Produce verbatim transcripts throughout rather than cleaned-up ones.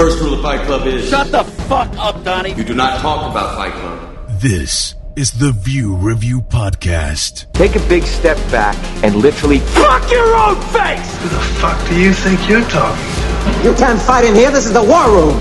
First rule of Fight Club is... Shut the fuck up, Donnie! You do not talk about Fight Club. This is the View Review Podcast. Take a big step back and literally fuck your own face! Who the fuck do you think you're talking to? You can't fight in here, this is the war room!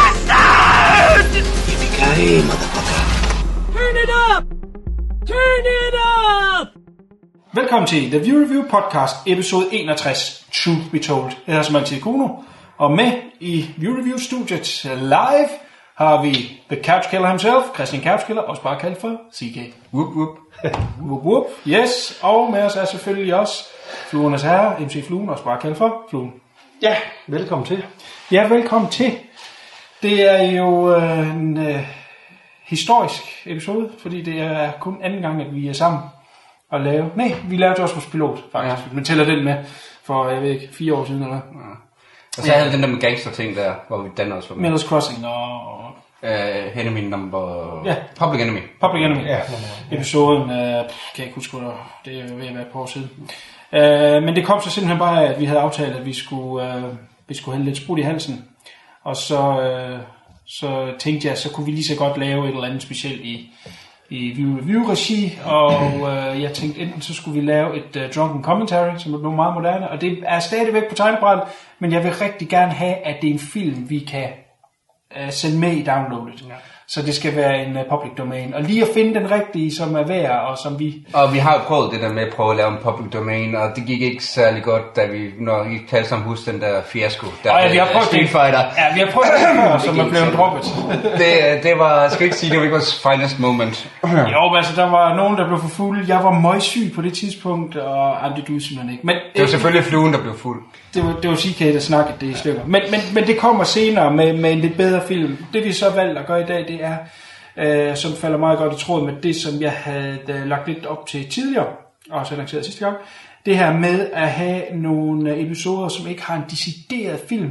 Yippee-ki-yay, motherfucker. Turn it up! Turn it up! Velkommen til The View Review Podcast, episode enogtres, Truth Be Told. Jeg hedder som altid Kuno, og med i View Review studiet live har vi The Couch Killer himself, Christian Couch Killer, også bare kaldt for C K. Whoop whoop. Whoop whoop, yes. Og med os er selvfølgelig også Fluernes Herre, M C Fluen, også bare kaldt for Fluen. Ja, velkommen til. Ja, velkommen til. Det er jo øh, en øh, historisk episode, fordi det er kun anden gang, at vi er sammen og lave. Nej, vi lavede også vores pilot, faktisk. Ja. Men tæller den med for, jeg ved ikke, fire år siden eller hvad. Ja. Og så havde den der med gangster-ting der, hvor vi den også var med. Mellers Crossing og... Uh, Enemy number... Ja. Public Enemy. Public Enemy. Ja. Episoden, uh, kan jeg ikke huske, det er ved at være et par år siden. Uh, men det kom så simpelthen bare af, at vi havde aftalt, at vi skulle, uh, vi skulle have lidt sprut i halsen. Og så, uh, så tænkte jeg, så kunne vi lige så godt lave et eller andet specielt i... i View Review-regi, og øh, jeg tænkte, enten så skulle vi lave et uh, drunken commentary, som er blevet meget moderne, og det er stadigvæk på tegnebrættet, men jeg vil rigtig gerne have, at det er en film, vi kan uh, sende med i downloadet. Ja. Så det skal være en uh, public domain. Og lige at finde den rigtige, som er værd, og som vi... Og vi har jo prøvet det der med at prøve at lave en public domain, og det gik ikke særlig godt, da vi, når I kan alle sammen huske den der fiasko, der ja, vi har prøvet Street Fighter. Ja, vi har prøvet det før, som er blevet droppet. det, det var, jeg skal ikke sige, det var ikke vores finest moment. Jo, altså der var nogen, der blev for fuld. Jeg var møgsyg på det tidspunkt, og jamen, det duede simpelthen ikke. Men, det var selvfølgelig Fluen, der blev fuld. Det var, det var C K, der snakkede det i stykker. Men, men, men det kommer senere med, med en lidt bedre film. Det vi så valgte at gøre i dag, det er, øh, som falder meget godt i tråd med det, som jeg havde øh, lagt lidt op til tidligere, og også annonceret sidste gang. Det her med at have nogle episoder, som ikke har en decideret film.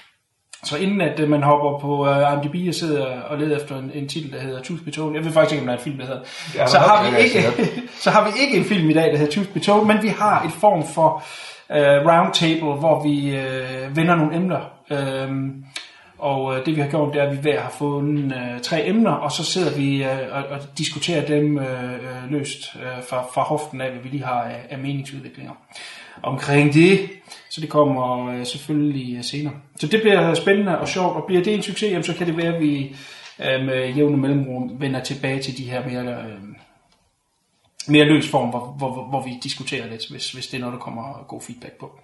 Så inden at man hopper på uh, I M D B og sidder og leder efter en, en titel, der hedder Truth Be Told. Jeg ved faktisk ikke, om der er en film, der hedder. Ja, så, har vi ikke, så har vi ikke en film i dag, der hedder Truth Be Told, men vi har et form for uh, roundtable, hvor vi uh, vender nogle emner. Um, og uh, det vi har gjort, det er, at vi hver har fundet uh, tre emner, og så sidder vi uh, og, og diskuterer dem uh, uh, løst uh, fra, fra hoften af, hvad vi lige har af, af meningsudviklinger omkring det. Så det kommer øh, selvfølgelig senere. Så det bliver spændende og sjovt, og bliver det en succes, jamen, så kan det være, at vi øh, med jævne mellemrum vender tilbage til de her mere, øh, mere løs form, hvor, hvor, hvor vi diskuterer lidt, hvis, hvis det er noget, der kommer god feedback på.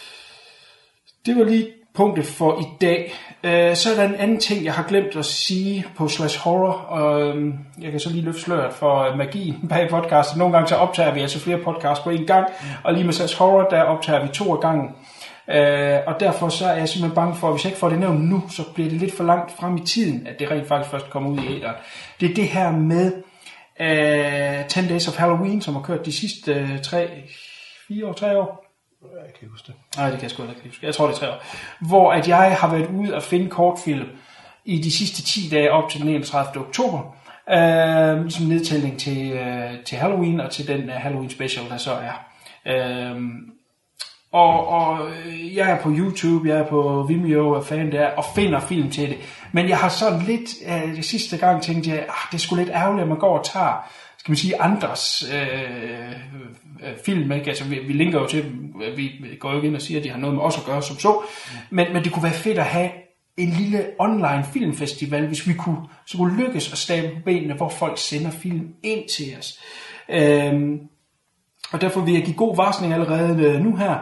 Det var lige punktet for i dag. Øh, så er der en anden ting, jeg har glemt at sige på Slash Horror, og øh, jeg kan så lige løfte sløret for magien bag podcastet. Nogle gange så optager vi altså flere podcasts på en gang, og lige med Slash Horror, der optager vi to af gangen. Øh, og derfor så er jeg simpelthen bange for, at hvis jeg ikke får det nævnt nu, så bliver det lidt for langt frem i tiden, at det rent faktisk først kommer ud i æteren. Det er det her med øh, ten Days of Halloween, som har kørt de sidste øh, tre, fire år, tre år. Jeg kan ikke huske det. Nej, det kan jeg sgu ikke huske. Jeg tror, det er tre år. Hvor at jeg har været ude og finde kortfilm i de sidste ti dage op til den enogtredivte oktober. Øh, ligesom nedtælling til, øh, til Halloween og til den uh, Halloween special, der så er. Øh, og, og jeg er på YouTube, jeg er på Vimeo og fan der, og finder film til det. Men jeg har sådan lidt, øh, det sidste gang tænkte jeg, ah, det er sgu lidt ærgerligt, at man går og tager, skal man sige, andres øh, øh, film, ikke? Altså vi, vi linker jo til dem, vi går jo ind og siger, at de har noget med os at gøre som så, men, men det kunne være fedt at have en lille online filmfestival, hvis vi kunne, så kunne lykkes at stable på benene, hvor folk sender film ind til os. Øhm, og derfor vil jeg give god varsling allerede nu her.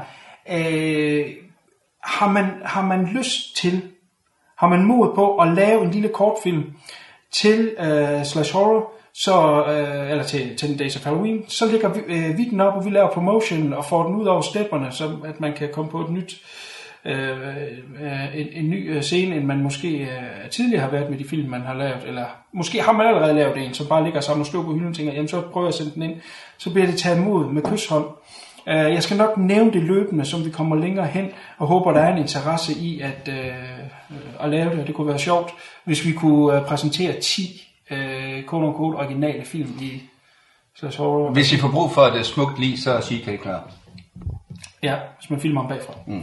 Øh, har, man, har man lyst til, har man mod på at lave en lille kortfilm til øh, Slash Horror, så, øh, eller til ten Days of Halloween, så ligger vi, øh, vi den op, og vi laver promotion og får den ud over stepperne, så at man kan komme på et nyt, øh, øh, en, en ny scene, end man måske øh, tidligere har været med de film, man har lavet, eller måske har man allerede lavet en, som bare ligger sammen og stå på hylden og tænker, jamen så prøver jeg at sende den ind, så bliver det taget imod med kysshånd. Øh, jeg skal nok nævne det løbende, som vi kommer længere hen, og håber, der er en interesse i at, øh, at lave det, og det kunne være sjovt, hvis vi kunne øh, præsentere ti Øh, quote unquote originale film i Slash Horror. Hvis I får brug for et smukt lig, så er C K klar. Ja, hvis man filmer ham bagfra. Mm.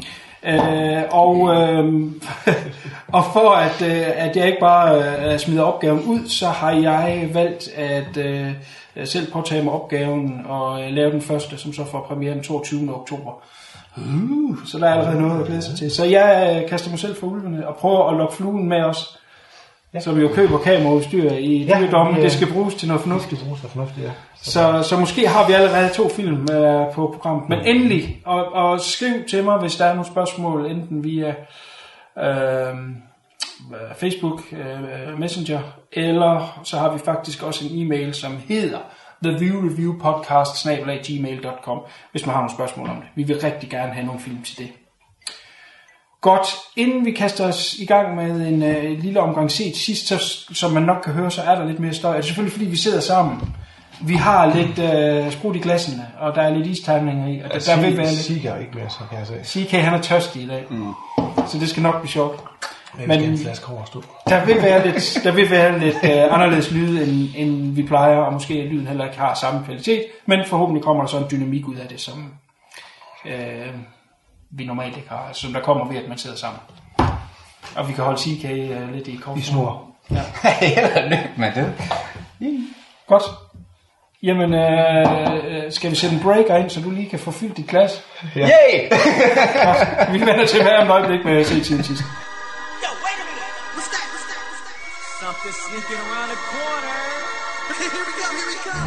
Øh, og, øh, og for at, øh, at jeg ikke bare øh, smider opgaven ud, så har jeg valgt at øh, selv påtage mig opgaven og øh, lave den første, som så får premiere den toogtyvende oktober. Uh, så der er allerede noget at glæde sig til. Så jeg øh, kaster mig selv for ulvene og prøver at lokke fluen med os. Ja. Som jo køber kameraudstyr i ja, dyredommen. Det skal bruges til noget fornuftigt. Det skal bruges til noget fornuftigt, ja. Så, så måske har vi allerede to film øh, på programmet. Men endelig, og, og skriv til mig, hvis der er nogle spørgsmål, enten via øh, Facebook, øh, Messenger, eller så har vi faktisk også en e-mail, som hedder the view review podcast snabel-a gmail punktum com, hvis man har nogle spørgsmål om det. Vi vil rigtig gerne have nogle film til det. Godt, inden vi kaster os i gang med en øh, lille omgang set sidst, så, som man nok kan høre, så er der lidt mere støj. Det er selvfølgelig fordi vi sidder sammen. Vi har lidt øh, sprut i glassene, og der er lidt isterninger i. Og der, der vil være lidt... Sika er ikke mere, så kan jeg sige. Sika, han er tørstig i dag, mm. så det skal nok blive sjovt. Men en flaske overstå. Der vil være lidt, der vil være lidt øh, anderledes lyd, end, end vi plejer, og måske lyden heller ikke har samme kvalitet. Men forhåbentlig kommer der så en dynamik ud af det, som... Øh, vi normalt ikke har, som der kommer ved, at man sidder sammen. Og vi kan holde C K uh, lidt i kort. I snor. Ja. Eller nyt med det. Godt. Jamen, øh, skal vi sætte en breaker ind, så du lige kan få fyldt dit glas? Ja. Yay! Vi vender til hver om et øjeblik med at se tiden sidst. Yo, wait a minute. What's that? What's that? What's that? Something sneaking around the corner. Here we go, here we come.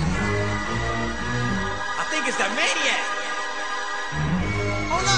I think it's that maniac. Hold up.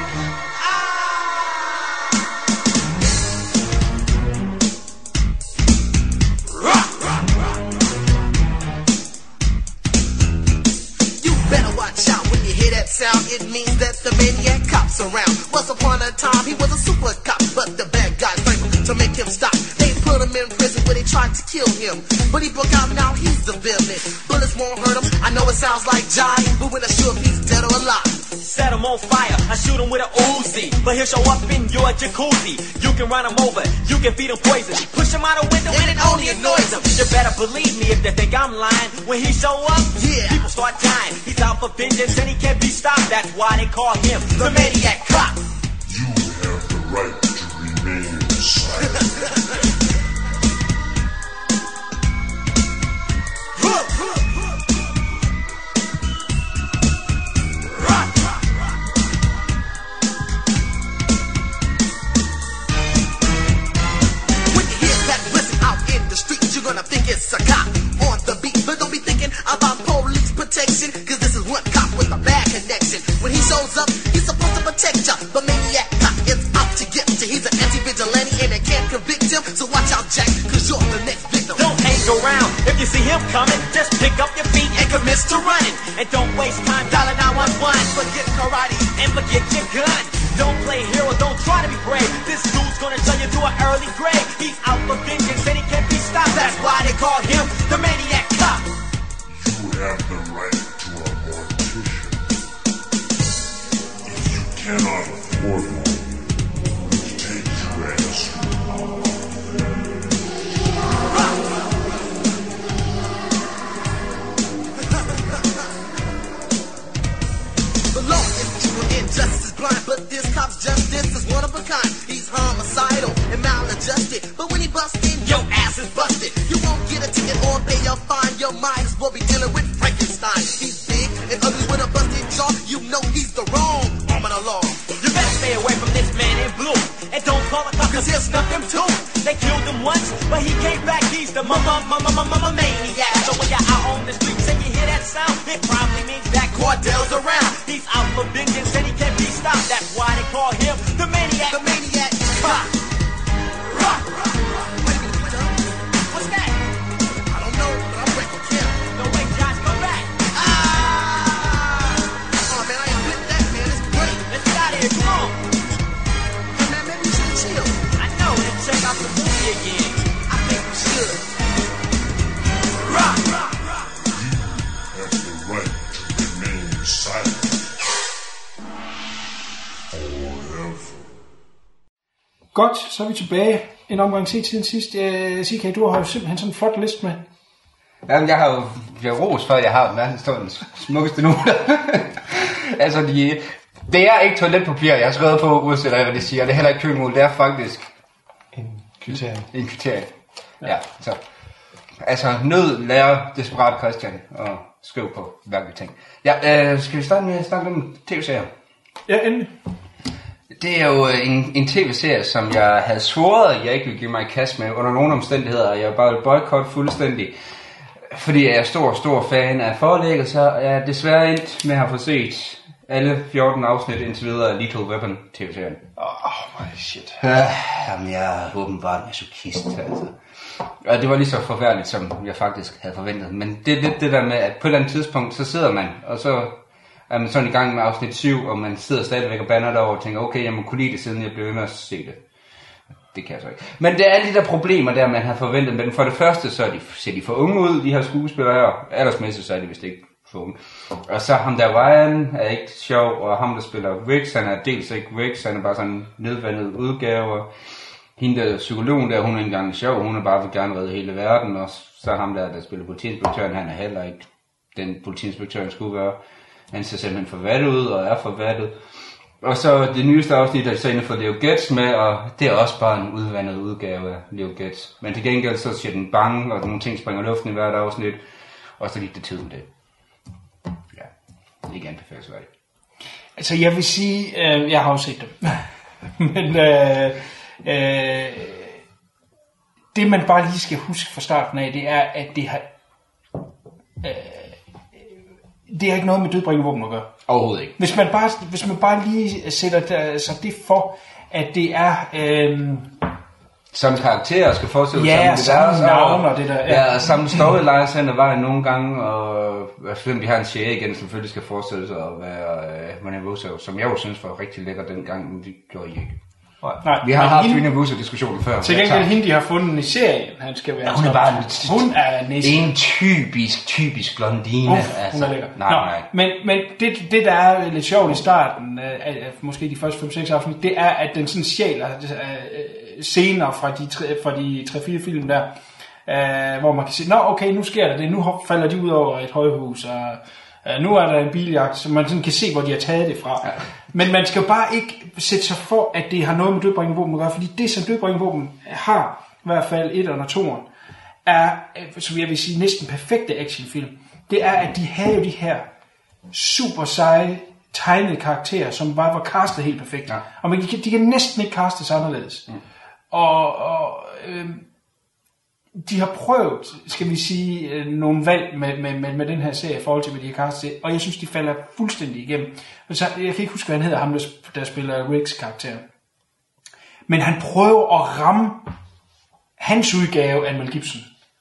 Sound, it means that the maniac cop's around. Once upon a time, he was a super cop, but the bad guys framed him to make him stop. They put him in prison where they tried to kill him, but he broke out, now he's the villain. Bullets won't hurt him, I know it sounds like Johnny, but when I sure if he's dead or alive. Set him on fire, I shoot him with an Uzi, but he'll show up in your jacuzzi. You can run him over, you can feed him poison, push him out a window and it only annoys him. You better believe me if they think I'm lying. When he show up, yeah, people start dying. He's out for vengeance and he can't be stopped. That's why they call him the maniac cop. You have the right to remain silent. When you hear that whistle out in the street, you're gonna think it's a cop on the beat. But don't be thinking about police protection, cause this is one cop with a bad connection. When he shows up, he's supposed to protect ya. The maniac cop is out to get ya. He's an anti-vigilante and they can't convict him. So watch out, Jack, cause you're the next victim. Don't hang around. If you see him coming, just pick up your feet and commit to running. And don't waste time dialing nine one one. Forget karate and forget your gun. Don't play hero, don't try to be brave. This dude's gonna turn you to an early grave. He's out for vengeance and he can't be stopped. That's why they call him the maniac cop. You have the right to a mortician. If you cannot afford one, take your ass home. The law is true and justice is blind, but this cop's justice is one of a kind. He's homicidal and maladjusted, but when he busts in, your ass is busted. You won't get a ticket or pay your fine. Your mind is what be dealing with Frankenstein. He's big and ugly with a busted jaw. You know he's the wrong arm of the law. You better stay away from this man in blue, and don't call a cop cause he'll snuff him too. They killed him once, but he came back. He's the mama, mama, mama, mama maniac. So when you're out on the streets and you hear that sound, it probably means that Cordell's around. He's out for vengeance and he can't be stopped. That's why they call him the maniac. The maniac cop. Rock, rock, rock. Wait a minute, wait a minute. What's that? I don't know, but I'm ready for Kim. No way, Josh, come back. Ah! Oh man, I ain't with that, man. It's great. Let's get out of here. Come on. Hey man, maybe we should chill. I know. Let's check out the movie again. I think we should. Rock, rock, rock. You have the right to remain silent. Godt, så er vi tilbage. En omgang se tiden sidst. Øh, C K, du har jo simpelthen sådan en flot liste med. Jamen, jeg har jo jeg ros for, at jeg har verdens stående smukkeste noter. Altså, de Det er ikke toiletpapir, jeg har skrevet på, uanset hvad det siger. Det er heller ikke køkkenrulle, det er faktisk... En kvittering. En kvittering. Ja. ja, så... Altså, nød lærer desperat Christian og skrive på hverken ting. Ja, øh, skal vi starte med at snakke om tv-serier? Ja, endelig. Det er jo en, en tv-serie, som jeg havde svoret, jeg ikke ville give mig i kast med under nogle omstændigheder, og jeg bare ville boykotte fuldstændig. Fordi jeg er stor, stor fan af forlægget, så er jeg desværre endt med at have fået set alle fjorten afsnit indtil videre af Lethal Weapon tv-serien. Åh, oh, my shit. Øh, jamen, jeg er åbenbart masochist, altså. Og det var lige så forfærdeligt, som jeg faktisk havde forventet. Men det er lidt det der med, at på et eller andet tidspunkt, så sidder man, og så er man sådan i gang med afsnit syv, og man sidder stadigvæk og bander derover og tænker, okay, jeg må kunne lide det, siden jeg blev ved med at se det. Det kan jeg så ikke. Men det er alle de der problemer der, man har forventet. Men for det første, så er de, ser de for unge ud, de her skuespillere her. Aldersmæssigt, så er de vist ikke for unge. Og så ham der Ryan er ikke sjov, og ham der spiller Riggs, han er dels ikke Riggs, han er bare sådan en nedvandet udgave. Hende der psykologen der, hun er ikke engang sjov, hun er bare vil gerne redde hele verden. Og så ham der, der spiller politiinspektøren, han er heller ikke den politiinspektøren skulle være. Han ser simpelthen forvattet ud, og er forvattet. Og så det nyeste afsnit, der er senere for Leo Getz med, og det er også bare en udvandet udgave af Leo Getz. Men til gengæld så siger den bange, og nogle ting springer luften i hvert afsnit, og så gik det tid om det. Ja, det er ikke anbefalesværdigt. Altså jeg vil sige, øh, jeg har jo set dem, men øh, øh, det man bare lige skal huske fra starten af, det er, at det har... Øh, det har ikke noget med dødbringende våben at gøre. Overhovedet ikke. Hvis man bare, hvis man bare lige sætter der, så det for, at det er... Øhm, som karakterer skal forestille ja, sammen. samme navn og det der. Ja, ja samme storylines hen ad vejen nogle gange, og film, de har en serie igen, som selvfølgelig skal forestille sig at være uh, Rene Russo, som jeg jo synes var rigtig lækker dengang, men det gjorde I ikke. Nej, vi har haft Rene Russo-diskussionen før. Til gengæld hende, de har fundet i serien, han skal være... Ja, hun er bare en, hun er næsten en typisk, typisk blondine. Uf, altså. Hun er lækker. Nej, Nå, nej. Men, men det, det, der er lidt sjovt i starten, af, af måske de første fem seks afsnit, det er, at den sådan sjæler scener fra de fra de tre fire film der, øh, hvor man kan sige, nå okay, nu sker der det, nu falder de ud over et højhus, og øh, nu er der en biljagt, så man sådan kan se, hvor de har taget det fra. Ja. Men man skal bare ikke sætte sig for, at det har noget med dødbringende våben at gøre, fordi det, som dødbringende våben har, i hvert fald et og toeren, er, som jeg vil sige, næsten perfekte actionfilm. Det er, at de havde jo de her super seje, tegnede karakterer, som bare var castet helt perfekt. Ja. Og man, de, kan, de kan næsten ikke castes anderledes. Mm. Og, og øh, de har prøvet, skal vi sige, nogle valg med, med, med, med den her serie i forhold til, hvad de har castet, og jeg synes, de falder fuldstændig igennem. Så, jeg kan ikke huske, hvad han hedder, ham der, der spiller Riggs karakter. Men han prøver at ramme hans udgave af Mel Gibson.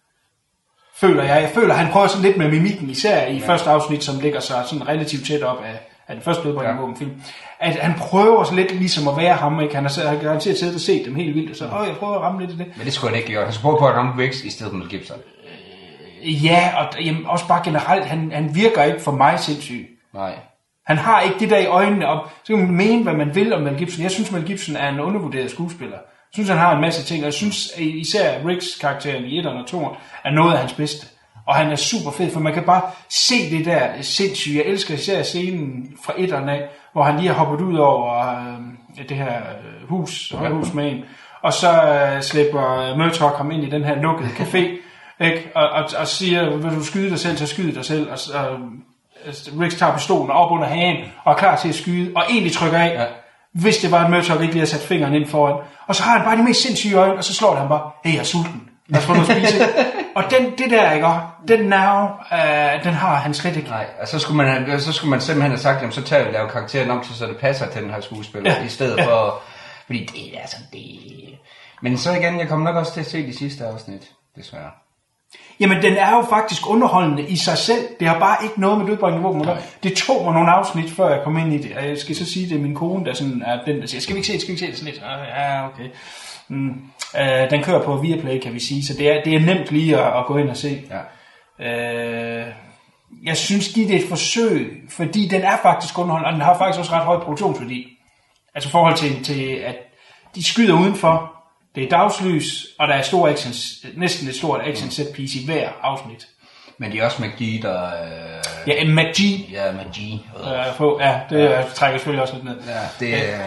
Føler jeg. Jeg føler, han prøver sådan lidt med mimikken, især i ja. første afsnit, som ligger så sådan relativt tæt op af, af den første dødbringende ja. våbenfilm. At han prøver så lidt ligesom at være ham, ikke? Han har garanteret siddet og set dem helt vildt, og så, åh, jeg prøver at ramme lidt af det. Men det skulle han ikke gøre. Han skulle prøve på at ramme Riggs i stedet for Mel Gibson. Øh, ja, og jamen, også bare generelt, han, han virker ikke for mig sindssyg. Nej. Han har ikke det der i øjnene op. Så kan man mene, hvad man vil om Mel Gibson. Jeg synes, Mel Gibson er en undervurderet skuespiller. Jeg synes, han har en masse ting, og jeg synes især Riggs-karakteren i etteren og toeren er noget af hans bedste. Og han er super fed, for man kan bare se det der sindssyge. Jeg elsker især scenen fra etteren af, hvor han lige har hoppet ud over øh, det her hus, højhus med en. Og så øh, slipper Murtaugh ham ind i den her lukkede café, ikke? Og, og, og siger, vil du skyde dig selv, så skyde dig selv. Og, og Riggs tager pistolen op under hagen og er klar til at skyde, og egentlig trykker af, ja. Hvis det var, at Murtaugh ikke lige har sat fingeren ind foran. Og så har han bare de mest sindssyge øjne, og så slår det han bare, hey, jeg er sulten. Lad os få noget at spise. Og den, det der, ikke? Den nerve, øh, den har han slet ikke. Nej, og så skulle man, så skulle man simpelthen have sagt, jamen, så tager vi og laver karakteren om til, så det passer til den her skuespiller, ja. I stedet ja. for, fordi det er sådan, det... Men så igen, jeg kommer nok også til at se de sidste afsnit, desværre. Jamen, den er jo faktisk underholdende i sig selv. Det har bare ikke noget med dødbringende våben. Det tog mig nogle afsnit, før jeg kom ind i det. Og jeg skal så sige, det er min kone, der sådan er den, der siger, skal vi ikke se det, skal vi ikke se det sådan lidt? Ja, okay. Mm. Uh, den kører på Viaplay, kan vi sige, så det er, det er nemt lige at, at gå ind og se. Ja. Uh, jeg synes, giv det et forsøg, fordi den er faktisk underholdende, og den har faktisk også ret høj produktionsværdi. Altså i forhold til, til at de skyder udenfor, det er dagslys, og der er stor action, næsten et stort action set piece i hver afsnit. Men det er også magi, der... Øh... Ja, en magi. Ja, magi. Øh, på, ja, det ja. trækker selvfølgelig også lidt ned. Ja, det er...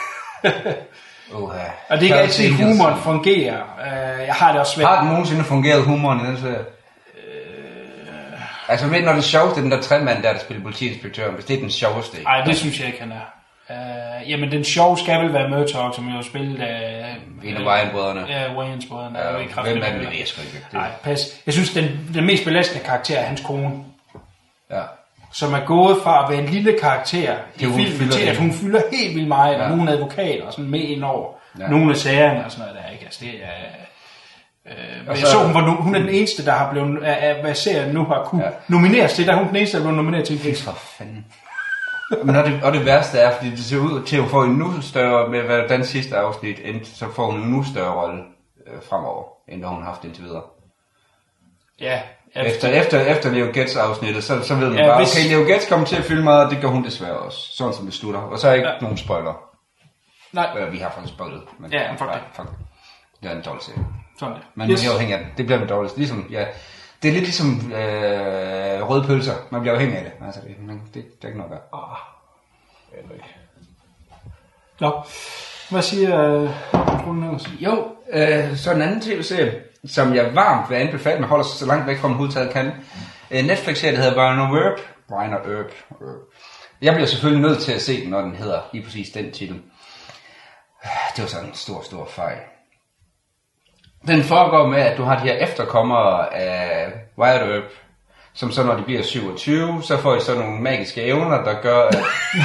Oha. Og det er ikke altid, humoren fungerer. Uh, jeg har det også svært. Har den nogensinde fungeret humoren i den serie? Uh... Altså, ved når det sjoveste, den der træmand der, der spiller politiinspektøren, hvis det er den sjoveste. Nej, det synes jeg ikke, han er. Uh, jamen, den sjove skal vel være Murtaugh, som jo spillet af... En af Wayans-brødrene. Ja, Wayans-brødrene. Ja, hvem er det, jeg skal ikke. Nej, pas. Jeg synes, den, den mest belastende karakter er hans kone. Ja. Som er gået fra at være en lille karakter i filmen til, at hun fylder helt vildt meget, ja. Og hun er advokat og sådan med ind over ja. Nogle af sagerne og sådan noget der, ikke? Altså, det er... Øh, jeg så, så hun, var nu, hun er den eneste, der har blevet, af, af, hvad serien nu har kunne ja. Nomineres til, der er hun den eneste, der er blevet nomineret til en film. For fanden. Men og det, og det værste er, fordi det ser ud til at få en nu større, med hvad den sidste afsnit endte, så får hun en nu større rolle øh, fremover, end hvad hun har haft indtil videre. Ja. Efter, efter, efter Leo Getz afsnittet, så, så ved man ja, bare, hvis... okay, Leo Getz kommer til at fylde meget, og det gør hun desværre også, sådan som det slutter. Og så er ikke ja. Nogen spoiler. Nej. Øh, vi har faktisk spoilet. Men ja, fuck det. Fuck. Det er en dårlig serie. Sådan det. Men yes. Man bliver afhængig af det. Det bliver man dårligt. Ligesom, ja, det er lidt ligesom øh, røde pølser. Man bliver afhængig af det. Altså, det, det, det er ikke noget værd. Ah, eller ikke. Nå, hvad siger øh, Jo, øh, så en anden tv-serie, som jeg varmt vil anbefale, man holder sig så langt væk fra min hovedtaget kan. Øh, Netflix-serie, der hedder Wynonna Earp. Wynonna Earp. Jeg bliver selvfølgelig nødt til at se den, når den hedder lige præcis den titel. Det var sådan en stor, stor fejl. Den foregår med, at du har de her efterkommere af Wynonna Earp, som så når de bliver syvogtyve, så får de så nogle magiske evner, der gør, at...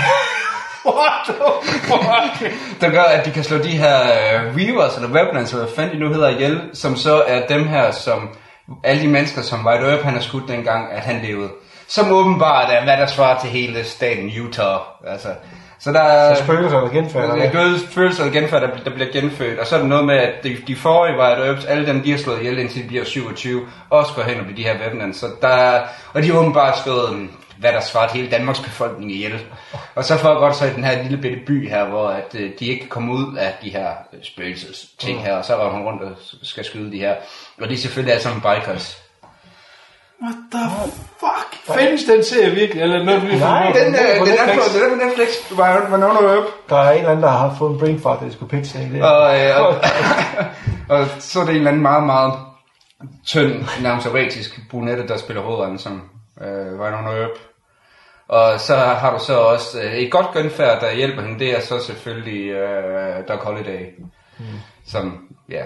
der gør, at de kan slå de her uh, Weavers, eller Revenants, eller hvad fanden de nu hedder ihjel, som så er dem her, som alle de mennesker, som White Earp, han har skudt dengang, at han levede. Som åbenbart er, hvad der svarer til hele staten Utah. Altså, så der er... Så spøgelser eller genfærd? Der spøgelser eller genfærd, der, der bliver genfødt. Og så er det noget med, at de, de forrige White Earps, alle dem, de har slået ihjel, indtil de bliver syvogtyve, også går hen og bliver de her Revenants. Så der, og de har åbenbart slået... hvad der svarer til hele Danmarks befolkning ihjel. Og så får godt så i den her lille bitte by her, hvor at, øh, de ikke kan komme ud af de her spøgelses ting her, og så går hun rundt og skal skyde de her. Og de er selvfølgelig alle sammen bikers. What the fuck? Findes den serie virkelig? Eller noget, vi Nej, den, den, øh, den, er på, den er på Netflix. Wynonna Earp. Der er en eller anden, der har fået en brain fart, der skulle pitche den. Og, øh, og, og så er det en eller anden meget, meget tynd, nærmest erotisk brunette, der spiller hovedånden som Øh, Wynonna Earp. Og så har du så også øh, et godt genfærd, der hjælper hende. Det er så selvfølgelig øh, Doc Holliday, mm. som ja,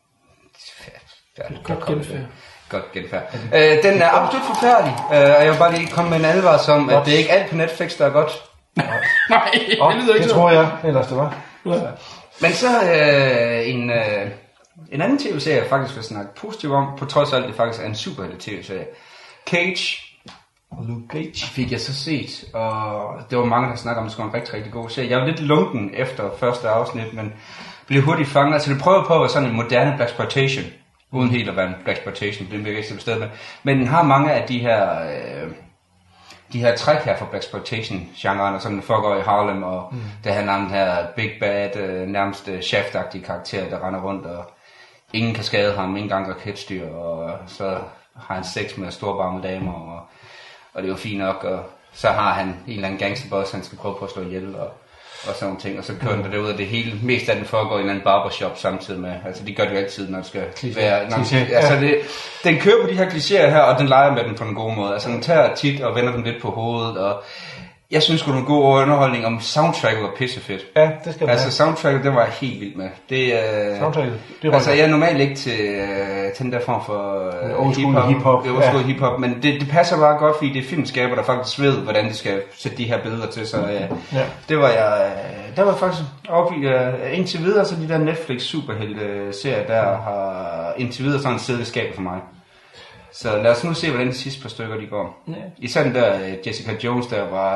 ja godt genfærd. Godt genfærd. Øh, den er absolut forfærdelig, øh, og jeg vil bare lige komme med en advarsel om, at det er ikke alt på Netflix, der er godt. Nej, oh, det, det tror jeg ellers det var. Ja. Men så øh, en øh, en anden tv-serie, jeg faktisk vil snakke positivt om, på trods af alt det faktisk er en superhelte tv-serie. Cage. Luke Cage fik jeg så set, og det var mange, der snakker om, at det skulle en rigtig, rigtig god serie. Jeg var lidt lunken efter første afsnit, men blev hurtigt fanget. Altså det prøver på at være sådan en moderne blaxploitation, uden helt at være en blaxploitation, det bliver jeg ikke bestemt med. Men den har mange af de her, øh, de her træk her fra blaxploitation-genren, som den foregår i Harlem, og mm. det handler om den her big bad, øh, nærmest øh, shaft-agtige karakter, der render rundt, og ingen kan skade ham, ingen gang raketstyr, og så har han sex med storbarme damer, og, og det er jo fint nok, og så har han en eller anden gangsterboss, han skal prøve på at slå ihjel, og, og sådan nogle ting, og så kører den derud, og det hele, mest af den foregår i en eller anden barbershop samtidig med, altså de gør det jo altid, når det skal Kliché. være, når, Kliché. altså det, den kører på de her klichéer her, og den leger med den på en god måde, altså den tager tit og vender den lidt på hovedet, og jeg synes sgu, det var en god underholdning, om soundtracket var pissefedt. Ja, det skal man Altså have. Soundtracket, det var jeg helt vildt med. Det, øh, soundtracket, det var altså jeg er normalt ikke til, øh, til den der form for øh, old school hip-hop. Det er old hip-hop, men det, det passer bare godt, fordi det er filmskaber, der faktisk ved, hvordan de skal sætte de her billeder til. Så øh, ja. det var jeg, øh, der var faktisk oppe i, øh, indtil videre, så de der Netflix superhelte-serier, der har indtil videre sådan siddet i skabet for mig. Så lad os nu se, hvordan de sidste par stykker de går. Ja. Især den der uh, Jessica Jones, der var,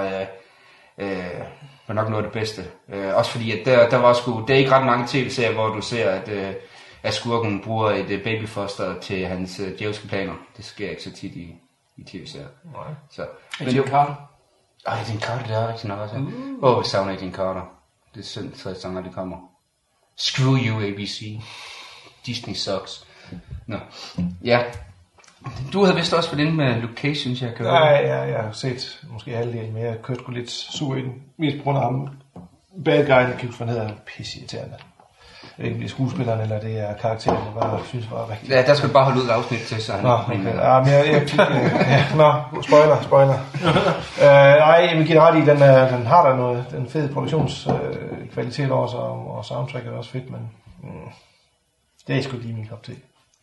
uh, uh, var nok noget af det bedste. Uh, også fordi, at der, der var sgu, der er ikke ret mange tv-serier, hvor du ser, at, uh, at skurken bruger et uh, babyfoster til hans uh, djævelske planer. Det sker ikke så tit i, i tv-serier. Nej. Så, Agent Carter? Ej, Agent Carter, det er rigtig nok også. Åh, mm. oh, jeg savner Agent Carter. Det er synd, tredje sang, når det kommer. Screw you, A B C. Disney sucks. Nå, ja. Du havde vist også været inde med Luke Cage, synes jeg. Kan Nej, jeg, jeg har set måske halvdelen, men jeg kørte sgu lidt sur i den. Mest på grund af ham. Bad guy, der kigge for ned, er pisseirriterende. Det er ikke skuespilleren, eller det er karakteren, jeg bare synes var rigtig... Ja, der skal du bare holde ud et afsnit til, så han... Nå, okay. Ja, men jeg, jeg, jeg, ja, nå, spoiler, spoiler. uh, nej, jeg vil give dig ret i, den, uh, den har der noget, den fede produktionskvalitet uh, over sig, og soundtrack er også fedt, men mm, det er sgu ikke lige min kop til.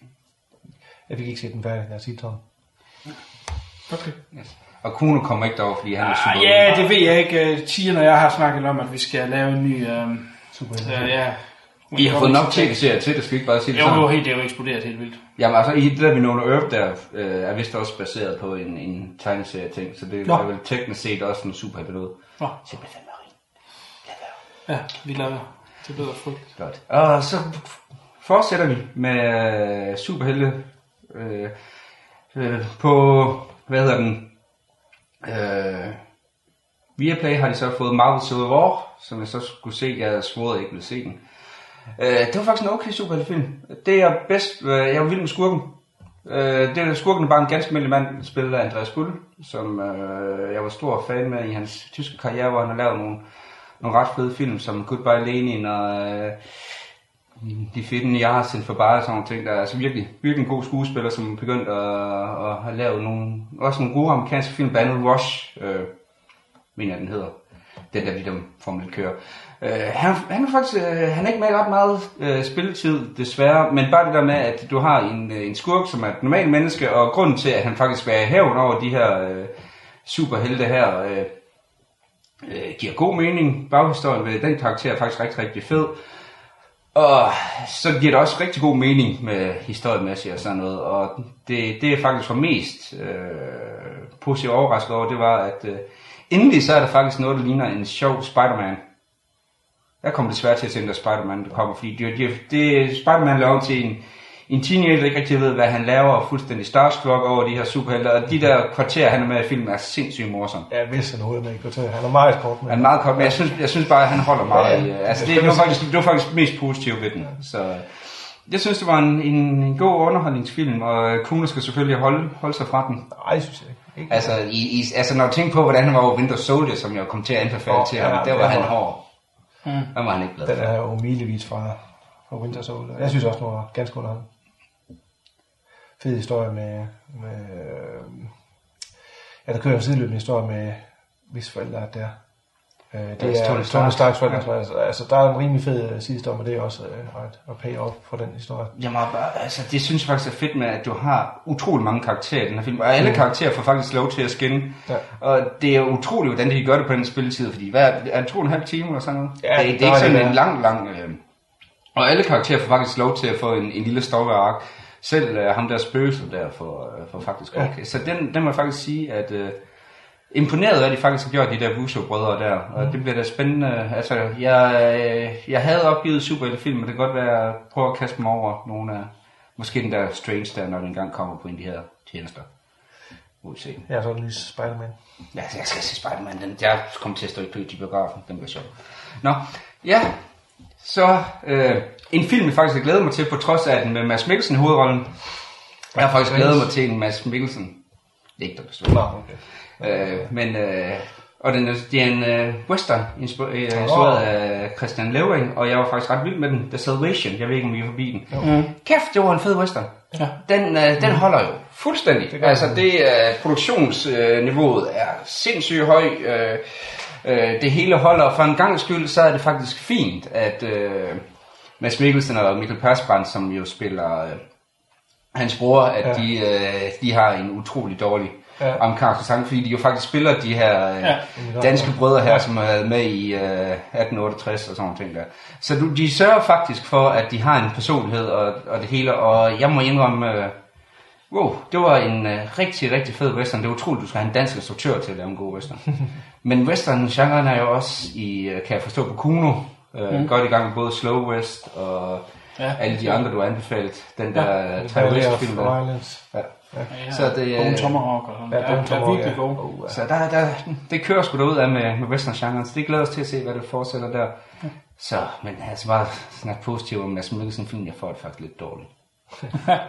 Jeg fik ikke set den færdig, når jeg siger Tom. Okay. Yes. Og Kuno kommer ikke derover, fordi han er super... Ah, ja, det ved jeg ikke. Tieren og jeg har snakket om, at vi skal lave en ny... Uh, Super. Uh, ja. I har fået nok tv-serier til, det skal vi ikke bare sige det jo, sådan. Jo, helt, det er jo eksploderet helt vildt. Jamen altså, i det der Winona Earp der, øh, er vist også baseret på en, en tegneserie-ting, så det Nå. er vel teknisk set også en super noget. Nå. Simpelthen Marie. Ja, vi laver. Det lyder frygteligt. Godt. Og så fortsætter vi med superhelte øh, øh, på, hvad hedder den, øh, Viaplay har de så fået Marvel Civil War, som jeg så skulle se, jeg havde svoret, jeg ikke ville se den. Uh, det var faktisk en okay superheltefilm. Det er bedst, uh, jeg var vild med skurken. Uh, det er skurken bare en ganske almindelig mand, spillet af Andreas Bull, som uh, jeg var stor fan med i hans tyske karriere, hvor han har lavet nogle, nogle ret fede film, som Goodbye Lenin og uh, De Fitten i Arsen for bare sådan nogle ting. Der er altså virkelig, virkelig en god skuespiller, som begyndt at, at have lavet nogle, også nogle gode amerikanske film, blandt andet Rush, uh, mener den hedder. Den der vidt om Formel et kører. Uh, han, han er faktisk uh, han er ikke med ret meget uh, spilletid, desværre, men bare det der med, at du har en, uh, en skurk, som er et normalt menneske, og grunden til, at han faktisk vil have hævn over de her uh, superhelte her, uh, uh, giver god mening. Baghistorien ved den karakter er faktisk rigtig, rigtig fed. Og så giver det også rigtig god mening med historiemæssigt og sådan noget, og det, det er faktisk for mest uh, positivt overrasket over, det var, at uh, endelig så er der faktisk noget, der ligner en sjov Spider-Man. Jeg kommer desværre til at tænke, at Spider-Man der kommer, fordi det, det, det Spider-Man laver til en, en teenager, der ikke rigtig ved, hvad han laver, og fuldstændig starstruck over de her superhelte, og de der kvarterer, han er med i filmen, er sindssygt morsomme. Ja, hvis han overhovedet med i kvarterer. Han er meget kort med. Han er meget kort, men jeg synes, jeg synes bare, at han holder meget ja, ja. i. Altså, det, det, var faktisk, det var faktisk mest positivt ved den. Så jeg synes, det var en, en, en god underholdningsfilm, og Kuno skal selvfølgelig holde, holde sig fra den. Nej, det synes jeg ikke. ikke altså, i, i, altså, når du tænker på, hvordan han var over Winter Soldier, som jeg kom til at anbefale oh, til ham, ja, der var han hård. Mm. Den var han ikke glad for. Den er jo milevis fra, fra Winter Soldier. Jeg synes også, det var ganske underholdende. Fed historie med, med ja, der kører en sideløbende historie med hvis forældre der. Øh, det ja, er Tony Starks forældre. Ja. Altså, altså, der er en rimelig fed sidehistorie med det også, øh, at, at pay off for den historie. Jamen, altså, det synes jeg faktisk er fedt med, at du har utrolig mange karakterer i den her film, og alle mm. karakterer får faktisk lov til at skinne. Ja. Og det er utroligt, hvordan de gør det på den spilletid, fordi hvad er, er det to og en halv time eller sådan noget? Ja, det, det er ikke sådan det, en lang, lang... Øh, og alle karakterer får faktisk lov til at få en, en lille story-ark. Selv uh, ham der spøgelse der for, uh, for faktisk okay. Ja. Så den, den må jeg faktisk sige, at uh, imponeret af, at de faktisk har gjort de der Russo-brødre der. Og mm. det bliver da spændende. Altså, jeg, uh, jeg havde opgivet superheltefilm, men det kan godt være, at jeg prøver at kaste mig over nogle af, måske den der Strange der, når den engang kommer på en af de her tjenester. Udse. Ja, så er den lige Spider-Man. Ja, jeg skal se Spider-Man. Den, jeg kommer til at stå i kø i biografen. Den bliver sjov. Nå, ja. Så øh, en film, jeg faktisk har glædet mig til, på trods af den med Mads Mikkelsen i hovedrollen. Jeg har faktisk glædet mig til en Mads Mikkelsen. Det er ikke der består. Nå, okay. Øh, men, øh, og den, det er en øh, western, instrueret oh. af Christian Levering, og jeg var faktisk ret vild med den. The Salvation, jeg ved ikke, om I er forbi den. Mm. Kæft, det var en fed western. Ja. Den, øh, den holder jo fuldstændig. Det altså, det øh, produktionsniveauet er sindssygt høj. Øh, Øh, det hele holder, og for en gang skyld, så er det faktisk fint, at øh, Mads Mikkelsen og Mikkel Persbrandt, som jo spiller øh, hans bror, at ja. de, øh, de har en utrolig dårlig ja. amerikansk sang, fordi de jo faktisk spiller de her øh, ja. danske brødre her, ja. som er med i øh, atten otteogtres og sådan nogle ting der. Så du, de sørger faktisk for, at de har en personlighed og, og det hele, og jeg må indrømme... Øh, Wow, det var en uh, rigtig, rigtig fed western. Det er utroligt, du skal have en dansk instruktør til at lave en god western. Men western-genren er jo også, i, kan jeg forstå på Kuno, uh, mm. godt i gang med både Slow West og ja, alle de andre, du har anbefalet. Den der ja, terroristfilm der. Ja. Ja. Så det er... Bone Tomahawk og sådan. Ja, det er virkelig god. Oh, ja. Så der, der, det kører sgu derud af med, med western-genren, så det glæder os til at se, hvad det fortsætter der. Ja. Så, men altså bare snart positivt om Mads Mikkelsen film, jeg får det faktisk lidt dårligt.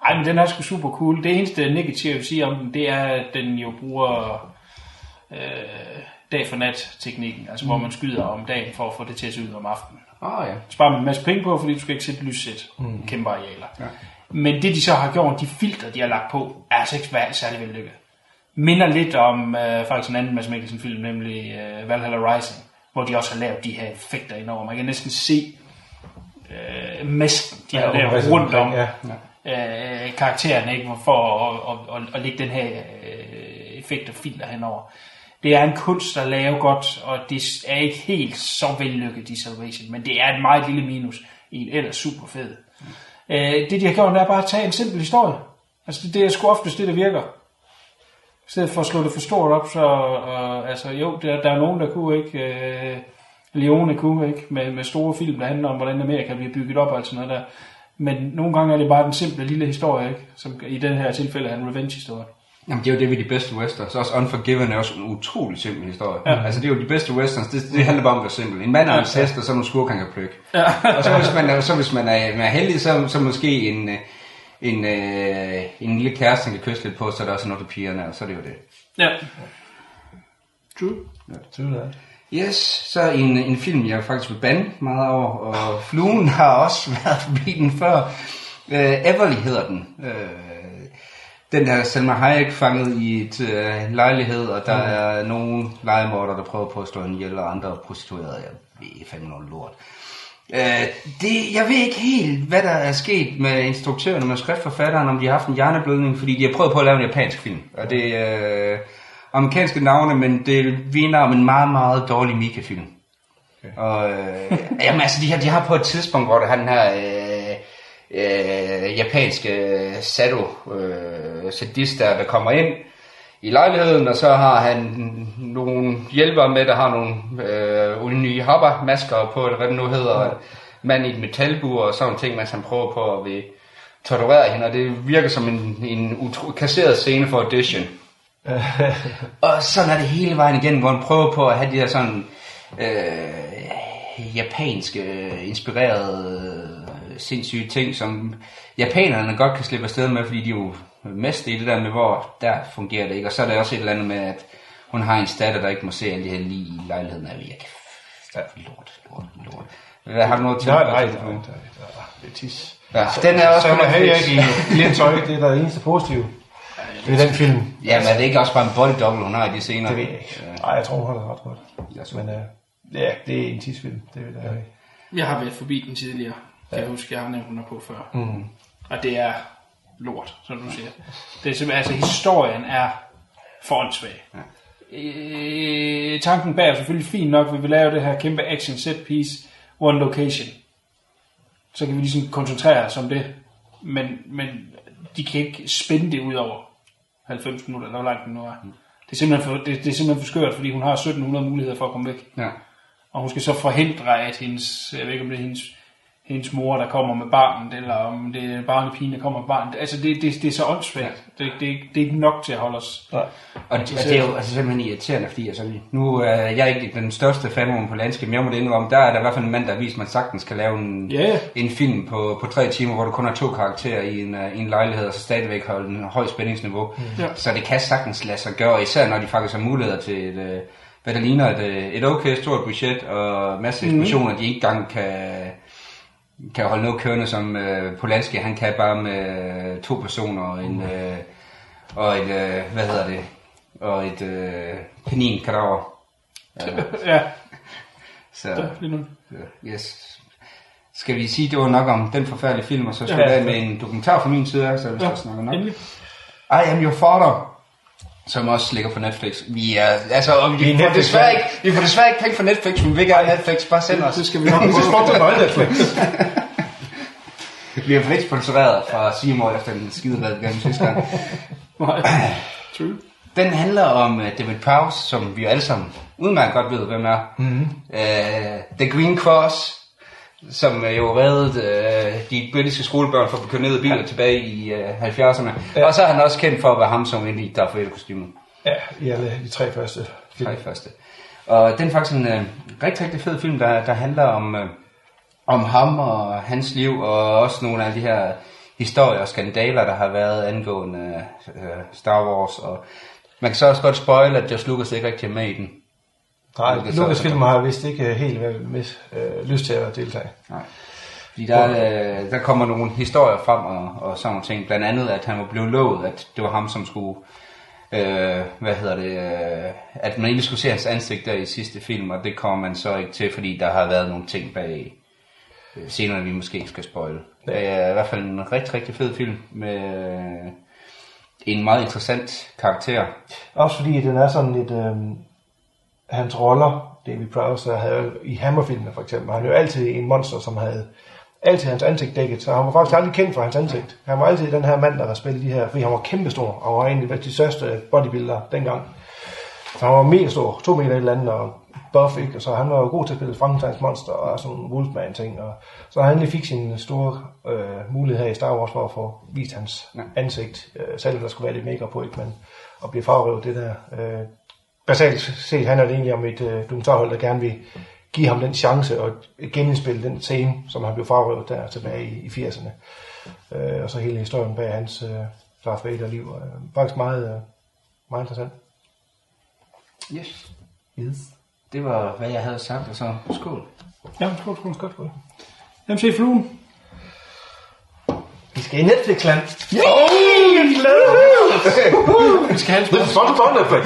Ej, men den er sgu super cool. Det eneste negative, jeg vil sige om den, det er, at den jo bruger øh, dag for nat teknikken. Altså, mm. hvor man skyder om dagen for at få det til at se ud om aftenen. Oh, ja. Sparer man en masse penge på, fordi du skal ikke sætte lyssæt. Mm. Kæmpe arealer. Ja. Men det, de så har gjort, de filter, de har lagt på, er altså ikke særlig vellykket. Minder lidt om øh, faktisk en anden Mads Mikkelsen-film, nemlig øh, Valhalla Rising, hvor de også har lavet de her effekter indover. Man kan næsten se øh, masken, de ja, har lavet rundt om ja. øh, karaktererne, ikke, for at, at, at, at lægge den her øh, effekt og filter henover. Det er en kunst, der laver godt, og det er ikke helt så vellykket i Salvation, men det er et meget lille minus i en ellers super fed. Mm. Øh, det de har gjort, er bare at tage en simpel historie. Altså det, det er sgu oftest det, der virker. I stedet for at slå det for stort op, så øh, altså jo, der, der er nogen, der kunne ikke, øh, Leone kunne ikke, med, med store film, der handler om, hvordan Amerika bliver bygget op og alt sådan noget der. Men nogle gange er det bare den simple lille historie, ikke? Som i den her tilfælde er en revenge-historie. Jamen, det er jo det ved de bedste westerns. Også Unforgiven er også en utrolig simpel historie. Ja. Altså, det er jo de bedste westerns. Det, det handler bare om at være simpelt. En mand og en ja, hest, og så nogle skurk, han kan plukke. Ja. Og så hvis man er, så hvis man er, man er heldig, så, så måske en, en, en, en lille kæreste, han kan kysse lidt på, så er der også noget af pigerne, og så er det jo det. Ja. True. Ja, true that. Yes, så en, en film, jeg faktisk vil bande meget over, og Fluen har også været forbi den før. Uh, Everly hedder den. Uh, Den der Salma Hayek fanget i et øh, lejlighed, og der mm. er nogle legemordere, der prøver på at slå hende ihjel, og andre prostituerede. Jeg ved fandme noget lort. Øh, det, jeg ved ikke helt, hvad der er sket med instruktøren og med skriftforfatteren, om de har haft en hjerneblødning, fordi de har prøvet på at lave en japansk film. Og det er øh, amerikanske navne, men det viner om en meget, meget dårlig Mika-film. Okay. Og øh, jamen, altså, de har, de har på et tidspunkt, hvor der har den her... Øh, Øh, japanske sado øh, sadist der, der kommer ind i lejligheden, og så har han nogle hjælpere med, der har nogle øh, nye hopper-masker på, eller hvad det nu hedder, mm. mand i et metalbur og sådan ting, mens han prøver på at vil torturere hende, og det virker som en, en utro- kasseret scene for audition. Og sådan er det hele vejen igen, hvor han prøver på at have de her sådan øh, japanske inspirerede sindssyge ting, som japanerne godt kan slippe afsted med, fordi de er jo mest i det der med, hvor der fungerer det ikke. Og så er der også et eller andet med, at hun har en datter, der ikke må se alle de her lige i lejligheden. Jeg kan lort, lort, lort. Hvad har du noget til? Nej, nej, nej, nej, det er tis. Ja, den er også så man har jeg ikke i Glens øje, det er der eneste positive i den film. Ja, men er det ikke også bare en body double, hun har i de scener? Det ved jeg ikke. Nej, jeg tror, hun har det ret godt. Men ja, det er en tisfilm, det vil jeg ikke. Jeg har været forbi den tidligere. Kan jeg huske, jeg har nævnt den her på før. Mm. Og det er lort, som du siger. Det er simpelthen, altså historien er for åndssvag. Ja. Øh, tanken bag er selvfølgelig fint nok, vi vil lave det her kæmpe action set piece, one location. Så kan vi ligesom koncentrere os om det. Men, men de kan ikke spænde det ud over halvfems minutter, eller hvor langt den nu er. Mm. Det er simpelthen for, det, det er simpelthen for skørt, fordi hun har sytten hundrede muligheder for at komme væk. Ja. Og hun skal så forhindre, at hendes, jeg ved ikke om det er hendes, hendes mor, der kommer med barnet, eller om det er barnepigen, der kommer med barnet. Altså, det, det, det er så åndssvagt. Det, det, det er ikke nok til at holde os. Ja. Og det, det er jo altså simpelthen irriterende, fordi altså, nu er jeg ikke den største fan på landskab, men jeg må det indrømme, der er der i hvert fald en mand, der har vist, at man sagtens kan lave en, yeah. en film på, på tre timer, hvor du kun har to karakterer i en, i en lejlighed, og så stadigvæk holde en høj spændingsniveau. Mm. Ja. Så det kan sagtens lade sig gøre, især når de faktisk har muligheder til et, hvad der ligner et, et okay stort budget og masse eksplosioner, mm. de ikke engang kan... kan holde noget kørende, som øh, Polanski, han kan bare med to personer og en, øh, og et, øh, hvad hedder det, og et øh, kaninkadaver. Ja. Så, yes. Skal vi sige, det var nok om den forfærdelige film, og så skal ja, ja. med en dokumentar fra min side, så hvis ja. der snakker nok. I Am Your Father, som også ligger på Netflix. Vi er, altså, og vi, vi, får desværre ikke, vi får desværre ikke penge for Netflix, men vi vil gerne Netflix, bare send os. Det skal vi nok prøve. Så skal vi Netflix. Vi har ikke sponsoreret fra Seymour efter den skide red gennem sidste gang. True. Den handler om uh, David Prowse, som vi jo alle sammen udmærket godt ved, hvem er. Mm-hmm. Uh, The Green Cross, som jo reddede uh, de britiske skolebørn for at køre ned i biler ja. tilbage i uh, halvfjerdserne. Ja. Og så er han også kendt for at være ham, som ind i Darth Vader-kostymen. Ja, i alle de tre første. Tre første. Og den er faktisk en uh, rigtig, rigtig fed film, der, der handler om, uh, om ham og hans liv, og også nogle af de her historier og skandaler, der har været angående øh, Star Wars, og man kan så også godt spoile, at George Lucas ikke rigtig er med i den. Nej, Lucasfilm har vist ikke helt vel med, øh, lyst til at deltage. Nej. Fordi der, øh, der kommer nogle historier frem og, og sådan nogle ting. Blandt andet, at han var blevet lovet, at det var ham, som skulle... Øh, hvad hedder det? Øh, at man egentlig skulle se hans ansigt der i sidste film, og det kommer man så ikke til, fordi der har været nogle ting bag øh, scenerne, vi måske ikke skal spoile. Det er i hvert fald en rigtig, rigtig fed film med øh, en meget interessant karakter. Også fordi den er sådan lidt... Øh, hans roller, David Prowse, havde i Hammer-filmene for eksempel, han er jo altid en monster, som havde altid hans ansigt dækket, så han var faktisk aldrig kendt for hans ansigt. Han var altid den her mand, der var spillet de her, fordi han var kæmpestor, og var egentlig de største bodybuilder dengang. Så han var mega stor, to meter et eller andet, og buff, ikke? Og så han var jo god til at spille Frankensteins monster, og sådan en Wolfman-ting, og så han endelig fik sin store øh, mulighed her i Star Wars for at få vist hans ja. ansigt, øh, selv der skulle være lidt makeup på, ikke? Men at blive farverøvet det der. Øh, basalt set handler det egentlig om et øh, dokumentarhold, der gerne vil give ham den chance og genindspille den scene, som han blev farverøvet der tilbage i, i firserne. Øh, og så hele historien bag hans øh, Darth Vader-liv. Øh, faktisk meget, øh, meget interessant. Yes. Yes. Det var, hvad jeg havde sagt, og så skål. Ja, skål, skål, skål, skål. Jamen, se fluen. Vi skal i Netflix-land. Ja! Jeg glæder mig. Vi skal have en spørgsmål. Det er sådan på Netflix.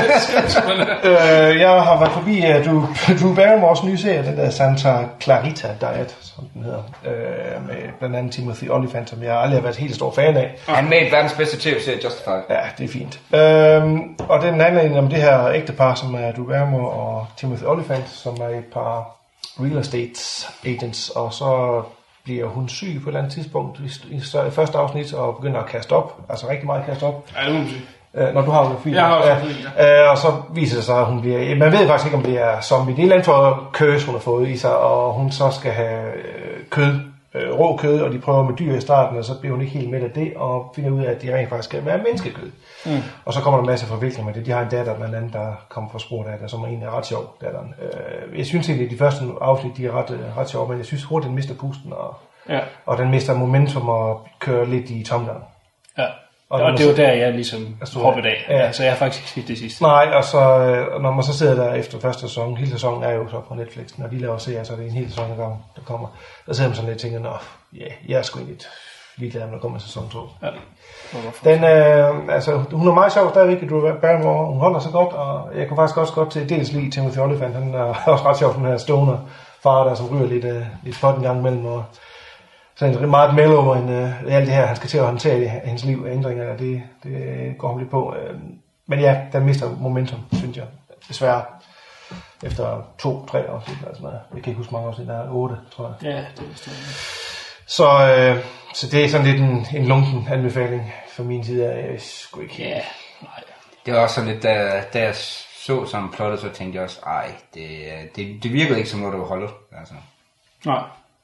øh, jeg har været forbi uh, du, Drew Barrymores nye serie, den der Santa Clarita Diet, som den hedder. Øh, med blandt andet Timothy Olyphant, som jeg aldrig har været helt stor fan af. Han made verdens bedste tv-serie, Justified. Ja, det er fint. Øh, og den handler om det her ægtepar, som er Drew Barrymore og Timothy Olyphant, som er et par real estate agents, og så bliver hun syg på et eller andet tidspunkt i, i, i første afsnit og begynder at kaste op, altså rigtig meget kaste op. Ja, det må man sige. Øh, når du har jo fint. Jeg har også ja. fint, ja. øh, Og så viser det sig, at hun bliver... Man ved faktisk ikke, om det er zombie. Det er et eller andet for curse, hun har fået i sig, og hun så skal have øh, kød, øh, rå kød, og de prøver med dyr i starten, og så bliver hun ikke helt med af det, og finder ud af, at de rent faktisk skal være menneskekød. Mm. Og så kommer der en masse forviklinger med det. De har en datter, blandt andet, der kommer fra spor af det, som er egentlig ret sjov, datteren. Øh, jeg synes egentlig, at de første afsnit, de er ret, ret sjove, men jeg synes hurtigt, den mister pusten, og, ja. og den mister momentum og kører lidt i tomgang. Ja. Og, og det var der, jeg ligesom hoppede af. Ja. Så jeg har faktisk ikke set det sidste. Nej, og så når man så sidder der efter første sæson, hele sæsonen er jo så på Netflix, når de laver serier, så er det en hel sæson gang, der kommer. Der sidder man sådan lidt og tænker, nå, ja, yeah, jeg er sgu ikke lidt ligeglad, når der kommer sæson to. Ja. Den, øh, altså, hun er meget sjov stadigvæk, Drew Barrymore, hun holder så godt, og jeg kan faktisk også godt til dels lide Timothy Olyphant, han er også ret sjov, den her stoner far, der som ryger lidt, uh, lidt pot en gang imellem, og så er det meget mellow, end uh, alt det her, han skal til at håndtere i hans liv og ændringer, det, det går ham lidt på. Uh, men ja, den mister momentum, synes jeg, desværre. Efter to, tre år siden, altså jeg kan ikke huske mange år siden, der er otte, tror jeg. Ja, det er det. Så, øh, så det er sådan lidt en, en lunken anbefaling fra min side, jeg sgu ikke helt. Ja, nej. Det var også sådan lidt, da, da jeg så som plottet, så tænkte jeg også, ej, det, det, det virkede ikke som noget, der var holdet. Altså. Nej.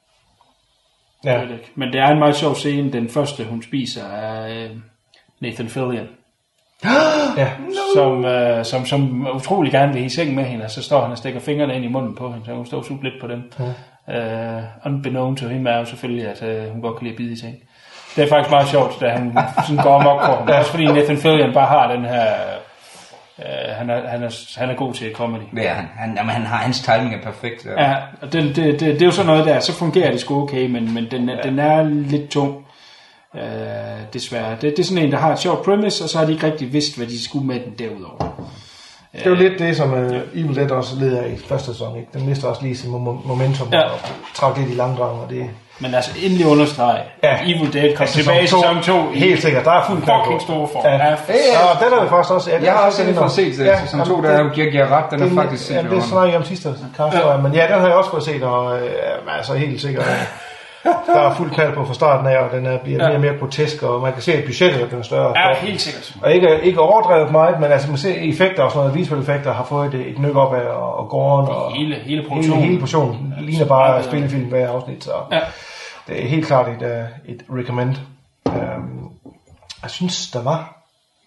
Ja. Det det men det er en meget sjov scene, den første hun spiser af Nathan Fillion. Ja. Som, øh, som, som utrolig gerne vil i seng med hende, og så står han og stikker fingrene ind i munden på hende, så hun står og lidt på dem. Ja. Uh, unbeknown to him er jo selvfølgelig, at uh, hun godt kan lide at bide i ting. Det er faktisk meget sjovt, da han sådan går amok på ham. Også fordi Nathan Fillion bare har den her... Uh, han, er, han, er, han er god til comedy. Ja, han, han, jamen, han har, hans timing er perfekt. Ja, ja og det, det, det, det er jo sådan noget der, så fungerer det sgu okay, men, men den, ja. den er lidt tung. Uh, desværre. Det, det er sådan en, der har et sjovt premise, og så har de ikke rigtig vidst, hvad de skulle med den derudover. Det er jo lidt det, som uh, Evil Dead også leder af i første sæson, ikke? Den mister også lige sin momentum, ja. Og trækker lidt i langdrang, og det... Men altså, endelig understrege, ja. Evil Dead kom tilbage i sæson to. Helt sikkert, der er fuldt fucking store for. Ja, ja, ja, ja, den er vi faktisk også... Ja, jeg har også set set det, sæson to, der giver giver ret, den er faktisk sindssygt. Ja, det snakker jeg om sidste kast, ja. Men ja, den har jeg også fået set, og øh, altså helt sikkert... Der er fuld knald på fra starten af, og den er, bliver ja. mere og mere grotesk, og man kan se, at budgettet er blevet større. Ja, helt sikkert. Og ikke, ikke overdrevet meget, men altså man ser effekter og sådan noget, visuelle effekter har fået et, et nyk op af, og, og gården, og hele, hele produktionen. Hele, hele produktionen ja, ligner bare spillefilm hver afsnit, så ja. Det er helt klart et, et recommend. Um, jeg synes, der var...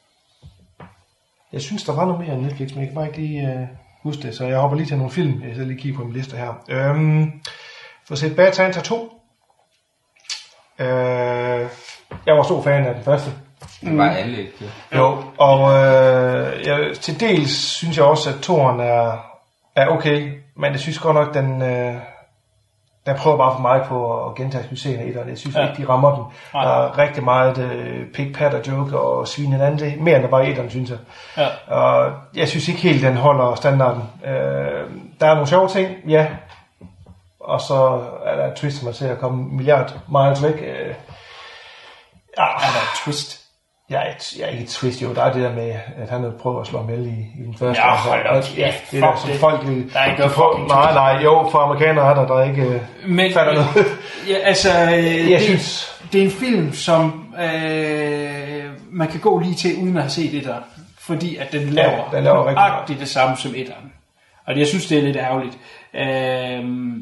Jeg synes, der var noget mere end Netflix, men jeg kan bare ikke lige uh, huske det, så jeg hopper lige til nogle film, jeg skal lige kigge på min liste her. Um, for at se Bad Santa to. Uh, jeg var stor fan af den første. Det var alle ikke. Jo, og øh, jeg, til dels synes jeg også, at toren er, er okay, men jeg synes godt nok, den, øh, den prøver bare for mig på at gentage succesen af etteren. Jeg synes ja. ikke, de rammer den. Der er rigtig meget øh, pick-patter-joke og svine hinanden til, mere end der bare i etteren, synes jeg. Ja. Og jeg synes ikke helt, den holder standarden. Øh, der er nogle sjove ting, ja, og så er der et twist, man ser at komme milliard miles væk. Øh, ja. Er der et twist? Jeg er, et, jeg er ikke et twist, jo. Der er det der med, at han prøver at slå ham i, i den første. Ja, hold da, altså, ja, det er der, som folk vil... Der er ikke noget fucking Nej, nej, jo, for amerikanere er der, der ikke men, falder noget. Ja, altså, øh, jeg det, synes... det er en film, som øh, man kan gå lige til, uden at have set etteren. Fordi at den laver, ja, den laver agtigt det samme som etteren. Og det, jeg synes, det er lidt ærgerligt. Øh,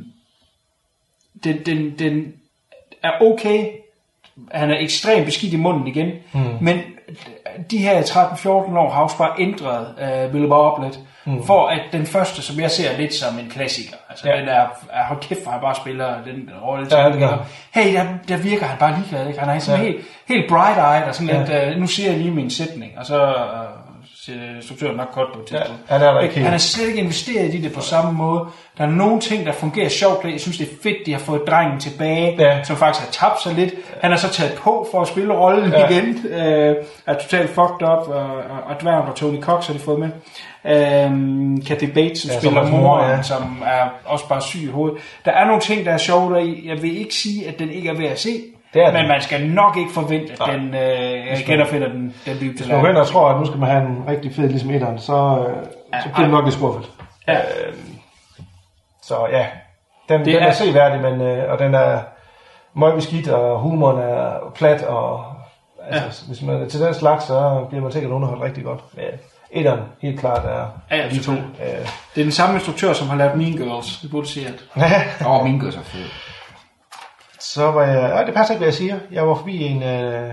den, den, den er okay. Han er ekstremt beskidt i munden igen, mm. men de her tretten fjorten år har også bare ændret uh, Billy Bob lidt, mm. for at den første, som jeg ser lidt som en klassiker, altså ja. den er, er hold kæft, for han bare spiller den rolle til, ja, hey, der, der virker han bare ligeglad, ikke? Han er sådan ja. helt, helt bright-eyed, og sådan ja. lidt, uh, nu siger jeg lige min sætning, og så uh, siger instruktøren nok godt på et tidspunkt. Ja, han, er ikke han er slet ikke investeret i det på samme måde. Der er nogle ting, der fungerer sjovt. Jeg synes, det er fedt, de har fået drengen tilbage, ja. som faktisk har tabt sig lidt. Han er så taget på for at spille rollen ja. igen. Øh, er totalt fucked up, og, og, og dværgen og Tony Cox har de fået med. Øh, Kathy Bates, som ja, spiller som moren, ja. som er også bare syg i hovedet. Der er nogle ting, der er sjove deri. Jeg vil ikke sige, at den ikke er ved at se. Men man skal nok ikke forvente, at den øh, genopfinder den, den dybe til. Hvis man og tror, at nu skal man have en rigtig fed ligesom etteren, så, øh, ja, så bliver det nok lidt skuffet. Ja. Øh, så ja, den, den er, er seværdig, men, øh, og den er møgbeskidt, og humoren er plat, og altså, ja. hvis man er til den slags, så bliver man sikkert underholdt rigtig godt. Ja. Etteren, helt klart, er, ja, er de to. Øh. Det er den samme instruktør, som har lavet Mean Girls. Det burde sige alt. Åh, oh, Mean Girls er fed. Så var jeg... Nej, det passer ikke, hvad jeg siger. Jeg var forbi en, øh,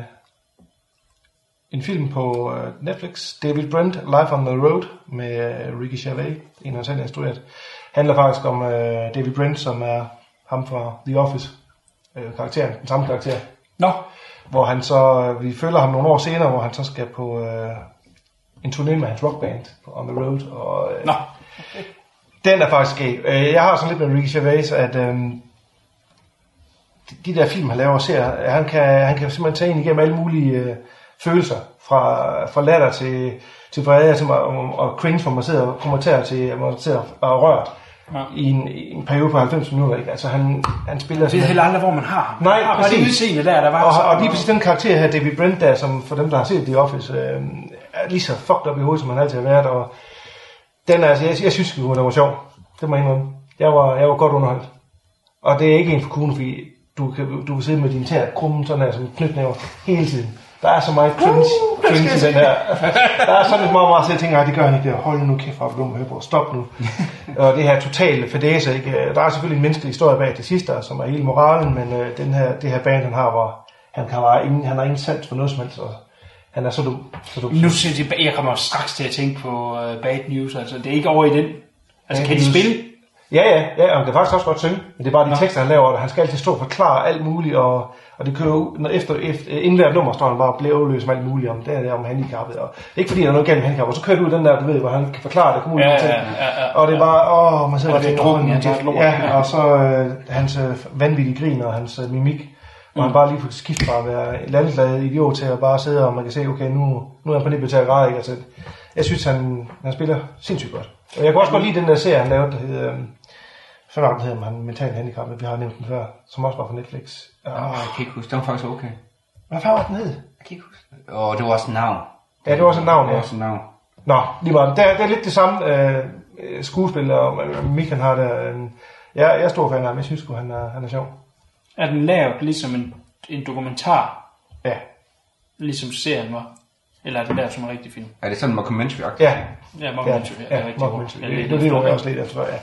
en film på øh, Netflix. David Brent, Life on the Road, med øh, Ricky Gervais. En af hans selv instrueret. Handler faktisk om øh, David Brent, som er ham fra The Office. Øh, karakteren, den samme karakter. Nå. Hvor han så... Øh, vi følger ham nogle år senere, hvor han så skal på øh, en turné med hans rockband på On the Road. Og, øh, Nå. Den er faktisk skæg. Øh, jeg har sådan lidt med Ricky Gervais, at... Øh, de der film, han laver og ser, han kan, han kan simpelthen tage ind igennem alle mulige øh, følelser, fra, fra latter til, til vrede, til, og, og cringe, hvor man sidder og kommenterer til, hvor man sidder og rørt ja. i, en, i en periode på halvfems minutter. Ikke? Altså, han, han spiller... Det er heller aldrig, hvor man har ham. Nej, har præcis. Det udseende der, der var og, og lige præcis den karakter her, David Brent, der, som for dem, der har set The Office, øh, er lige så fucked up i hovedet, som han altid har været, og den er, altså, jeg, jeg synes, den var sjov. Det må jeg indrømme. Jeg var, jeg var godt underholdt. Og det er ikke en for kugle, fordi du kan, du kan sidde med din tæer krumme sådan her, som knytnæver hele tiden. Der er så meget cringe, uh, cringe i den her. Der er sådan lidt meget, meget, så jeg tænker, at det gør han ikke. Hold nu kæft, hvor er du høre på. Stop nu. Og det her totale fadæse, ikke? Der er selvfølgelig en menneskelig historie bag det sidste, som er hele moralen, men øh, den her, det her band, han har, hvor han, kan være ingen, han har ingen sans for noget som helst, og han er så dum. Så dum. Nu synes jeg, jeg kommer straks til at tænke på uh, Bad News, altså det er ikke over i den. Altså bad kan de spille? Ja, ja, ja, og det kan faktisk også godt synge, men det er bare de Nå. tekster, han laver, og han skal altid stå og forklare alt muligt, og, og det kører ud, når efter, efter inden hvert nummer står han bare og bliver overløs med alt muligt om det, der om handicappet, og det er ikke fordi, der er noget galt med handicap, og så kører du ud den der, du ved, hvor han kan forklare det, ja, ja, ja, ja, og det er bare, åh, man sidder og tænker, drukken, ja, ja, og så øh, hans øh, vanvittige grin og hans øh, mimik, hvor mm. han bare lige får skift fra at være landslaget idiot til at bare sidde, og man kan se, okay, nu, nu er han på nippet til at græde, ikke? Altså, jeg synes, han, han spiller sindssygt godt. Og jeg kan også godt lide den der serie, han lavede, der hedder... Øh, Så var det hedder han mental handicap, vi har nævnt den før, som også var på Netflix. Åh, oh, jeg kan ikke huske, den var faktisk okay. Hvad fanden var den hed? Jeg kan ikke huske. Åh, oh, det var også et navn. Ja, det var også et navn, ja. Det var også et navn. Nå, lige meget. Det er, det er lidt det samme øh, skuespil, og Mikan har der. Øh, jeg, jeg er stor fan af ham, jeg synes han er, han er sjov. Er den lavet ligesom en, en dokumentar? Ja. Ligesom serien var? Eller er den lavet som en rigtig film? Er det sådan en mockumentary? Ja. Ja, mockumentary. Ja, ja, mockumentary. Det er det, jeg også lidt efter, ja.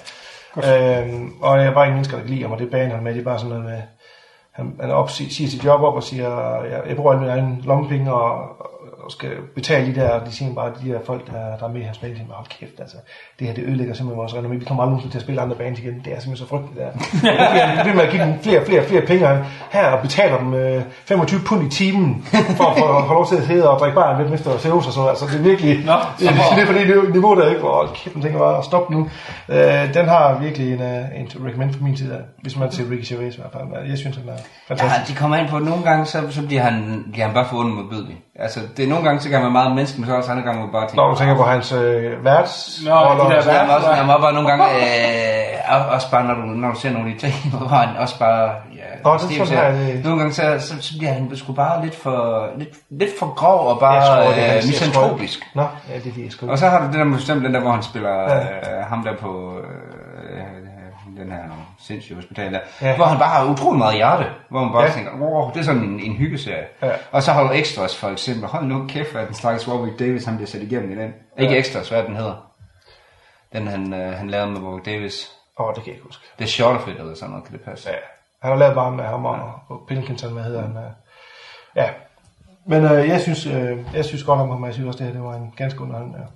Øhm, og jeg er bare ikke mennesker, der kan lide ham, og det baner han med. Det er bare sådan noget med, han, han op, siger sit job op og siger, jeg, jeg bruger alle mine egne lommepenge, og, og skal betale de der, de siger bare, de der folk, der, der er med i hans band, hold kæft, altså, det her, det ødelægger simpelthen vores renommé, vi kommer aldrig til at spille andre bands igen, det er simpelthen så frygteligt, der. Det bliver med at give dem flere, flere, flere penge her, og betaler dem øh, femogtyve pund i timen, for at få lov til at sidde og drikke bare lidt efter Zeus og sådan, altså, det er virkelig, Nå, det, det er for det niveau, der ikke, hvor kæft, man tænker bare, stop nu. Øh, den har virkelig en, en recommend fra min side, hvis man ser Ricky Gervais i hvert fald, jeg synes, den er fantastisk. Ja, de kommer ind på, at nogle gange, så, så bliver han, bliver han bare for ond modbydelig. Altså, det er nogle gange, så kan man meget menneske, men så også andre gange, man bare tænker... Når du tænker på hans øh, værts... Nå, de der han var også, han var bare nogle gange, øh, også bare, når du, når du ser nogle af de ting, hvor han også bare... Ja, Nå, det er sådan her, det... Nogle gange, så, så, så bliver han sgu bare lidt for, lidt, lidt for grov og bare tror, det er, øh, misantropisk. Nå, ja, det er det sgu. Og så har du det der med eksempel, den der, hvor han spiller ja. øh, ham der på... Øh, den her sindssyge hospital der, ja. Hvor han bare har utrolig meget hjerte, hvor man bare ja. tænker, wow, det er sådan en, en hyggeserie. Ja. Og så har du Extras for eksempel, hold nu kæft, hvad den slags Warwick Davis, han bliver sat igennem i den. Ja. Ikke Extras, hvad den hedder. Den han, øh, han lavede med Warwick Davis. Åh, oh, det kan jeg ikke huske. Det er Shorterfrit eller sådan noget, kan det passe? Ja, han har lavet bare med ham og, ja. og Pilkington, hvad hedder han. Ja, men øh, jeg synes øh, jeg synes godt om ham, jeg synes også, det her det var en ganske underholdende ja.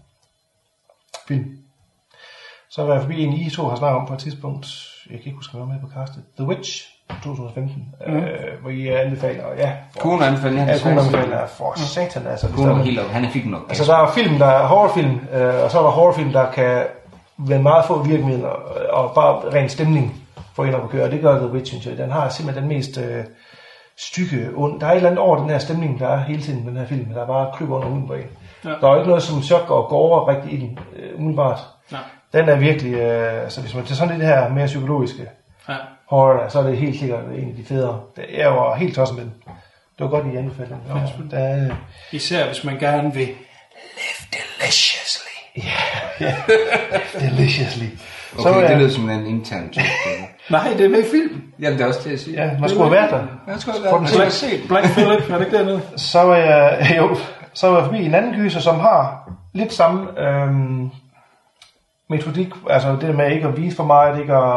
film. Så var jeg forbi en, I to har snakket om på et tidspunkt, jeg kan ikke huske, hvad jeg var med på castet, The Witch, to tusind og femten, mm. øh, hvor I anbefaler, ja. Kone anbefaler, ja. Kone anbefaler, for satan, altså. Kone er helt op, han er fik nok. Altså, der er film, der er horrorfilm, øh, og så er der horrorfilm, der kan være meget få virkemidler, og bare ren stemning for en at køre, og det gør The Witch, synes jeg. Den har simpelthen den mest øh, stykke ond. Der er et eller andet over den her stemning, der er hele tiden den her film, der er bare kryb under huden på en. Ja. Der er ikke noget som chok og gore rigtig i den, øh, umiddelbart. Ja. Den er virkelig, øh, altså hvis man tager sådan lidt her mere psykologiske ja. horror, så er det helt sikkert en af de federe. Jeg var helt tosset med den. Det var godt, I anbefalede den. Ja, der, øh... Især hvis man gerne vil live deliciously. Ja, yeah, yeah. Deliciously. Okay, så, det lyder som en intern joke. Nej, det er med i filmen. Jamen, det er også det, jeg siger. Ja, man skulle have været der. Man skulle have været der. Black, set. Black Phillip, er det ikke dernede? Så var jeg, jo, så var jeg forbi en anden gyser, som har lidt samme øhm, metodik. Altså det der med ikke at vise for meget, ikke at...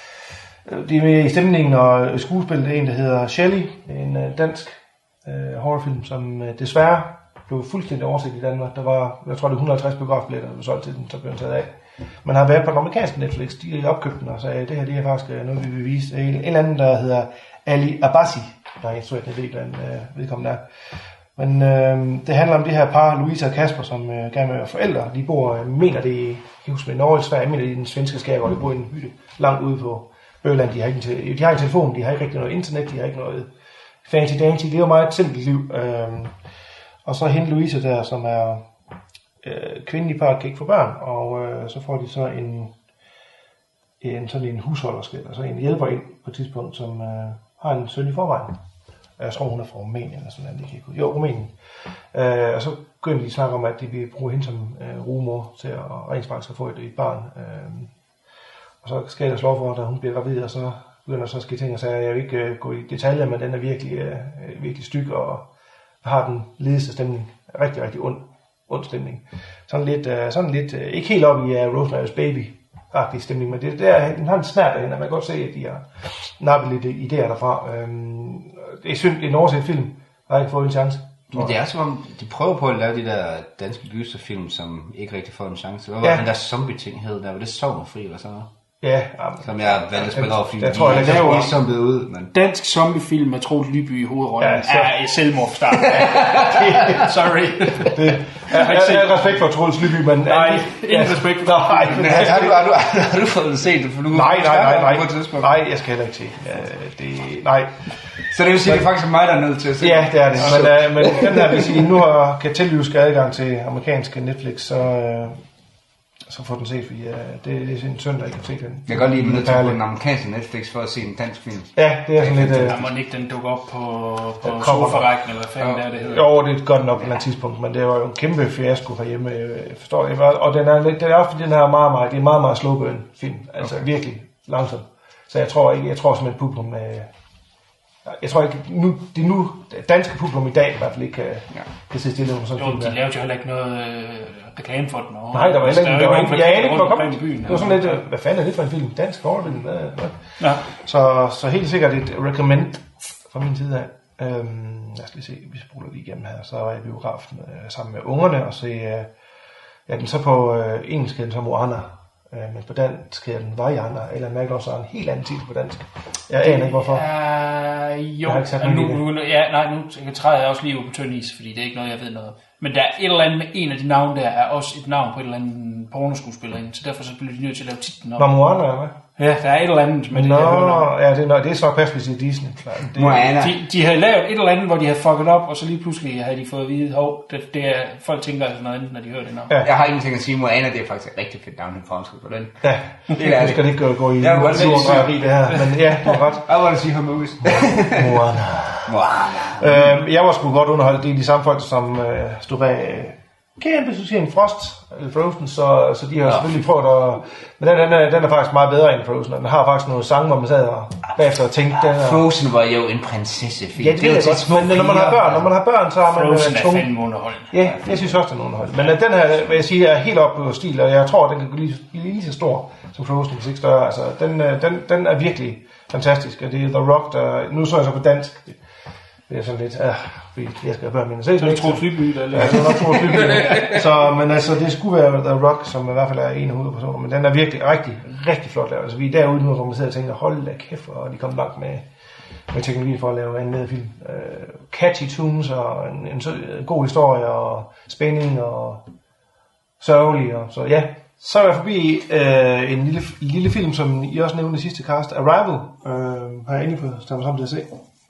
Det er med i stemningen og skuespillet, det er en, der hedder Shelley, en øh, dansk øh, horrorfilm, som øh, desværre blev fuldstændig overset i Danmark. Der var, jeg tror det er et hundrede og halvtreds biografbilletter, der blev solgt til den, så blev den taget af. Man har været på den amerikanske Netflix, de opkøbte den og sagde, det her det er faktisk noget, vi vil vise. En, en eller anden, der hedder Ali Abbasi, der er instrueret den del, den øh, vedkommende er. Men øh, det handler om det her par, Louise og Kasper, som øh, gerne vil være forældre. De bor, øh, mener det, jeg kan huske med Norge i Sverige, mener det i den svenske skærgård, de bor i en hytte langt ude på Bøland. De har ikke en, de har en telefon, de har ikke rigtig noget internet, de har ikke noget fancy dancy. Det er jo meget et simpelt liv. Øh, og så hende Louise der, som er øh, kvinden i parret, kan ikke få børn, og øh, så får de så en, en sådan en husholderske, altså en hjælper ind på et tidspunkt, som øh, har en søn i forvejen. Jeg tror, hun er fra Rumænien eller sådan noget. Det kan ikke. Jo, Rumænien. Øh, og så begynder de at snakke om, at de vil bruge hende som øh, rugemor til at rent faktisk få et, et barn. Øh, og så skal jeg slå for, at hun bliver gravid, og så begynder så at ske ting og sager. Jeg vil ikke øh, gå i detaljer, men den er virkelig, øh, virkelig styg og har den ledeste stemning. Rigtig, rigtig ond, ond stemning. Sådan lidt, øh, sådan lidt øh, ikke helt op i uh, Rosemary's Baby-agtig stemning, men det, det er, den har en snært af hende, man kan godt se, at de har nappet lidt idéer derfra. Øhm, det er synd, det er en overset film, der har ikke fået en chance. Men det er som om, de prøver på at lave de der danske gyserfilm, som ikke rigtig får en chance. Hvad var ja. den der zombie-ting hed der? Var det Sovnerfri eller sådan noget? Ja. Som jeg valgte at spille over, fordi jeg tror, de jeg, jeg, er zombie ud. Men... Dansk zombiefilm med Troels Lyby i hovedrollen ja, så... er selvmord for start. Sorry. Det, jeg har ikke set respekt for Troels Lyby, men... Nej, ingen respekt for nej, men har, har, du, har, du, har du fået set det? For du nej, nej, nej, nej, nej, nej, jeg skal heller ikke se. Ja, det, nej. Så det vil sige, at det faktisk er mig, der er nødt til at se. Ja, det er det. Men, uh, men den her, hvis I nu har, kan tillyse adgang til amerikanske Netflix, så... Uh, så får den set, fordi uh, det, det er en søndag, jeg kan se den. Jeg kan godt lide, at man er nødt til at på den amerikanske Netflix for at se en dansk film. Ja, det er sådan lidt... Uh, der må ikke den dukke op på, på sofarækken, eller hvad fanden ja. Der, det hedder. Jo, det er godt nok på et eller andet tidspunkt, men det var jo en kæmpe fiasko herhjemme, jeg forstår jeg. Og den er, det er også fordi, den her meget, meget, det er meget, meget slow burn film, altså okay. Virkelig langsomt. Så jeg tror ikke, jeg tror simpelthen publikum... Uh, Jeg tror ikke, nu, det nu danske publikum i dag i hvert fald ikke kan, ja. kan se stille om sådan en film. Jo, de lavede jo heller ikke noget øh, reklame for den. Og nej, der var heller ikke noget. Jeg anede ikke, hvor kom. Det var sådan lidt, hvad fanden er det for en film? Dansk horrorfilm? Ja. Så, så helt sikkert et recommend fra min side af. Øhm, lad os lige se, vi spoler lige igennem her. Så var jeg i biografen øh, sammen med ungerne og se, øh, ja, den så på øh, engelsk hedder den så Moana, øh, men på dansk hedder den Vaiana, eller mærker også en helt anden titel på dansk. Jeg aner ikke hvorfor. Uh, jo, jeg har ikke sat nu, nu, ja, nej, nu jeg træder jeg også lige ud på tynd is, fordi det er ikke noget, jeg ved noget. Men der er et eller andet med en af de navne der, er også et navn på et eller andet pornoskuespillerinde, så derfor så bliver de nødt til at lave titlen op. Var Moana, eller hvad? Ja, der er et eller andet med det. Nå, der, ja, det, er, det er så pas, hvis det er Disney. Det, Moana. de, de havde lavet et eller andet, hvor de havde fucket op, og så lige pludselig havde de fået at vide, hov, det, det er, folk tænker altså noget andet, når de hører det navn. Ja. Jeg har ingenting at sige, Moana, det er faktisk et rigtig fedt navn, den franske på den. Ja, det er det. Skal det ikke gå i ja, en drejeri det her, men ja, du har ret. Jeg var det sige her movies. Moana. Moana. Øhm, jeg var sgu godt underholdt. Det er de samme folk, som øh, stod bag øh, kæmpe succesen Frost, eller Frozen, så, så de har ja. selvfølgelig prøvet at... Men den, den, er, den er faktisk meget bedre end Frozen, og den har faktisk nogle sange, hvor man sad og bagefter og tænkte... Den er... Frozen var jo en prinsessefilm. Ja, det, det ved jeg godt, men når man har børn, når man har børn, så har man... Frozen er fandme underholdende. Ja, jeg synes også, den er underholdende. Men den her, vil jeg sige, er helt op på stil, og jeg tror, den kan blive lige, lige så stor som Frozen, hvis ikke større. Altså, den, den, den er virkelig fantastisk, og det er The Rock, der... Nu så jeg så på dansk... Det er sådan lidt, ah, jeg skal have børn mine. Så det er Troels Lyby, der er lidt. Ja, det er nok Troels Lyby. Så, men altså, det skulle være The Rock, som i hvert fald er en af hovedpersoner, men den er virkelig rigtig, rigtig flot lavet. Altså, vi er derude nu, hvor man sidder og tænker, hold da kæft, og de kommer langt med, med teknologi for at lave animeret film. Uh, catchy tunes, og en, en, en god historie, og spænding, og sørgelig, og så ja. Så er jeg forbi uh, en lille, lille film, som I også nævnte i sidste cast, Arrival, uh, har jeg endelig fået stemt sammen til at se.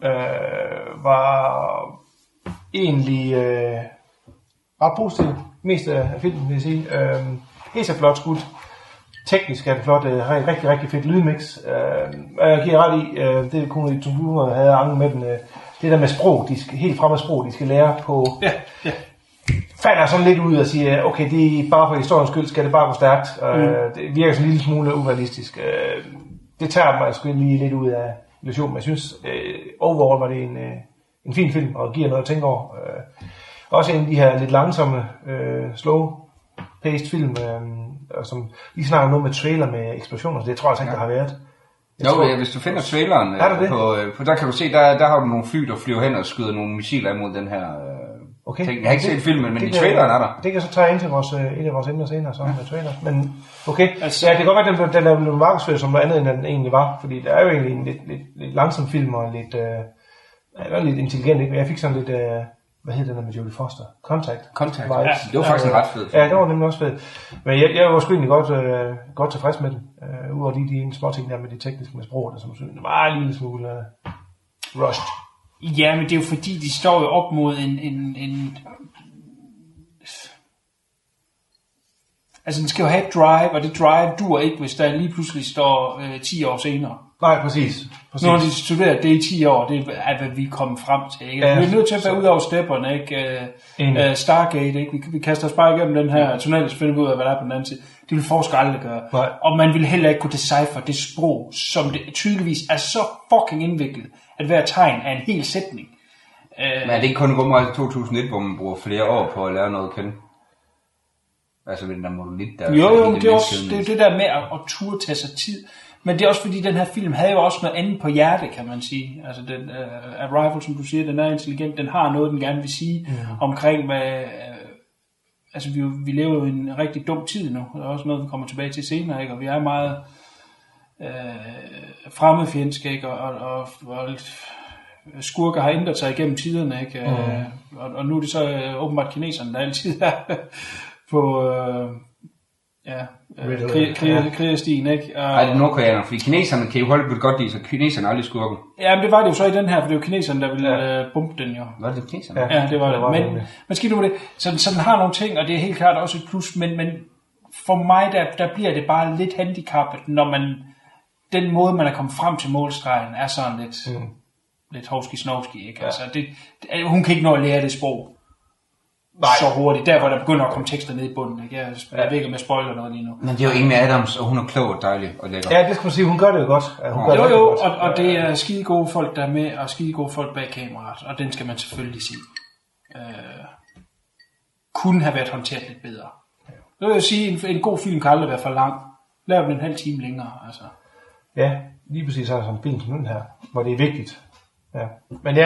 Øh, var egentlig øh, ret positiv. Mest af filmen, vil jeg sige. Øh, helt så flot skudt. Teknisk er det flot. Øh, rigtig, rigtig fedt lydmix. Øh, jeg giver ret i, øh, det kunne de to havde angst med den. Øh, det der med sprog, de skal, helt fremme sprog, de skal lære på. Ja, ja. Falder sådan lidt ud og siger, okay, det er bare for historiens skyld, skal det bare gå stærkt. Øh, mm. Det virker sådan en lille smule urealistisk. Øh, det tager mig sgu lige lidt ud af illusion, men jeg synes, øh, overall var det en, øh, en fin film, og giver noget at tænke over. Øh, også en af de her lidt langsomme, øh, slow-paced film, øh, som lige snakker noget med trailer med eksplosioner, så det tror jeg altså ikke, ja. Der har været. Jeg jo, tror, ja, hvis du finder traileren, øh, på, øh, på, der kan du se, der, der har du nogle fly, der flyver hen og skyder nogle missiler mod den her øh, okay. ting. Jeg har ikke set filmen, men i traileren er der. Det kan så tage ind til vores, øh, et af vores emner senere, så med trailer. Men okay, altså, ja, det kan godt være, at den, den er blevet markedsført som noget andet, end den egentlig var, fordi der er jo egentlig en lidt, lidt, lidt langsom film og lidt, øh, lidt intelligent, ikke? Jeg fik sådan lidt... Øh, hvad hedder den med Jodie Foster? Contact. Contact, ja, det var faktisk en ret fed. Ja, det var nemlig også fed. Men jeg, jeg var sgu egentlig godt, øh, godt tilfreds med den. Øh, Udover de, de små ting der med de tekniske med sprog, der som synes, det var en lille smule øh, rushed. Ja, men det er jo fordi, de står jo op mod en... en, en altså, den skal jo have et drive, og det drive dur ikke, hvis der lige pludselig står øh, ti år senere. Nej, præcis. præcis. Nu har de studeret det i ti år, det er, hvad vi er kommet frem til. Ikke? Ja, vi er nødt til at være ud over stepperne, ikke? Uh, Stargate, ikke? Vi, vi kaster os bare igennem den her tunnel, så finder vi ud af, hvad der er på den anden side. Det vil forskere aldrig gøre. Nej. Og man vil heller ikke kunne decipher det sprog, som det tydeligvis er så fucking indviklet, at hver tegn er en hel sætning. Uh, Men er det ikke kun rumrejse to tusind og et, hvor man bruger flere år på at lære noget at kende? Altså med den der monolit der. Jo, jo, det er også det, er det der med at, at turde tage sig tid. Men det er også fordi, den her film havde jo også noget andet på hjerte, kan man sige. Altså, den, uh, Arrival, som du siger, den er intelligent. Den har noget, den gerne vil sige mm. omkring, hvad... Uh, altså, vi, vi lever jo i en rigtig dum tid nu. Det er også noget, vi kommer tilbage til senere, ikke? Og vi er meget uh, fremmedfjendske, ikke? Og, og, og, og skurker har ændret sig igennem tiderne, ikke? Mm. Uh, og, og nu er det så uh, åbenbart kineserne, der altid er på... Uh, Ja, øh, krigerstien, ikke? Nej, det er nordkoreanerne, fordi kineserne kan jo holde på det godt lide, så kineserne er aldrig skurken. Ja, men det var det jo så i den her, for det er jo kineserne, der ville ja. uh, bombe den jo. Var det kineserne? Ja, det var det. det. Var men, men skidt nu med det. Så, så den har nogle ting, og det er helt klart også et plus, men, men for mig, der, der bliver det bare lidt handicappet, når man, den måde, man er kommet frem til målstregen, er sådan lidt, mm. lidt hovski-snovski, ikke? Ja. Altså, det, det, hun kan ikke nå at lære det sprog. Nej. Så hurtigt. Der hvor der begynder at komme tekster ned i bunden. Ikke? Jeg er væk med spoiler noget lige nu. Men det er jo Amy Adams, og hun er klog og dejlig og lækker. Ja, det skal man sige. Hun gør det jo godt. Ja, hun gør jo, det jo, godt. Og, og det er skide gode folk, der er med, og skide gode folk bag kameraet. Og den skal man selvfølgelig sige. Øh, kunne have været håndteret lidt bedre. Det vil jeg sige, en, en god film kan aldrig være for lang. Lav den en halv time længere. Altså. Ja, lige præcis så er der sådan en film som den her, hvor det er vigtigt. Ja. Men ja,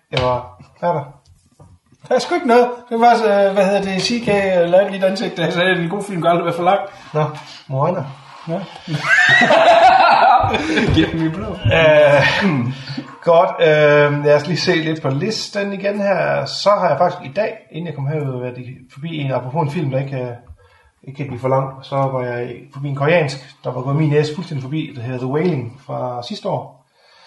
Jeg var... Hvad er der? Der er sgu ikke noget. Det var så, hvad hedder det, C K lavede lidt ansigt, der sagde, at en god film kan aldrig være for lang. Nå, Moana. Ja. Giv dem i blå. Uh, godt, uh, lad os lige se lidt på listen igen her. Så har jeg faktisk i dag, inden jeg kom herud, været forbi en, apropos en film, der ikke, uh, ikke kan blive for lang, så var jeg forbi en koreansk, der var gået min næse fuldstændig forbi, der hedder The Wailing fra sidste år.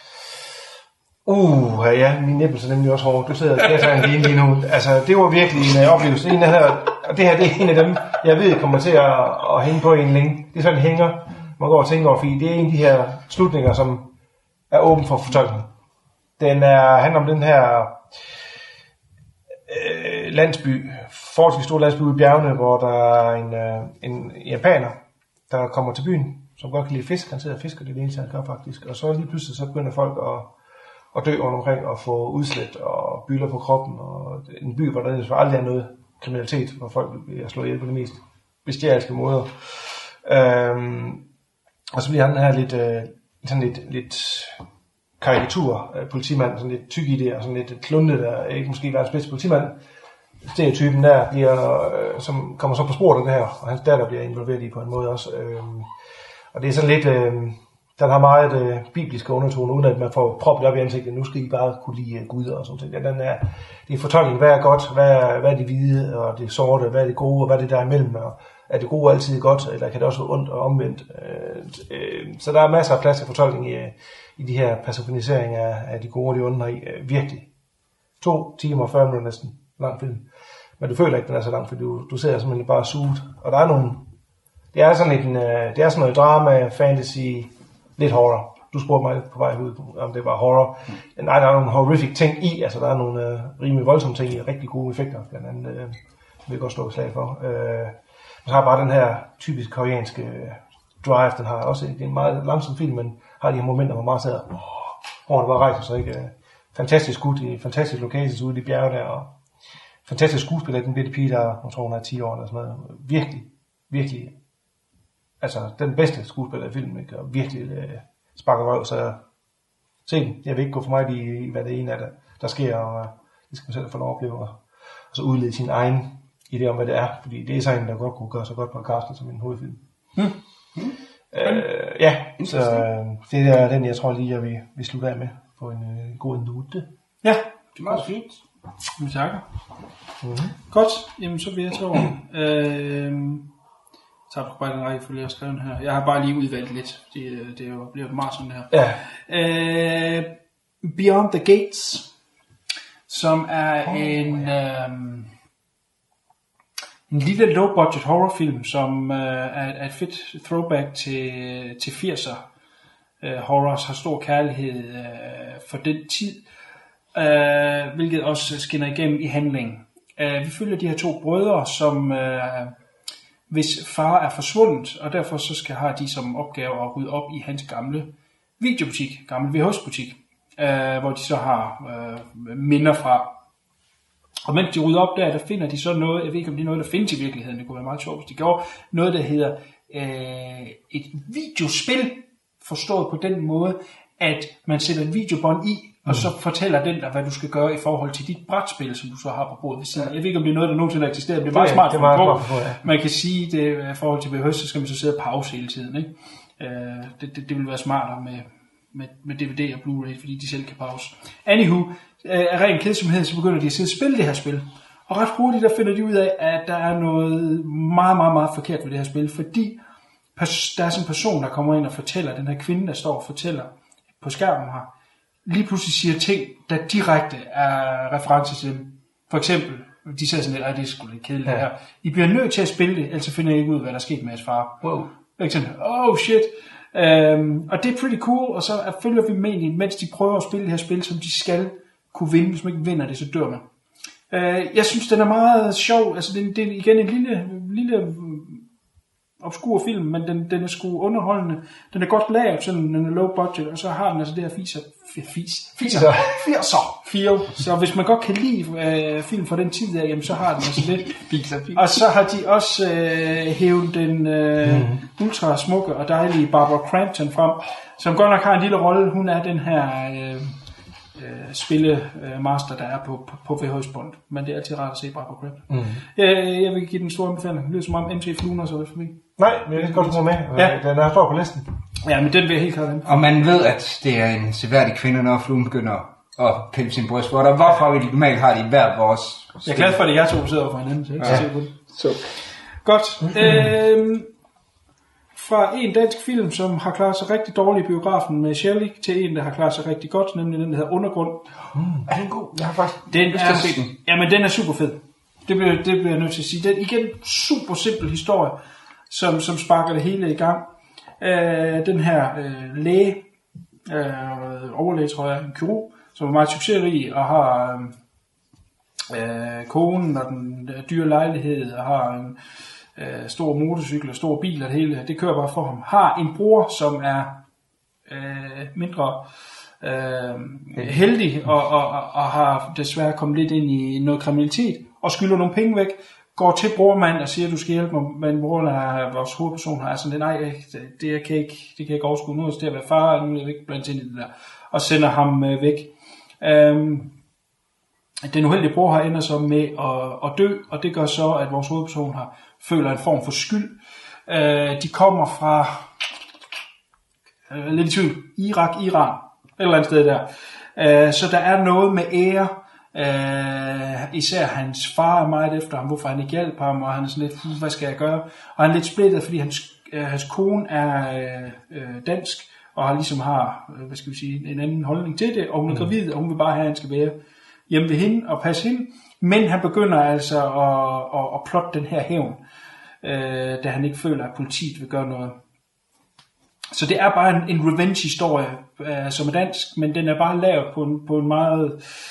Uh, ja, min nippelse er nemlig også hård. Du sidder og skærer en lige lige nu. Altså, det var virkelig en uh, oplevelse. En af her, og det her, det er en af dem, jeg ved kommer til at, at hænge på en længe. Det er sådan, det hænger. Man går og tænker over, fordi det er en af de her slutninger, som er åben for fortolkning. Den er, handler om den her øh, landsby, forholdsvis stor landsby i bjergene, hvor der er en, øh, en japaner, der kommer til byen, som godt kan lide fisk. Han sidder og fisker, det er det eneste, han gør faktisk. Og så lige pludselig, så begynder folk at og dø rundt omkring og få udslæt og bylder på kroppen, og en by, hvor der aldrig er noget kriminalitet, hvor folk bliver slået ihjel på de mest bestialske måder. Øhm, og så bliver han her lidt, øh, sådan lidt, lidt karikatur øh, politimand, sådan lidt tyk i det, og sådan lidt kluntet, der ikke måske verdens bedste politimand. Stereotypen der bliver, øh, som kommer så på sporet af det her, og hans datter bliver involveret i på en måde også. Øh, og det er sådan lidt... Øh, Den har meget øh, bibelske undertoner, uden at man får proppet op i ansigtet. Nu skal I bare kunne lide uh, Gud og sådan noget. Ja, den er, det er fortolkning, hvad er godt, hvad er, hvad er det hvide og det sorte, hvad er det gode, og hvad er det der imellem. Og er det gode altid godt, eller kan det også være ondt og omvendt. Øh, øh, så der er masser af plads til fortolkning i, i de her personaliseringer af, af de gode og de onde. Øh, virkelig. To timer og fyrre minutter næsten lang film. Men du føler ikke, den er så lang, for du, du sidder simpelthen bare suget. Og der er nogle... Det er sådan, en, øh, det er sådan noget drama, fantasy... Lidt horror. Du spurgte mig på vej ud, om det var horror. Mm. Nej, der er nogle horrific ting i, altså der er nogle øh, rimelig voldsomme ting i, rigtig gode effekter, blandt andet, øh, vil jeg godt slå et slag for. Øh, så har bare den her typisk koreanske øh, drive, den har også det er en meget langsom film, men har de her momenter, hvor meget sidder, åh, hvor det bare rejser sig, ikke? Øh, fantastisk skud, i fantastisk locations ude i bjerge der, og fantastisk skuespiller, den bitte pige, der, jeg tror hun er ti år eller sådan noget, virkelig, virkelig, altså den bedste skuespiller i filmen, ikke? Og virkelig øh, sparker røv, så se den. Jeg vil ikke gå for mig i, hvad det ene er, der, der sker, og øh, det skal man selv få lov at opleve, og, og så udlede sin egen idé om, hvad det er, fordi det er sådan en, der godt kunne gøre sig godt på castet som en hovedfilm. Hmm. Hmm. Øh, ja, så øh, det er den, jeg tror lige, jeg vil, vil slutte af med på en øh, god note. Ja, det er meget fint. Vi takker. Mm-hmm. Godt, jamen så vil jeg tage over. Øh, tager du bare den rækkefølge, jeg har skrevet her. Jeg har bare lige udvalgt lidt. Det, det er jo blevet meget sådan her. Ja. Øh, Beyond the Gates, som er oh, en, ja. øh, en lille low-budget horrorfilm, som øh, er, er et fedt throwback til, til firser. Øh, horrors har stor kærlighed øh, for den tid, øh, hvilket også skinner igennem i handlingen. Øh, vi følger de her to brødre, som... Øh, hvis far er forsvundet, og derfor så skal have de som opgave at rydde op i hans gamle videobutik, gamle V H S-butik, øh, hvor de så har øh, minder fra. Og mens de rydder op der, der finder de så noget, jeg ved ikke om det er noget, der findes i virkeligheden, det kunne være meget sjovt, hvis de gjorde, noget der hedder øh, et videospil, forstået på den måde, at man sætter et videobånd i, og så fortæller den dig, hvad du skal gøre i forhold til dit brætspil, som du så har på bordet ved siden. Jeg ved ikke, om det er noget, der nogensinde eksisterer, men det er meget smart for at på. Man kan sige, det i forhold til V H S, så skal man så sidde og pause hele tiden. Ikke? Uh, det, det, det vil være smartere med, med, med D V D og Blu-ray, fordi de selv kan pause. Anywho, uh, af ren kedsomhed, så begynder de at sidde og spille det her spil. Og ret hurtigt, der finder de ud af, at der er noget meget, meget, meget forkert ved det her spil, fordi der er sådan en person, der kommer ind og fortæller, den her kvinde, der står og fortæller på skærmen her, lige pludselig siger ting, der direkte er reference til dem. For eksempel, de siger sådan lidt, ej, det er sgu lidt kedeligt ja. Her. I bliver nødt til at spille det, ellers finder I ikke ud, hvad der er sket med jeres far. Wow. Sådan, oh shit. Um, og det er pretty cool, og så følger vi med egentlig, mens de prøver at spille det her spil, som de skal kunne vinde. Hvis man ikke vinder det, så dør man. Uh, jeg synes, den er meget sjov. Altså, det, det er igen en lille, lille obskur film, men den, den er sgu underholdende. Den er godt lavet, sådan den er low budget, og så har den altså det her fiser, fis, fiser, firser, feel. Så hvis man godt kan lide øh, film fra den tid der, jamen så har den altså det. Fiser, fiser. Og så har de også øh, hævet den øh, mm. ultra smukke og dejlige Barbara Crampton frem, som godt nok har en lille rolle. Hun er den her øh, øh, spillemaster, der er på, på, på V H S-bånd. Men det er altid rart at se bare på Crypt. Mm. Jeg, jeg vil give den store anbefaling. Det lyder som om M T Fluner så er forbi. Nej, men jeg kan godt komme med. Ja. Den er står på listen. Ja, men den vil jeg helt klart anbefale. Og man ved, at det er en seværdig kvinde, når fluen begynder at pille sin brystvorter. Hvorfor vi normalt har de hver vores... Jeg er glad for, at jeg to sidder over for hinanden, så jeg ikke ja. se på det. Så. Godt. Øhm, fra en dansk film, som har klaret sig rigtig dårligt i biografen med Shelley, til en, der har klaret sig rigtig godt, nemlig den, der hedder Undergrund. Mm. Er den god? Jeg har faktisk den lyst er, til at se den. Jamen, den er super fed. Det bliver, det bliver jeg nødt til at sige. Den igen super simpel historie, som, som sparker det hele i gang. Øh, den her øh, læge, øh, overlæge tror jeg, en kirurg, som er meget succesrig og har øh, konen og den øh, dyre lejlighed og har en øh, stor motorcykel og stor bil og det hele, det kører bare for ham. Har en bror, som er øh, mindre øh, heldig og, og, og, og har desværre kommet lidt ind i noget kriminalitet og skylder nogle penge væk. Går til brormand og siger, at du skal hjælpe mig, men broren er vores hovedperson her er sådan, nej, det, det kan ikke, det kan jeg ikke overskue nu, det er at være far, nu er jeg ikke blandt ind i det der, og sender ham øh, væk. Øhm, den uheldige bror her ender så med at, at dø, og det gør så, at vores hovedperson her føler en form for skyld. Øh, de kommer fra øh, lidt i tvivl, Irak, Iran, et eller andet sted der. Øh, så der er noget med ære. Uh, især hans far er meget efter ham, hvorfor han ikke hjælper ham, og han er sådan lidt, hvad skal jeg gøre? Og han er lidt splittet, fordi hans, uh, hans kone er uh, dansk, og har ligesom har, uh, hvad skal vi sige, en anden holdning til det, og hun er gravid, og hun vil bare have, at han skal være hjemme ved hende og passe hende. Men han begynder altså at, at, at plotte den her hævn, uh, da han ikke føler, at politiet vil gøre noget. Så det er bare en, en revenge-historie, uh, som er dansk, men den er bare lavet på en, på en meget...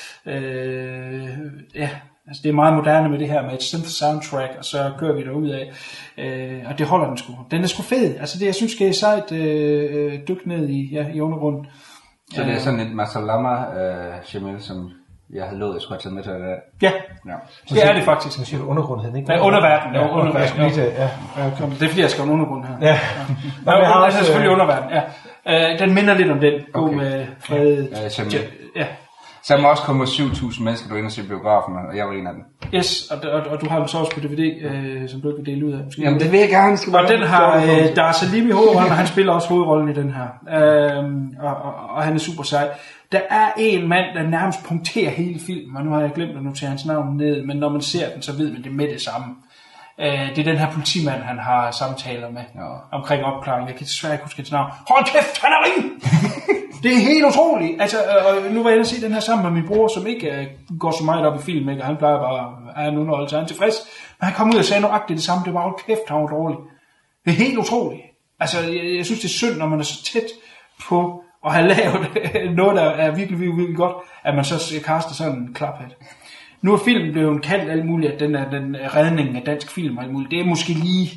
Øh, ja, altså det er meget moderne med det her med et synth soundtrack, og så kører vi derud af, øh, og det holder den sgu. Den er sgu fed, altså det jeg synes skal I sejt øh, dykke ned i, ja, i undergrunden. Så det er sådan et Masalama øh, Jamil, som jeg havde lovet, jeg skulle have taget med til det. Ja, ja. det er det faktisk. Så siger du undergrunden, ikke? Ja, underverden. Ja, underverden. Ja, ja. Ja, det er fordi, jeg skal en undergrund her. Ja. Ja. Nå, jeg har også selvfølgelig underverden, ja. Øh, den minder lidt om den, god okay. med fredet. Ja, ja, ja. Så der må også komme syv tusind mennesker, der er inde og se biografen, og jeg var en af dem. Yes, og, og, og du har den så også på D V D, øh, som du ikke vil dele ud af. Måske. Jamen det vil jeg gerne. Skal og den har øh, Dar Salim i hovedrollen, og han spiller også hovedrollen i den her. Øhm, og, og, og han er super sej. Der er en mand, der nærmest punkterer hele filmen, og nu har jeg glemt at notere hans navn ned, men når man ser den, så ved man det med det samme. Øh, det er den her politimand, han har samtaler med ja. omkring opklaring. Jeg kan desværre ikke huske hans navn. Hold kæft, han er ring! Det er helt utroligt. Altså, øh, nu var jeg inde og se den her sammen med min bror, som ikke øh, går så meget op i film, ikke? Og han plejer bare at have en underholdelse, han er tilfreds. Men han kom ud og sagde nøjagtigt det samme. Det var hold kæft, han var dårlig. Det er helt utroligt. Altså, jeg, jeg synes, det er synd, når man er så tæt på at have lavet noget, der er virkelig, virkelig, virkelig godt, at man så kaster sådan en klaphat. Nu er filmen blevet kaldt alt muligt, at den er den redning af dansk film og alt muligt. Det er måske lige...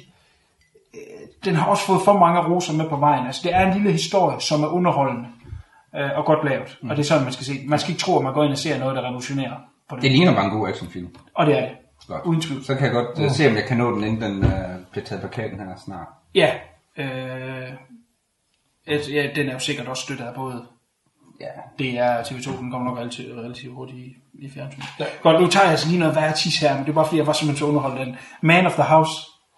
Den har også fået for mange roser med på vejen. Altså, det er en lille historie, som er underholdende øh, og godt lavet. Mm. Og det er sådan, man skal se. Man skal ikke tro, at man går ind og ser noget, der revolutionerer på det. Det ligner bare en god actionfilm. Og det er det. Godt. Uden tvivl. Så kan jeg godt uh, se, om jeg kan nå den, inden den uh, bliver taget på kagen her snart. Ja. Øh, et, ja, den er jo sikkert også støttet af både... Ja. Det er T V to, den kommer nok altid relativt hurtigt i, i fjernsyn. Ja. Godt, nu tager jeg altså lige noget værre tis her, men det er bare fordi, jeg var simpelthen så underholdt den. Man of the House.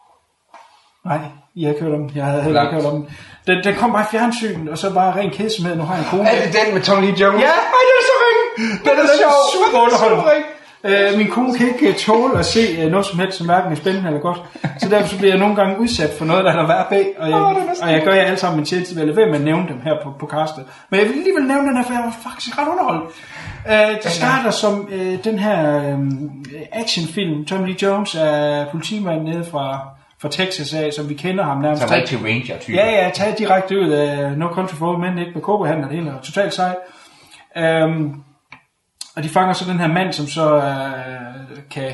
Nej, jeg har ikke hørt om den. Jeg havde heller ikke hørt om den. Den, den kom bare i fjernsyn, og så bare ren kedsomhed. Nu har jeg en kone. Er det den med Tommy Lee Jones? Ja, ej, det er så ring. Den, den er, er sjov. Super underholdende. Uh, min kone kan ikke tåle at se uh, noget som helst, som hverken er spændende eller godt. Så derfor så bliver jeg nogle gange udsat for noget, der er værd bag. Og jeg, oh, og jeg gør jer alle sammen en tjeneste ved at lade være med at nævne dem her på, på castet. Men jeg vil alligevel nævne den her, for jeg var faktisk ret underholdt. Uh, det starter som uh, den her um, actionfilm. Tommy Lee Jones er politimand nede fra... fra Texas af, som vi kender ham nærmest. Så rigtig Ranger-typer. Ja, ja, taget direkte ud af No Country for Old Men, ikke med kobberhandel, det hele er totalt sej. Um, og de fanger så den her mand, som så uh, kan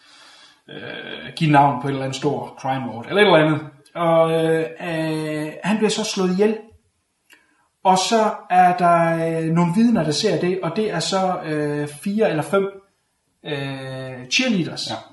uh, give navn på et eller andet stor crime lord, eller et eller andet. Og uh, uh, han bliver så slået ihjel. Og så er der uh, nogle vidner, der ser det, og det er så uh, fire eller fem uh, cheerleaders. Ja.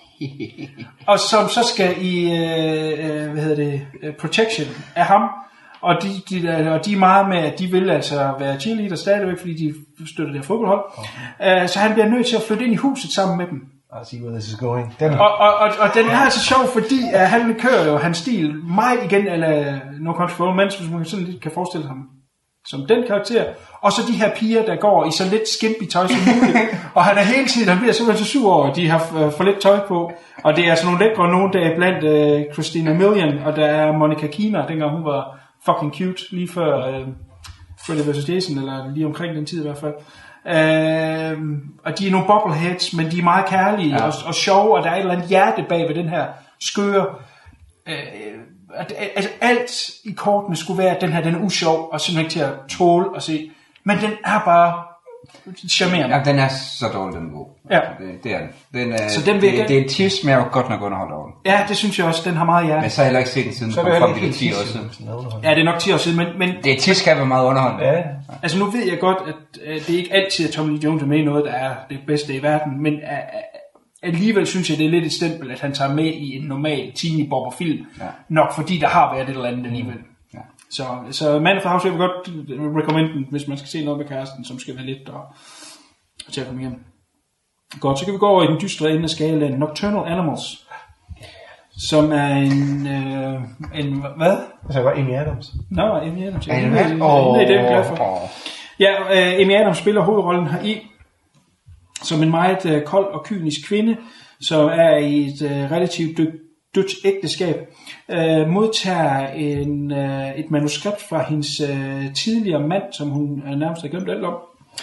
Og som så skal i øh, hvad hedder det, protection af ham. Og de, de, og de er meget med, at de vil altså være cheerleader stadigvæk, fordi de støtter det her fodboldhold. Okay. Uh, så han bliver nødt til at flytte ind i huset sammen med dem. I see where this is going. Den... Og, og, og, og den er altså sjov, fordi uh, han kører jo hans stil meget igen, eller No Country for Old Men, hvis man sådan lidt kan forestille ham som den karakter. Og så de her piger, der går i så lidt skimpy tøj som muligt. Og han er hele tiden, han bliver simpelthen så sur over, at de har uh, for lidt tøj på. Og det er altså nogle lækre nogen, der er blandt uh, Christina Milian, og der er Monica Keena, dengang hun var fucking cute, lige før uh, Freddy versus. Jason, eller lige omkring den tid i hvert fald. Uh, og de er nogle bobbleheads, men de er meget kærlige ja. og, og sjove, og der er et eller andet hjerte bag ved den her skøre. Uh, at, at alt i kortene skulle være, at den her den er usjov, og simpelthen ikke til at tåle at se. Men den er bare charmerende. Ja, den er så dårlig, den god. Ja. Det, det er den. den er, så den det, det, det er en tis, men jeg er godt nok underholdt over den. Ja, det synes jeg også, den har meget hjerte. Men så har jeg heller ikke set den siden, så den kom frem, det er ti år siden. Ja, det er nok ti år siden, men... men det er tis, kan være meget underholdende. Ja. Altså nu ved jeg godt, at det er ikke altid, at Tommy Lee Jones er med i noget, der er det bedste i verden, men alligevel synes jeg, det er lidt et stempel, at han tager med i en normal teeny-bobber-film. Ja. Nok fordi der har været et eller andet alligevel. Ja. Så, så Man of the House, jeg vil godt recommend den, hvis man skal se noget med kæresten, som skal være lidt og, og til at komme hjem. Godt, så kan vi gå over i den dystre ende af skalaen. Nocturnal Animals. Som er en... Øh, en hvad? Altså, var Amy Adams. Nå, Amy Adams. Er det med? Åh. Det er det, glad for. Ja, øh, Amy Adams spiller hovedrollen her i som en meget øh, kold og kynisk kvinde, som er i et øh, relativt dødt, dødt ægteskab, øh, modtager en, øh, et manuskript fra hendes øh, tidligere mand, som hun øh, nærmest har glemt alt om,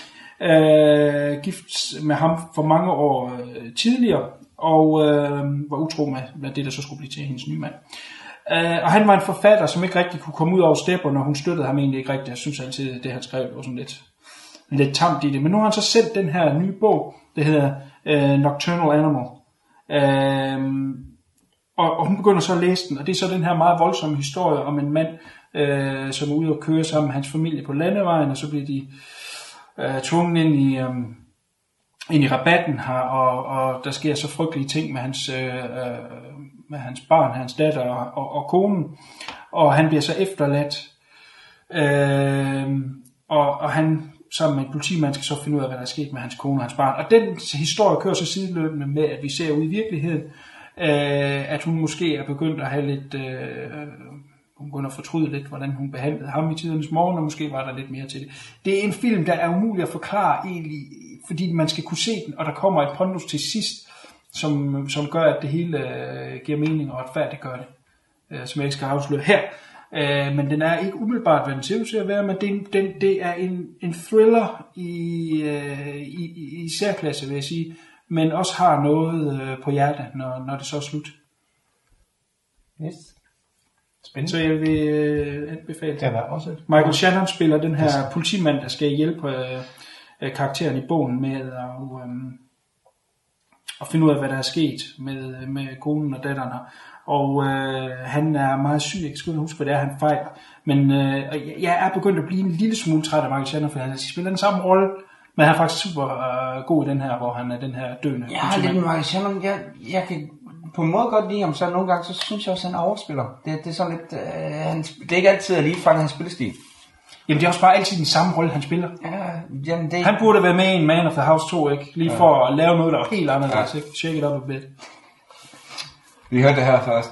øh, gift med ham for mange år øh, tidligere, og øh, var utro med, med det, der så skulle blive til hendes nye mand. Uh, og han var en forfatter, som ikke rigtig kunne komme ud over stepperne, og hun støttede ham egentlig ikke rigtigt. Jeg synes altid, det han skrev var sådan lidt, lidt tamt i det. Men nu har han så sendt den her nye bog, der hedder uh, Nocturnal Animal. Uh, og, og hun begynder så at læse den, og det er så den her meget voldsomme historie om en mand, uh, som er ude og køre sammen med hans familie på landevejen, og så bliver de uh, tvunget ind i... Um, ind i rabatten her, og, og der sker så frygtelige ting med hans, øh, med hans barn, hans datter og, og, og konen, og han bliver så efterladt, øh, og, og han sammen med en politimand skal så finde ud af, hvad der er sket med hans kone og hans barn, og den historie kører så sideløbende med, at vi ser ud i virkeligheden, øh, at hun måske er begyndt at have lidt, øh, hun begynder at fortryde lidt, hvordan hun behandlede ham i tidernes morgen, og måske var der lidt mere til det. Det er en film, der er umulig at forklare egentlig, fordi man skal kunne se den, og der kommer et pondus til sidst, som, som gør, at det hele øh, giver mening og retfærdigt gør det, øh, som jeg ikke skal afsløre her. Øh, men den er ikke umiddelbart, hvad den ser ud til at være, men det, den, det er en, en thriller i, øh, i, i, i særklasse, vil jeg sige, men også har noget øh, på hjertet, når, når det så er slut. Yes. Spændende. Så jeg vil øh, anbefale den. Er også Michael Shannon spiller den her politimand, der skal hjælpe øh, karakteren i bogen med at, um, at finde ud af, hvad der er sket med, med konen og datteren her. Og øh, han er meget syg, jeg kan sgu ikke huske, hvad det er, han fejler. Men øh, jeg er begyndt at blive en lille smule træt af Michael Shannon, for han spiller den samme rolle, men han er faktisk super øh, god i den her, hvor han er den her døende. Jeg har lidt med Michael Shannon, jeg, jeg kan på en måde godt lide ham, så nogle gange, så synes jeg også, at han overspiller. Det, det er sådan lidt, øh, han, det er ikke altid lige fra hans spillestil. Jamen det er også bare altid den samme rolle, han spiller. Ja, jamen det... Han burde være med i en Man of the House to, ikke? Lige ja. For at lave noget, der var helt anderledes, ja. Ikke? Shake it up a bit. Vi hørte det her først.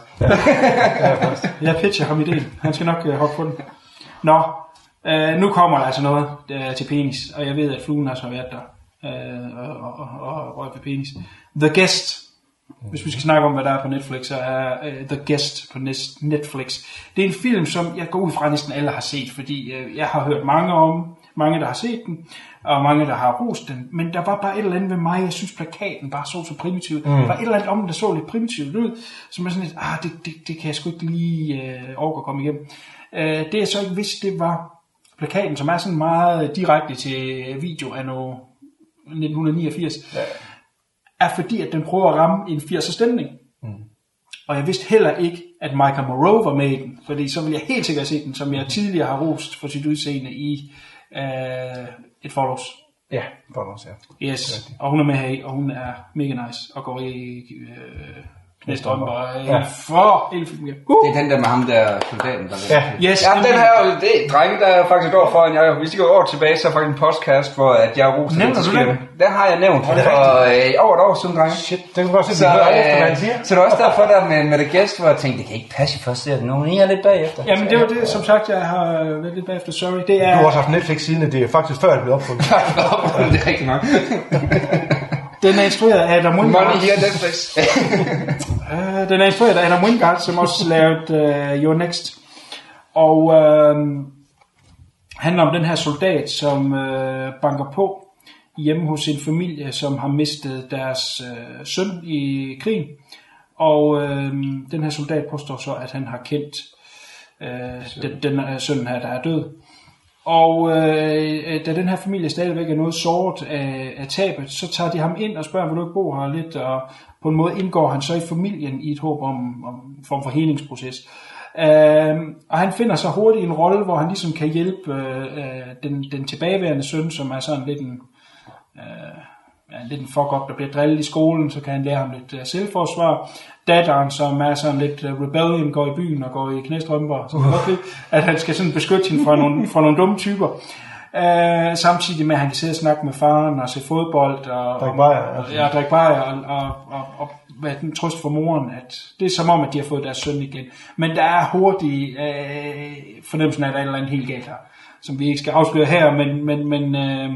Jeg pitcher ham idéen. Han skal nok uh, hoppe på den. Nå, uh, nu kommer der altså noget uh, til penis, og jeg ved, at fluen har så været der uh, og, og, og, og røg på penis. The Guest. Hvis vi skal snakke om, hvad der er på Netflix, så er uh, The Guest på Netflix. Det er en film, som jeg går ud fra næsten alle har set, fordi uh, jeg har hørt mange om, mange der har set den, og mange der har rost den, men der var bare et eller andet ved mig, jeg synes plakaten bare så så primitivt. Mm. Der var et eller andet om, der så lidt primitivt ud, som er sådan lidt, ah, det, det, det kan jeg sgu ikke lige uh, overgå at komme igennem. Uh, det jeg så ikke vidste, det var plakaten, som er sådan meget direkte til video anno nitten niogfirs. Ja. Er fordi, at den prøver at ramme en firser stemning. Mm. Og jeg vidste heller ikke, at Michael Moreau var med i den, fordi så ville jeg helt sikkert se den, som jeg tidligere har rost for sit udseende i uh, It Follows. Ja, Follows, ja. Yes, og hun er med her i, og hun er mega nice, og går i uh, Knæstrømper. Ja. For hele filmen. Uh. Det er den der med ham der soldaten, der ja. Yes, ja, den her jo, det drenge, der er faktisk et år foran. Jeg, hvis I går år tilbage, så er faktisk en podcast, hvor at jeg roser det til skærmen. Den har jeg nævnt for øh, over et år siden, drenge. Shit, den kan godt se, så, at øh, efter, hvad han siger. så det er også derfor, der med, med det gæst, hvor jeg tænkte, det kan ikke passe, I først ser den. Nogen I er lidt bagefter. Jamen det var det, som sagt, jeg har været lidt bagefter. Sorry. Det er... Du har også haft Netflix siden, det er faktisk før, det blev opfundet. Det er rigtig nok. Den er instrueret af Adam Wingard. Money here, Netflix. uh, den er instrueret af Adam Wingard, som også lavede uh, Your Next. Og uh, handler om den her soldat, som uh, banker på hjemme hos en familie, som har mistet deres uh, søn i krigen. Og uh, den her soldat påstår så, at han har kendt uh, den, den uh, søn her, der er død. Og øh, da den her familie stadigvæk er noget såret af, af tabet, så tager de ham ind og spørger, vil du ikke bo her lidt? Og på en måde indgår han så i familien i et håb om, om en form for helingsproces. Øh, og han finder så hurtigt en rolle, hvor han ligesom kan hjælpe øh, den, den tilbageværende søn, som er sådan lidt en, øh, ja, lidt en fuck-up, der bliver drillet i skolen, så kan han lære ham lidt uh, selvforsvar. Datteren, som er sådan lidt uh, rebellion, går i byen og går i knæstrømper, så uh. at han skal sådan beskytte hende fra nogle, fra nogle dumme typer. Uh, samtidig med, at han kan sidde og snakke med faren og se fodbold og drikke bajer, ja, drikke bajer og, og, og, og hvad den trøst for moren, at det er som om, at de har fået deres søn igen. Men der er hurtigt uh, fornemmelsen af, at der er et eller andet helt galt her, som vi ikke skal afsløre her, men, men, men uh,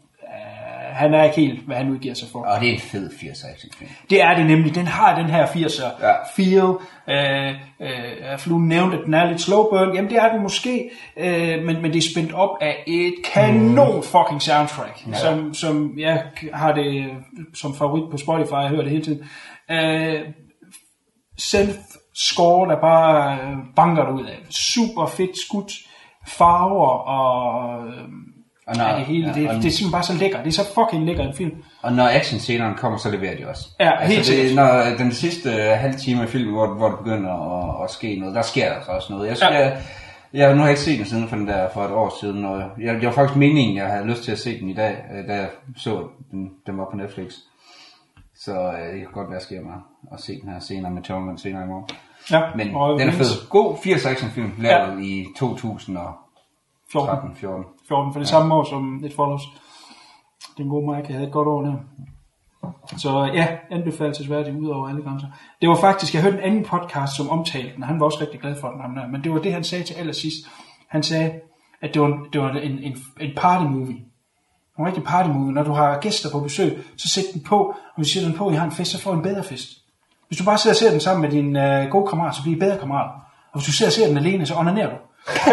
han er ikke helt, hvad han udgiver sig for. Og det er en fed firser actionfilm. Det er det nemlig. Den har den her firser ja. feel. Øh, øh, Fluen nævnte, at den er lidt slow burn. Jamen det er den måske, øh, men, men det er spændt op af et kanon mm. fucking soundtrack, ja. som, som jeg har det som favorit på Spotify. Jeg hører det hele tiden. Øh, synth score, der bare banker ud af. Super fedt skudt, farver og... Øh, Og når, ja, det hele, ja, det, det er simpelthen bare så lækker. Det er så fucking lækker en film. Og når actionscenerne kommer, så leverer de også. Ja, altså, helt sikkert. Når den sidste uh, halve time af filmen, hvor, hvor det begynder at, at ske noget, der sker der også noget. Jeg, ja. jeg, jeg nu har ikke set den siden for den der for et år siden, og jeg, det var faktisk meningen, jeg havde lyst til at se den i dag, da jeg så den, den var på Netflix. Så uh, det kan godt være, at sker mig at se den her senere med Tømmermand senere i morgen. Ja, men den er fed. God firs actionfilm, lavet ja. i to tusind og tretten fjorten. fjorten, for det ja. samme år som It Follows. Den gode Mike havde et godt år der. Så ja, anbefalelsesværdigt ud over alle grænser. Det var faktisk, jeg hørte en anden podcast, som omtalte den, og han var også rigtig glad for den, ham der. Men det var det, han sagde til allersidst. Han sagde, at det var, det var en, en, en party movie. En rigtig party movie. Når du har gæster på besøg, så sæt den på, og hvis du sætter den på, I har en fest, så får I en bedre fest. Hvis du bare sidder og ser den sammen med din øh, gode kammerat, så bliver I bedre kammerat. Og hvis du sidder og ser den alene, så onanerer du.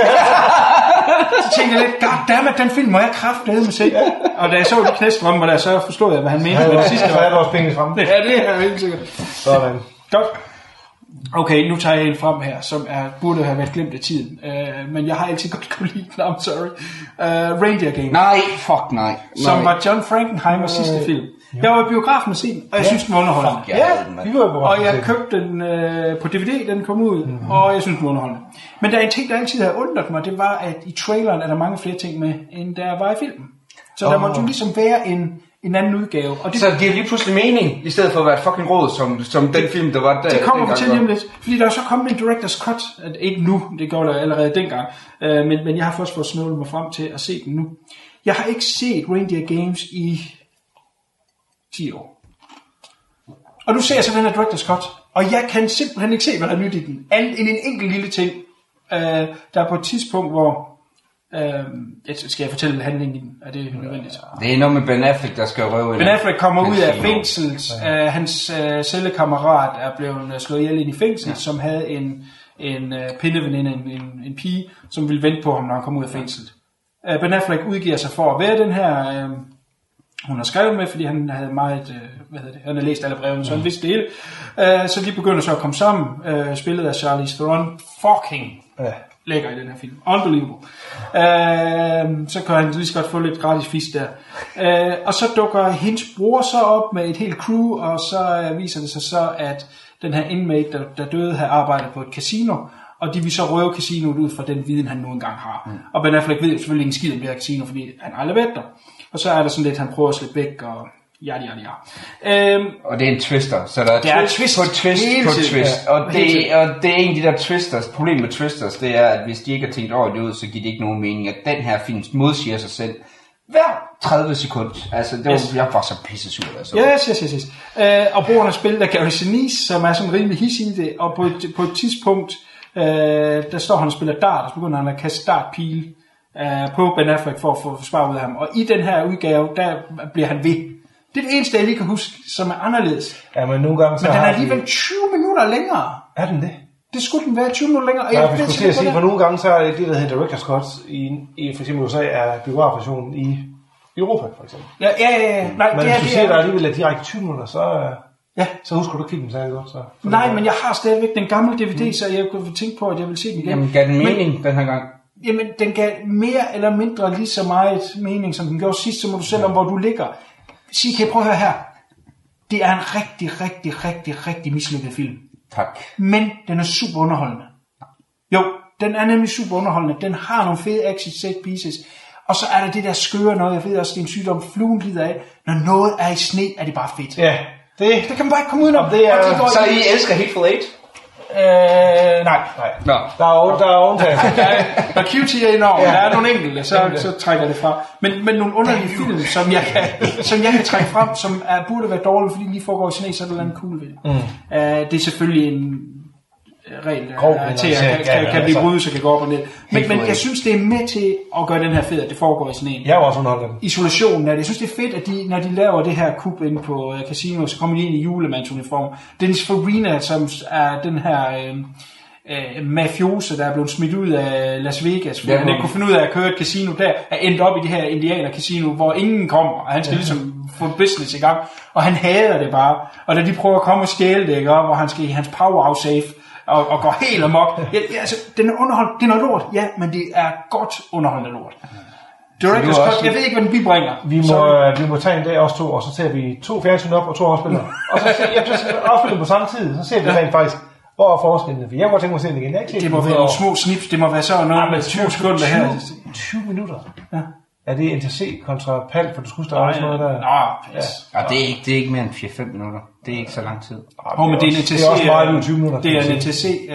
Så tænkte jeg lidt, goddammit, den film må jeg kraftedeme med se. Og da jeg så de knæstrømmer der, så forstod jeg, hvad han mente. Ja, med det sidste. Så er der også penge frem. Ja, det er helt sikkert. Sådan. Godt. Okay, nu tager jeg en frem her, som er, burde have været glemt af tiden. Uh, men jeg har altid godt kunne lide den, I'm sorry. Uh, Reindeer Games. Nej, fuck nej. Som nej. var John Frankenheimers øh, sidste film. Ja. Jeg var i biografen med sin, og jeg ja. synes, den var underholdende. Fuck, jeg ja, den, og jeg købte den uh, på D V D, den kom ud, mm-hmm. og jeg synes, den var underholdende. Men der er en ting, der altid har undret mig, det var, at i traileren er der mange flere ting med, end der var i filmen. Så oh. der måtte jo ligesom være en... en anden udgave. Og det, så det giver lige pludselig mening, i stedet for at være et fucking råd, som, som den film, der var der. Det kommer vi til lige om lidt, fordi der er så kommet en director's cut, at ikke nu, det gør der allerede dengang, øh, men, men jeg har først fået snøvlet mig frem til at se den nu. Jeg har ikke set Reindeer Games i ti år. Og nu ser jeg så den her director's cut, og jeg kan simpelthen ikke se, hvad der er nyt i den, andet end en enkelt lille ting. Øh, der er på et tidspunkt, hvor Øhm, skal jeg fortælle handlingen i den? Er det nødvendigt? Det er noget med Ben Affleck, der skal røve. Ben Affleck kommer ud af fængsel. Ja. Uh, hans uh, cellekammerat er blevet slået ihjel ind i fængsel, ja. som havde en, en uh, pindeveninde, en, en, en pige, som ville vente på ham, når han kom ud af fængsel. Uh, Ben Affleck udgiver sig for at være den her... Uh, hun har skrevet med, fordi han havde meget... Uh, hvad hedder det? Han havde læst alle brevene, så han vidste det hele. Uh, så de begynder så at komme sammen. Uh, spillet af Charlize Theron. Fucking... Ja. Lækker i den her film. Unbelievable. Uh, så kan han lige så godt få lidt gratis fisk der. Uh, og så dukker hendes bror så op med et helt crew, og så uh, viser det sig så, at den her inmate, der, der døde, havde arbejdet på et casino, og de vil så røve casinoet ud fra den viden, han nu engang har. Mm. Og Ben Affleck ved selvfølgelig ingen skid om det her casino, fordi han aldrig været der. Og så er der sådan lidt, han prøver at slippe væk, og Ja, ja, ja. Øhm, og det er en twister, så der er, der er twist, twist på twist på twist. Ja, og, det, og det er en af de der twisters. Problemet med twisters, det er, at hvis de ikke har tænkt over det ud, så giver det ikke nogen mening, at den her film modsiger sig selv hver tredive sekunder. Altså, det var, yes. jeg var så pissesur. Altså. Yes, yes, yes. yes. Øh, og brugeren er spillet af Gary Sinise, som er sådan rimelig hissig i det, og på et, på et tidspunkt, øh, der står han og spiller dart, og så begynder han at kaste dartpile øh, på Ben Affleck for at få svar ud af ham. Og i den her udgave, der bliver han ved. Det er det eneste, jeg lige kan huske, som er anderledes. Ja, men nogle gange så men den er har alligevel de... tyve minutter længere. Er den det? Det skulle den være tyve minutter længere. Og ja, jeg vi skulle til at sige, for nogle gange så er det det, der hedder Director's Cut i, i for eksempel U S A, er biografversionen i Europa, for eksempel. Ja, ja, ja. Nej, men det hvis er, du det siger, er, der alligevel er direkte tyve minutter, så, ja. så husker du filmen særlig godt. Så. Nej, men jeg har stadigvæk den gamle D V D, mm. så jeg kunne tænke på, at jeg vil se den igen. Jamen, gav den mening men, den her gang? Jamen, den gav mere eller mindre lige så meget mening, som den gjorde sidst, så må du selv om, hvor du ligger. Sig, kan jeg prøve at høre her? Det er en rigtig, rigtig, rigtig, rigtig mislykket film. Tak. Men den er super underholdende. Jo, den er nemlig super underholdende. Den har nogle fede action set pieces. Og så er der det der skøre noget, jeg ved også, det er en sygdom, fluen lider af. Når noget er i sne, er det bare fedt. Ja, det, det kan man bare ikke komme udenom. Det er, de så I elsker Hateful Eight? Øh, nej. nej. Nå. Der er, der er undtagelser. Når Q T er enormt, ja. Der er nogle enkelte, så, så trækker det fra. Men, men nogle underlige film, som jeg kan, som jeg kan trække frem, som er, burde være dårlige, fordi de lige foregår i sne, så er der noget cool ved det. Mm. Uh, det er selvfølgelig en regel, der til at kan, kan, kan blive brudt, så kan gå op og ned. Men, men jeg synes, det er med til at gøre den her fed, at det foregår i sneen. Jeg var også underholdt. Isolationen af det. Jeg synes, det er fedt, at de, når de laver det her kub ind på uh, casino, så kommer de ind i julemandsuniform. Dennis Farina, som er den her øh, øh, mafiose, der er blevet smidt ud af Las Vegas, fordi ja, han ikke kunne finde ud af at køre et casino der, er endt op i det her indianer-casino, hvor ingen kommer, og han skal ja. ligesom få business i gang, og han hader det bare. Og da de prøver at komme og stjæle det, ikke, hvor han skal i hans power safe, Og, og går helt amok. Ja, altså, den er underholdt. Det er noget lort. Ja, men det er godt underholdende lort. Director's Cut, jeg ved ikke, hvad den bibringer. Vi må, så... vi må tage en dag også to, og så ser vi to fjernsyn op og to afspillere. Og så ser vi afspiller på samme tid, så ser vi rent faktisk, hvor er forskellen. Jeg kunne godt tænke mig at se den igen. Jeg det må være nogle små snips. Det må være så noget ja, med tyve sekunder her. tyve minutter? Ja. Er det N T C kontra P A L, for du skulle starte også noget der? Nå, ja. Ja, det er ikke, det er ikke mere end fire til fem minutter. Det er ikke så lang tid. Åh, oh, men det er en N T C. Det er også meget ud tyve minutter. Det er en N T C. Øh,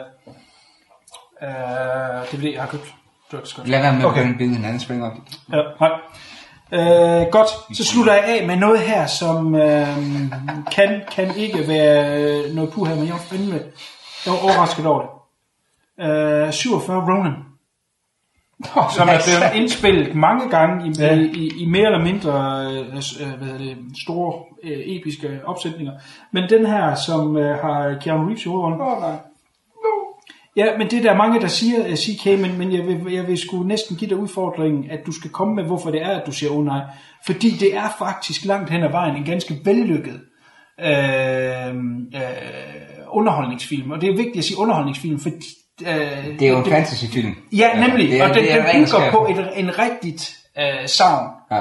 øh, det bliver jeg har købt. Lad være med at begynde at bide en anden springer. Ja, nej. Øh, godt, så slutter jeg af med noget her, som øh, kan, kan ikke være noget puh her, men jeg var fandme, jeg var overrasket over det. Øh, syvogfyrre Ronin. Oh, som er blevet indspillet mange gange i, ja. i, i, i mere eller mindre øh, hvad det, store øh, episke opsætninger. Men den her, som øh, har Keanu Reeves i hovedrollen. Oh, nej. Ja, men det er der mange, der siger, C K, men, men jeg, vil, jeg vil sgu næsten give dig udfordringen, at du skal komme med, hvorfor det er, at du siger, åh oh, nej. Fordi det er faktisk langt hen ad vejen en ganske vellykket øh, øh, underholdningsfilm. Og det er vigtigt at sige underholdningsfim, fordi Øh, det er jo en det, fantasyfilm. Ja, nemlig. Ja, er, og den, den bygger på et, en rigtigt øh, savn. Ja.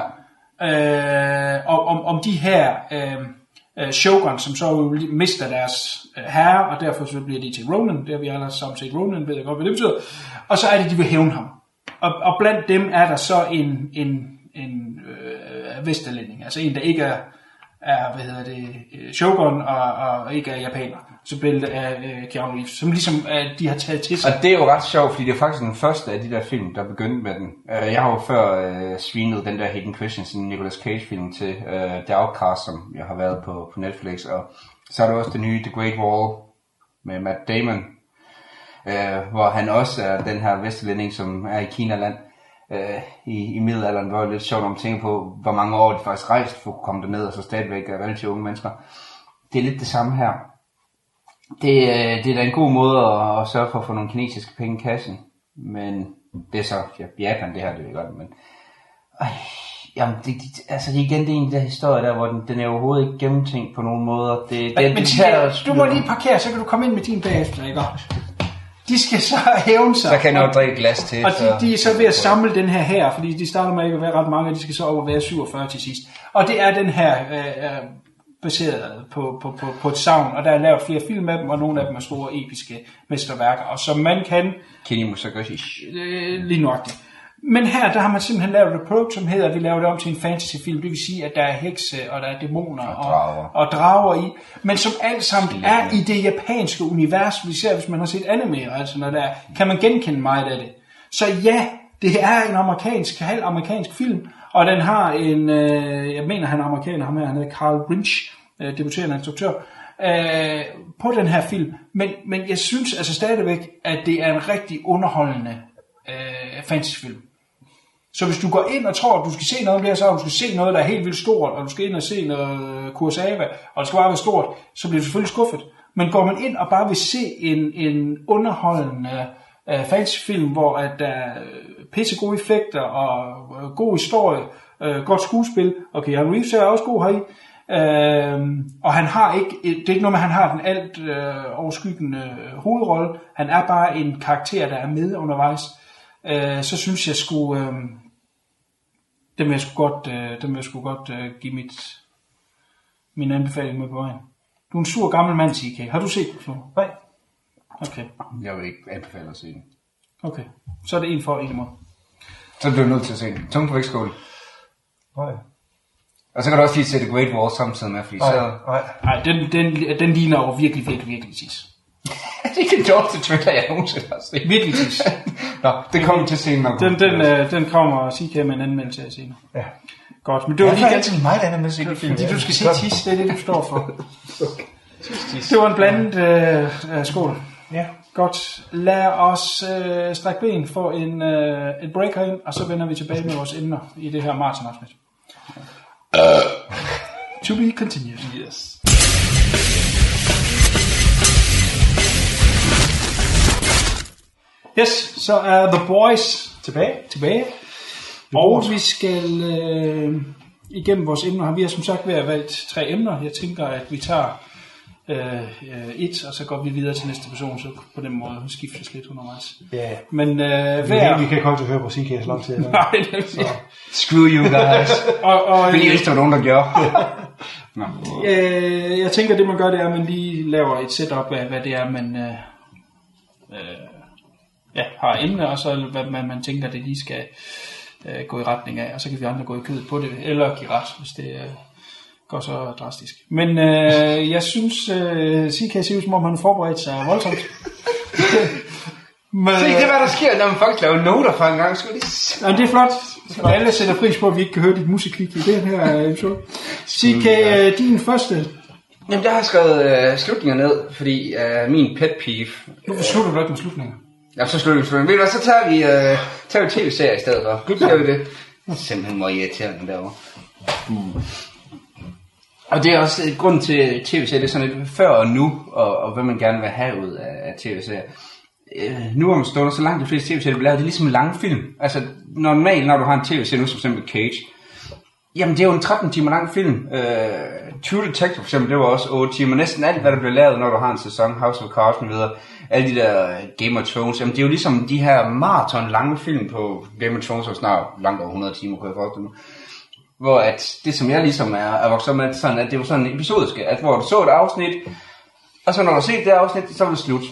Øh, og, om, om de her øh, shogun, som så mister deres øh, herre, og derfor så bliver de til Ronin. Det har vi alle sammen set Ronin, ved jeg godt, hvad det betyder. Og så er det, de vil hævne ham. Og, og blandt dem er der så en, en, en øh, vesterlænding. Altså en, der ikke er, er hvad hedder det, shogun og, og ikke er japaner. Så billedet af uh, Keanu Reeves, som ligesom uh, de har taget til sig. Og det er jo ret sjovt, fordi det er faktisk den første af de der film, der begyndte med den. Uh, jeg har jo før uh, svinet den der Hayden Christensen, Nicolas Cage film til uh, The Outcast, som jeg har været på, på Netflix. Og så er der også det nye The Great Wall med Matt Damon, uh, hvor han også er den her vesterlænding, som er i Kina-land uh, i, i middelalderen. Det var lidt sjovt, når man tænker på, hvor mange år de faktisk rejst for at komme derned, og så stadigvæk er relativt unge mennesker. Det er lidt det samme her. Det, det er da en god måde at, at sørge for at få nogle kinesiske penge i kassen. Men det er så ja, Japan, det her, det er godt. Men øh, jamen, det, det, altså det er igen det er en der historie der, hvor den, den er overhovedet ikke gennemtænkt på nogen måder. Det, det, men, det, men tager, du må lige parkere, så kan du komme ind med din bagefter, ikke? De skal så hævne sig. Så kan jeg jo drikke glas til. Og de, de er så ved at samle den her her, fordi de starter med ikke at være ret mange, og de skal så over at være syvogfyrre til sidst. Og det er den her øh, baseret på, på, på, på et savn, og der er lavet flere film af dem, og nogle af dem er store episke mesterværker, og som man kan Kenny Musagoshi øh, lige nøjagtigt. Men her, der har man simpelthen lavet et produkt, som hedder, at vi laver det om til en fantasyfilm. Det vil sige, at der er hekse, og der er dæmoner og, og, drager. og drager i. Men som alt sammen er i det japanske univers, vi ser, hvis man har set anime, altså når der kan man genkende meget af det. Så ja, det er en amerikansk, halv amerikansk film, og den har en, øh, jeg mener han er amerikaner, ham her, han hedder Carl Brinch, øh, debuterende instruktør, øh, på den her film. Men, men jeg synes altså stadigvæk, at det er en rigtig underholdende øh, fantasyfilm. Så hvis du går ind og tror, at du skal se noget om det her, så du skal se noget, der er helt vildt stort, og du skal ind og se noget Kurosawa, og det skal bare være stort, så bliver du selvfølgelig skuffet. Men går man ind og bare vil se en, en underholdende uh, fantasyfilm, hvor at der er pisse gode effekter og uh, god historie, uh, godt skuespil, og Keanu Reeves er også god heri, uh, og han har ikke, det er ikke noget med, at han har den alt uh, overskyggende uh, hovedrolle, han er bare en karakter, der er med undervejs. Uh, så synes jeg skulle, uh, det vil jeg sgu godt, uh, det vil jeg sgu godt uh, give mit, min anbefaling med på vejen. Du er en sur gammel mand, T K. Har du set det, Flo? Nej. Okay. Jeg vil ikke anbefale at se den. Okay. Så er det en for en imod. Så bliver du nødt til at se den. Tunge på vægtskål. Nej. Og så kan du også lige se The Great Wall samtidig med, fordi nej, så... Nej, nej. Den, den, den ligner over virkelig, virkelig, virkelig tis. Det er den dårligste trailer, jeg nogensinde har set. Virkelig tis. Nå, det kommer til senere. Den, den, øh, den kommer C K med en anmeldelse af senere. Ja. Godt, men det var jeg lige altid mig, der er med sig i film. Fordi du skal sige tis, det er det, du står for. Okay. Det var en blandet øh, skål. Ja. Godt. Lad os øh, strække ben for en, øh, et break herind, og så vender vi tilbage med vores emner i det her maratonafsnit. Uh. To be continued. Yes. Yes, så er The Boys tilbage. tilbage. Og vi skal øh, igennem vores emner. Vi har som sagt været valgt tre emner. Jeg tænker, at vi tager øh, et, og så går vi videre til næste person, så på den måde skiftes lidt undervejs. Ja. Yeah. Men øh, hver... Vi kan ikke holde til at høre på C K så lang tid. Nej, det er så. Screw you guys. og, og, Fordi jeg var nogen, der gjorde. Nå. Øh, jeg tænker, det man gør, det er, at man lige laver et setup af, hvad det er, man øh, øh, ja, har emne, og så hvad man, man tænker, det lige skal øh, gå i retning af, og så kan vi andre gå i kødet på det, eller give ret, hvis det øh, går så drastisk. Men øh, jeg synes, øh, C K ser ud, som om han har forberedt sig voldsomt. Men, se, det er hvad der sker, når man faktisk laver noter for en gang. Skulle det... Jamen, det er flot. Og alle sætter pris på, at vi ikke kan høre dit musikklik i den her episode. C K, øh, din første... Jamen, der har jeg skrevet øh, slutninger ned, fordi øh, min pet peeve... Nu slutter du ikke med slutninger. Ja, så slutter vi slutninger. Ved du hvad, så tager vi, øh, tager vi tv-serier i stedet for. Godt, så gør vi det. Det er simpelthen meget irriterende derovre. Mm. Og det er også et grund til tv-serier, det er sådan lidt før og nu, og, og hvad man gerne vil have ud af, af tv-serier. Øh, nu om stunder, så langt de fleste tv-serier, det er ligesom en lang film. Altså, normalt, når du har en tv-serie nu, som for eksempel Cage, jamen det er jo en tretten timer lang film. Uh, True Detective for eksempel, det var også otte timer. Næsten alt, hvad der bliver lavet, når du har en sæson, House of Cards med videre, alle de der Game of Thrones, jamen det er jo ligesom de her maraton lange film på Game of Thrones, og snart langt over hundrede timer, kunne jeg forestille mig. Hvor at det, som jeg ligesom er, er vokset op med, sådan, at det var sådan episodisk, at hvor du så et afsnit, og så når du ser det afsnit, så var det slut.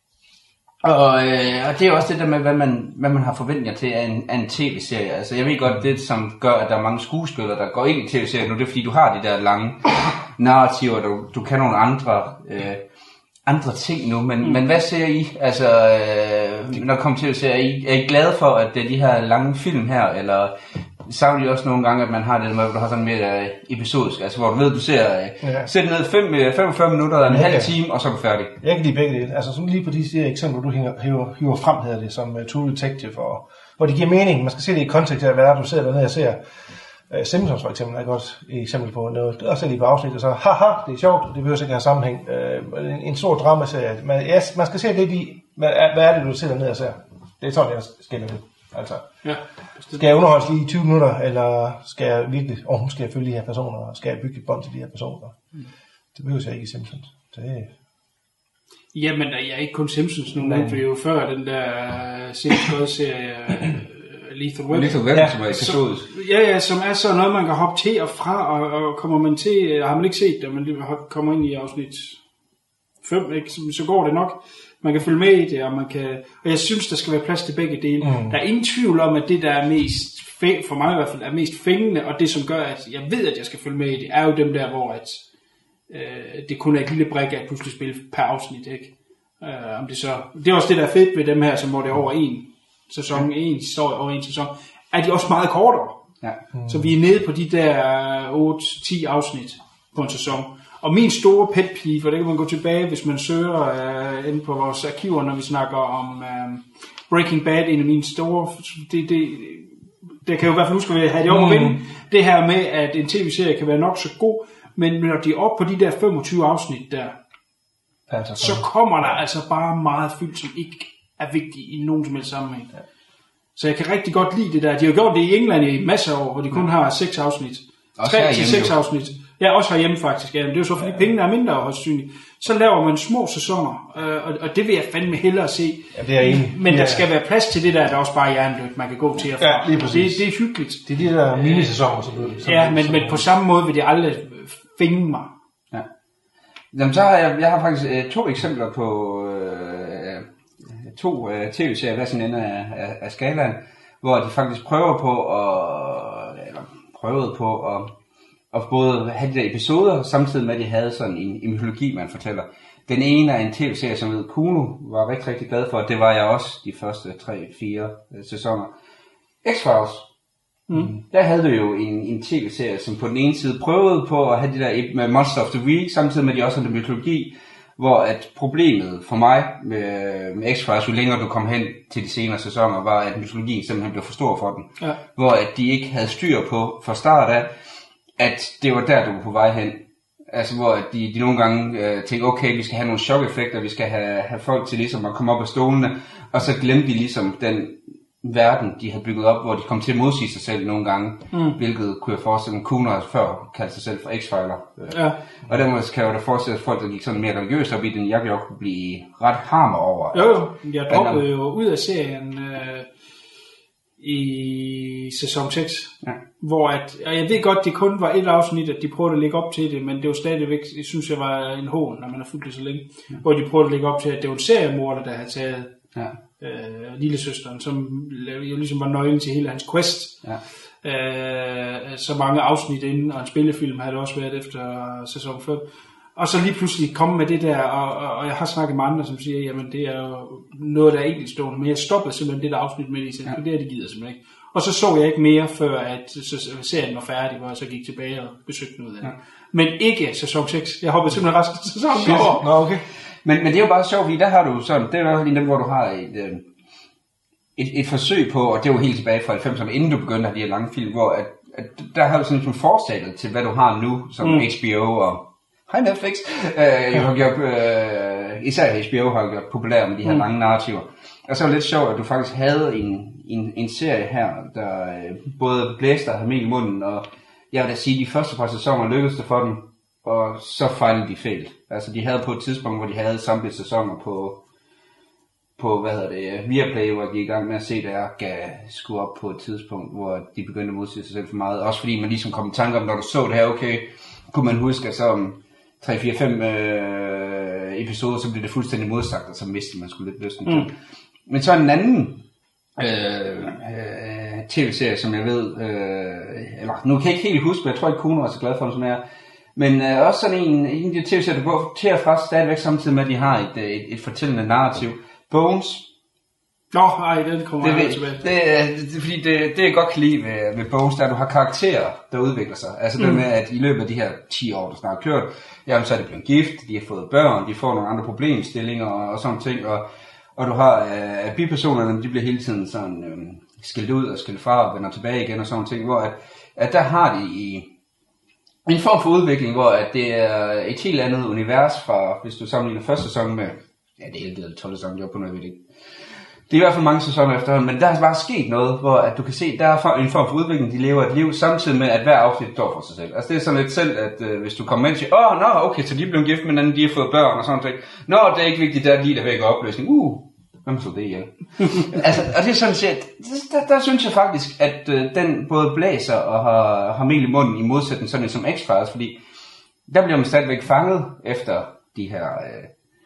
Og, øh, og det er også det der med, hvad man, hvad man har forventninger til af en, af en tv-serie. Altså jeg ved godt, det som gør, at der er mange skuespillere, der går ind i tv-serien nu, det er fordi, du har de der lange narrativer, du, du kan nogle andre, øh, andre ting nu. Men, mm. men hvad ser I? Altså, øh, når det kommer til tv-serier, er I, er I glade for, at det er de her lange film her, eller savner I også nogle gange, at man har det med, hvor du har sådan mere øh, episodisk, altså hvor du ved, du ser, øh, ja. Sæt ned fem, femogfyrre minutter eller en ja, halv time, og så er du færdig. Jeg kan lide begge dele. Altså sådan lige på de her eksempler, du hiver, hiver frem, hedder det, som uh, True Detective, og, hvor det giver mening. Man skal se det i kontekst af, hvad der er, du ser dernede og ser. Uh, Simpsons for eksempel er et godt eksempel på noget. Det er også lige på afsnit, og så haha, det er sjovt, det behøver ikke have sammenhæng. Uh, en, en stor dramaserie. Man, ja, man skal se lidt i, hvad, hvad er det, du ser dernede og ser. Det er sådan, jeg skiller det. Altså, ja, skal jeg underholdes lige i tyve minutter, eller skal jeg virkelig, åh, oh, nu skal jeg følge de her personer, og skal jeg bygge et bånd til de her personer? Mm. Det behøver jeg ikke i Simpsons. Det er... Jamen, jeg er ikke kun Simpsons nu, men vi er jo før den der Simpsons-serie uh, Lethal Weapon. Lethal Weapon, ja, som er episodisk. Ja, ja, som er så noget, man kan hoppe til og fra, og, og kommer man til, har man ikke set det, man kommer ind i afsnit fem, ikke? Så, så går det nok. Man kan følge med i det, og man kan, og jeg synes, der skal være plads til begge dele. Mm. Der er ingen tvivl om, at det, der er mest, for mig i hvert fald, er mest fængende, og det, som gør, at jeg ved, at jeg skal følge med i det, er jo dem der, hvor at, øh, det kun er et lille brik af et puslespil per afsnit, ikke? Øh, om det så, det er også det, der er fedt ved dem her, som hvor det er over en sæson, en historie over en sæson, er de også meget kortere. Ja. Mm. Så vi er nede på de der otte til ti afsnit på en sæson. Og min store pet peeve, og det kan man gå tilbage, hvis man søger uh, inde på vores arkiver, når vi snakker om uh, Breaking Bad, en af mine store, det, det, det kan jo i hvert fald huske, at vi havde det over mm. det her med, at en tv-serie kan være nok så god, men når de er oppe på de der femogtyve afsnit der, så kommer der altså bare meget fyldt, som ikke er vigtigt i nogen som helst sammenhæng. Ja. Så jeg kan rigtig godt lide det der. De har gjort det i England i masser af år, hvor de kun har seks afsnit. tre til seks afsnit. Ja, også herhjemme faktisk. Ja, det er jo så, fordi ja. Pengene er mindre højst synligt. Så laver man små sæsoner, øh, og, og det vil jeg fandme hellere se. Ja, det er enig. Men der skal være plads til det der, der er også bare jernløb, man kan gå til og fra. Ja, lige præcis. Det, det er hyggeligt. Det er de der minisæsoner, så det. Ja, men, men på samme måde vil det aldrig finde mig. Ja. Jamen, så har jeg, jeg har faktisk øh, to eksempler på øh, to øh, tv-serier, hver sin ende af, af, af skalaen, hvor de faktisk prøver på at, eller prøvede på at, at både have de der episoder, samtidig med at de havde sådan en, en mytologi, man fortæller. Den ene er en tv-serie, som hed Kuno, var rigtig, rigtig glad for, det var jeg også de første tre fire sæsoner. X-Files. Mm. Der havde du jo en, en tv-serie, som på den ene side prøvede på at have de der med Monster of the Week, samtidig med at de også havde mytologi, hvor at problemet for mig med, med X-Files, jo længere du kom hen til de senere sæsoner, var at mytologien simpelthen blev for stor for den. Ja. Hvor at de ikke havde styr på fra start af, at det var der, du var på vej hen. Altså hvor at de, de nogle gange øh, tænkte, okay, vi skal have nogle chok-effekter, vi skal have, have folk til ligesom at komme op af stolene, og så glemte de ligesom den verden, de havde bygget op, hvor de kom til at modsige sig selv nogle gange, mm. hvilket kunne jeg forestille mig, Kuno havde før kaldt sig selv for X-Filer. Ja. Og dermed kan jeg jo da forestille at folk, der gik sådan mere religiøst op i den, jeg ville også kunne blive ret harmer over. Jo, jo, jeg droppede jo ud af serien øh, i sæson seks, ja. Hvor at, og jeg ved godt, det kun var et afsnit, at de prøvede at lægge op til det, men det var stadigvæk, jeg synes jeg var en hån, når man har fulgt det så længe, ja. Hvor de prøvede at lægge op til, at det var en seriemorder, der havde taget ja. Øh, lillesøsteren, som jo ligesom var nøglen til hele hans quest. Ja. Øh, så mange afsnit inden, og en spillefilm havde det også været efter sæson fem. Og så lige pludselig komme med det der, og, og, og jeg har snakket med andre, som siger, jamen det er jo noget, der er enkeltstående, men jeg stoppede simpelthen det der afsnit med i ja. Det er det gider simpelthen ikke. Og så så jeg ikke mere, før at så, serien var færdig, hvor jeg så gik tilbage og besøgte noget af det. Ja. Men ikke sæson seks. Jeg hoppede simpelthen resten af sæsonen over. Nå, okay. Men, men det er jo bare sjovt, fordi der har du sådan, det er jo også lige dem, hvor du har et, et, et forsøg på, og det er jo helt tilbage fra halvfemserne, inden du begyndte at have de her lange film, hvor at, at der har du sådan en forstatet til, hvad du har nu, som mm. H B O og hej Netflix, øh, jeg har gjort, øh, især H B O har gjort populær med de her mm. lange narrativer. Og så var det lidt sjovt, at du faktisk havde en, en, en serie her, der øh, både blæste og havde mel i munden, og jeg vil da sige, at de første par sæsoner lykkedes det for dem, og så fejlede de fejl. Altså de havde på et tidspunkt, hvor de havde samtlige sæsoner på, på hvad hedder det, Viaplay, hvor de gik i gang med at se, der gav sgu op på et tidspunkt, hvor de begyndte at modsige sig selv for meget. Også fordi man ligesom kom i tanke om, når du så det her, okay, kunne man huske, at så om tre, fire, fem øh, episoder, så blev det fuldstændig modsagt, og så mistede man sgu lidt lysten til. Mm. Men så en anden øh, øh, tv-serie, som jeg ved, øh, eller nu kan jeg ikke helt huske, men jeg tror ikke, Kuno er så glad for den, som jeg er. Men øh, også sådan en, en af de tv-serier, der går til og fra stadigvæk samtidig med, at de har et, et, et fortællende narrativ. Bones. Nå, nej, den kommer det, jeg tilbage. Det, det, det, fordi det, det jeg godt kan lide ved, ved Bones, der du har karakterer, der udvikler sig. Altså mm. det med, at i løbet af de her ti år, der snart har kørt, jamen så er det blevet gift, de har fået børn, de får nogle andre problemstillinger og, og sådan ting. Og, og du har øh, bipersonerne, de bliver hele tiden sådan øh, skilt ud og skilt fra og vender tilbage igen og sådan ting, hvor at, at der har de i en form for udvikling, hvor at det er et helt andet univers fra, hvis du sammenligner første sæson med, ja det er elleve eller tolv sæson, jeg på noget ved det ikke. Det er i hvert fald mange sæsoner efterhånden, men der er bare sket noget, hvor at du kan se, der er en form for udvikling, de lever et liv, samtidig med, at hver afsnit står for sig selv. Altså det er sådan lidt selv, at øh, hvis du kommer ind og siger, åh, nå, okay, så de er blevet gift med hinanden, de har fået børn og sådan noget. Nå, det er ikke vigtigt, der er lige der væk opløsning. Uh, hvem så det ihjel? Altså, og det er sådan set, der, der synes jeg faktisk, at øh, den både blæser og har, har mel i munden i modsætning sådan som X-Files, fordi der bliver man stadigvæk fanget efter de her... Øh,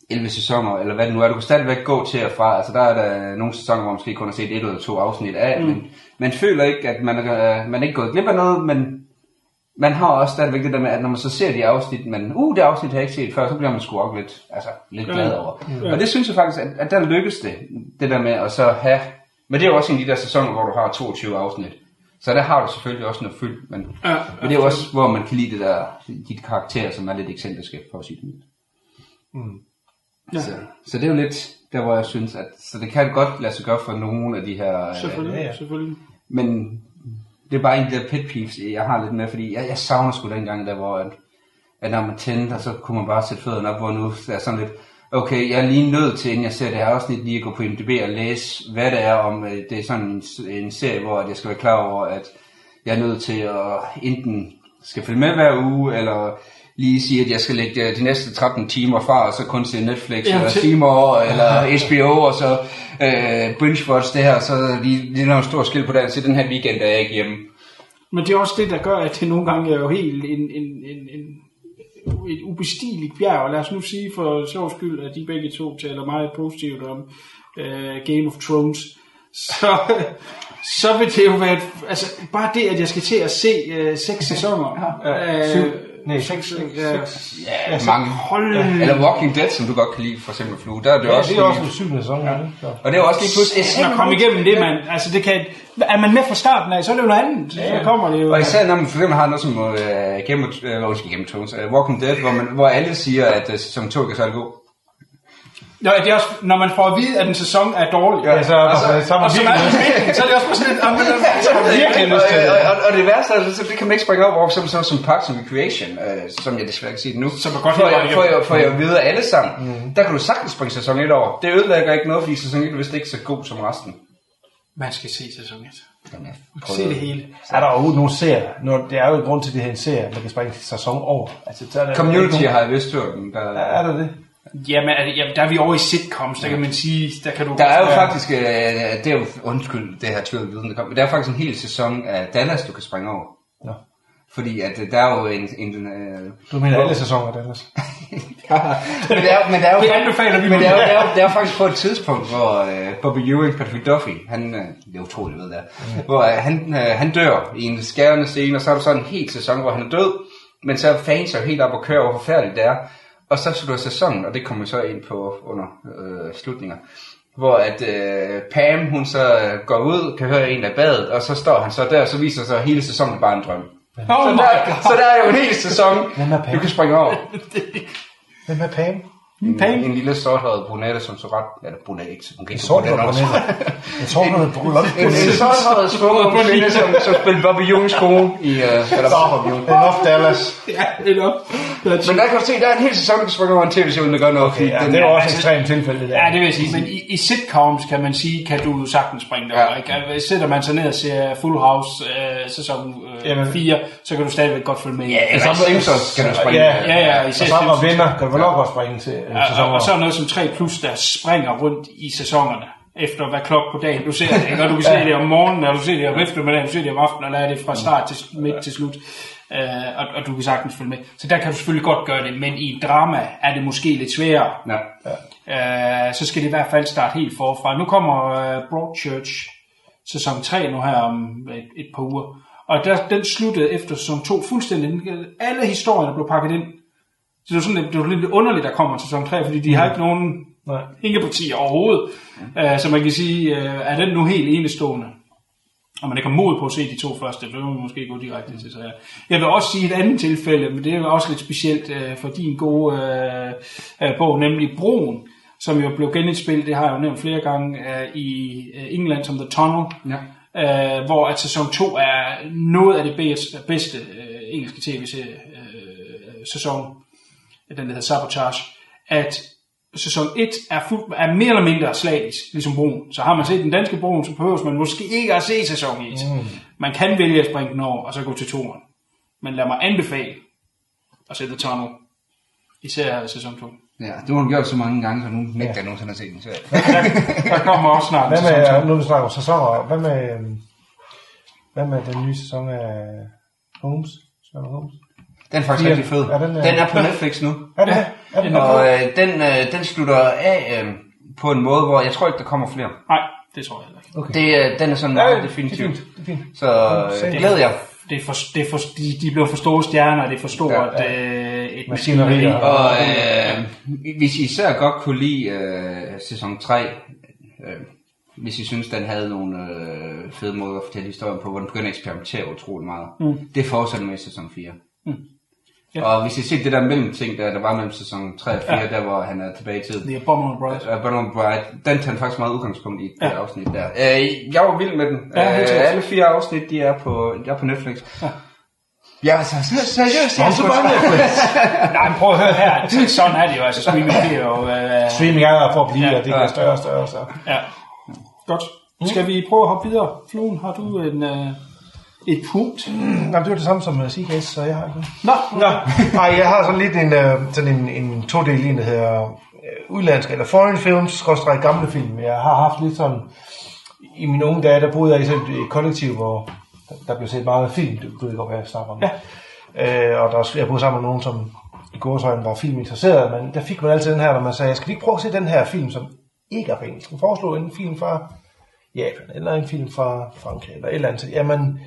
elleve sæsoner, eller hvad det nu er. Du kan stadigvæk gå til og fra. Altså der er der nogle sæsoner, hvor man måske kun har set et eller to afsnit af, mm. men man føler ikke, at man er, man er ikke gået glip af noget, men man har også stadigvæk det der med, at når man så ser de afsnit, men uh, det afsnit har jeg ikke set før, så bliver man sgu også lidt, altså, lidt glad over. Mm. Og det synes jeg faktisk, at, at der lykkes det, det der med at så have, men det er jo også en af de der sæsoner, hvor du har toogtyve afsnit. Så der har du selvfølgelig også noget fyldt, men, ja, men det er jo også, hvor man kan lide det der, de karakterer, som er lidt ekscentriske, for at sige det. Mm. Ja. Så, så det er jo lidt der, hvor jeg synes, at så det kan godt lade sig gøre for nogle af de her... Selvfølgelig, øh, selvfølgelig. Men det er bare en af de der pet peeves, jeg har lidt med, fordi jeg, jeg savner sgu dengang, der hvor, at, at når man tændte, og så kunne man bare sætte fødderne op, hvor nu er sådan lidt, okay, jeg er lige nødt til, inden jeg ser det her afsnit, lige at gå på I M D B og læse, hvad det er om, det er sådan en, en serie, hvor jeg skal være klar over, at jeg er nødt til at enten skal følge med hver uge, eller lige sige, at jeg skal lægge de næste tretten timer fra, og så kun se Netflix, ja, eller Seymour, eller H B O, og så øh, binge-watch det her, så lige, lige noget stor skil på det, så den her weekend er jeg ikke hjemme. Men det er også det, der gør, at det nogle gange er jo helt en, en, en, en, et ubestigeligt bjerg, og lad os nu sige for sjov skyld, at de begge to taler meget positivt om uh, Game of Thrones, så, så vil det jo være, altså bare det, at jeg skal til at se uh, seks sæsoner, ja, syv, uh, nej, seks, ja, ja, mange, ja. Eller Walking Dead, som du godt kan lide, for eksempel Flue, der er det ja, også det er også en syvende sæson, ja. Og det er også lige pludselig, at komme igennem det, man, altså det kan, er man med fra starten af, så er det jo noget andet, ja. Så kommer det jo. Og især når man for eksempel har noget som uh, Game of, uh, Game of Thrones, uh, Walking Dead, hvor, man, hvor alle siger, at uh, sæson to kan så er det god. Ja, det er også, når man får at vide, at en sæson er dårlig. Ja, så, altså, så, og så, er, så er det også sådan lidt, så er det virkelig lyst til det. Og, og, og det værste er, så det kan man ikke springe op over, som, som, som Parks and Recreation, øh, som jeg desværre ikke sige det nu. Som er godt for, jeg, for, jeg, for jeg at vide alle sammen, mm. der kan du sagtens springe sæson et over. Det ødelægger ikke noget, fordi sæson et er vist ikke så god som resten. Man skal se sæson et. Se det hele. Er der overhovedet nogle serier? Når det er jo en grund til, at det her en serie, der kan springe sæson over. Altså, der Community har jeg vist hørt. Der, er der det? Jamen, jamen, der er vi over i sitcoms, der kan man sige, der kan du... Der er jo faktisk, øh, det er jo, undskyld, det her tvivl viden, der kommer, men der er faktisk en hel sæson af Dallas, du kan springe over. Ja. Fordi at der er jo en... en øh, du mener alle sæsoner, Dallas? men det er, men der er jo, det anbefaler vi, men det er, det, er, det er faktisk på et tidspunkt, hvor øh, Bobby Ewing, Patrick Duffy, han, øh, det er utroligt, ved det mm. hvor øh, han, øh, han dør i en skærende scene, og så er der sådan en hel sæson, hvor han er død, men så er fans jo helt op og kører, hvor forfærdeligt det er. Og så slutter sæsonen, og det kommer så ind på under øh, slutninger, hvor at øh, Pam, hun så øh, går ud, kan høre en af badet, og så står han så der, og så viser sig, at hele sæsonen bare en drøm. Oh så, der, så der er jo en hel sæson, du kan springe over. Hvem er Pam? En, en lille sorthåret brunette, som så ret... Eller brunette, ikke? Hun kan ikke sorthåret brunette. En sorthåret brunette. En sorthåret skåret brunette, som, som spiller Bobby Ewings kone i... Uh, eller Bobby Ewing. Enough Dallas. Ja, enough. Men der kan du se, der er en hel sæson, der kan springe over en tv-show, der gør noget. Okay, ja, det er jo også et ekstremt tilfælde. Ja, det vil jeg sige. Men i, i sitcoms, kan man sige, kan du sagtens springe derover. Ja. Sætter man sig ned og ser Full House øh, sæson øh, fire, så kan du stadigvæk godt følge med. Ja, eller Simpsons kan du springe. Ja, ja, ja. Og sammen med venner kan du vel også springe til sæsoner. Og så noget som tre plus, der springer rundt i sæsonerne, efter hvad klok på dagen du ser det, ikke? Og du kan se det om morgenen, og du ser det om eftermiddagen, du ser det om aftenen, eller er det fra start til midt til slut, uh, og, og du kan sagtens følge med. Så der kan du selvfølgelig godt gøre det, men i en drama er det måske lidt sværere. Ja. Uh, så skal det i hvert fald starte helt forfra. Nu kommer uh, Broadchurch sæson tre nu her om et, et par uger, og der, den sluttede efter sæson to fuldstændig. Alle historierne blev pakket ind. Så det er sådan, det er lidt underligt, der kommer til sæson tre, fordi de mm. har ikke nogen hængepartier overhovedet. Mm. Uh, så man kan sige, uh, er den nu helt enestående? Og man ikke har mod på at se de to første, så vil man måske gå direkte til. Så jeg vil også sige et andet tilfælde, men det er også lidt specielt uh, for din gode uh, uh, bog, nemlig Broen, som jo blev genindspillet, det har jeg jo nævnt flere gange, uh, i England som The Tunnel, ja. uh, hvor at sæson to er noget af det bedste, bedste uh, engelske tv-sæson. Den der hedder Sabotage, at sæson et er, fuld, er mere eller mindre slavisk, ligesom Broen. Så har man set den danske Broen, så behøver man måske ikke at se sæson et. Mm. Man kan vælge at springe den over, og så gå til toeren. Men lad mig anbefale at se The Tunnel, især sæson to. Ja, det har du gjort så mange gange, så nu nægter ja. jeg nogensinde at se den. Så. der, der kommer også snart hvad med, sæson to. Nu vi snakker om sæsoner, hvad med, hvad med den nye sæson af Holmes? Sherlock Holmes? Den er faktisk rigtig fed. Ja, den, den er på Netflix nu. Er den, er den, og øh, den, øh, den slutter af øh, på en måde, hvor jeg tror ikke, der kommer flere. Nej, det tror jeg heller ikke. Okay. Det, øh, den er sådan meget ja, definitivt. Det er fint. Det er fint. Så øh, det glæder jeg. Det er for, det er for, de, de blev for store stjerner, det er for stort ja, ja. Øh, et maskineri. Og øh, hvis I især godt kunne lide øh, sæson tre, øh, hvis I synes, den havde nogle øh, fede måder at fortælle historien på, hvor den begynder at eksperimentere utrolig meget. Mm. Det fortsætter med i sæson fire. Mm. Ja. Og hvis I ser det der mellemting, der, der var mellem sæson tre og fire, ja. Der hvor han er tilbage i tid. Det er Bonham Bright. Uh, Bonham Bright. Den tager faktisk meget udgangspunkt i det ja. Afsnit der. Uh, jeg var vild med den. Ja, uh, alle fire afsnit, de er på, de er på Netflix. Ja. Ja, så seriøst, jeg er så bare Netflix. Nej, men prøv at høre her. Sådan er det jo, altså streaming bliver jo... Uh, streaming er for at blive, ja, og det bliver ja. større og større og større. Ja, godt. Skal vi prøve at hoppe videre? Fluen, har du en... Uh, Et punkt? Mm, nej, det var det samme som uh, Seagate, så jeg har ikke. Nå, Nå. Nej, jeg har sådan lidt en, uh, sådan en, en to-del en, der hedder uh, udlandske, eller foreign films, skråstreg gamle film. Jeg har haft lidt sådan, i mine unge dage, der boede jeg i sådan et kollektiv, hvor der blev set meget film, du ved ikke, hvad jeg snakker om. Ja. Uh, og der, jeg boede sammen med nogen, som i gårsøjne var filminteresseret, men der fik man altid den her, når man sagde, skal vi ikke prøve at se den her film, som ikke er på engelsk? Man foreslår en film fra Japan, eller en film fra Frankrig, eller et eller andet. Jamen,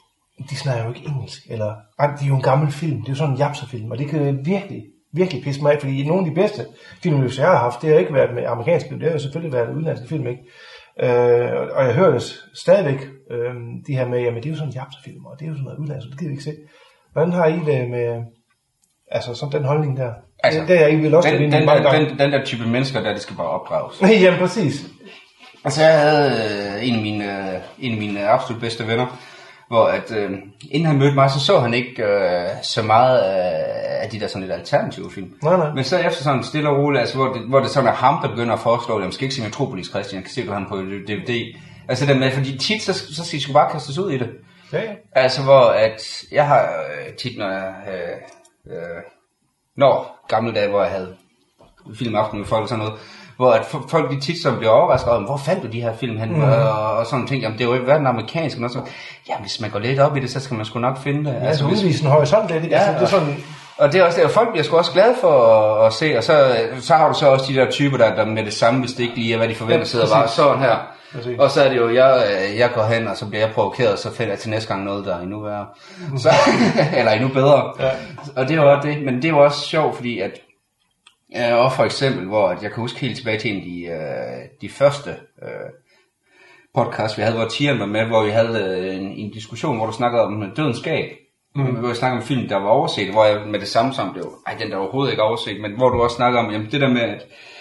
de snakker jo ikke engelsk, eller det er jo en gammel film, det er jo sådan en japserfilm, og det kan virkelig, virkelig pisse mig af, fordi nogle af de bedste film, jeg har haft, det har ikke været med amerikansk film, det har jo selvfølgelig været udenlandske film, ikke? Øh, og jeg hører det stadigvæk, øh, de her med, jamen det er jo sådan en japserfilm, og det er jo sådan noget udlandsk, det gider vi ikke se. Hvordan har I det med, altså sådan den holdning der? Altså, det, det er I vil også den, den, den, der, den, den der type mennesker, der det skal bare opdrages. Jamen præcis. Altså jeg havde øh, en af mine, øh, en af mine absolut bedste venner, hvor at, øh, inden han mødte mig, så så han ikke øh, så meget øh, af de der sådan lidt alternative film. Nej, nej. Men så efter sådan stille og roligt, altså, hvor, det, hvor det sådan er ham, der begynder at foreslå det, man skal ikke se Metropolis, Christian, kan se du ham på D V D. Altså det med, fordi tit, så, så skal I sgu bare kastes ud i det. Ja, ja. Altså hvor at, jeg har øh, tit, når jeg, øh, øh, når gamle dage, hvor jeg havde filmaften med folk og sådan noget, hvor at folk de tit så bliver overrasket om, hvor fandt du de her film hen, mm. og, og sådan ting, jamen det er jo ikke hverken amerikansk, og så, jamen hvis man går lidt op i det, så skal man sgu nok finde det. Ja, altså udvise en horisont, det, ja, altså, det er sådan... Og det er også det, og folk bliver sgu også glade for at, at se, og så, så har du så også de der typer, der, der med det samme, hvis det ikke lige er, hvad de forventer, ja, sidder bare sådan her. Præcis. Og så er det jo, jeg, jeg går hen, og så bliver jeg provokeret, og så finder jeg til næste gang noget, der er endnu værre. Så, eller endnu bedre. Ja. Og det er jo også det, men det er jo også sjovt, fordi at ja, og for eksempel, hvor jeg kan huske helt tilbage til en af de, øh, de første øh, podcast, vi havde, hvor Tieren var med, hvor vi havde øh, en, en diskussion, hvor du snakkede om Dødens Skab. Mm. Hvor vi snakkede om film, der var overset, hvor jeg med det samme som det var, ej, den der overhovedet ikke overset, men hvor du også snakkede om, jamen det der med, at,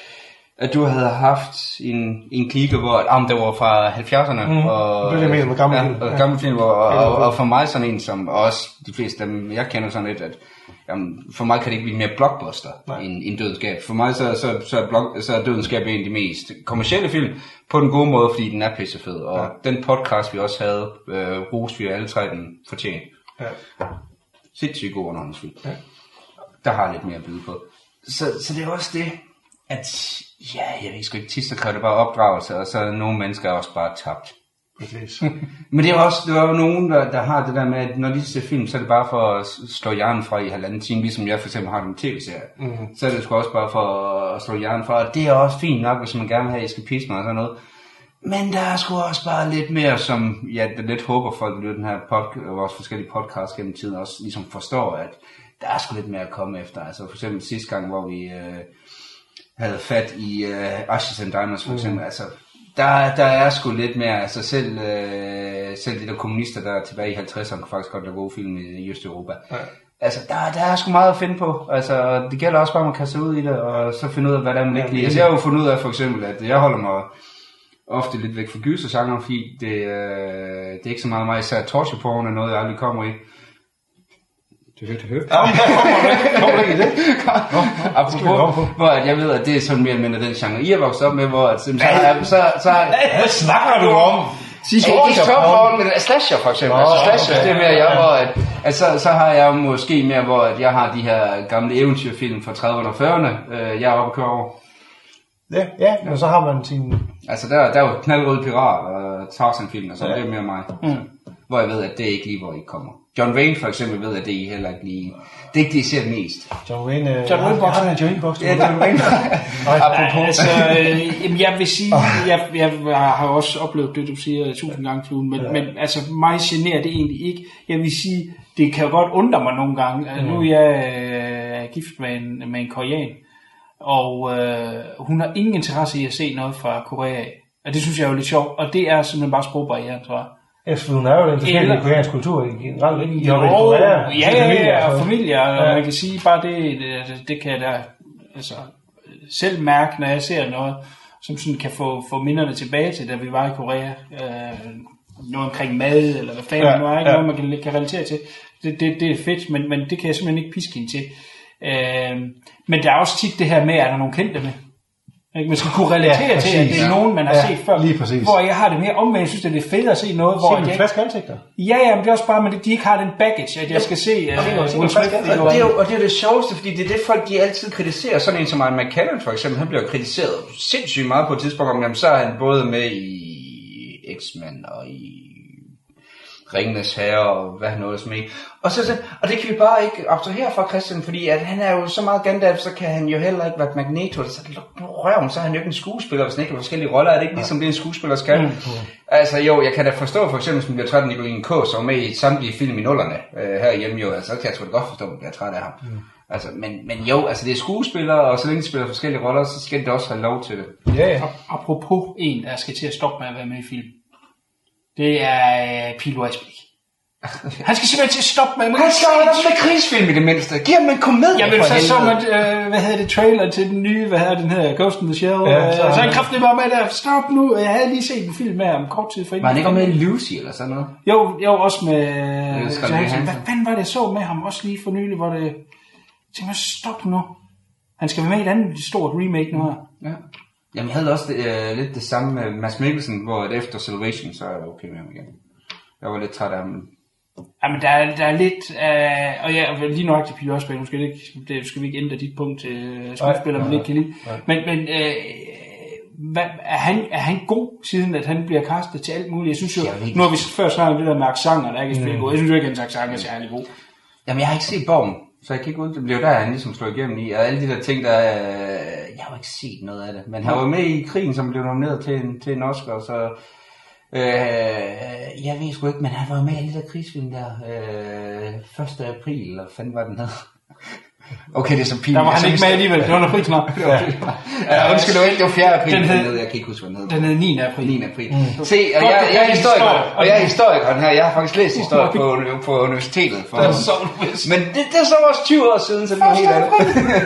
at du havde haft en, en klike, hvor at, ah, det var fra halvfjerdserne, mm. og det er det med, med gamle ja, film. Og gamle film, og, og, og, og for mig sådan en, som også de fleste af dem, jeg kender sådan lidt, at jamen, for mig kan det ikke blive mere blockbuster end, end Dødenskab. For mig så, så, så, er blok, så er Dødenskab en af de mest kommercielle film, på den gode måde, fordi den er pissefed. Og ja. Den podcast, vi også havde, øh, roste vi alle tre den fortjent. Ja. Sindssygt god underholdningsfilm. Ja. Der har lidt mere at byde på. Så, så det er også det, at ja, jeg ved sgu ikke, tit så kræver det bare opdragelse, og så er nogle mennesker også bare tabt. Men det er også, det er jo nogen, der, der har det der med, at når de ser film, så er det bare for at slå hjernen fra i halvanden time, ligesom jeg for eksempel har en tv-serie. Mm-hmm. Så er det sgu også bare for at slå hjernen fra, og det er også fint nok, hvis man gerne vil have eskapisme og sådan noget. Men der er sgu også bare lidt mere, som ja, det lidt håber folk, der den her podcast, vores forskellige podcasts gennem tiden, også ligesom forstår, at der er sgu lidt mere at komme efter. Altså for eksempel sidste gang, hvor vi øh, havde fat i øh, Ashes and Diamonds for eksempel, mm. altså Der, der er sgu lidt mere, altså selv, øh, selv de der kommunister, der er tilbage i halvtredserne, kan faktisk godt lave gode film i, i Østeuropa. Ja. Altså, der, der er sgu meget at finde på. Altså, det gælder også bare, at man kaster ud i det, og så finde ud af, hvad der er, man ikke lide. Altså, jeg har jo fundet ud af, for eksempel, at jeg holder mig ofte lidt væk fra gysergenren, fordi det, øh, det er ikke så meget mig, især torture porn er noget, jeg aldrig kommer i. Det hørte, det hørte. Kommer ikke i det? Apropos, hvor jeg ved, at det er sådan mere eller mindre den genre, I er vokset op med, hvor at, så, så, så, så, hvad snakker du om? Ikke topform, men slasher for eksempel. Altså slasher, det er mere jeg, hvor at, at så, så har jeg måske mere, hvor at jeg har de her gamle eventyrfilm fra trediverne og fyrrerne, øh, jeg er oppe at køre over. Ja, ja, men så har man sin... Altså, der, der er jo knaldrøde pirat og Tarzan-film og sådan, Ja. det er mere mig. Mm. Så, hvor jeg ved, at det er ikke lige, hvor I kommer. John Wayne for eksempel ved, at det er heller ikke lige... Det er ikke det, I ser mest. John Wayne... Øh, John Wayne har han en John Wayne box? Ja, John Wayne. Apropos. Altså, øh, jamen, jeg vil sige, jeg, jeg har også oplevet det, du siger, tusind gange fluen, men, ja. men altså, mig generer det egentlig ikke. Jeg vil sige, det kan jo godt undre mig nogle gange. Altså, nu er jeg øh, gift med en, med en korean, og øh, hun har ingen interesse i at se noget fra Korea af. Og det synes jeg er jo lidt sjovt, og det er simpelthen bare sprogbarriere, tror jeg. Efter hun er jo en forskellig koreansk kultur generelt, ikke? I har været i Jo, Korea, ja, ja, ja, og og- familier, og Ja. man kan sige bare det, det, det kan jeg da altså, selv mærke, når jeg ser noget, som sådan kan få, få minderne tilbage til, da vi var i Korea. Øh, noget omkring mad, eller hvad fanden Ja, ja, nu er, ikke ja. noget, man kan, kan relatere til. Det, det, det er fedt, men, men det kan jeg simpelthen ikke piske hende til. Øh, men der er også tit det her med, at der er nogle kendte med. Ikke? Man skal kunne relatere Ja, til, at det præcis. er nogen, man har Ja, set før. lige præcis. Hvor jeg har det mere omvendt. Jeg synes, det er lidt fedt at se noget, hvor... Se med jeg- flaske ansigter. Ja, ja, men det er også bare, at de ikke har den baggage, at jeg skal se uh, Will Smith. Og det, er jo, og det er det sjoveste, fordi det er det folk, de altid kritiserer. Sådan en som Ian McKellen for eksempel, han bliver kritiseret sindssygt meget på et tidspunkt, om jamen, så er han både med i X-Men og i Ringenes Herre og hvad han nåede med. Og, så, og det kan vi bare ikke abstrahere fra Christian, fordi at han er jo så meget Gandalf, så kan han jo heller ikke være Magneto. Så røven, så er han jo ikke en skuespiller, hvis han ikke har forskellige roller. Er det ikke ligesom det, en skuespiller skal? Mm. Altså jo, jeg kan da forstå for eksempel, hvis man bliver træt af Nicoline K, som er med i samtlige film i nullerne øh, herhjemme jo. Altså, så kan jeg sgu da godt forstå, at man bliver træt af ham. Mm. Altså, men, men jo, altså det er skuespillere, og så længe de spiller forskellige roller, så skal de også have lov til det. Ja, ja. Apropos en, der skal til at stoppe med at være med i film. Det er uh, Pilo Asbæk. Han skal simpelthen til at stoppe med. Han skal have noget krigsfilm i det mindste. Giv ham en komedie. Jamen, for så så man, helvede. øh, hvad hedder det, trailer til den nye, hvad hedder den her, Ghost in the Shell. Ja, Ja, så så, er så han- han kraftigt bare med der, stop nu. Jeg havde lige set en film med ham kort tid for Var han ikke med i Lucy eller sådan noget? Jo, jo, også med er Scarlett Jackson. Johansson. Hvad fanden var det, jeg så med ham også lige for nylig, hvor det... Jeg tænkte, stop nu. Han skal være med i et andet stort remake nu her. Ja. Jamen, jeg havde også det, øh, lidt det samme med Mads Mikkelsen, hvor at efter Salvation, så er jeg okay med ham igen. Jeg var lidt træt af ham. Jamen, der er, der er lidt... Øh, og ja, lige nok til Pilo Asbæk, nu skal, det ikke, det skal vi ikke ændre dit punkt til øh, skuespiller, man ikke kan lide. Men, men øh, hvad, er, han, er han god, siden at han bliver castet til alt muligt? Jeg synes jo, Jeg ved ikke. nu har vi før snakket om det der med accenter, der ikke er spillet god. Jeg synes jo ikke, at hans accent er særlig god. Jamen, jeg har ikke set Borgen, så jeg kan ikke ud. Det blev der, han ligesom slog igennem i. Og alle de der ting, der øh, jeg har jo ikke set noget af det. Men han var med i krigen, som blev nomineret til en, til en Oscar, så... Øh, jeg ved sgu ikke, men han var med i alle de der krigsfilm der. Øh, første april, eller hvad fanden var den hed? Okay, det er så pinligt. Der var han ikke med alligevel. Det var noget pris nok. Ja, undskyld, det var ikke, det var fjerde april. Den Den hed- hed, jeg kan ikke huske, hvad den hed. Den hed niende april. niende april. Mm. Se, og jeg, jeg, er historiker, og jeg er historikeren her. Jeg har faktisk læst historie på, på universitetet. For, men det, det er så også tyve år siden, så det var helt andet.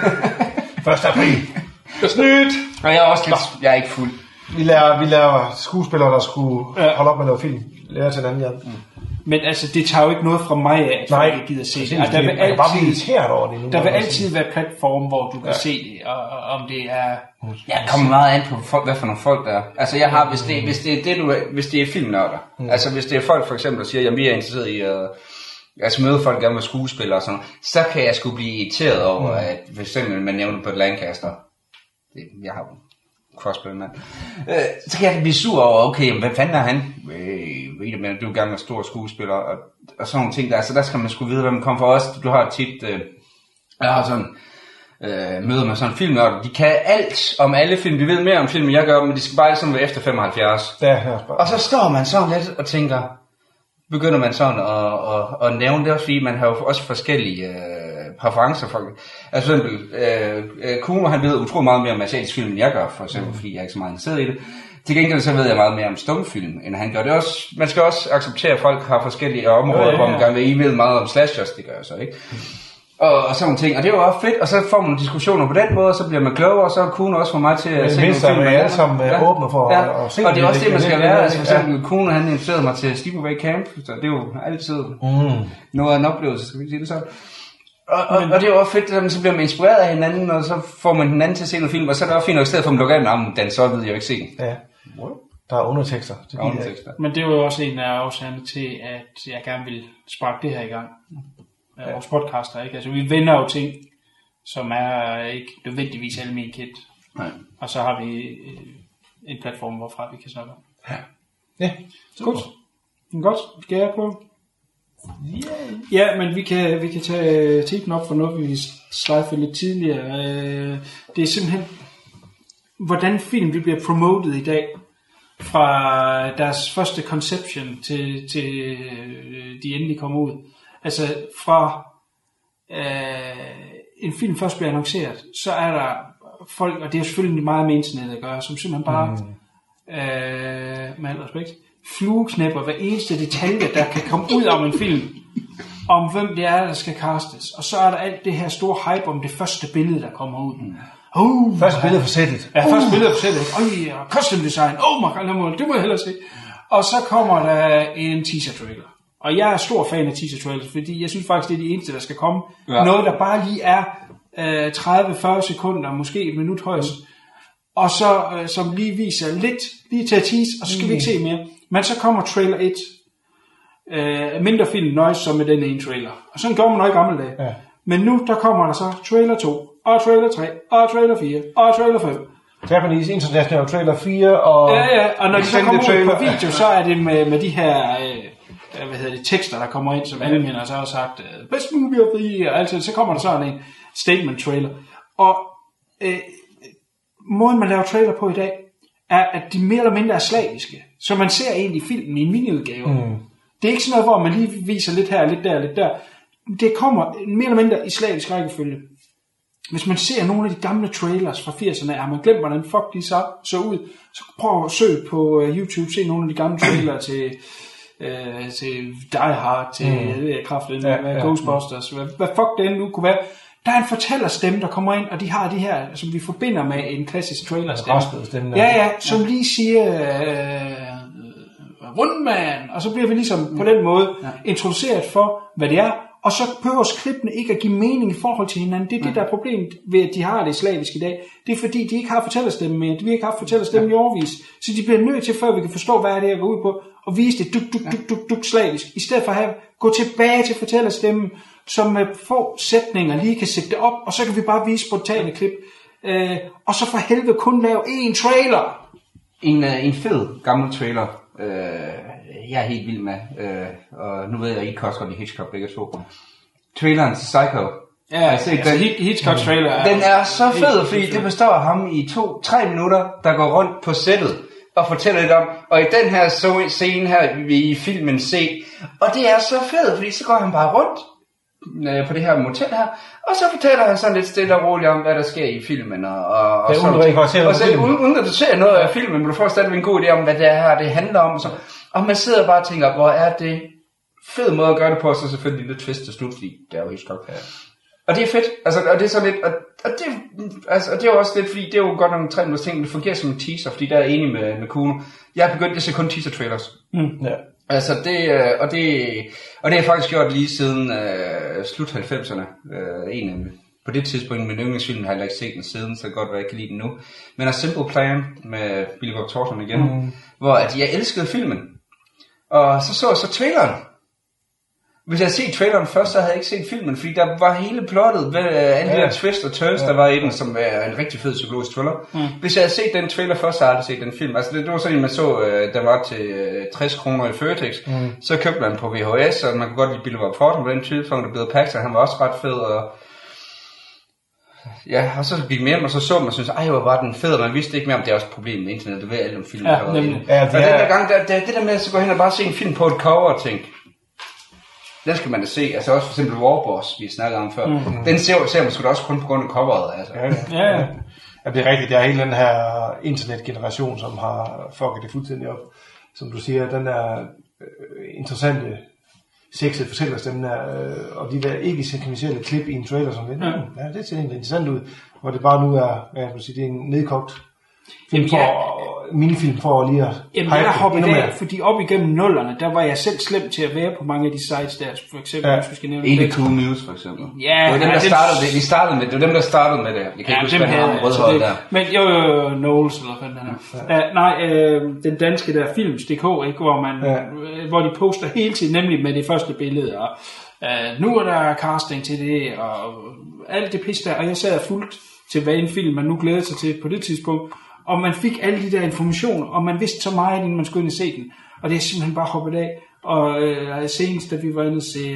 første april. Snydt! Og jeg er også lidt, jeg er ikke fuld. Vi lærer, vi lærer skuespillere, der skulle Ja. holde op med at lave film. Lære til en anden, ja. Mm. Men altså, det tager jo ikke noget fra mig af, at Nej, folk gider se det. præcis, Altså, der vil man kan bare blive altid, irriteret over det nu. der vil må man altid sige. være platform, hvor du kan se det, og, og om det er... Jeg kommer meget an på, folk, hvad for nogle folk der er. Altså jeg har, hvis det, hvis det er det, du er, hvis det er filmnørder. Mm. Altså hvis det er folk for eksempel, der siger, at vi er interesseret i at altså, møde folk, der gerne vil skuespillere og sådan noget, så kan jeg sgu blive irriteret over, mm. at for eksempel man nævner på et Lancaster. Det, jeg har crossbow-mand. Øh, så kan jeg blive sur over, okay, men hvad fanden er han? Øh, ved du, men du vil gerne være stor skuespiller, og, og sådan nogle ting der. Så der skal man sgu vide, hvad man kommer for os. Du har tit, øh, jeg har sådan, øh, møder med sådan en filmnørd. De kan alt om alle film. De ved mere om film, end jeg gør, men de skal bare sådan være efter femoghalvfjerds. Ja, her er Og så står man sådan lidt og tænker, begynder man sådan at, at, at nævne det også, fordi man har jo også forskellige øh, præferencer. For, altså for eksempel, øh, Kuno, han ved utrolig meget mere om asiatisk film, end jeg gør, for eksempel, mm. fordi jeg er ikke så meget interesseret i det. Til gengæld så ved jeg meget mere om stumfilm, end han gør. Det også, man skal også acceptere, at folk har forskellige områder, ja, ja, ja. hvor man gerne vil. I ved meget om slashers, det gør jeg så, ikke? Og, og sådan nogle ting, og det er jo også fedt, og så får man diskussioner på den måde, og så bliver man klogere, og så er Kuno også for mig til at Men se mindst nogle er film. vi alle sammen ja. åbne for ja. at, at se og det er også det, man skal være. Altså for eksempel, ja. Kuno, han interesserede mig til Sleepaway Camp, så det er jo altid Mm. noget af en oplevelse, skal vi sige det så. Og, og, og det er jo også fedt, at så bliver man inspireret af hinanden, og så får man hinanden til at se noget film, og så er det også fint, at i stedet for at man lukker af med armen, den så ved jeg jo ikke se den. Ja. Der er undertekster. Det Der er undertekster. Men det var jo også en af årsagerne til, at jeg gerne vil sparke det her i gang. Ja. Vores podcaster, ikke? Altså, vi vender jo ting, som er ikke nødvendigvis almindeligt kendt. Nej. Og så har vi øh, en platform, hvorfra vi kan snakke om. Ja. Ja, godt. Godt, skal jeg prøve? Yeah. Ja, men vi kan, vi kan tage titlen op for noget, vi slejfede lidt tidligere. Det er simpelthen, hvordan film bliver promotet i dag. Fra deres første conception til, til de endelig kommer ud. Altså fra øh, en film først bliver annonceret, så er der folk, og det er selvfølgelig meget med internet at gøre, som simpelthen bare, mm. øh, med al respekt, flueknæpper hver eneste detalje, der kan komme ud om en film, om hvem det er, der skal castes. Og så er der alt det her store hype om det første billede, der kommer ud. Mm. Uh, første billede for sættet. Ja, første uh. billede for sættet. Øj, og costume design. Åh, oh, man, det må jeg hellere se. Og så kommer der en teaser trailer. Og jeg er stor fan af teaser trailers, fordi jeg synes faktisk, det er de eneste, der skal komme. Ja. Noget, der bare lige er øh, tredive til fyrre sekunder, måske et minut højst. Mm. Og så, øh, som lige viser lidt, lige til at tease, og så skal mm. vi ikke se mere. Men så kommer trailer et. Øh, mindre film nøjes som med den ene trailer. Og sådan gjorde man nok i gamle dage. Ja. Men nu, der kommer der så trailer to. Og trailer tre, og trailer fire, og trailer fem. Japanese International trailer fire, og... Ja, ja, og når de så kommer ud på video, så er det med, med de her, øh, hvad hedder det, tekster, der kommer ind, som alle mener, så har sagt, best movie of the year, og altid, så kommer der sådan en statement trailer. Og øh, måden, man laver trailer på i dag, er, at de mere eller mindre er slaviske. Så man ser egentlig filmen i en miniudgave. Mm. Det er ikke sådan noget, hvor man lige viser lidt her, lidt der, lidt der. Det kommer mere eller mindre i slavisk rækkefølge. Hvis man ser nogle af de gamle trailers fra firserne, har man glemt, hvordan fuck de så, så ud, så prøv at søge på YouTube, se nogle af de gamle trailers til, øh, til Die Hard, til mm. kraften, ja, ja, Ghostbusters, hvad, hvad fuck det end nu kunne være. Der er en fortællerstemme, der kommer ind, og de har de her, som vi forbinder med en klassisk trailerstemme. Ja, ja, som lige siger, øh, rundmand, og så bliver vi ligesom mm. på den måde ja. introduceret for, hvad det er. Og så behøver skriptene ikke at give mening i forhold til hinanden. Det er det, der er problemet ved, at de har det slavisk i dag. Det er fordi, de ikke har fortællerstemme mere. De har ikke haft fortællerstemme ja. i årvis. Så de bliver nødt til, før vi kan forstå, hvad er det, jeg går ud på, og vise det duk, duk, duk, duk, duk slavisk. I stedet for at have, gå tilbage til fortællerstemmen, som med få sætninger lige kan sætte det op, og så kan vi bare vise spontane klip. Øh, og så for helvede kun lave én trailer. En, uh, en fed gammel trailer. Uh, jeg er helt vild med, uh, og nu ved jeg, at I kan også godt lide Hitchcock begge to. Traileren til Psycho. Ja, altså, den, Hitchcock trailer er... Den er så fed, fordi det består af ham i to, tre minutter, der går rundt på sættet og fortæller lidt om, og i den her scene her, vi i filmen se, og det er så fedt, fordi så går han bare rundt øh, på det her motel her, og så fortæller han sådan lidt stille og roligt om, hvad der sker i filmen, og, og, og ja, sådan noget. Og så uden, uden at du ser noget af filmen, men du får stadig en god idé om, hvad det her det handler om, og, så, og man sidder bare og tænker, hvor er det fed måde at gøre det på, og så selvfølgelig lidt twist til slut, fordi det er jo helt skok. Ja. Og det er fedt, altså, og det er så lidt, og, og, det, altså, og det er jo også lidt, fordi det er jo godt nogle tre minutter ting, det fungerer som en teaser, fordi der er enig med, med Kuno. Jeg har begyndt at se kun teaser trailers. Mm. Ja. Altså det, og det, og det har jeg faktisk gjort lige siden uh, slut halvfemserne. Uh, en af på det tidspunkt, min yndlingsfilm har jeg ikke set den siden, så godt, hvad jeg kan lide den nu. Men A Simple Plan med Billy Bob Thornton igen, mm. hvor at jeg elskede filmen. Og så så jeg så traileren. Hvis jeg havde set traileren først, så havde jeg ikke set filmen, fordi der var hele plottet med uh, alle de der twist og turns, ja. der var i den, som er en rigtig fed psykologisk thriller. Mm. Hvis jeg havde set den trailer først, så havde jeg aldrig set den film. Altså det, det var sådan en, man så, uh, der var til uh, tres kroner i Føtex. Mm. Så købte man på V H S, og man kunne godt lide Billy Bob Thornton på den tidspunkt, der blev Paxton, han var også ret fed. Og ja, og så gik man hjem, og så så man og syntes, ej, hvor var den fed, og man vidste ikke mere om det er også et problem med internet, du ved alt om film. Ja, nemlig. Ja, det, og den der gang, der, der, det der med at så gå hen og bare se en film på et cover og tænke, den skal man da se, altså også for eksempel War Boss, vi snakkede om før. Mm-hmm. Den ser, ser man sgu da også kun på grund af coveret, altså. Ja, ja. ja. ja, det er rigtigt. Det er hele den her internetgeneration, som har fucket det fuldstændig op. Som du siger, den der øh, interessante sexede fortællerstemmen der, øh, og de der ikke-sekventielle klip i en trailer, som det. Ja. ja, det ser egentlig interessant ud. Hvor det bare nu er, hvad jeg vil sige, det er en nedkogt film for, ja. minifilm for lige at Jamen, jeg hoppede der, fordi op igennem nullerne, der var jeg selv slem til at være på mange af de sites der, for eksempel, ja. hvis vi skal nævne det. Cool News, for eksempel. Ja, det var dem, der startede det. De startede med, det var dem, der startede med det. Jeg kan ja, ikke huske, hvad han altså der. Men jo, jo, Knowles, eller hvad den er. Ja. Uh, nej, øh, den danske der, Films punktum d k, ikke, hvor, man, ja. øh, hvor de poster hele tiden, nemlig med det første billede, og uh, nu er der casting til det, og alt det pis der, og jeg sad og fulgte til hvad en film man nu glæder sig til på det tidspunkt. Og man fik alle de der informationer, og man vidste så meget, inden man skulle ind og se den. Og det er simpelthen bare hoppet af. Og øh, senest, da vi var inde og se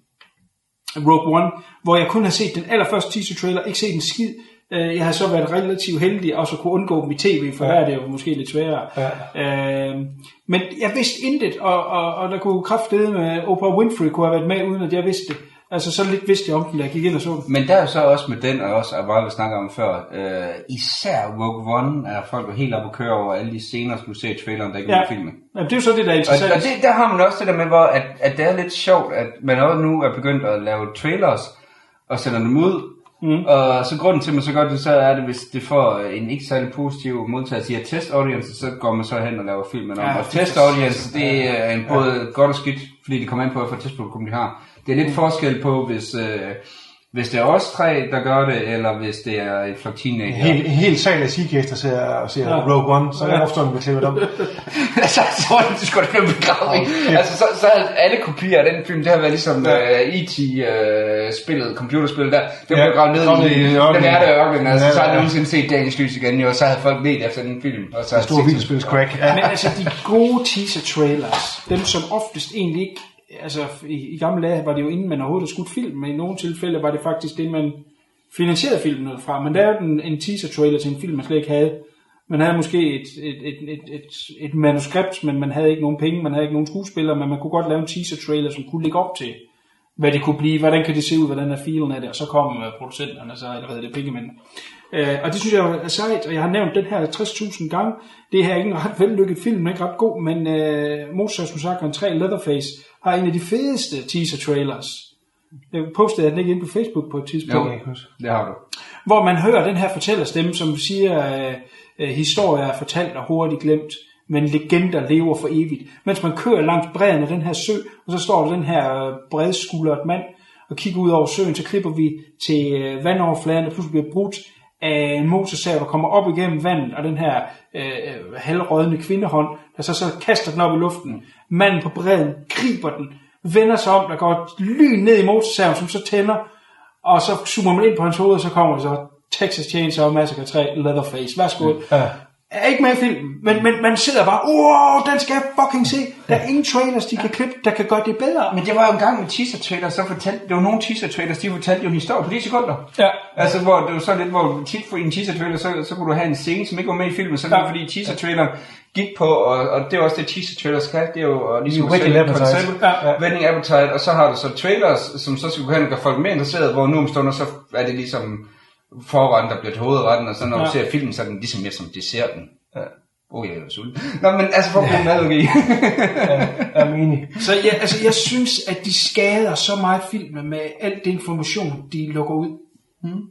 øh, Rogue One, hvor jeg kun har set den allerførste teaser-trailer, ikke set en skid. Øh, jeg har så været relativt heldig, og så kunne undgå dem i tv, for ja. Her er det jo måske lidt sværere. Ja. Øh, men jeg vidste intet, og, og, og der kunne kraftedeme med Oprah Winfrey kunne have været med, uden at jeg vidste det. Altså, så lidt vidste jeg om den, da jeg gik ind og så den. Men der er jo så også med den, og også, hvad vi snakker om før, øh, især Rogue One er folk jo helt op at køre over alle de scener, som du ser i traileren, der ikke ja. er filmen. Ja, det er jo så det, der er interessant. Og, og det, der har man også det der med, hvor, at, at det er lidt sjovt, at man også nu er begyndt at lave trailers, og sender dem ud. Mm. Og så grunden til, at man så godt det, så er det, hvis det får en ikke særlig positiv modtagelse i at test audience, så går man så hen og laver filmen om. Ja, og test audience, det er en både ja. godt og skidt, fordi de kommer ind på, hvad for testpublikum de har. Det er lidt mm. forskel på, hvis, øh, hvis det er os tre, der gør det, eller hvis det er et flok teenager. Helt, helt sejl af Seagate, der ser, ser ja. Rogue One, så er jeg ofte med klippet om. Altså, så var det sgu da blevet begravet. Altså, så, så havde alle kopier af den film, det har været ligesom ja. uh, E T-spillet, uh, computerspillet der, det blev ja. gravet ned i den ærte ørken, altså, ja, ja. Så har jeg nogensinde set dagens lys igen, og så havde folk let efter den film. Og så stor videospils crack. Ja. Men altså, de gode teaser-trailers, dem som oftest egentlig ikke, altså i, i gamle dage var det jo inden man overhovedet skudt film, men i nogle tilfælde var det faktisk det, man finansierede filmen ud fra. Men der er jo en, en teaser-trailer til en film, man slet ikke havde. Man havde måske et, et, et, et, et, et manuskript, men man havde ikke nogen penge, man havde ikke nogen skuespillere, men man kunne godt lave en teaser-trailer, som kunne ligge op til, hvad det kunne blive, hvordan kan det se ud, hvordan er feelen af det, og så kom uh, producenterne, så, eller hvad hedder det, pengemænd. Uh, og det synes jeg er sejt, og jeg har nævnt den her tres tusind gange. Det her er ikke en ret vellykket film, ikke ret god, men uh, Motorsavsmassakren tre Leatherface har en af de fedeste teaser-trailers. Jeg postede den ikke ind på Facebook på et tidspunkt. Jo, det har du. Hvor man hører den her fortællerstemme, som siger, at uh, uh, historier er fortalt og hurtigt glemt, men legender lever for evigt. Mens man kører langs bredden af den her sø, og så står der den her uh, bredskuldret mand, og kigger ud over søen, så klipper vi til uh, vandoverfladen, der pludselig bliver brudt af en motorsav, der kommer op igennem vandet, og den her øh, halvrådne kvindehånd, der så, så kaster den op i luften. Manden på bredden griber den, vender sig om, der går et lyn ned i motorsaven, som så tænder, og så zoomer man ind på hans hoved, og så kommer det så Texas Chainsaw Massacre tre Leatherface. Værsgo. Ja. Er ikke med i filmen, men, men man sidder bare, wow, den skal jeg fucking se. Der er ingen trailers, de kan klippe, der kan gøre det bedre. Men det var jo en gang med teaser-trailers, så fortalte, det var nogle teaser-trailers, de fortalte jo en historie på de sekunder. Ja. Altså, hvor det var så lidt, hvor tit for en teaser-trailer, så, så kunne du have en scene, som ikke var med i filmen, så ja. Fordi teaser-traileren gik på, og, og det er også det teaser-trailers skal, det er jo ligesom at sælge koncept, wedding appetite, og så har du så trailers, som så skal gå hen og gøre folk mere interesseret, hvor nu omstunder, så er det ligesom forretten, der bliver til hovedretten, og så når ja. Du ser filmen, så er den ligesom mere som desserten. Ja. Oh, jeg er sulten. Nå, men altså, for at bruge madlogi. Ja, jeg er enig. Så ja, altså, jeg synes, at de skader så meget filmen med alt det information, de lukker ud. Hmm.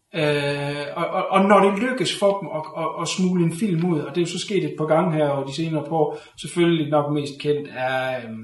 Øh, og, og, og når det lykkes for dem at, at, at smule en film ud, og det er jo så sket et par gange her og de senere par år, selvfølgelig nok mest kendt er øhm,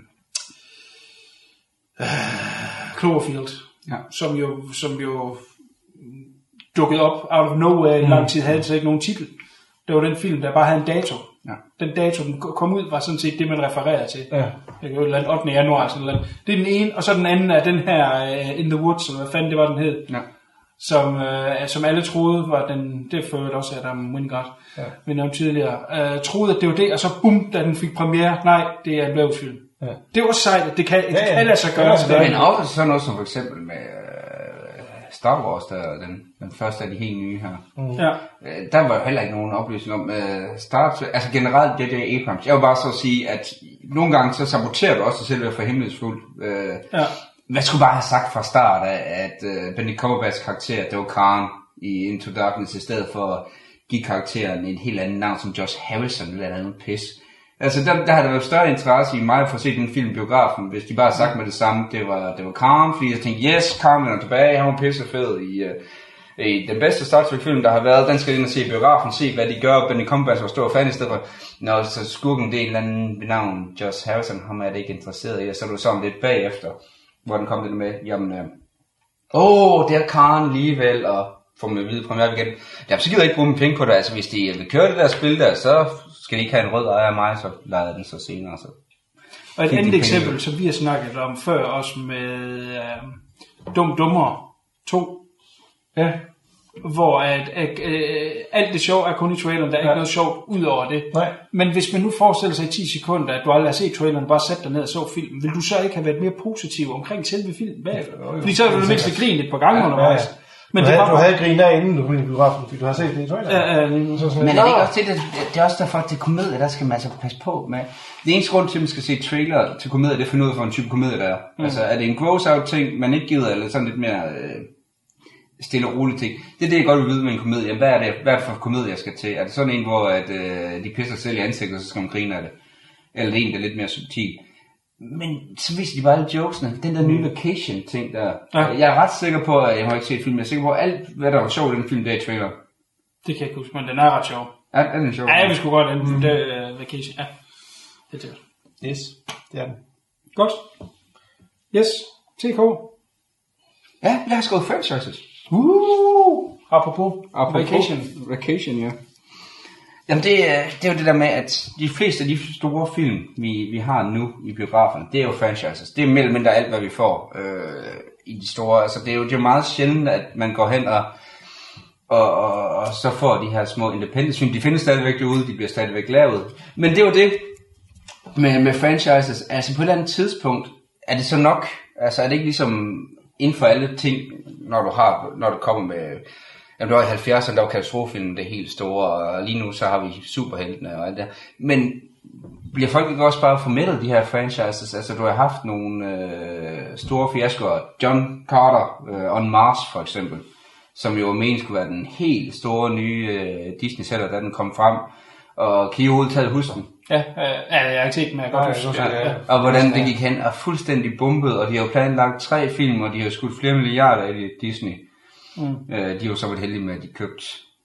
øh, Cloverfield, ja. som jo som jo dukkede op out of nowhere i mm. lang tid, havde så ikke nogen titel. Det var den film, der bare havde en dato. Ja. Den dato, den kom ud, var sådan set det, man refererer til. Ja. Det var et eller andet ottende januar. Sådan noget. Det er den ene, og så den anden er den her uh, In the Woods, eller hvad fanden det var, den hed. Ja. Som, uh, som alle troede var den, det førte også Adam Wingard, ja. Vi nævnte tidligere, uh, troede, at det var det, og så bum, da den fik premiere, nej, det er en blævsfilm. Ja. Det var sejt, at det kan, ja, ja. Det kan lade sig gøre. Ja, men også sådan noget som for eksempel med Star Wars, der den, den første af de helt nye her. Mm. Ja. Der var jo heller ikke nogen oplysning om uh, Star Trek, altså generelt J J Abrams. Jeg vil bare så sige, at nogle gange så saboterer du også dig selv ved at få hemmelighedsfuldt. Uh, ja. Man skulle bare have sagt fra start af, at uh, Benedict Cumberbatchs karakter, det var Khan i Into Darkness, i stedet for at give karakteren en helt anden navn som Josh Harrison eller andet pis. Altså, der, der har der været større interesse i mig for at se den film biografen, hvis de bare havde sagt med det samme, det var, det var Khan, fordi jeg tænkte, yes, Khan vender tilbage, han var pissefed i, uh, i den bedste Star Trek film, der har været, den skal ind og se i biografen, se hvad de gør, Benedict Cumberbatch var stor fan i stedet for, når så skurken det er en eller anden benavn, Josh Harrison, ham er det ikke interesseret i, og så er du sådan lidt bagefter, hvor den kom lidt med, jamen, åh, uh, oh, det er Khan alligevel, og får man at vide premiere igen, jamen, så gider jeg ikke bruge mine penge på det, altså hvis de vil køre det der spil der, så skal de ikke have en rød ejer af mig, så lader den så senere. Så. Og et andet eksempel, som vi har snakket om før, også med øh, Dum Dummer to. Ja. hvor at, at, at, alt det sjov er kun i traileren, der er ja. ikke noget sjovt ud over det. Nej. Men hvis man nu forestiller sig i ti sekunder, at du aldrig har set traileren, bare sætte dig ned og så filmen, vil du så ikke have været mere positiv omkring selve filmen bagefter? Fordi så er du det mindste grine et par gange ja, undervejs. Ja, ja. Men du, det havde, var... du havde grinet af, inden du kom ind i biografen, fordi du har set det i traileren. Ja, ja, men er det ikke også det, det er også derfor, at det er komedie, der skal man altså passe på med. Det eneste grund til, at man skal se trailer til komedie, det er at finde ud af, for en type komedie, der er. Mm. Altså, er det en gross-out ting, man ikke gider, eller sådan lidt mere øh, stille og roligt ting. Det er det, jeg godt vil vide med en komedie. Hvad er det, hvad er det for komedie, jeg skal til? Er det sådan en, hvor at, øh, de pisser selv i ansigtet, så skal man grine af det? Eller det er en, der er lidt mere subtil? Men så viser de bare alle jokesene. Den der nye Vacation-ting der. Ja. Jeg er ret sikker på, at jeg har ikke set filmen. Jeg er sikker på, at alt, hvad der var sjovt i den film, det er i trailer. Det kan jeg ikke huske, men den er ret sjov. Er, er den sjov? Ja, jeg vil sgu godt den. Mm. Det er uh, Vacation. Ja, det er det. Yes, det er den. Godt. Yes, T K. Ja, jeg har skrevet franchises. Uh, apropos, apropos Vacation. Vacation, ja. Jamen det, det er jo det der med, at de fleste af de store film, vi, vi har nu i biograferne, det er jo franchises. Det er mellem mindre alt, hvad vi får øh, i de store. Altså det er jo det er meget sjældent, at man går hen og, og, og, og så får de her små independent film. De findes stadigvæk derude, de bliver stadigvæk lavet. Men det er jo det med, med franchises. Altså på et eller andet tidspunkt, er det så nok? Altså er det ikke ligesom inden for alle ting, når du har, når du kommer med... Jamen, det var i halvfjerdserne, der var katastrofefilmen det helt store, og lige nu så har vi superheltene og alt det. Men bliver folk ikke også bare formættet de her franchises? Altså, du har haft nogle øh, store fiaskoer. John Carter øh, on Mars for eksempel, som jo meningen skulle være den helt store nye øh, Disney-sælger, da den kom frem. Og kan I overhovedet taget huske den? Ja, øh, jeg har ikke set den, men jeg kan godt huske ja, ja. Og hvordan det gik hen, er fuldstændig bumpet, og de har jo planlagt tre film, og de har skudt flere milliarder i Disney. Mm. Øh, de er jo så været heldige med, at de købte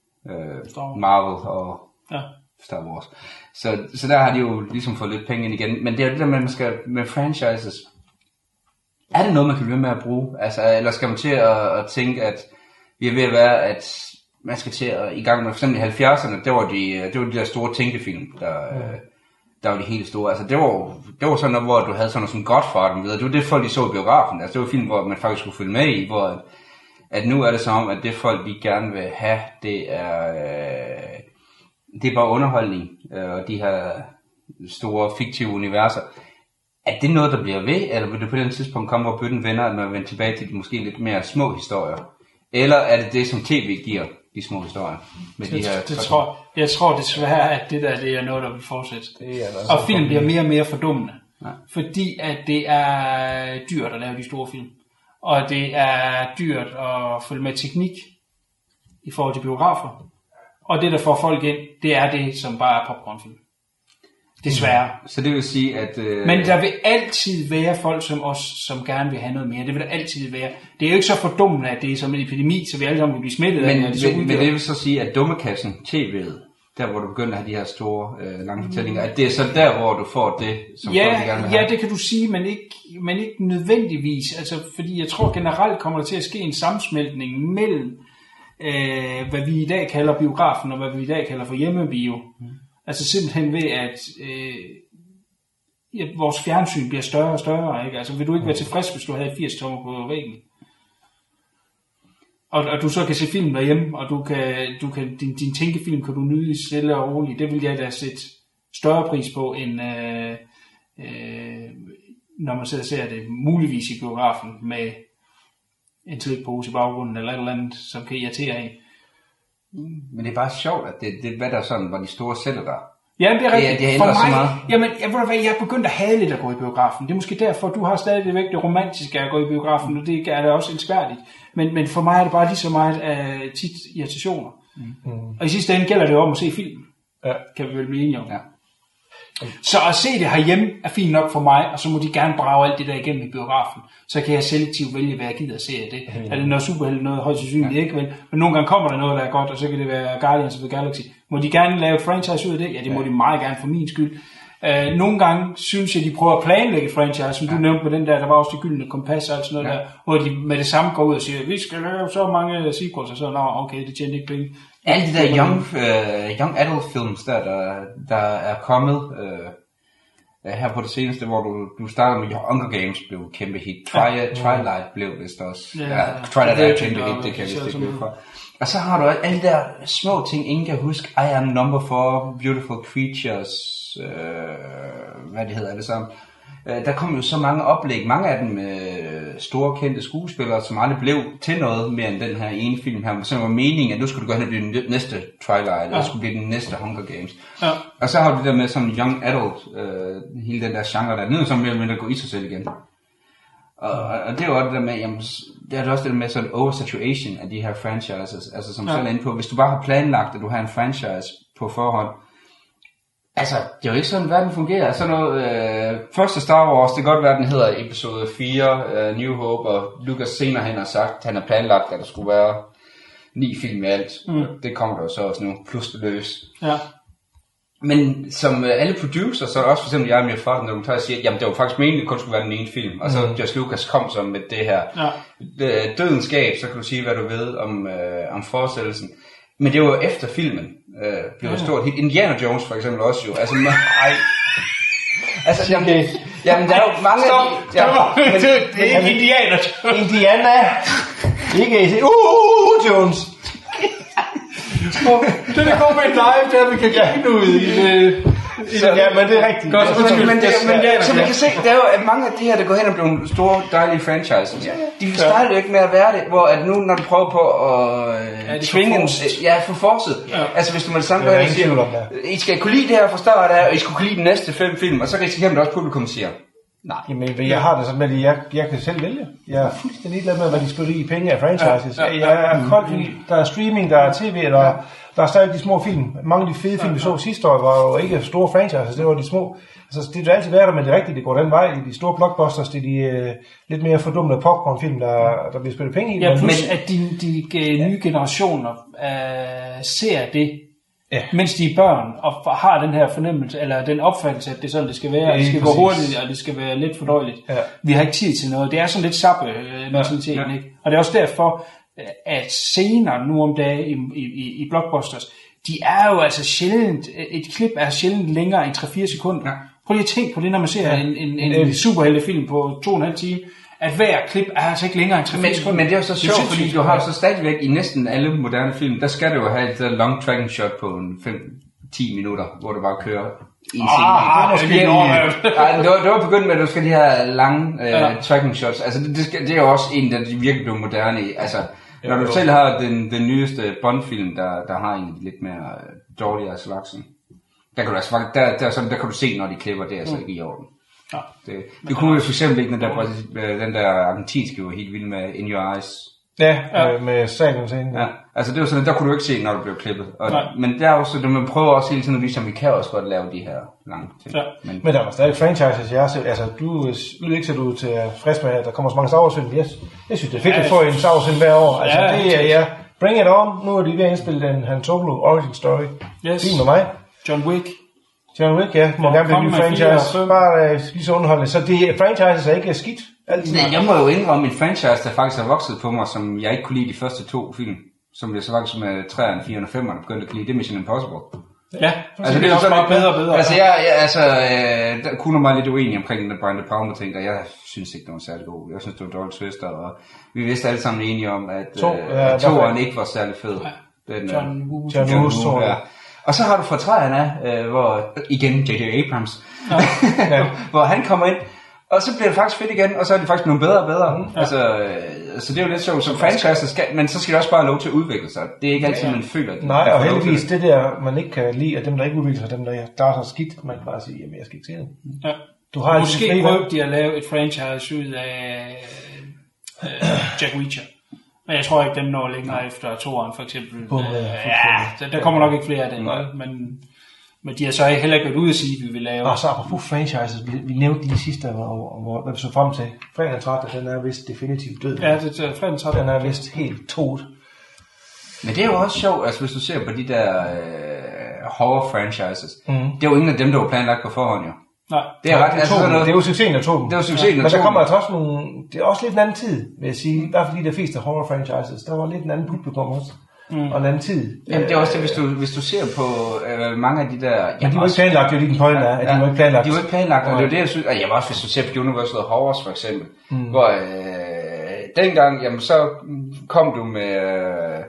øh, Marvel og ja. Star Wars. Så, så der har de jo ligesom fået lidt penge ind igen. Men det er jo det der med, at man skal med franchises. Er det noget, man kan blive med at bruge? Altså, eller skal man til at, at tænke, at vi er ved at være, at man skal til at i gang med, for eksempel i halvfjerdserne, der var de, det var de der store tænkefilm, der, mm. der var de helt store. Altså, det var, det var sådan noget, hvor du havde sådan noget som Godfather videre. Det var det folk, de så i biografen. Altså, det var film, hvor man faktisk skulle følge med i, hvor at nu er det som om, at det folk, de gerne vil have, det er, øh, det er bare underholdning, øh, og de her store fiktive universer. Er det noget, der bliver ved, eller vil det på den tidspunkt komme, hvor bøtten vender, at man vender tilbage til de måske lidt mere små historier? Eller er det det, som tv giver, de små historier? Med det, de her, det tror, jeg tror desværre, at det der det er noget, der vil fortsætte. Det er altså og film bliver mere og mere fordummende, ja. Fordi at det er dyrt at lave de store film. Og det er dyrt at følge med teknik i forhold til biografer. Og det, der får folk ind, det er det, som bare er popcornfilm. Desværre. Så det vil sige, at... Øh... Men der vil altid være folk som os, som gerne vil have noget mere. Det vil der altid være. Det er jo ikke så fordummende, at det er som en epidemi, så vi alle sammen vil blive smittet. Men, af, men, men det vil så sige, at dummekassen, tv'et, der hvor du begynder at have de her store øh, lange fortællinger, at det er så der, hvor du får det, som ja, folk gerne vil have. Ja, det kan du sige, men ikke, men ikke nødvendigvis. Altså, fordi jeg tror generelt kommer der til at ske en sammensmeltning mellem, øh, hvad vi i dag kalder biografen, og hvad vi i dag kalder for hjemmebio. Mm. Altså simpelthen ved, at øh, ja, vores fjernsyn bliver større og større. Ikke? Altså, vil du ikke være tilfreds, hvis du havde firs tommer på væggen? Og, og du så kan se film derhjemme, og du kan, du kan, din, din tænkefilm kan du nyde stille og roligt. Det vil jeg da sætte større pris på, end øh, øh, når man sidder og ser det muligvis i biografen med en slikpose i baggrunden, eller et eller andet, som kan irritere en. Men det er bare sjovt, at det, det hvad der sådan var de store sælger der. Ja, det er rigtigt. Det, det for mig, så meget. Jamen, jeg, jeg er begyndt at have lidt at gå i biografen. Det er måske derfor, du har stadigvæk det romantiske at gå i biografen, og det er da også elskværdigt. Men, men for mig er det bare lige så meget af tit irritationer. Mm. Og i sidste ende gælder det jo om at se film. Ja. Kan vi vel blive enige om. Ja. Så at se det herhjemme er fint nok for mig, og så må de gerne brage alt det der igennem i biografen. Så kan jeg selektivt vælge, hvad jeg gider at se af det. Mm. Er det noget superheldigt, noget højst sandsynligt, ja. Ikke vel? Men nogle gange kommer der noget, der er godt, og så kan det være Guardians of the Galaxy. Må de gerne lave et franchise ud af det? Ja, det må ja. de meget gerne for min skyld. Uh, nogle gange synes jeg, de prøver at planlægge et franchise, som ja. du nævnte med den der, der var også de gyldne kompas og alt sådan noget ja. der, hvor de med det samme går ud og siger, vi skal lave så mange sequels, og så, nå, okay, det tjener ikke penge. Alle de der young, uh, young adult films, der, der, der er kommet uh, her på det seneste, hvor du, du starter med Hunger Games, blev kæmpe hit. Tri- ja. Twilight blev vist også. Ja, ja, Twilight er kæmpe hit, det kan jeg vist ikke blive fra. Og så har du alle de der små ting, ingen kan huske. I am number four, beautiful creatures, øh, hvad det hedder, er det sammen. Øh, der kom jo så mange oplæg, mange af dem med øh, store kendte skuespillere, som aldrig blev til noget mere end den her ene film her. Så var meningen, at nu skulle du gå hen og blive den næste Twilight, eller ja. skulle blive den næste Hunger Games. Ja. Og så har du det der med sådan young adult, øh, hele den der genre der, nu som mere eller mindre går i sig selv igen. Og, og det er jo også det der med, jamen, det er også det der med sådan oversaturation af de her franchises, altså som ja. selv er inde på, hvis du bare har planlagt, at du har en franchise på forhånd, altså, det er jo ikke sådan, verden fungerer. Altså noget, øh, første Star Wars, det kan godt være, den hedder episode fire, øh, New Hope, og Lucas senere hen har sagt, at han har planlagt, at der skulle være ni film i alt. Mm. Det kommer der jo så også nu, plus det løs. Ja. Men som øh, alle producers, så er der også for eksempel jeg og min far, når du tager og siger, jamen det var faktisk meningen, at det kun skulle være den ene film. Og så mm. George Lucas kom så med det her ja. Dødens Gab, så kan du sige, hvad du ved om, øh, om forestillelsen. Men det var jo efter filmen øh, blev ja. stort hit. Indiana Jones for eksempel også jo. Altså, man, ej. Altså, jamen, det, jamen, der er jo mange... Stop, jamen, men, det er ikke Indiana Jones. Indiana. Ikke... Uh, Jones. Det er kommet med en live, der vi kan grine ud i det. Så, ja, men det er rigtigt. Godt, men, men, det, men det, så man kan se, der er jo at mange af de her, der går hen og bliver nogle store, dejlige franchises. Ja, ja. De starter jo ikke med at være det, hvor at nu, når du prøver på at ja, tvinge en... Ja, for forset. Ja. Altså, hvis du med det samme gør, og siger, I skal kunne lide det her fra start af, og I skulle kunne lide de næste fem film, og så risikerer man også, publikum siger, nej. Jamen, jeg har det sådan med, at jeg, jeg kan selv vælge. Jeg er fuldstændig ligeglad med, hvad de spiller i penge af franchises. Ja, ja, ja. Jeg er koldt i, der er streaming, der er tv, der, ja. der er stadig de små film. Mange af de fede film, vi så sidste år, var jo ikke store franchises, det var de små. Altså, det er altid været der, men det er rigtigt, det går den vej. I de store blockbusters, det er de uh, lidt mere fordumlede popcornfilm, der, der bliver spillet penge i. Ja, plus men, at de, de uh, nye generationer uh, ser det, ja. mens de er børn, og har den her fornemmelse, eller den opfattelse, at det er sådan, det skal være, ja, det skal præcis. gå hurtigt, og det skal være lidt fordøjeligt. Ja. Vi har ikke tid til noget. Det er sådan lidt sappe øh, mentaliteten, ja. ikke? Og det er også derfor, at scener nu om dagen i, i, i blockbusters, de er jo altså sjældent, et klip er sjældent længere end tre fire sekunder. Ja. Prøv lige at tænke på det, når man ser ja. en, en, en, en superheltefilm på to og en halv time, at hver klip er altså ikke længere end tre fire sekunder. Men det er jo så sjovt, fordi du har så stadigvæk i næsten alle moderne film, der skal du jo have et long tracking shot på fem til ti minutter, hvor du bare kører i en scene. Ah, måske det, det, var, det var begyndt med, at du skal de her lange uh, ja. tracking shots. Altså det, det, skal, det er jo også en, der virkelig blev moderne i. Altså, når du selv har den, den nyeste Bond-film, der, der har en lidt mere dårligere slagsen, der kan du altså, der, der, der, der kan du se, når de klipper, det er altså mm. ikke i orden. Ja. Det, det kunne jo for eksempel ikke, den der, den der argentinske var helt vild med In Your Eyes. Ja, ja. Øh, med sagen scenen. Ja, altså det var sådan, der kunne du ikke se, når du blev klippet. Og, men der er også, det, man prøver også hele tiden at vise, at vi kan også godt lave de her lange ting. Ja. Men, men der var stadig franchises, jeg ser, altså du lyder ikke, så du er til frisk med, at der kommer så mange Star Wars film. Jeg, jeg synes, det er fedt ja, at få en Star Wars film hver år. Altså ja, det er, ja, bring it on. Nu er de ved at indspille den Han Solo Origin Story. Yes. Fint med mig. John Wick. John Wick, ja. Må gerne blive en ny franchise. Bare uh, lige så underholdende. Så det franchises er ikke skidt. Altid. Nej, jeg må jo indrømme en franchise, der faktisk har vokset på mig, som jeg ikke kunne lide de første to film. Som jeg så faktisk med treerne, firerne og femmerne begyndte at kunne lide. Det er Mission Impossible. Ja, altså det er også bare bedre og bedre. Altså jeg, jeg altså, øh, der kunne mig lidt uenig omkring den Brian De Palma ting, og jeg synes ikke, det var særlig god. Jeg synes, det var dårligt twister, og vi vidste alle sammen enige om, at to, øh, ja, toeren ikke var særlig fed. Den, John Woo. John Woo, ja. Og så har du fra træerne, øh, hvor igen J J Abrams, ja. Ja. hvor han kommer ind, og så bliver det faktisk fedt igen, og så er det faktisk nogle bedre og bedre. Ja. Altså, øh, så det er jo lidt sjovt, som franchise skal, men så skal det også bare have lov til at udvikle sig. Det er ikke altid, man føler det. Nej, og heldigvis det der, man ikke kan lide, at dem, der ikke udvikler sig, dem, der starter skidt, man kan bare sige, jamen jeg skal ikke se det. Ja. Du har måske prøvet de at lave et franchise ud af øh, Jack Reacher. Men jeg tror ikke, den når længere efter toeren, for eksempel. Bum, øh, ja, der kommer nok ikke flere af den, men, men de har så heller ikke været ude at sige, at vi vil lave. Og så apropos franchises, vi, vi nævnte lige sidste, hvor, hvor, hvad vi så frem til. Fredag trettende, den er vist definitivt død. Ja, det er fredag trettende. Den er vist helt tot. Men det er jo også sjovt, altså hvis du ser på de der øh, horror franchises, mm. det er jo ingen af dem, der var planlagt på forhånd, jo. Nej, det er, ret, altså sådan noget, det er jo succesen af togen. Det var succesen ja. Men der kommer altså også nogle, det er også lidt en anden tid, vil jeg sige. I hvert fald de der fleste horror franchises, der var lidt en anden publikum også. Mm. Og en anden tid. Jamen det er også det, hvis du, hvis du ser på øh, mange af de der... Men de var ikke planlagt, det er jo lige den pointe er, at ja, de var ikke planlagt. De var ikke planlagt, og det er det, jeg synes... Og jeg var også, hvis du ser på Universal Horrors for eksempel, mm. hvor øh, dengang, jamen så kom du med... Øh,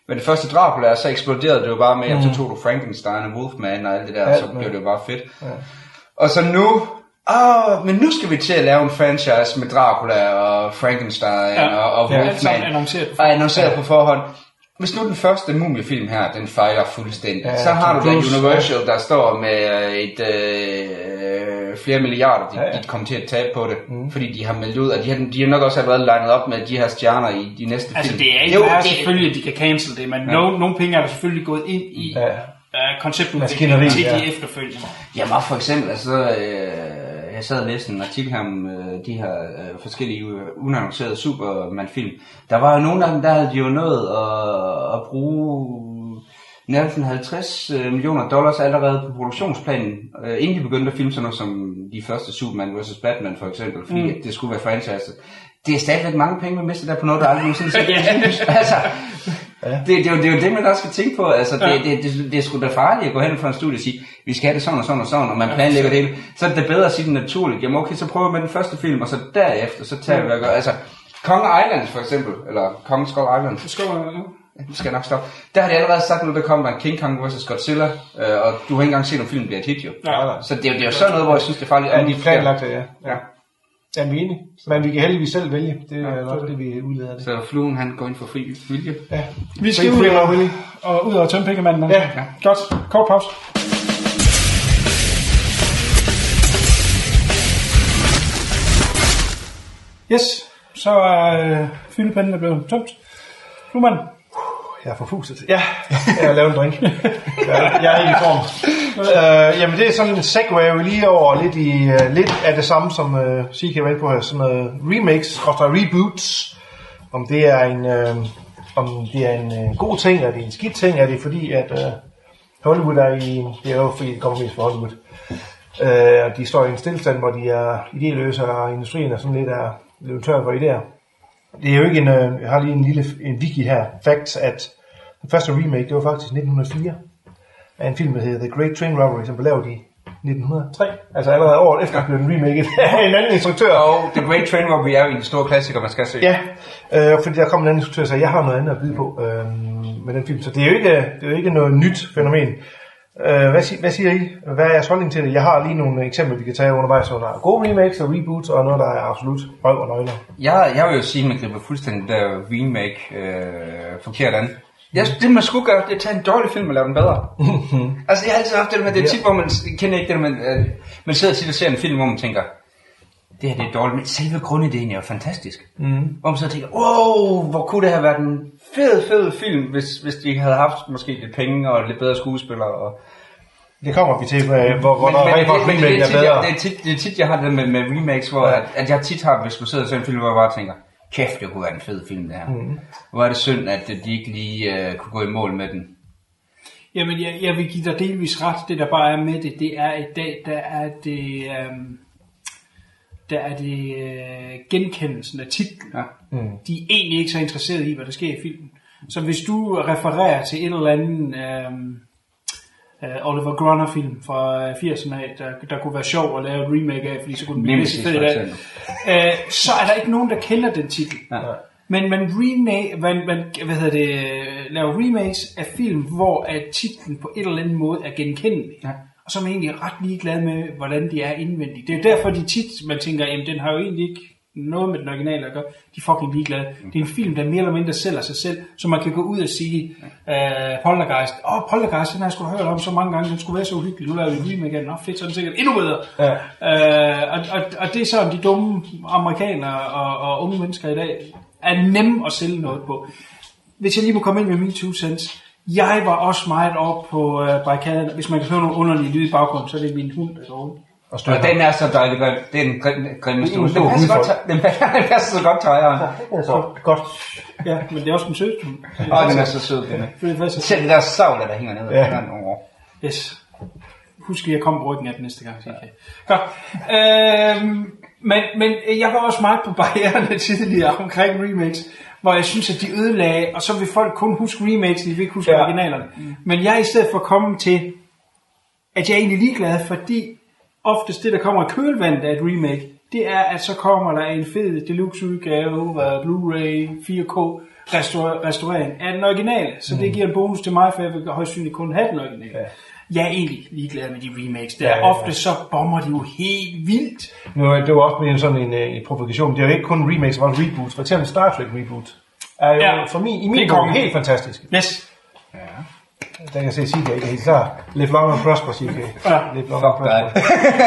Men det første Dracula, så eksploderede det jo bare med, mm. så tog du Frankenstein og Wolfman og alt det der, ja, så blev det jo bare fedt. Ja. Og så nu, åh, men nu skal vi til at lave en franchise med Dracula og Frankenstein ja. og, og Wolfman. Ja, annonceret og annonceret ja. på forhånd. Hvis nu den første mumiefilm her, den fejler fuldstændig, ja, så har du da Universal, der står med et øh, flere milliarder, de, ja, ja. de kommer til at tabe på det, mm. fordi de har meldt ud, og de har, de har nok også allerede legnet op med de her stjerner i de næste altså, film. Altså det er ikke jo, bare det... selvfølgelig, at de kan cancel det, men ja. no, nogle penge er der selvfølgelig gået ind i ja. uh, konceptudviklingen til ja. de efterfølgende. Jamen for eksempel, altså... Øh, jeg sad og læste en artikel her om øh, de her øh, forskellige øh, unannoncerede Superman-film. Der var jo nogle af dem, der havde de jo nået at, at bruge nærmest halvtreds millioner dollars allerede på produktionsplanen, øh, inden de begyndte at filme sådan noget som de første Superman versus. Batman for eksempel, fordi mm. det skulle være franchise. Det er stadigvæk mange penge, man mister der på noget, der aldrig nogensinde set. Altså, ja. det, det, er jo, det er jo det, man også skal tænke på. Altså, det, det, det, det er sgu da farligt at gå hen fra en studie og sige, vi skal have det sådan og sådan og sådan, og man planlægger det hele. Så er det bedre at sige det naturligt. Jamen okay, så prøver vi med den første film, og så derefter, så tager vi og gør. Altså, Kong Island for eksempel, eller Kong Skull Island. Skull Island, ja. Nu skal jeg nok stoppe. Der har de allerede sagt nu, der kommer en King Kong versus. Godzilla, øh, og du har ikke engang set, om filmen bliver et hit, jo. Ja, så det, det er jo sådan noget, hvor jeg synes, det er farligt. Ja, de planlagt det, ja. ja. Ja, vi er enige. Men vi kan heldigvis selv vælge. Det er ja, nok det, vi udleder det. Så fluen, han går ind for fri vilje. Ja. Vi skal ud og, og ud og tømme pengemanden. Ja. ja. Godt. Kort pause. Yes. Så er øh, fyldepinden blevet tømt. Fluemanden. Jeg er forfuset. Ja, jeg har lavet en drink. Jeg, jeg er ikke i form. Uh, jamen det er sådan en segway lige over lidt, i, uh, lidt af det samme, som uh, C K var inde på her. Sådan noget remakes, og reboots. Om det er en, uh, om det er en uh, god ting, eller det er en skidt ting, er det fordi, at uh, Hollywood er i, det er jo fordi, det kommer mest fra Hollywood. Uh, de står i en stillestand, hvor de er idéløse, og industrien er sådan lidt, er, lidt tør for idéer. Det er jo ikke en, uh, jeg har lige en lille en wiki her, facts, at den første remake, det var faktisk nitten hundrede og fire, af en film, der hedder The Great Train Robbery, som blev lavet i nitten hundrede og tre. Altså allerede året efter blev den remaket af en anden instruktør. Og The Great Train Robbery er jo en stor klassiker, man skal se. Ja, øh, fordi der kom en anden instruktør, så jeg har noget andet at byde på øh, med den film. Så det er jo ikke, det er jo ikke noget nyt fænomen. Øh, hvad, sig, hvad siger I? Hvad er jeres holdning til det? Jeg har lige nogle eksempler, vi kan tage undervejs, så der er gode remakes og reboots, og noget, der er absolut røv og nøgler. Jeg, jeg vil jo sige, at man griber fuldstændig der remake øh, forkert an. Ja, det man skulle gøre, det er at tage en dårlig film og lave den bedre. Altså jeg har altid haft det med, det er tit, hvor man kender ikke det, man, øh, man sidder tit og ser en film, hvor man tænker, det her det er dårligt, men selve grundideen er jo fantastisk. Mm. Hvor man så tænker, wow, hvor kunne det have været en fed, fed film, hvis, hvis de havde haft måske lidt penge og lidt bedre skuespillere. Og det kommer vi til, hvor, hvor der rigtig godt remake er bedre. Det er, tit, det er tit, jeg har det med, med remakes, hvor ja. at, at jeg tit har, hvis man sidder og ser en film, hvor jeg bare tænker, kæft, det kunne være en fed film, det her. Mm. Hvor er det synd, at de ikke lige uh, kunne gå i mål med den. Jamen, jeg, jeg vil give dig delvis ret. Det, der bare er med det, det er i dag, der er det, um, der er det uh, genkendelsen af titlen. Ja. Mm. De er egentlig ikke så interesserede i, hvad der sker i filmen. Så hvis du refererer til en eller anden um, uh, Oliver Gruner-film fra firserne af, der, der kunne være sjov at lave et remake af, fordi så kunne den blive lidt fed i dag, uh, så er der ikke nogen, der kender den titel. Ja. Men man, remake, man, man hvad hedder det, laver remakes af film, hvor at titlen på en eller anden måde er genkendelig. Ja. Og så er man egentlig ret ligeglad med, hvordan de er indvendigt. Det er jo derfor, de tit, man tænker, jamen den har jo egentlig ikke noget med den originale at gøre. De er fucking ligeglade. Det er en film, der mere eller mindre sælger sig selv, så man kan gå ud og sige, uh, Poltergeist, åh, oh, Poltergeist, den har jeg sgu hørt om så mange gange, den skulle være så uhyggelig, nu laver vi en remake af den, nå fedt, så er den sikkert endnu bedre. Ja. Uh, og, og, og det er sådan, de dumme amerikanere og, og unge mennesker i dag er nemme at sælge noget på. Hvis jeg lige må komme ind med mine two cents, jeg var også meget oppe på uh, barrikaden. Hvis man kan høre nogle underlige lyde i baggrunden, så er det min hund, der går. Og, og den er så dejlig, det er en grimme stol. Den passer så godt til ejeren. Det er så godt. Ja, men det er også en sød hund. Åh, den er så sød, den er. Selv det der savl, der hænger ned. Ja. Yes. Husk, at jeg kommer på ryggen af den næste gang. Okay. Godt. Øhm, men, men jeg var også meget på barriererne tidligere omkring remakes, hvor jeg synes, at de ødelagde, og så vil folk kun huske remakes, de vil ikke huske ja. originalerne. Mm. Men jeg er i stedet for at komme til, at jeg er egentlig ligeglad, fordi oftest det, der kommer i kølvandet af et remake, det er, at så kommer der en fed deluxe udgave, Blu-ray, fire K, restaur- restaurering af den originale. Så mm. det giver en bonus til mig, for jeg vil højst synligt kun have den originale. Ja. Jeg er egentlig ligeglad med de remakes. Der ja, ja, ja. Ofte så bomber de jo helt vildt. Nu, det var også med sådan en, en provokation. Det er jo ikke kun remakes, det var en reboot. For eksempel Star Trek reboot er jo ja. for min, i min gang helt fantastisk. Yes. Ja. Der kan jeg se, at Sige ikke er helt klar. Live long and prosper, Sige. Ja. Live long and prosper.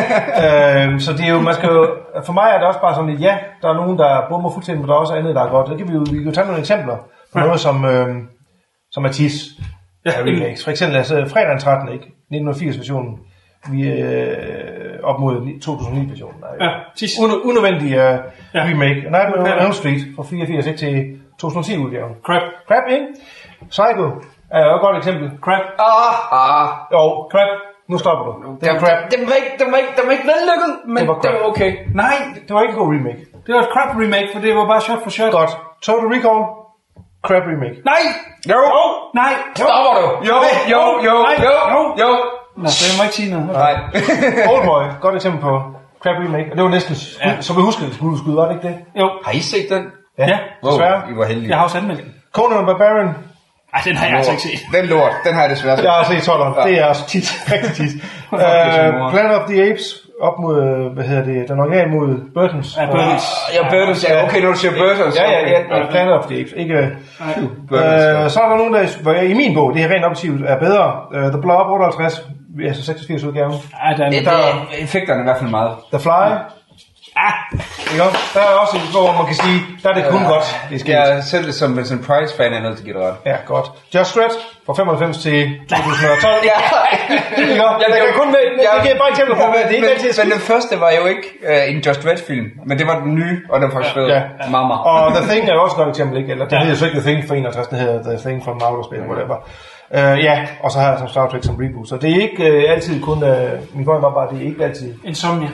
øhm, så det er jo, man skal jo, for mig er det også bare sådan lidt, ja, der er nogen, der bomber fuldstændig, men der er også andet, der er godt. Det kan vi jo, vi kan jo tage nogle eksempler på ja. noget, som, øhm, som Mathias ja. er remakes. For eksempel, altså fredag den trettende, ikke? nitten firs versionen. Vi er øh, op mod to tusind ni versionen. Ja, Un- unødvendig øh, ja. remake. Nightmare on Elm Street fra fireogfirs ikke til to tusind ti udgaven. Crap. Crap, ikke? Psycho er jo et godt eksempel. Crap. Ah, ah. Jo, crap. Nu stopper du. Det er crap. Det var ikke, det var ikke, det var ikke vellykket, men det var, det var okay. Nej, det var ikke en god remake. Det var et crap remake, for det var bare shot for shot. Godt. Total Recall. Crap remake. Nej! Jo! Jo! Nej! Stopper du? Jo! Jo! Jo! Jo! Jo! Jo! Nå, så jeg må ikke sige noget. Nej. Oldboy. Godt eksempel på crap remake. Og det var næsten, ja. som vi husker det, skulle skyde, var det ikke det? Jo. Har I set den? Ja, ja. Desværre. Wow, I var heldige. Jeg har også anmeldt den. Conan Barbarian. Ej, den har jeg altså ikke set. Den lort, den har jeg desværre set. Jeg har set tolleren. Ja. Det er også tit, rigtig tit. uh, Planet of the Apes, op mod, hvad hedder det, den original mod Burtons. Ja, Burtons. Ja, Burtons, ja. Okay, når du siger Burtons. Ja, ja, ja, ja. Planet of the Apes, ikke... Uh, så er der nogen, der hvor jeg, i min bog, det her rent objektivt, er bedre. Uh, The Blob otteoghalvtreds, altså seksogfirs udgaven. Ja, der er... Der effekterne i hvert fald meget. The Fly. Ah, ikke? Der er også, hvor man kan sige, der er det kun ja, godt. Det er jeg er selv som Vincent Price fan er nødt til at give det ret. Ja, godt. Just Red fra femoghalvfems til to tusind og tolv. Ja, ja, jeg kan kun med, jeg giver bare eksempler på, det er ikke altid. Men den første var jo ikke uh, en Just Red film, men det var den nye, og den var faktisk fed. Ja, ja. Mamma. Og The Thing er jo også et godt eksempel, ikke? Eller det ja. hedder så ikke The Thing for enogtres, det hedder The Thing from Outer Space, whatever. Uh, ja, og så har jeg som Star Trek som reboot. Så det er ikke uh, altid kun, uh, min point var bare, det er ikke altid. Insomnia.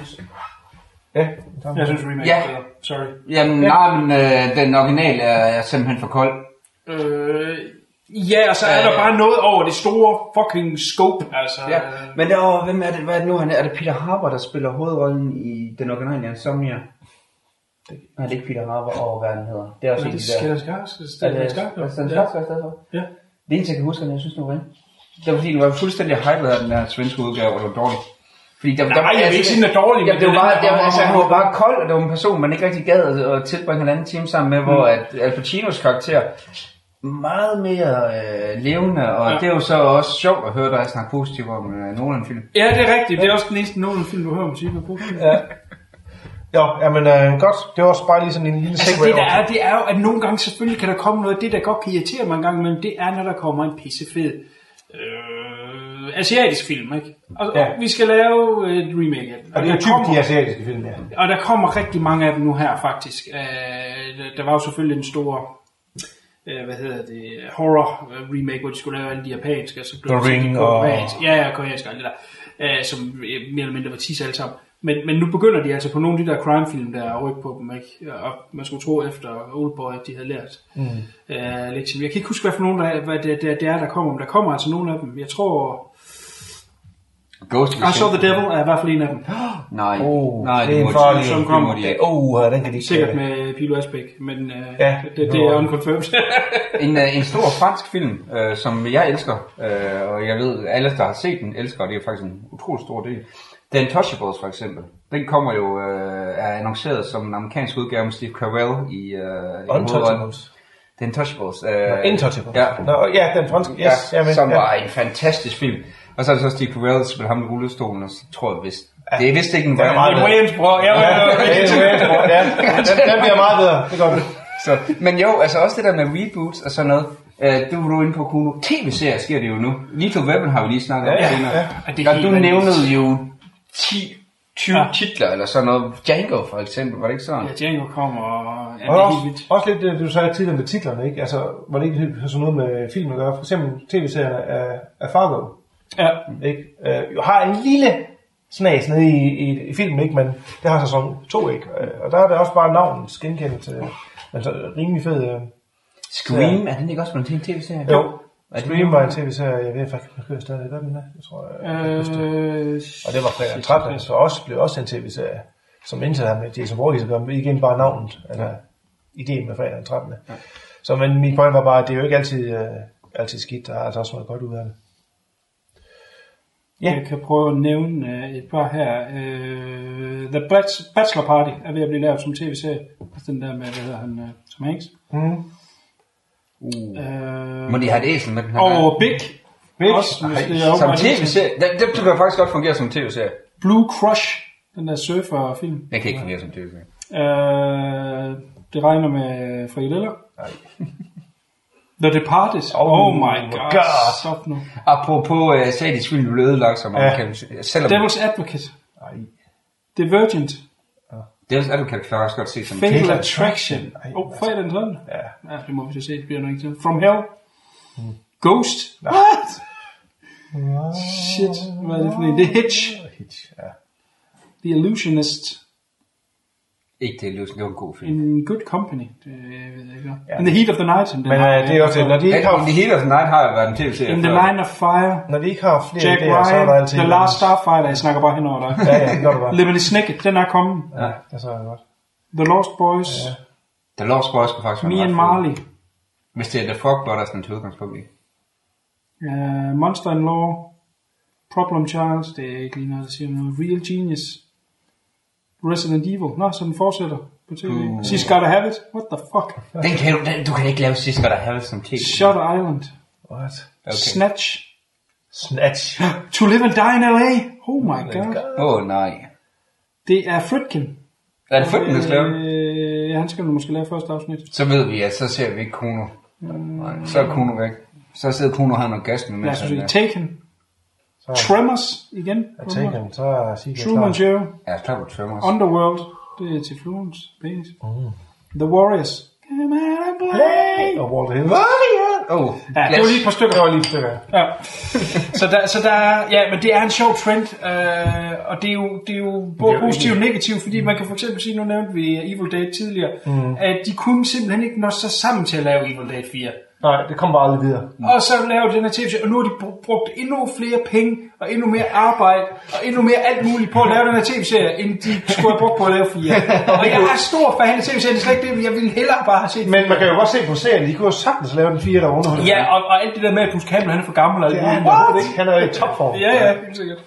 Ja, jeg synes remake ja. er sorry. Jamen, ja. nej, men øh, den originale er, er simpelthen for kold. Øh, ja, og så er øh, der bare noget over det store fucking scope, altså. Ja. Men der er, hvem er det, hvad er det nu? Han er, er det Peter Harbour, der spiller hovedrollen i den originale Insomnia? Det, nej, det er ikke Peter Harbour, og hvad han hedder. Det er også men en det skal der skal. Er det Sten Skarsgård? Ja. Det eneste, jeg kan huske, at jeg synes, det var rent. Det var fordi, den var fuldstændig hyped af den der svenske udgave, og det var dårligt. Fordi der, Nej, der var, jeg vil ikke sige, den er dårlig. Ja, det var bare, det var, altså, han var bare kold, og det var en person, man ikke rigtig gad at tilbringe en anden time sammen med, mm. hvor at Al Pacinos karakter meget mere øh, levende, og ja. det er jo så også sjovt at høre dig snakke positivt om øh, Nolan-film. Ja, det er rigtigt. Det er også den eneste Nolan-film, du hører musik på. Ja. Jo, jamen øh, godt. Det var også bare lige sådan en lille altså, det, der er, det er jo, at nogle gange selvfølgelig kan der komme noget, det der godt kan irritere mig en gang, men det er, når der kommer en pissefed øh, asiatisk film, ikke? Og, ja. og vi skal lave et remake af den. Og, og det er typisk de asiatiske film, ja. Og der kommer rigtig mange af dem nu her, faktisk. Øh, der var jo selvfølgelig en stor... hvad hedder det, horror remake, hvor de skulle lave alle de japanske, og så blev The Ring og... Ja, ja, koreanske og alt det der, øh, som mere eller mindre var tis alle sammen. Men, men nu begynder de altså på nogle af de der crime-film, der er ryk på dem, ikke? Og man skulle tro efter Oldboy, at de havde lært mm. øh, lektion. Jeg kan ikke huske, hvad for nogen der, hvad det, det, det er, der kommer, men der kommer altså nogle af dem. Jeg tror... Ghost I Saw the Devil er i hvert fald en af dem. Nej, oh, nej, det er en farlig, som kommer. Oh, den kan de ikke. Sikkert med Pilo Asbæk, men uh, ja, det, det er unconfirmed. en, en stor fransk film, uh, som jeg elsker, uh, og jeg ved, alle der har set den elsker, og det er faktisk en utrolig stor del. The Untouchables for eksempel. Den kommer jo, uh, er annonceret som en amerikansk udgave med Steve Carell i uh, Untouchables. The Untouchables. Uh, no, Intouchables. Ja. No, ja, den franske. Yes, ja, ja, som ja. var en fantastisk film. Og så er det så Steve Carell, der spiller ham i rullestolen, og så tror jeg vist... Ja. Det er vist ikke en vej. Det er Wayans bror. Ja, ja, ja, den bliver meget bedre. Det går det. Så, men jo, altså også det der med reboots og sådan noget. Uh, du var inde på Kuno. T V-serier sker det jo nu. Lethal Weapon har vi lige snakket om. Ja, ja, ja. Du nævnede jo ti tyve ja. titler eller sådan noget. Django for eksempel, var det ikke sådan? Ja, Django kommer og... Ja, og også, også lidt det, du sagde tidligere med titlerne, ikke? Altså, var det ikke sådan noget med film at gøre? For eksempel tv-serierne af, af Fargo. Ja. Ikke? Uh, har en lille snas nede i, i, i filmen, ikke? Men det har sæson to, ikke? Og der er det også bare navnet genkendt til... Altså, rimelig fed... Uh, Scream, serie. Er den ikke også på en tv-serie? Jo. Scream var en tv-serie, jeg ved faktisk, jeg kører stadig, hvad den er, jeg tror, jeg, jeg øh, og det var fredag den trettende, så også blev også en tv-serie, som indtil der med Jason Voorhees at gøre, igen bare navnet, eller ideen med fredag den trettende. Ja. Så men min point var bare, at det er jo ikke altid, øh, altid skidt. Der er altså også noget godt ud af det. Ja. Jeg kan prøve at nævne uh, et par her. Uh, The Bachelor Party er ved at blive lavet som tv-serie. Den der med, hvad hedder han, uh, Tom Hanks. Mm. Uh. Uh, Må de have et æsel med den her? Og Big. Big. Også, Ej, det er som tv-serie. Det, det tror jeg faktisk godt fungerer som tv-serie. Blue Crush. Den der surfer-film. Den kan ikke fungere som tv-serie. Uh, det regner med frikadeller. Nej. The Departed. Oh, oh my god. god. Stop nu. Apropos uh, sadisk film, du blev ødelagt, som man kan... Selvom... Devil's Advocate. Nej. Divergent. Ja. Devil's Advocate kan jeg også godt se som... Fatal Attraction. Åh, oh, fredag den tredje. Ja. Ja, det må vi så se. Det bliver nok ikke til. From Hell. Mm. Ghost. Nej. What? Shit. Hvad er det for en? Det er Hitch. Hitch, ja. The Illusionist. Ikke The Illusion, det var en god film. In Good Company. Det ved jeg ikke. Ja. In the Heat of the Night. Men uh, det er også det, når de ikke har... In the Heat of the Night har jo været en tv-serie. In the Line of Fire. Når de ikke har flere Jack idéer, så er der altid... The Last Starfighter, jeg snakker bare henover dig. Ja, ja, det gør du bare. Lemony Snicket, den er kommet. Ja, det så jeg godt. The Lost Boys. Ja. The Lost Boys skulle faktisk være Me and Marley. Hvis det er The Frog Brothers, den til udgangspunkt i. Uh, Monster in Law. Problem Child, det er ikke lige noget, der siger noget. Real Genius. Resident Evil. Nå, så den fortsætter på tv. Uh. She's Gotta Have It. What the fuck? Den kan du, den, du kan ikke lave She's Gotta Have It som tv. Shutter Island. What? Okay. Snatch. Snatch. To Live and Die in L A. Oh my god. Åh oh, nej. Det er Friedkin. Er det Friedkin, der skal lave? Øh, ja, han skal måske lave første afsnit. Så ved vi, at så ser vi ikke Kuno. Nej, så er Kuno væk. Så sidder Kuno og har noget gas med. Lad os sige Taken. Så. Tremors igen. Ja, Taken, så er Siegel Truman Show. Ja, så er Tremors. Underworld. Det er til Florence. Mm. The Warriors. Come out and play. Og Walter Hill. Oh, ja, det var lige et par stykker. Det var lige et stykker. Ja. så, der, så der er, ja, men det er en sjov trend, øh, og det er jo, det er jo både positivt og negativt, fordi man kan for eksempel sige, nu nævnte vi Evil Dead tidligere, mm. at de kunne simpelthen ikke nå sig sammen til at lave Evil Dead fire. Nej, det kom bare aldrig videre. Mm. Og så lavede den her tv-serie, og nu har de brugt endnu flere penge, og endnu mere arbejde, og endnu mere alt muligt på at lave den her tv-serie, end de skulle have brugt på at lave fire. Og jeg er stor fan af tv-serien, det er slet ikke det, jeg ville hellere bare have set. Men man kan jo godt se på serien, de kunne jo sagtens lave den fire, der underholder. Ja, og, og alt det der med, at Bruce Campbell, han er for gammel. Ja, han er ikke, han er i topform. Ja, ja, helt sikkert.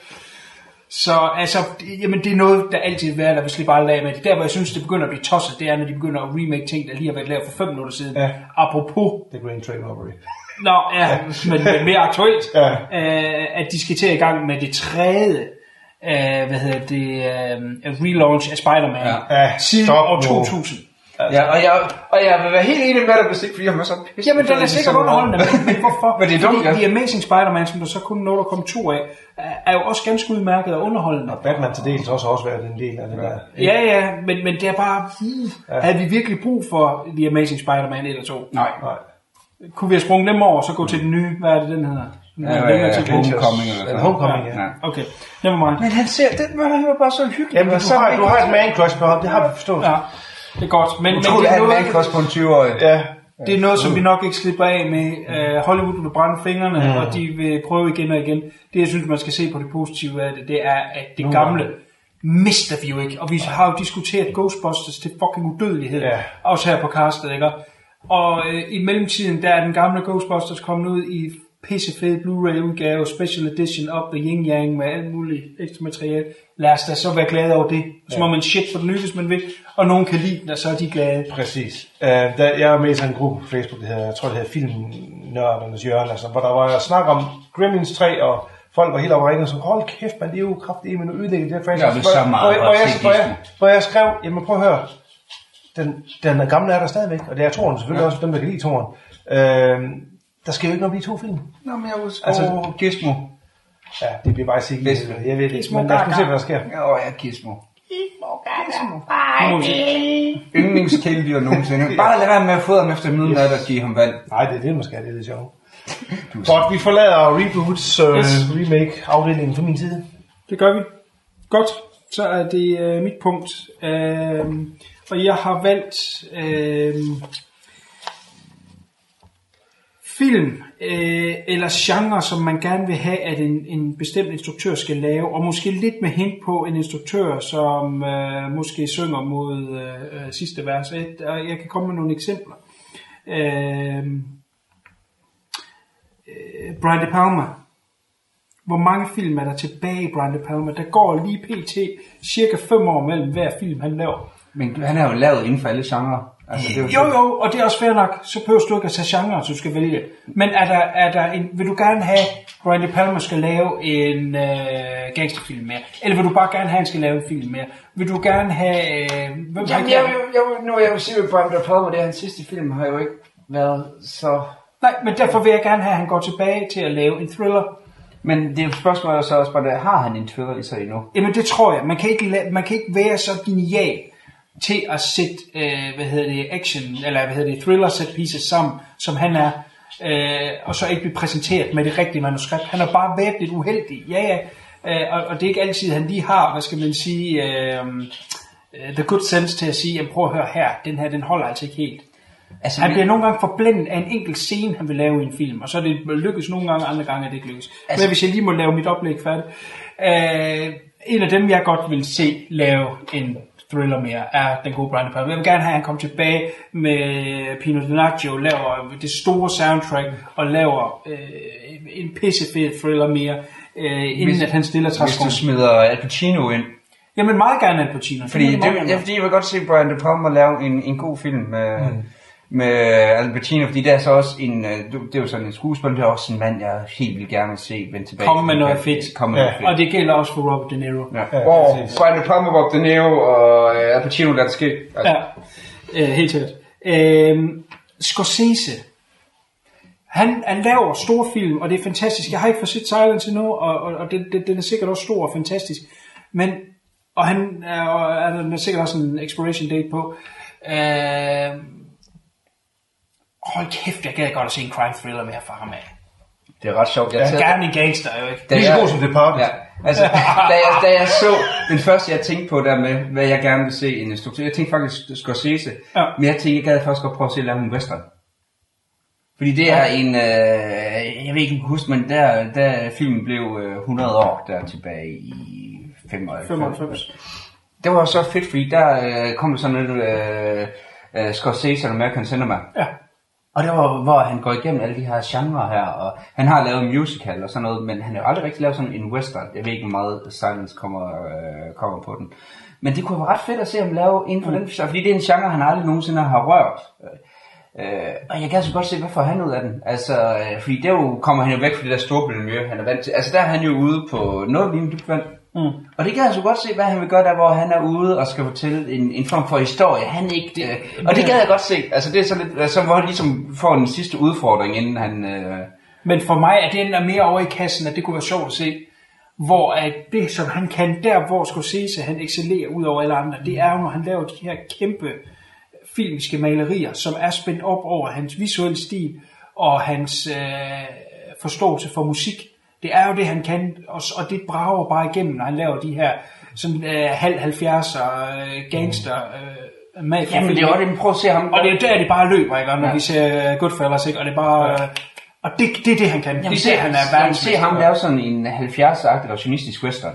Så altså, jamen det er noget, der altid vil være, der vil slippe aldrig af med det. Der hvor jeg synes, det begynder at blive tosset, det er, når de begynder at remake ting, der lige har været lavet for fem minutter siden. Ja. Apropos... The Green Train Robbery. Nå, ja, ja. men, men mere aktuelt. Ja. Øh, at de skal til i gang med det tredje, øh, hvad hedder det, øh, relaunch af Spider-Man. Ja. Siden år to tusind. Altså. Ja, og jeg, og jeg vil være helt enig med dig, hvis ikke, fordi jeg har så pisse. Jamen, den er sikkert underholdende, men, men hvorfor? Men det er dumt, ja. The Amazing Spider-Man, som der så kun nåede at komme to af, er jo også ganske udmærket og underholdende. Og Batman til dels også også været en del af det der. Ja, ja, men, men det er bare, uh, ja. Havde vi virkelig brug for The Amazing Spider-Man et eller to? Nej. Nej. Kunne vi have sprunget dem over, og så gå til den nye, hvad er det, den hedder? Den ja, ja, ja, ja. Homecoming eller sådan. Homecoming, ja. ja. Okay, never mind. Men han ser, den var bare så hyggelig. Jamen, du har, du har et man-crush på ham, det har vi forstået. Ja. Det er godt, men, men det er noget, man koster på en tyve-årig. Ja. Det er noget, som vi nok ikke slipper af med. Uh, Hollywood vil brænde fingrene, mm. og de vil prøve igen og igen. Det, jeg synes, man skal se på det positive af det, det er, at det mm. gamle mister vi jo ikke. Og vi har jo diskuteret Ghostbusters til fucking udødelighed, yeah. også her på castet, ikke? Og uh, i mellemtiden, der er den gamle Ghostbusters kommet ud i pissefed Blu-ray udgave, special edition up the yin yang med alt muligt ekstra materiale. Lad os da så være glade over det. Så ja. Må man shit for den nye, hvis man vil. Og nogen kan lide den, og så er de glade. Præcis. Uh, der, jeg er med i sådan en gruppe på Facebook, det hedder, jeg tror det hedder Filmnørdernes Hjørne, altså, hvor der var snak om Gremlins tre, og folk var helt oppe og ringede, så hold kæft, man, det er jo kraftigt, men udlægget det franchise. Ja, det er så meget. Hvor, hvor, jeg, hvor, jeg, hvor jeg skrev, jamen prøv at høre, den, den gamle er der stadigvæk, og det er toren, selvfølgelig ja. Også dem, der kan lide toren. Uh, Der skal jo ikke nok blive to film. Nå, men jeg husker altså, Gizmo. Ja, det bliver bare sikkert. Jeg ved ikke, men lad os se, hvad der sker. Åh, ja, Gizmo. Gizmo, Gizmo. Yndlingskæledyr nogensinde. Bare lad være med at fodre ham efter midnat og give ham vand. Nej, det er det, måske er det lidt sjovt. Godt, vi forlader Reboots uh, yes. remake-afdelingen fra min side. Det gør vi. Godt, så er det uh, mit punkt. Uh, og jeg har valgt... Uh, film øh, eller genre, som man gerne vil have, at en, en bestemt instruktør skal lave, og måske lidt med hint på en instruktør, som øh, måske synger mod øh, sidste vers. Og jeg kan komme med nogle eksempler. Øh, øh, Brian De Palma. Hvor mange film er der tilbage i Brian De Palma? Der går lige pt. Cirka fem år mellem hver film, han laver. Men han har jo lavet inden for alle genrer. Altså, det er jo, jo, jo, og det er også fair nok. Så behøver du ikke at tage genre, så du skal vælge. Men er der, er der en, vil du gerne have, Brian De Palma skal lave en øh, gangsterfilm mere? Eller vil du bare gerne have, han skal lave en film mere? Vil du gerne have... Øh, Jamen, jeg, jeg, jeg, nu jeg vil sige, at Brian De Palma, det er hans sidste film, har jo ikke været så... Nej, men derfor vil jeg gerne have, at han går tilbage til at lave en thriller. Men det er jo spørgsmålet så også bare, har han en thriller i sig endnu? Jamen det tror jeg. Man kan ikke, man kan ikke være så genial til at sætte, øh, hvad hedder det, action, eller hvad hedder det, thriller set pieces sammen, som han er, øh, og så ikke blive præsenteret med det rigtige manuskript. Han er bare været lidt uheldig, ja ja, øh, og, og det er ikke altid, han lige har, hvad skal man sige, øh, the good sense til at sige, jamen prøv at høre her, den her, den holder altså ikke helt. Altså, han bliver nogle gange forblændet af en enkelt scene, han vil lave i en film, og så er det lykkes nogle gange, andre gange er det ikke lykkes. Altså, men hvis jeg lige må lave mit oplæg færdigt. Øh, en af dem, jeg godt vil se lave en thriller mere, er den gode Brian De Palma. Jeg vil gerne have, at han kommer tilbage med Pino Donaggio, laver det store soundtrack, og laver øh, en pissefed thriller mere, øh, inden hvis, at han stiller træskoen. Hvis du smider Al Pacino ind. Jamen meget gerne Al Pacino. Fordi, det, det, det, fordi jeg vil godt se Brian De Palma lave en, en god film med... Mm. med Al Pacino, fordi det er så også en, det er jo sådan en skuespiller, det er også en mand, jeg helt vil gerne se vende tilbage. Kom med noget fedt. Kom med ja. noget fedt. Og det gælder også for Robert De Niro. Ja. Ja, hvor Brian De Palma, Robert De Niro og Al Pacino lader det ske. Altså. Ja, øh, helt sikkert. Øh, Scorsese. Han, han laver store film, og det er fantastisk. Jeg har ikke fået set Silence endnu, og, og, og det, det, den er sikkert også stor og fantastisk. Men, og han er, og er, er sikkert også en expiration date på. Øh, Hold kæft, jeg gad godt at se en crime thriller mere fra ham af. Det er ret sjovt. Jeg ja, tager... Gerne en gangster, jo ikke? Det er så god som Departed. Ja. Altså, da jeg, da jeg så den første, jeg tænkte på der med, hvad jeg gerne vil se i en struktur, jeg tænkte faktisk Scorsese, ja. Men jeg tænkte, jeg gad først godt prøve at se at lave en western. Fordi det er en, øh, jeg ved ikke, om du kan huske, men der, der filmen blev øh, hundrede år der tilbage i femoghalvfems. Det var så fedt, fordi der øh, kom der sådan lidt øh, øh, Scorsese og American Cinema. Ja. Og det var, hvor han går igennem alle de her genrer her, og han har lavet en musical og sådan noget, men han har jo aldrig rigtig lavet sådan en western. Jeg ved ikke, hvor meget Silence kommer, øh, kommer på den. Men det kunne være ret fedt at se ham lave inden for mm. den, fordi det er en genre, han aldrig nogensinde har rørt. Øh, og jeg kan så godt se, hvad får han ud af den? Altså, øh, fordi der jo kommer han jo væk fra det der storbymiljø, han er vant til. Altså, der er han jo ude på noget lignende dybt vand. Mm. Og det kan jeg så godt se, hvad han vil gøre der, hvor han er ude og skal fortælle en, en form for historie. Han ikke, det, øh, og det kan jeg godt se. Altså, det er så lidt, så hvor han ligesom får den sidste udfordring, inden han... Øh... Men for mig er det mere over i kassen, at det kunne være sjovt at se, hvor at det, som han kan, der hvor Scorsese, han excellerer ud over alle andre, det er jo, når han laver de her kæmpe filmiske malerier, som er spændt op over hans visuelle stil og hans øh, forståelse for musik. Det er jo det, han kan, og, og det brager bare igennem, når han laver de her sådan øh, halv halvfjerdser øh, gangster øh, mafia. Jamen det er jo det, prøv at se ham. Og det er der, de bare løber, ikke? Og når ja. vi ser Goodfellas, ikke? Og det er bare... Øh, og det, det er det, han kan. Jamen, det er det, han er verdensmester. Se ham lave sådan en halvfjerdser-agtig rationistisk western.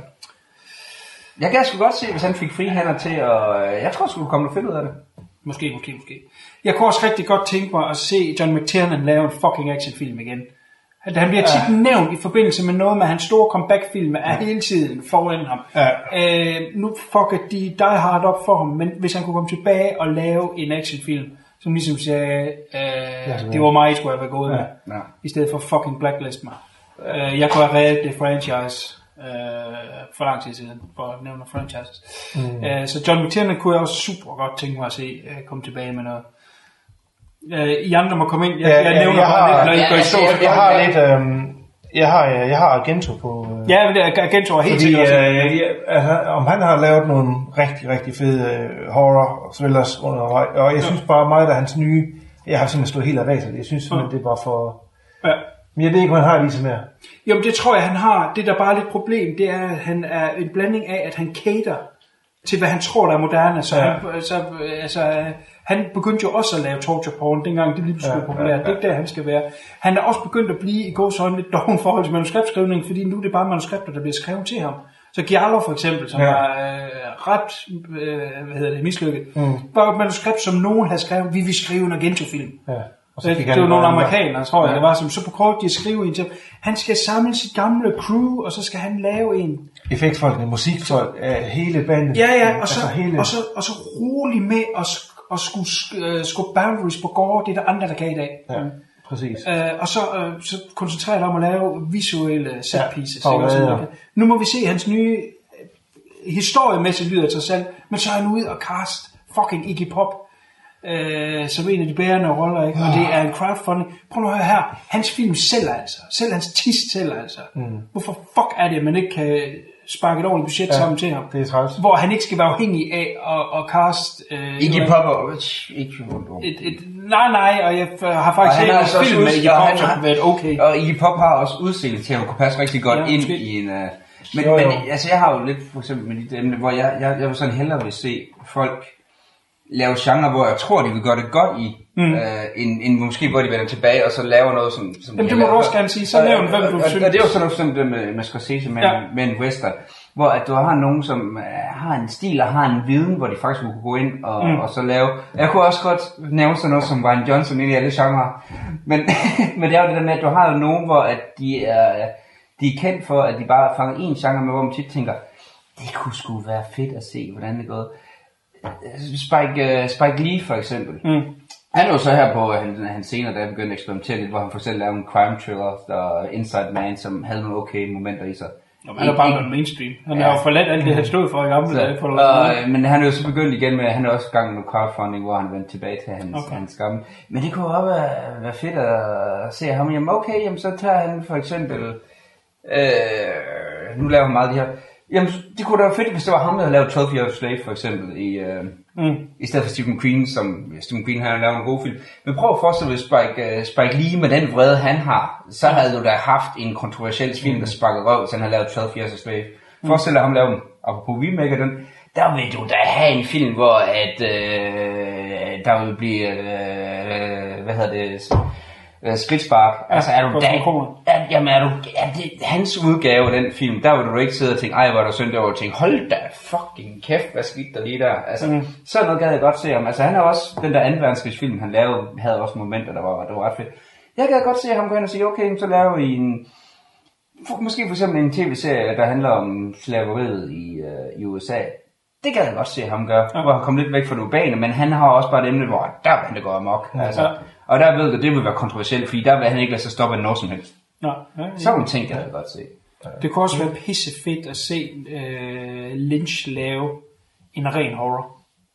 Jeg kan sgu godt se, hvis han fik fri hænder til, og jeg tror sgu, du kommer fedt ud af det. Måske, måske, måske. Jeg kunne også rigtig godt tænke mig at se John McTiernan lave en fucking actionfilm igen. Han bliver tit ja. nævnt i forbindelse med noget med hans store comeback-film, er hele tiden foran ham. Ja. Øh, nu fucker de Die Hard op for ham, men hvis han kunne komme tilbage og lave en actionfilm, som ligesom sagde, øh, ja, det var mig, skulle jeg være gået ja. med, ja. i stedet for fucking blacklist mig. Øh, jeg kunne have reddet det franchise øh, for lang tid siden, for at nævne franchises. Mm. Øh, så John McTiernan kunne jeg også super godt tænke mig at se øh, komme tilbage med noget. Uh, I andre må komme ind. Jeg, ja, jeg nævner jeg bare har, lidt, når I går i stå. Jeg, jeg har lidt, øhm, jeg har, jeg har Argento på. Øh, ja, men det er Argento er helt fordi, sikkert. Øh, jeg, altså, om han har lavet nogle rigtig, rigtig fede øh, horror thrillers undervejs, og jeg synes bare meget af hans nye, jeg har simpelthen stået helt af vaset. Jeg synes simpelthen, det er bare for. Ja. Men jeg ved ikke, om han har lige så mere. Jo, men det tror jeg, han har. Det der bare er lidt problem, det er, at han er en blanding af, at han cater til, hvad han tror, der er moderne. Så, ja. han, så altså, han begyndte jo også at lave torture porn, dengang det lige blev ja, populært. Ja, ja. Det er ikke der, han skal være. Han er også begyndt at blive i gåsøjne lidt doven forhold til manuskriptskrivning, fordi nu er det bare manuskripter, der bliver skrevet til ham. Så Giallo for eksempel, som ja. er øh, ret øh, hvad hedder det, mislykket, mm. var et manuskript, som nogen havde skrevet, vi vil skrive en Argento-film. Ja. Og det, det var nogle amerikanere, tror jeg, ja. Det var som så på kort, de skriver en til, han skal samle sit gamle crew, og så skal han lave en... Effektfolkene, musikfolk, uh, hele bandet. Ja, ja, og så, altså hele... og så, og så rolig med at, at skulle uh, skubbe boundaries på gårde, det er der andre, der kan i dag. Ja, præcis. Uh, og så, uh, så koncentrerer jeg om at lave visuelle set pieces. Ja, ikke? ja, ja. Nu må vi se hans nye historiemæssigt lyder til sig selv, men så er han ude og cast fucking Iggy Pop. Øh, som en af de bærende roller, ikke? Og det er en crowdfunding. Prøv nu at høre her. Hans film sælger altså. Selv hans tis sælger altså. Mm. Hvorfor fuck er det, at man ikke kan sparke et ordentligt budget ja, sammen til ham? Det er træls. Hvor han ikke skal være afhængig af at, at cast... Øh, Iggy Pop og... Ikke et, et, nej, nej, og jeg har faktisk set altså en film med Iggy Pop, som har været okay. Og Iggy Pop har også udseende til, at han kunne passe rigtig godt ja, ind måske. i en... Uh, men, jo, jo. men altså, jeg har jo lidt, for eksempel med de emne, hvor jeg, jeg, jeg vil sådan hellere vil se folk lave genre, hvor jeg tror, de vil gøre det godt i, mm. øh, end, end måske, hvor de vender tilbage, og så laver noget, som... som Jamen, det må du også gerne sige. Så lav en, hvem du synes. Og det er jo sådan noget, som det med, med Scorsese, med, ja. med en western, hvor at du har nogen, som uh, har en stil og har en viden, hvor de faktisk kunne gå ind og, mm. og så lave... Jeg kunne også godt nævne sådan noget som Rian Johnson ind i alle genrer, men, men det er jo det der med, at du har jo nogen, hvor at de er, de er kendt for, at de bare fanger én genre med, hvor man tit tænker, det kunne sgu være fedt at se, hvordan det er gået. Spike, uh, Spike Lee for eksempel. Mm. Han er jo så her på han, han senere, da jeg begyndte at eksperimentere lidt, hvor han for eksempel lavede en crime thriller, der Inside Man, som havde nogle okay momenter i sig. Nå, han er bare noget mainstream. Han ja. har jo forladt alt det, han stod for i gamle dage. For og, men han er jo så begyndt igen med, han er også i gang med crowdfunding, hvor han vendt tilbage til hans, okay. hans gamle. Men det kunne også være, være fedt at se ham. Jamen okay, jamen, så tager han for eksempel, øh, nu laver han meget af de her. Jamen, det kunne da være fedt, hvis det var ham, der havde lavet twelve Years a Slave, for eksempel, i, øh, mm. i stedet for Stephen Green, som Stephen Green har lavet en god film. Men prøv at forestille dig, hvis Spike, uh, Spike Lee med den vrede, han har, så havde du da haft en kontroversiel film, der sparkede røv, hvis han har lavet twelve Years a Slave. Mm. Forestil dig ham lave den, apropos remake den, der vil du da have en film, hvor at, øh, der vil blive, øh, hvad hedder det... Splitspark. Altså er du da, er, jamen er du, er det hans udgave af den film, der vil du ikke sidde og tænke, ej hvor er der synd, der var og tænke, hold da fucking kæft, hvad skete der lige der? Altså, mm. sådan noget gad jeg godt se ham. Altså han har også, den der anden verdenskrigsfilm, han lavede, havde også momenter, der var, der var ret fedt. Jeg gad godt se ham gå ind og sige, okay, så laver vi en, for, måske for eksempel en tv-serie, der handler om slaveriet i, uh, i U S A. Det gad jeg godt se ham gøre, ja. Hvor han kom lidt væk fra det urbane, men han har også bare et emne, hvor der vil han det gå amok. Ja. Altså, og der ved du, det vil være kontroversielt, fordi der vil han ikke lade sig stoppe af noget som helst. Nå, ja, ja. Så nogle ting, kan jeg godt se. Det kunne også være pisse fedt at se uh, Lynch lave en ren horror.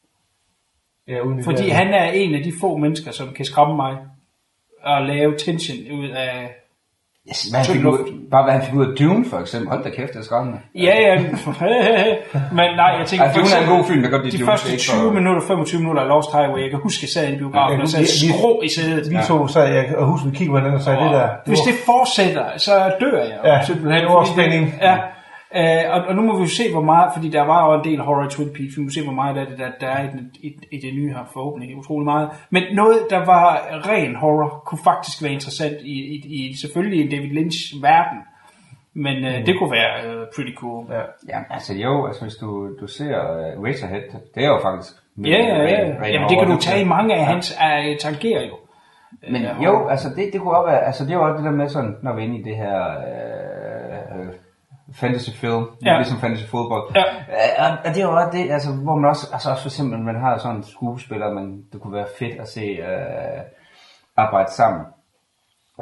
Ja, uden fordi det. Han er en af de få mennesker, som kan skræmme mig og lave tension ud af... Yes, hvad han fik ud, bare hvad han fik ud af Dune for eksempel. Hold da kæft, det er skræmmende. Ja, ja. Men nej, jeg tænker... Ej, Dune er en god film, der godt lide de Dune. De første tyve minutter, femogtyve minutter af Lost Highway, jeg kan huske, jeg sad i biografen ja, og sad skrå i sædet. Vi to sad, jeg kan huske, vi kiggede på den og sagde, det der... Hvis det fortsætter, så dør jeg. Ja, simpelthen. Det var spænding. Ja. Uh, og, og nu må vi jo se, hvor meget, fordi der var jo en del horror i Twin Peaks, vi må se, hvor meget af det, der, der er i, i, i det nye her, forhåbentlig utrolig meget. Men noget, der var ren horror, kunne faktisk være interessant i, i, i selvfølgelig en David Lynch-verden. Men uh, mm. det kunne være uh, pretty cool. Ja, ja altså jo, altså hvis du, du ser uh, Razorhead, det er jo faktisk... Ja, ja, ja. Jamen det kan du tage i mange af hans uh, tangerer jo. Men uh, jo, altså det, det kunne også være, altså det er jo også det der med sådan, når vi er inde i det her... Uh, uh, fantasy film, ja. Ligesom fantasy fodbold. Ja. Og, og det er jo også det, altså, hvor man også, altså også for eksempel, man har sådan en skuespiller, men det kunne være fedt at se øh, arbejde sammen. Øh,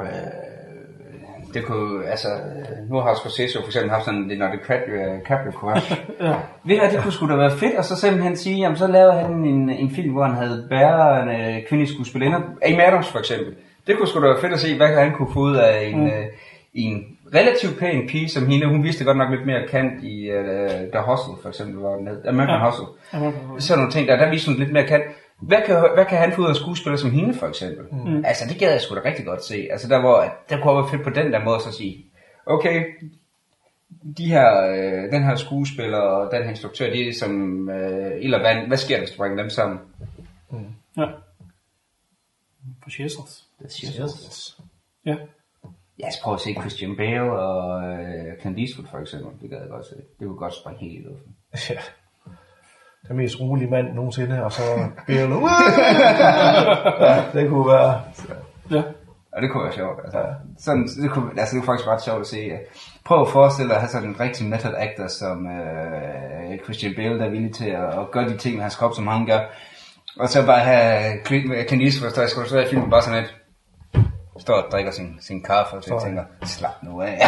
det kunne, altså, nu har Scorsese for eksempel haft sådan en Leonardo DiCaprio crush. Ja. Ved du, det kunne sgu da være fedt, og så simpelthen sige, jamen så lavede han en, en film, hvor han havde bærende kvindelige skuespillerinder. Amy Adams for eksempel. Det kunne sgu da være fedt at se, hvad han kunne få ud af en, mm. øh, en relativt pæn pige som hende. Hun vidste godt nok lidt mere kant i uh, The Hustle for eksempel, hvor den hed American ja. Hustle. Ja. Sådan nogle ting der, der viste hun lidt mere kant. Hvad kan, hvad kan han få ud af skuespiller som hende for eksempel? Mm. Altså det gad jeg sgu da rigtig godt se. Altså der hvor der kunne være fedt på den der måde så at sige, okay, de her, øh, den her skuespiller og den her instruktør, de er som øh, ild og vand. Hvad sker der, hvis du bringer dem sammen? Mm. Ja. For shizzles. Det shizzles. Ja. Jeg skal prøve at se Christian Bale og øh, Clint Eastwood for eksempel. Det gad jeg godt se. Det kunne godt springe helt i luften. Ja. Den mest rolige mand nogensinde, og så Bale. Ja, det kunne være... Ja. Og det kunne være sjovt. Altså, sådan, det, kunne, altså, det kunne faktisk ret sjovt at se. Prøv at forestille dig at have sådan en rigtig method actor som øh, Christian Bale, der er villig til at, at gøre de ting med hans krop, som han gør. Og så bare have Clint Eastwood, der skulle stå i filmen, bare sådan et står og drikker sin, sin kaffe, og så jeg tænker, slap nu af.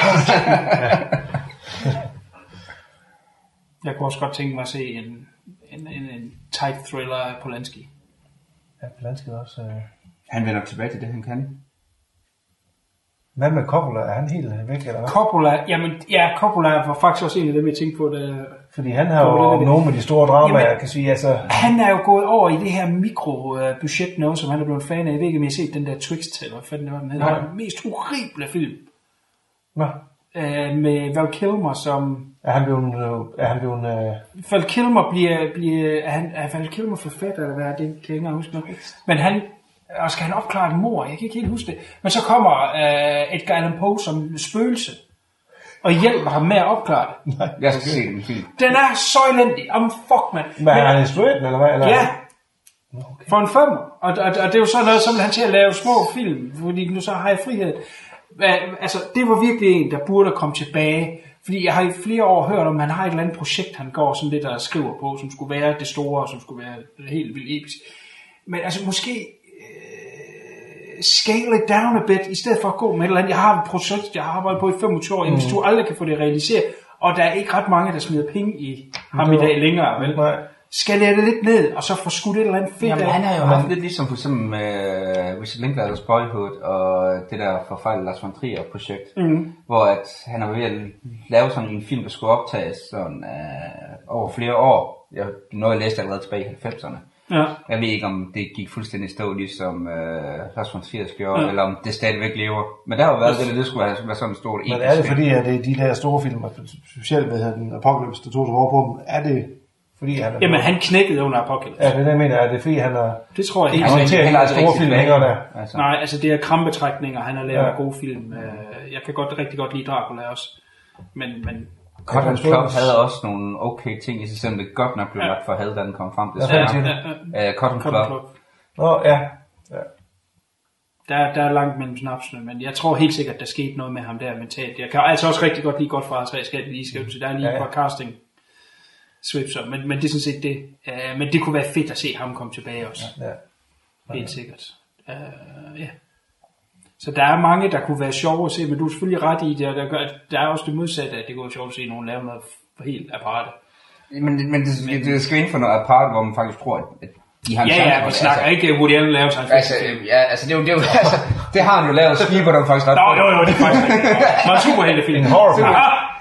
Jeg kunne også godt tænke mig at se en, en, en, en tight thriller af Polanski. Ja, Polanski også. Øh... Han vender tilbage til det, han kan. Hvad med Coppola? Er han helt væk, eller hvad? Coppola, jamen, ja, Coppola var faktisk også en af dem, jeg tænkte på. Det, Fordi han har jo nogle med de store dramaer, jeg kan sige. Altså... Han er jo gået over i det her mikrobudget noget, som han er blevet fan af. Jeg ved ikke, om jeg har set den der Twixt, eller hvad fanden det var, den hedder. Den mest horrible film. Nå. Øh, med Val Kilmer som... Er han blevet... Er han blevet øh... Val Kilmer bliver... bliver er, han, er Val Kilmer forfatter, eller hvad er det? Kan jeg ikke engang huske noget. Men han... Og skal han opklare et mord? Jeg kan ikke helt huske det. Men så kommer øh, Edgar Allan Poe som spøgelse. Og hjælper ham med at opklare det. Nej, jeg skal se den film. Den er så elendig. Om fuck, man. Men er han instrueret den, eller hvad? Eller? Ja. Okay. For en femmer. Og, og, og det er jo sådan noget, som han til at lave små film. Fordi nu så har jeg frihed. Altså, det var virkelig en, der burde komme tilbage. Fordi jeg har i flere år hørt om, at han har et eller andet projekt, han går sådan lidt og skriver på, som skulle være det store, som skulle være helt vildt episk. Men altså, måske... scale it down a bit, i stedet for at gå med et eller andet. Jeg har et projekt, jeg har arbejdet på i femogtyve år, mm. hvis du aldrig kan få det realiseret, og der er ikke ret mange, der smider penge i ham i dag længere, vel? Nej. Skalere det lidt ned, og så få skudt et eller andet fedt. Jamen, han har jo haft lidt ligesom for eksempel med uh, Richard Linklater's Boyhood, og det der forfejlede Lars von Trier-projekt, mm. hvor at han er ved at lave sådan en film, der skulle optages sådan, uh, over flere år. Jeg, noget jeg læste allerede tilbage i halvfemserne. Ja. Jeg ved ikke, om det gik fuldstændig stå, ligesom øh, Lars von Trier gjorde, ja. Eller om det stadigvæk lever. Men der har jo været det, det skulle være sådan en stor episk. Men er det fordi, at det er de der store film, specielt med den Apocalypse, der tog sig over på dem, er det fordi han er... Jamen, han knækkede under Apocalypse. Ja, det er det, jeg mener. Er det fordi, han er... Det tror jeg ikke. Han håndterer ikke de store film hænger der. Altså. Nej, altså det er krampetrækninger, han har lavet ja. Gode film. Jeg kan godt rigtig godt lide Dracula også. Men... men Cotton Club havde også nogle okay ting i sig, selvom det godt nok blev ja. Lagt for had, da den kom frem. Det ja, ja, ja. Uh, Cotton Club. Åh, oh, ja. ja. Der, der er langt mellem snapsene, men jeg tror helt sikkert, der skete noget med ham der mentalt. Jeg kan altså også rigtig godt lide Godfather tre, skal jeg lige skrive til. Der er lige ja, ja. Et par casting swipser, men, men det er sådan set det. Uh, men det kunne være fedt at se ham komme tilbage også. Ja, ja. Ja. Helt sikkert. Uh, ja. Så der er mange, der kunne være sjove at se, men du er selvfølgelig ret i det, og der, gør, der er også det modsatte, at det går sjovt at se nogen lave noget helt aparte. Men, men det, men det skal ind for noget aparte, hvor man faktisk tror, at de har en ja, chance. Ja, vi snakker altså, ikke Woody Allen lavet science altså, ja, altså det er jo, det er jo, altså, det har han jo lavet, Sleeper, der er faktisk ret. Nå, jo, jo, det er faktisk rigtigt. Det var en superheltefilm. En horrorfilm.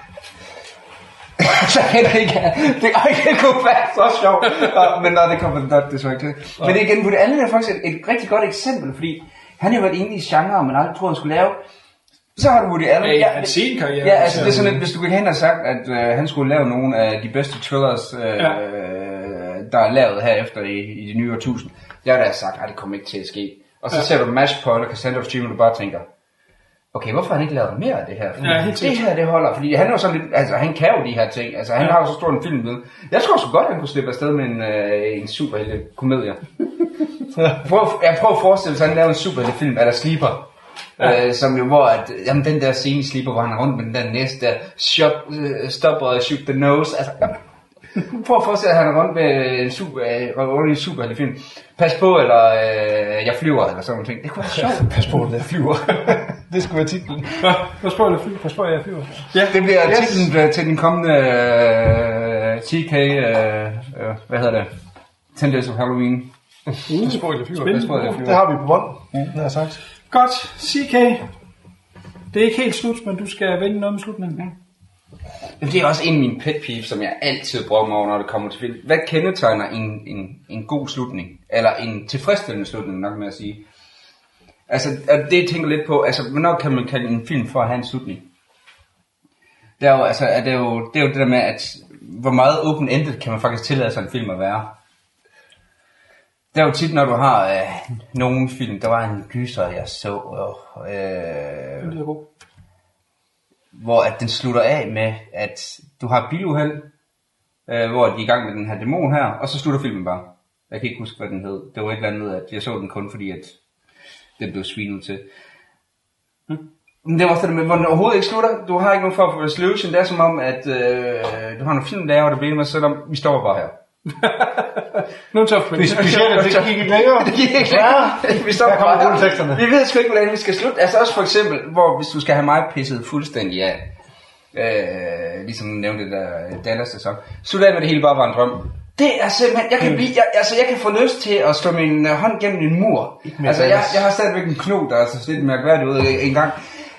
Så kan det ikke, det, det kunne være så sjovt, men nej, det kommer det så ikke til. Men det igen, på det andet er faktisk et, et rigtig godt eksempel, fordi han har jo været inde i genre, men aldrig troede, han skulle lave. Så har du Woody Allen. Ja, han sin karriere. Ja, altså det er sådan, at hvis du gik hen og sagt, at øh, han skulle lave nogle af de bedste thrillers, øh, ja. Der er lavet herefter i, i de nye årtusind, jeg har da sagt, at det kommer ikke til at ske. Og så ja. Ser du Match Point og Cassandra Stream, og du bare tænker, okay, hvorfor har han ikke lavet mere af det her? Ja, det her, det holder, fordi han er jo sådan lidt, altså han kan jo de her ting, altså han ja. Har jo så stor en film med. Jeg tror sgu godt, han kunne slippe afsted med en, øh, en superhelte komedie. Prøv, jeg prøver at forestille sig, at han laver en superheltefilm, eller Sleeper. Ja. Øh, som jo, hvor at, jamen, den der scene i Sleeper, hvor han er rundt med den der næste der, shot, uh, stop og shoot the nose, altså, ja. Prøv at forestille, at han er rundt med en super, øh, en superheltefilm. Pas på, eller øh, jeg flyver, eller sådan noget. Det kunne være sjovt. Pas på, eller jeg flyver. Det skulle være titlen. Pas på, eller jeg flyver. Pas på, eller jeg flyver. Ja, det bliver yes. Titlen til den kommende uh, T K, uh, uh, hvad hedder det? ten Days of Halloween. Uh, Pas på, eller jeg flyver. Pas på, eller jeg flyver. Det har vi på bånd, ja. Det har jeg sagt. Godt, C K. Det er ikke helt slut, men du skal vende noget med slutningen. Ja. Det er også en af mine pet peeves, som jeg altid bruger mig over, når det kommer til film. Hvad kendetegner en, en, en god slutning? Eller en tilfredsstillende slutning, nok med at sige. Altså, det jeg tænker lidt på, altså, hvornår kan man kalde en film for at have en slutning? Det er jo, altså, er det, jo, det er jo det der med, at hvor meget open-ended kan man faktisk tillade sig en film at være. Det er jo tit, når du har øh, nogle film, der var en gyser, jeg så, øh, øh, det er god. Hvor at den slutter af med, at du har et biluheld, øh, hvor de er i gang med den her dæmon her, og så slutter filmen bare. Jeg kan ikke huske, hvad den hed. Det var et eller andet, at jeg så den kun fordi, at den blev svinet til. Hmm. Men det var også det med, hvor den overhovedet ikke slutter. Du har ikke nogen form for resolution. Det er som om, at øh, du har nogle film laver, der bliver med, selvom vi står bare her. Nogle top. Det specielt, det gik ikke længere. Det gik ikke længere. Vi står bare her. Vi ved sgu ikke, hvordan vi skal slutte. Altså også for eksempel, hvor hvis du skal have mig pisset fuldstændig af, øh, ligesom nævnte det der Dallas-sæson, slut af med det hele bare var en drøm. Det er simpelthen, jeg kan blive, jeg, altså jeg kan få lyst til at slå min hånd gennem en mur. Altså jeg, jeg har stadigvæk en knog, der er altså lidt mærkværdigt ud en gang.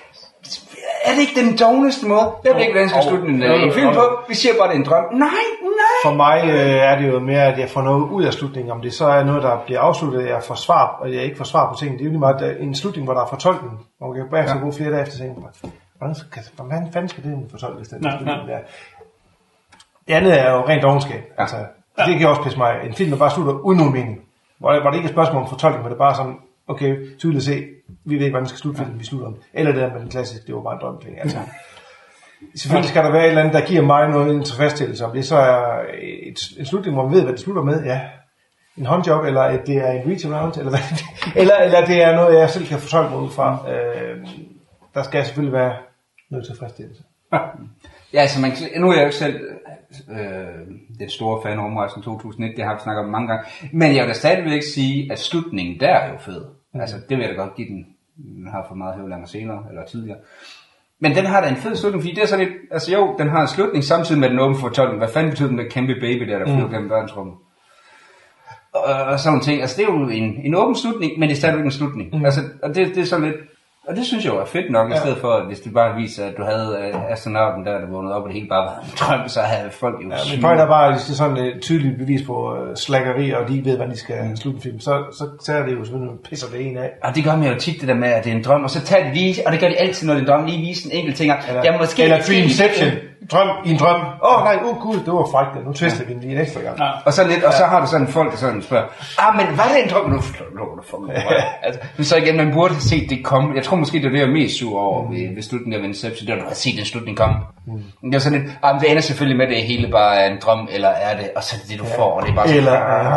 Er det ikke den dogneste måde? Jeg ved ikke, hvordan jeg skal slutte en, en film på. Vi siger bare, det er en drøm. Nej, nej. For mig øh, er det jo mere, at jeg får noget ud af slutningen. Om det så er noget, der bliver afsluttet, jeg får svar, og jeg ikke får svar på tingene. Det er jo lige meget en slutning, hvor der er fortolkning. Og man kan bare så gå flere dage efter tingene. Hvordan, hvordan fanden skal det fortolkes? Den nej, nej. Der? Det andet er jo rent dogenskab. Ja. Altså, det kan også pisse mig. En film, der bare slutter uden nogen mening. Hvor, hvor det ikke er et spørgsmål om fortolkning, hvor det er bare sådan, okay, tydeligt at se, vi ved ikke, hvordan vi skal slutte filmen, vi slutter om. Eller det der med den klassiske, det var bare en drøm ting. Altså, selvfølgelig skal der være et eller andet, der giver mig noget en tilfredsstillelse. Om det så er et, en slutning, hvor man ved, hvad det slutter med, ja. En håndjob, eller et, det er en reach around, eller, hvad, eller, eller det er noget, jeg selv kan fortolke mig ud fra. Øh, der skal selvfølgelig være noget tilfredsstillelse. Ja, altså man, nu er jeg jo ikke selv øh, den store fan af Rumrejsen to tusind og et, det har vi snakket om mange gange, men jeg vil da stadigvæk sige, at slutningen der er jo fed. Mm. Altså det vil jeg da godt give den, den har for meget høvlanger senere, eller tidligere. Men den har da en fed slutning, fordi det er sådan lidt, altså jo, den har en slutning samtidig med den åbne fortolkning. Hvad fanden betyder den der kæmpe baby der, der flyver mm. gennem verdensrummet? Og, og sådan ting, altså det er jo en, en åben slutning, men det er stadigvæk en slutning. Mm. Altså, og det, det er sådan lidt, og det synes jeg jo er fedt nok, ja. I stedet for, at hvis det bare viser, at du havde uh, astronauten der, der vågnede op, og det hele bare var en drøm, så havde folk jo... Ja, men point er bare, at det er sådan et tydeligt bevis på uh, slaggeri, og de ikke ved, hvordan de skal mm. slutte en film, så, så tager det jo selvfølgelig, pisser det en af. Og det gør man jo tit, det der med, at det er en drøm, og så tager de lige, og det gør de altid, når det er en drøm, lige vise en enkelt ting. Eller, ja, måske, eller Dreamception. Drøm i en drøm. Åh oh, nej, uh, gud, det var frækt. Nu twister vi den lige en ekstra gang. Ja. Og så lidt, og så har du sådan folk, der sådan spørger, ah, men var det en drøm? Nu lukker du for mig. Altså, men så igen, man burde have set det komme. Jeg tror måske, det er det, jeg er mest sur over mm. ved, ved slutningen af Inception, det var, du har set den slutning komme. Mm. Det er sådan lidt, ah, men det ender selvfølgelig med, at det hele bare er en drøm, eller er det, og så er det det, du får, og det er bare sådan. Eller,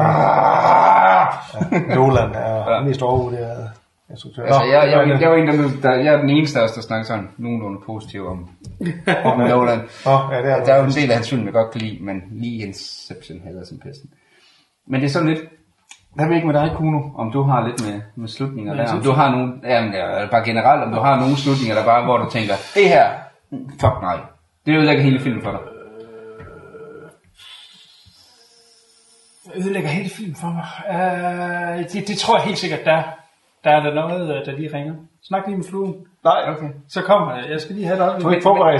ja, Nolan er mest overvurderet. Altså, jeg, jeg, jeg, jeg var en af dem, der, jeg er den eneste af os, der snakker sådan nogenlunde positivt om, om Nolan. Oh, ja, det er der er jo en del af hans film, jeg godt kan lide, men lige Inception hedder som pesten. Men det er sådan lidt, jeg ved ikke med dig, Kuno, om du har lidt med, med slutninger der, om du har nogle, jamen, ja, bare generelt, om du har nogle slutninger, der bare, hvor du tænker, det her, fuck nej, det ødelægger hele filmen for dig. Ødelægger hele filmen for mig? Uh, det, det tror jeg helt sikkert, der Der er der noget, der lige ringer. Snak lige med fluen. Nej, okay. Så kommer jeg. Jeg skal lige have det op. Du er ikke forberedt.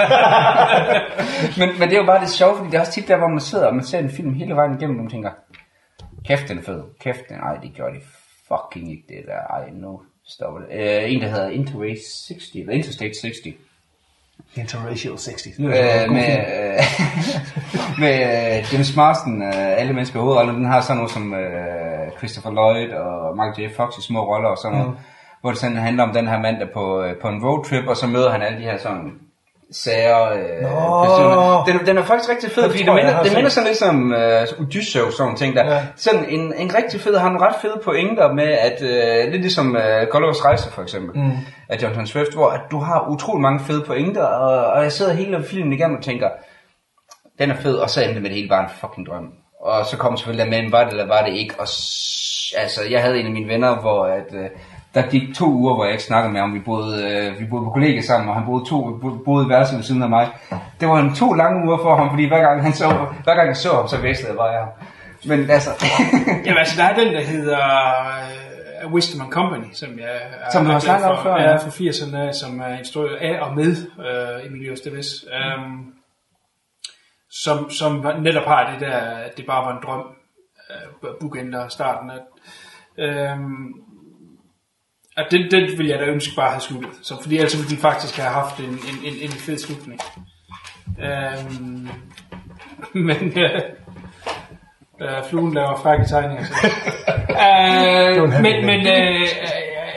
men, men det er jo bare det sjove, fordi det er også tit der, hvor man sidder, og man ser en film hele vejen igennem, og man tænker, kæft, den er fed. Kæft, den, ej, det gjorde de fucking ikke det der. Ej, nu stopper det. Uh, en, der hedder Interrail sexty, eller Interstate sexty. Interracial sexty. Øh, med øh, med øh, James Marsden, øh, alle mennesker i hovedroller, den har sådan noget som øh, Christopher Lloyd og Michael J. Fox i små roller og sådan noget, mm. hvor det sådan handler om den her mand, der på, øh, på en roadtrip, og så møder han alle de her sådan sager, øh, personer. Den, den er faktisk rigtig fed, fordi det minder, det minder sådan lidt som øh, Odysseus, sådan ting der. Ja. Sådan en, en rigtig fed, har en ret fed pointer med, at øh, lidt ligesom øh, Gulliver's Rejse for eksempel, mm. af Jonathan Swift, hvor at du har utrolig mange fede pointer, og, og jeg sidder hele filmen igennem og tænker, den er fed, og så endte med det hele bare en fucking drøm. Og så kom selvfølgelig der med, var det eller var det ikke, og s- altså, jeg havde en af mine venner, hvor at, øh, der gik to uger, hvor jeg ikke snakkede med ham. Vi boede, øh, vi boede på kollega sammen, og han boede to boede i værelset ved siden af mig. Det var en to lange uger for ham, fordi hver gang han så, hver gang jeg så ham, så vækstede jeg bare ham. Men altså, jamen altså, der er den der hedder uh, Wisdom and Company, som jeg som du har snakket om før, ja, fra firserne, som er instrueret af og med uh, Emilio Estevez, um, som som netop har det der, at det bare var en drøm, uh, bookender starten af. Um, Og den, den vil jeg da ønske bare have sluttet. Så fordi altså ville den faktisk have haft en, en, en, en fed slutning. Øhm, men øh, øh, fluen laver frække tegninger. Så. øh, men men øh, øh,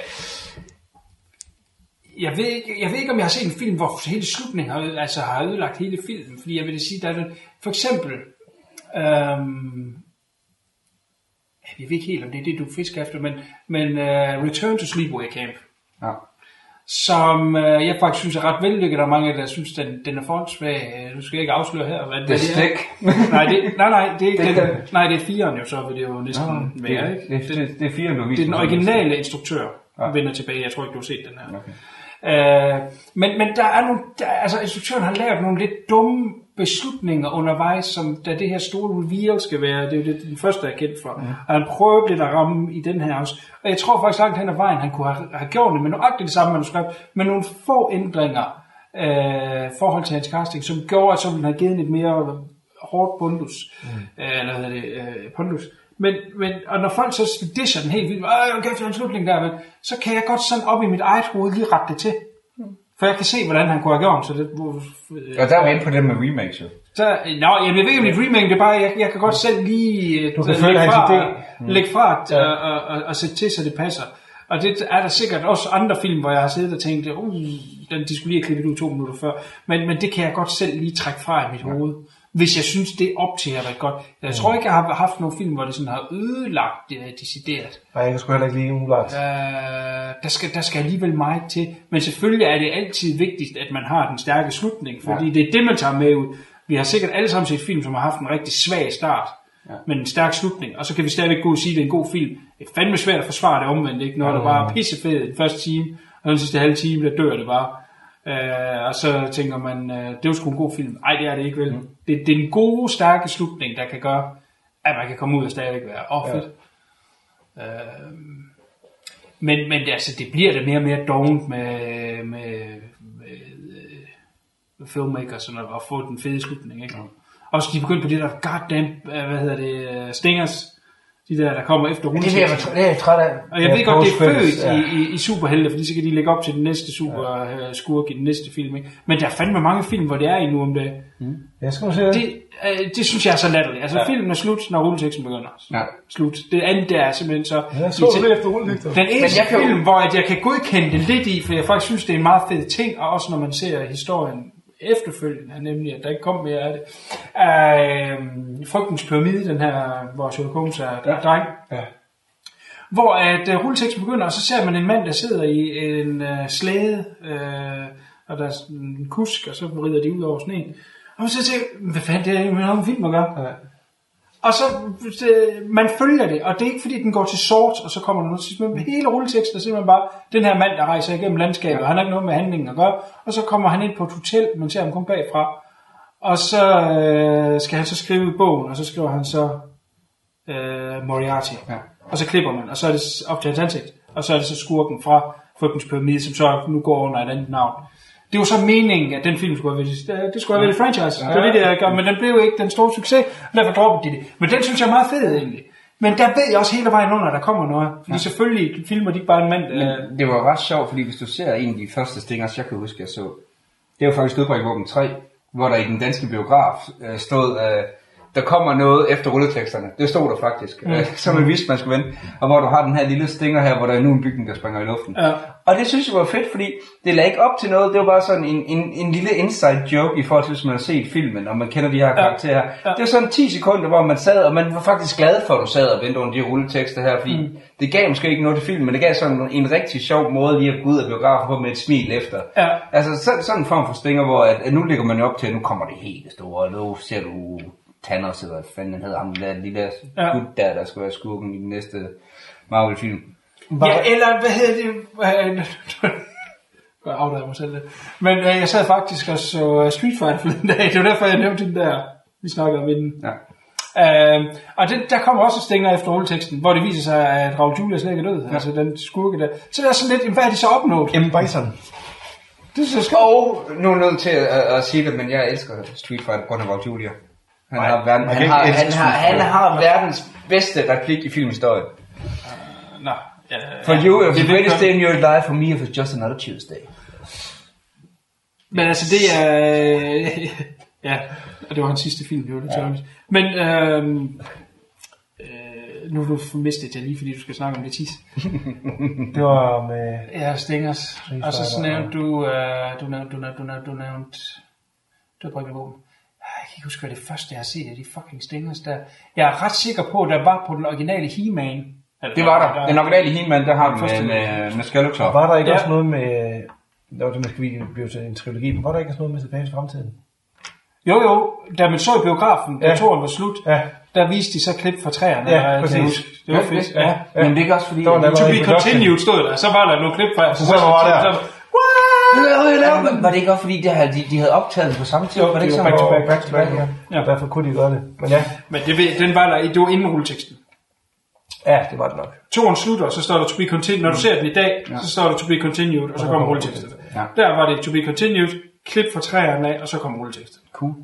jeg, ved ikke, jeg ved ikke, om jeg har set en film, hvor hele slutningen har, altså, har ødelagt hele filmen. Fordi jeg vil sige, der er den, for eksempel... Øh, jeg ved ikke helt, om det er det, du fisker efter, men, men uh, Return to Sleepaway Camp. Ja. Som uh, jeg faktisk synes er ret vellykket, der er mange, der synes, den, den er forholdsvag. Nu skal jeg ikke afsløre her, hvad det, det er. Stik. nej, det, nej, nej, det er ikke det, det, nej, det er firen jo, så vil det jo næsten Nå, være, det, ikke? Det, det, det er firen, du Det er den originale instruktør, ja. Vender tilbage. Jeg tror ikke, du har set den her. Okay. Uh, men, men der er nogle, der, altså instruktøren har lavet nogle lidt dumme beslutninger undervejs, som da det her store reveal skal være, det er jo det, den første, jeg er kendt for. Ja. Og han prøvede lidt at ramme i den her også. Og jeg tror faktisk langt hen ad vejen, han kunne have, have gjort det med nøjagtigt det samme manuskript, med nogle få ændringer øh, forhold til hans casting, som gjorde, at så ville han have givet lidt mere hårdt bundus, mm. øh, eller hvad hedder det, øh, pondus. Men, men, og når folk så disser den helt vildt, øh, okay, for en slutning der, men, så kan jeg godt sådan op i mit eget hoved lige rette det til. For jeg kan se, hvordan han kunne have gjort, så det... Øh, og der var inde på det med remakes, jo. Så, nå, jeg ved ikke, om det er et remake, det er bare, jeg, jeg kan godt selv lige du kan lægge fra, mm. lægge fra ja. og, og, og, og sætte til, så det passer. Og det er der sikkert også andre film, hvor jeg har siddet og tænkt, uh, den, de skulle lige have klippet ud to minutter før. Men, men det kan jeg godt selv lige trække fra i mit ja. hoved, hvis jeg synes, det er op til at være godt. Jeg mm. tror ikke, jeg har haft nogle film, hvor det sådan har ødelagt det decideret. Nej, jeg kan sgu heller ikke lige umiddelbart. Uh, der, skal, der skal alligevel meget til. Men selvfølgelig er det altid vigtigst, at man har den stærke slutning, fordi ja. det er det, man tager med ud. Vi har sikkert alle sammen set film, som har haft en rigtig svag start, ja. men en stærk slutning, og så kan vi stadigvæk gå og sige, at det er en god film. Det er fandme svært at forsvare det omvendt, ikke? Når ja, der bare er pissefed i den første time, og den sidste halve time, der dør det bare. Uh, og så tænker man, uh, det er jo sgu en god film. Nej, det er det ikke vel. Mm. Det, det er en god, stærke slutning, der kan gøre, at man kan komme ud og stadigvæk være åh, fedt. Ja. Uh, men, men altså, det bliver det mere og mere dovent med, med, med filmmaker sådan at, at få den fede slutning, ikke? Mm. Også de begyndte på det der goddamn, hvad hedder det, stingers, de der, der kommer efter rulleteksten. Det er jeg træt af. Og jeg ved godt, det er født ja. i, i, i superhelte, fordi så kan de lægge op til den næste super ja. skurk i den næste film, ikke? Men der er fandme mange film, hvor det er i nu om dagen. Mm. Jeg skal se det. Det, øh, det synes jeg er så latterligt. Altså ja. filmen er slut, når rulleteksten begynder. Ja. Slut. Det andet der er simpelthen så... Jeg så det efter rulleteksten. Den eneste jeg film, hvor at jeg kan godkende det lidt i, for jeg faktisk synes, det er en meget fed ting, og også når man ser historien efterfølgende, nemlig at der ikke kom mere af det. Øh, Frygtens pyramide, den her, hvor Sherlock Holmes er ja. dreng. Ja. Hvor at uh, rulleteksten begynder, og så ser man en mand, der sidder i en uh, slæde, uh, og der er en kusk, og så rider de ud over sneen. Og så tænker jeg, hvad fanden, det er jo en film at gøre. Ja. Og så, det, man følger det, og det er ikke fordi, den går til sort, og så kommer der noget, men hele rulleteksten er simpelthen bare, den her mand, der rejser igennem landskabet, ja. Han har ikke noget med handlingen at gøre, og så kommer han ind på et hotel, man ser ham kun bagfra, og så øh, skal han så skrive i bogen, og så skriver han så øh, Moriarty, ja. Og så klipper man, og så er det op til hans ansigt, og så er det så skurken fra Frygtens pyramide, som så nu går under et andet navn. Det var så meningen, at den film skulle have været, det skulle have været et franchise. Ja, det var det, jeg gør, men den blev ikke den store succes, og derfor droppede de det. Men den synes jeg er meget fed egentlig. Men der ved jeg også hele vejen under, at der kommer noget. Fordi ja. Selvfølgelig filmer de ikke bare en mand. Men det var ret sjovt, fordi hvis du ser en af de første stingers, jeg kan huske, jeg så, det var faktisk Udbrækvåben tre, hvor der i den danske biograf øh, stod, øh, der kommer noget efter rulleteksterne. Det stod der faktisk, mm. øh, som man vidste, man skulle vente. Og hvor du har den her lille stinger her, hvor der er nu en bygning, der springer i luften. Ja. Og det synes jeg var fedt, fordi det lagde ikke op til noget. Det var bare sådan en, en, en lille inside joke i forhold til, hvis man har set filmen, og man kender de her karakterer. Ja. Ja. Det var sådan ti sekunder, hvor man sad, og man var faktisk glad for, at du sad og ventede under de rulletekster her, fordi mm. det gav måske ikke noget til filmen, men det gav sådan en rigtig sjov måde lige at gå ud af biografen på med et smil efter. Ja. Altså sådan, sådan en form for stinger, hvor at, at nu ligger man jo op til, at nu kommer det helt store, og nu ser du Thanos, eller hvad fanden hedder ham, den lille ja. gut der, der skal være skurken i den næste Marvel-film. Ja, eller hvad hedder det? Jeg afdager mig selv lidt. Men øh, jeg sad faktisk og så Street Fighter for den dag. Det var derfor, jeg nævnte den der, vi snakker om inden. Ja. Øh, og det, der kommer også stinger efter rulleteksten, hvor det viser sig, at Raul Julia slet ikke er død. Ja. Altså den skurke der. Så det er sådan lidt, hvad er de så opnået? M. Bison. Det er så skønt. Og nu er nødt til at, at sige det, men jeg elsker Street Fighter på grund af Raul Julia. Han, Nej, har, verden, han, har, han, har, han har verdens bedste replik i filmhistorien. Uh, no, uh, For you, it was the greatest day in your life. For me, it was just another Tuesday. Men altså, det er... Øh, ja, og det var hans sidste film, det var lidt ja. tørligt. Men øh, øh, nu er du mistet jeg lige, fordi du skal snakke om det tis. Det var med... Ja, Stingers. Og så nævnte du... Øh, du nævnte... Du nævnte... Du nævnte... Du nævnte... Du nævnte... Du nævnte... ikke huske, hvad det første, jeg har set af de fucking Stingers der. Jeg er ret sikker på, at der var på den originale He-Man. Det var der. Den originale He-Man, der har den med, med, med Skeletor. Var der ikke Ja. også noget med... Der var det, man skal blive til en trilogi, men var der ikke også noget med tilbage til fremtiden? Jo, jo, da man så i biografen, da Ja. toren var slut, Ja. der viste de så klip fra træerne. Ja, og jeg kan præcis. huske, Det var Ja, fedt. ja. Ja. Ja. Men det er ikke også fordi... Der var en To allerede be production. continued stod der, så var der nogle klip fra. Så var der. Var, var det ikke også fordi, det havde, de, de havde optaget det på samme tid? Jo, var det ikke jo, sådan? back to back, back to back, ja. Ja. Og derfor kunne de gøre det. Men ja, Men det, ved- den var der, det var inden rulleteksten. ja, det var det nok. Toren slutter, så står der to be continued. Når du ser den i dag, Ja. så står der to be continued, og så kommer rulleteksten. Ja. Der var det to be continued, klip fra træerne af, og så kommer rulleteksten. Cool.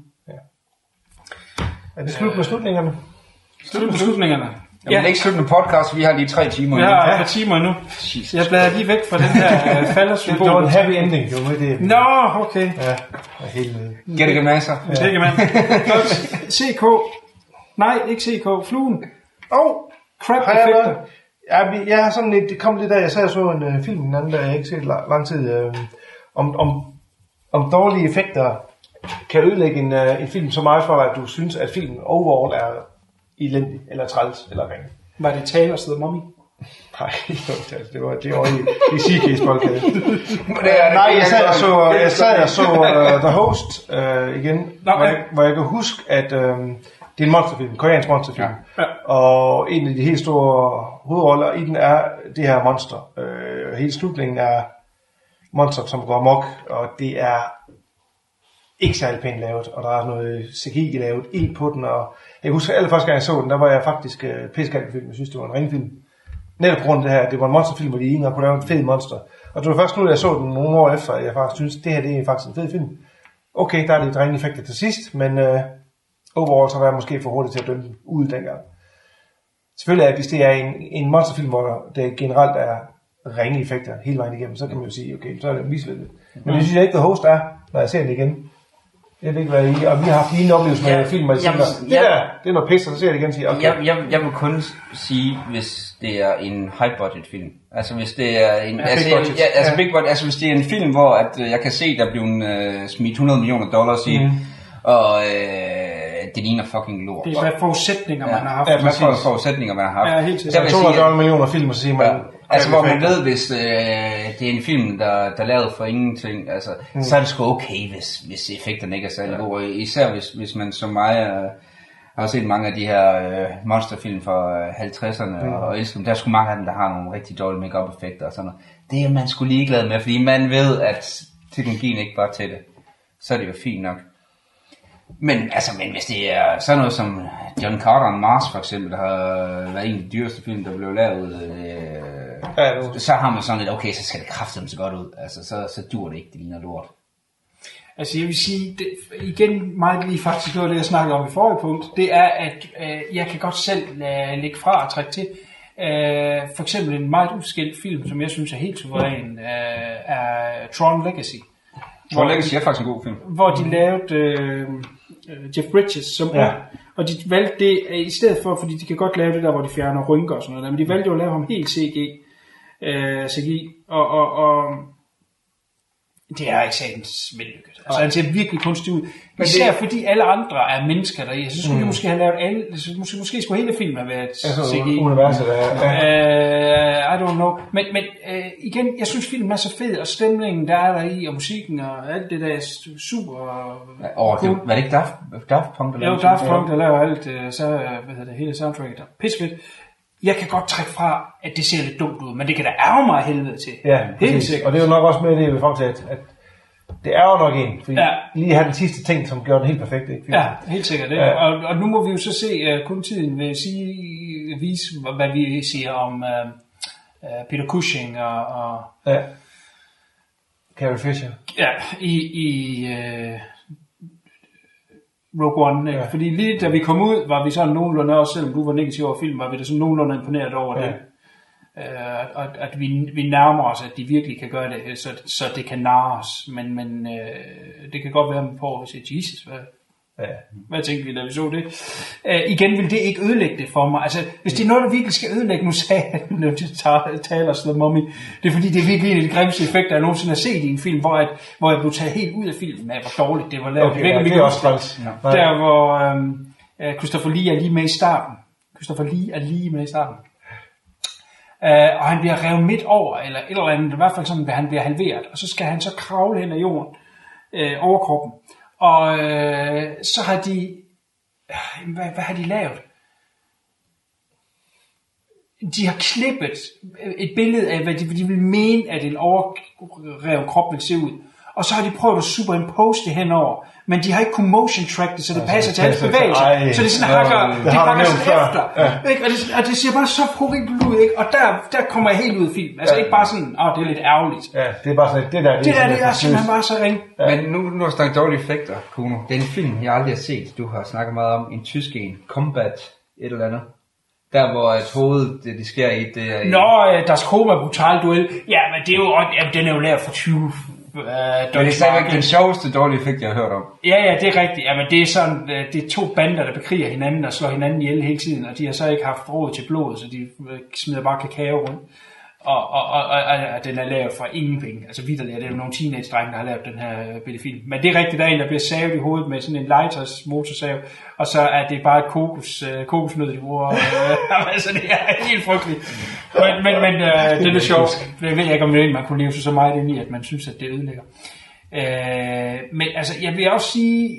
Er det slut med slutningerne? Slut på slutningerne. Jamen, det er ikke slut med podcast, vi har lige tre timer. Vi nu. har et par timer endnu. Jeg bladrer lige væk fra den her uh, faldersymbol. Det var en happy ending, det var med det. Nå, okay. Ja, og helt med. Get it, masser. Det kan man. Godt. C K. Nej, ikke C K. Fluen. Åh, Crap har jeg effekter. været? Ja, vi- jeg har sådan lidt, det kom lidt af, jeg sad og så en uh, film den anden, der jeg ikke set lang, lang tid, uh, om, om, om dårlige effekter kan ødelægge en, uh, en film så meget for dig, at du synes, at filmen overall er elendig, eller træls, eller ringe. Var det Taylor sidder mommy? Nej, det var det var i, i C K's podcast. Det er- Nej, jeg sad og det så, er- jeg sad og så uh, The Host uh, igen, Nå, hvor, ja. jeg, hvor jeg kan huske, at um, det er en monsterfilm, en koreansk monsterfilm. Ja. Og en af de helt store hovedroller i den er det her monster. Uh, hele slutningen er monster, som går amok, og det er ikke særlig pænt lavet, og der er noget C G I lavet ild på den, og jeg husker allerførste gang jeg så den, der var jeg faktisk uh, pissekald på filmen. Jeg synes, det var en ringfilm. Netop på grund af det her, det var en monsterfilm, hvor de ene kunne lave en fed monster. Og det var først nu, da jeg så den nogle år efter, at jeg faktisk synes, det her det er faktisk en fed film. Okay, der er lidt ringeffekter til sidst, men uh, overall så var jeg måske for hurtigt til at dømme den ud dengang. Selvfølgelig er, hvis det er en, en monsterfilm, hvor det generelt er ringe effekter hele vejen igennem, så kan man jo sige, okay, så er det misledet. Men det synes jeg ikke, The Host er, når jeg ser den igen. Jeg ved ikke, hvad I... Og vi har haft lige en oplevelse med Ja, ja, film, hvor jeg jamen, tænker, det ja. der, det er noget pis, og så ser jeg det igen og siger, okay. Jeg, jeg, jeg vil kun sige, hvis det er en high budget film. Altså hvis det er en Ja, altså, big jeg, budget. ja, altså Ja. big budget. Altså hvis det er en film, hvor at, øh, jeg kan se der bliver uh, smidt hundrede millioner dollars i, Mm. og øh, det ligner fucking lort. Det er hvad forudsætninger, man har haft. Ja, hvad for præcis. forudsætninger man har haft. Ja, helt sikkert. Der vil to jeg sige, hundrede millioner film, og så siger man... Ja. Altså hvor man effekter. ved, hvis øh, det er en film, der, der er lavet for ingenting, altså, mm. så er det sgu okay, hvis, hvis effekterne ikke er særlig ja. gode. Især hvis, hvis man som mig øh, har set mange af de her øh, monsterfilm fra øh, halvtredserne mm. og, og elsker dem. Der er sgu mange af dem, der har nogle rigtig dårlige make-up effekter og sådan noget. Det er man sgu ligeglad med, fordi man ved, at teknologien ikke var til det. Så er det jo fint nok. Men altså, men hvis det er sådan noget som John Carter on Mars for eksempel, der har været en af de dyreste film, der blev lavet, øh, Ja, det var- så har man sådan lidt, okay, så skal det kraftedeme så godt ud. Altså, så, så dur det ikke, det ligner lort. Altså jeg vil sige, det, igen meget lige faktisk noget af det, jeg snakkede om i forrige punkt, det er, at øh, jeg kan godt selv øh, lægge fra og trække til. Øh, for eksempel en meget uskilt film, som jeg synes er helt suveræn, øh, er Tron Legacy. Tron Legacy er faktisk en god film. Hvor de lavede øh, Jeff Bridges som Ja. ung, og de valgte det øh, i stedet for, fordi de kan godt lave det der, hvor de fjerner rynker og sådan noget, der, men de valgte jo at lave ham helt C G, øh, C G I, og, og, og det er ikke satans vellykket. Altså han ser virkelig kunstig ud. Især det... fordi alle andre er mennesker deri. Så skulle mm. de måske have lavet alle, måske, måske skulle hele filmen have været Altså, C G I. universet er... Ja. Uh, I don't know. Men, men uh, igen, jeg synes filmen er så fed, og stemningen der er der i, og musikken og alt det der er super Og cool. det, var det ikke Daft, Daft Punk, der Jo, lavede Daft sådan Punk, der laver alt, øh, så øh, hvad hedder det, hele soundtracket der. Pissefedt. Jeg kan godt trække fra, at det ser lidt dumt ud, men det kan da ærge mig af helvede til. Ja, helt præcis. sikkert. Og det er jo nok også med det, jeg vil frem til, at, at det er jo nok en, fordi Ja. ja. lige have den sidste ting, som gjorde den helt perfekt, ikke? Ja, helt sikkert. Ja. Ja. Og, og nu må vi jo så se, uh, kun tiden vil sige, vise, hvad vi siger om uh, uh, Peter Cushing og, og Ja. Carrie Fisher. ja, i, i uh, Rogue One. Ja. Fordi lige da vi kom ud, var vi sådan nogenlunde, også selvom du var negativ over film, var vi da sådan nogenlunde imponeret over Ja. det. Uh, at, at vi, vi nærmer os, at de virkelig kan gøre det, så, så det kan narre os. Men, men uh, det kan godt være, at man på at sige, Jesus, hvad, Ja. Hvad tænkte vi, da vi så det? Uh, igen vil det ikke ødelægge det for mig. Altså, hvis det er noget, der virkelig skal ødelægge, nu sagde jeg, når de taler sådan Mummy, det er fordi, det er virkelig en af de grimmeste effekter, jeg nogensinde har set i en film, hvor, at, hvor jeg blev taget helt ud af filmen af, hvor dårligt det var lavet. Okay, ja, det er også træls. Ja. Der, hvor um, uh, Christopher Lee er lige med i starten. Christopher Lee er lige med i starten. Uh, og han bliver revet midt over, eller et eller andet, i hvert fald sådan, at han bliver halveret, og så skal han så kravle hen ad jorden, uh, overkroppen. Og øh, så har de, øh, hvad, hvad har de lavet? De har klippet et billede af, hvad de, de vil mene, at en overrevet krop vil se ud. Og så har de prøvet at superimpose det henover. Men de har ikke kunnet motion track det, så det altså, passer til hans bevægelser. Ej, så det er sådan, hakker, det, det hakker sådan efter. Ja. Ikke? Og, det, og det ser bare så horribelt ud, ikke? Og der, der kommer jeg helt ud af filmen. Altså ja. Ikke bare sådan, åh, oh, det er lidt ærgerligt. Ja, det er bare sådan, det der, det, det der, det er simpelthen bare så ring. Ja. Men nu, nu har du snakket dårlige effekter, Kuno. Det er en film, jeg aldrig har set. Du har snakket meget om en tysk en, Combat, et eller andet. Der hvor et hoved, det, det sker i, det er... Nå, deres koma brutal duel. Ja, men det er jo, ja, den er jo lavet for tyve. Uh, men det er ikke den sjoveste dårlige effekt, jeg har hørt om. Ja, ja, det er rigtigt. Ja, men det er sådan, det er to bander, der bekriger hinanden og slår hinanden ihjel hele tiden, og de har så ikke haft råd til blod, så de smider bare kakao rundt. Og, og, og, og, og den er lavet for ingen penge. Altså vitterligt, det er jo nogle teenage-drenge, der har lavet den her bitte film. Men det er rigtigt, der er en, der bliver savet i hovedet med sådan en legetøjs motorsav, og så er det bare et kokos, uh, kokosnød, de bruger. Uh, altså, det er helt frygteligt. Men, men, men uh, det er sjov. Det ved jeg ikke, om det, man kunne leve sig så meget ind i, at man synes, at det ødelægger. Uh, men altså, jeg vil også sige...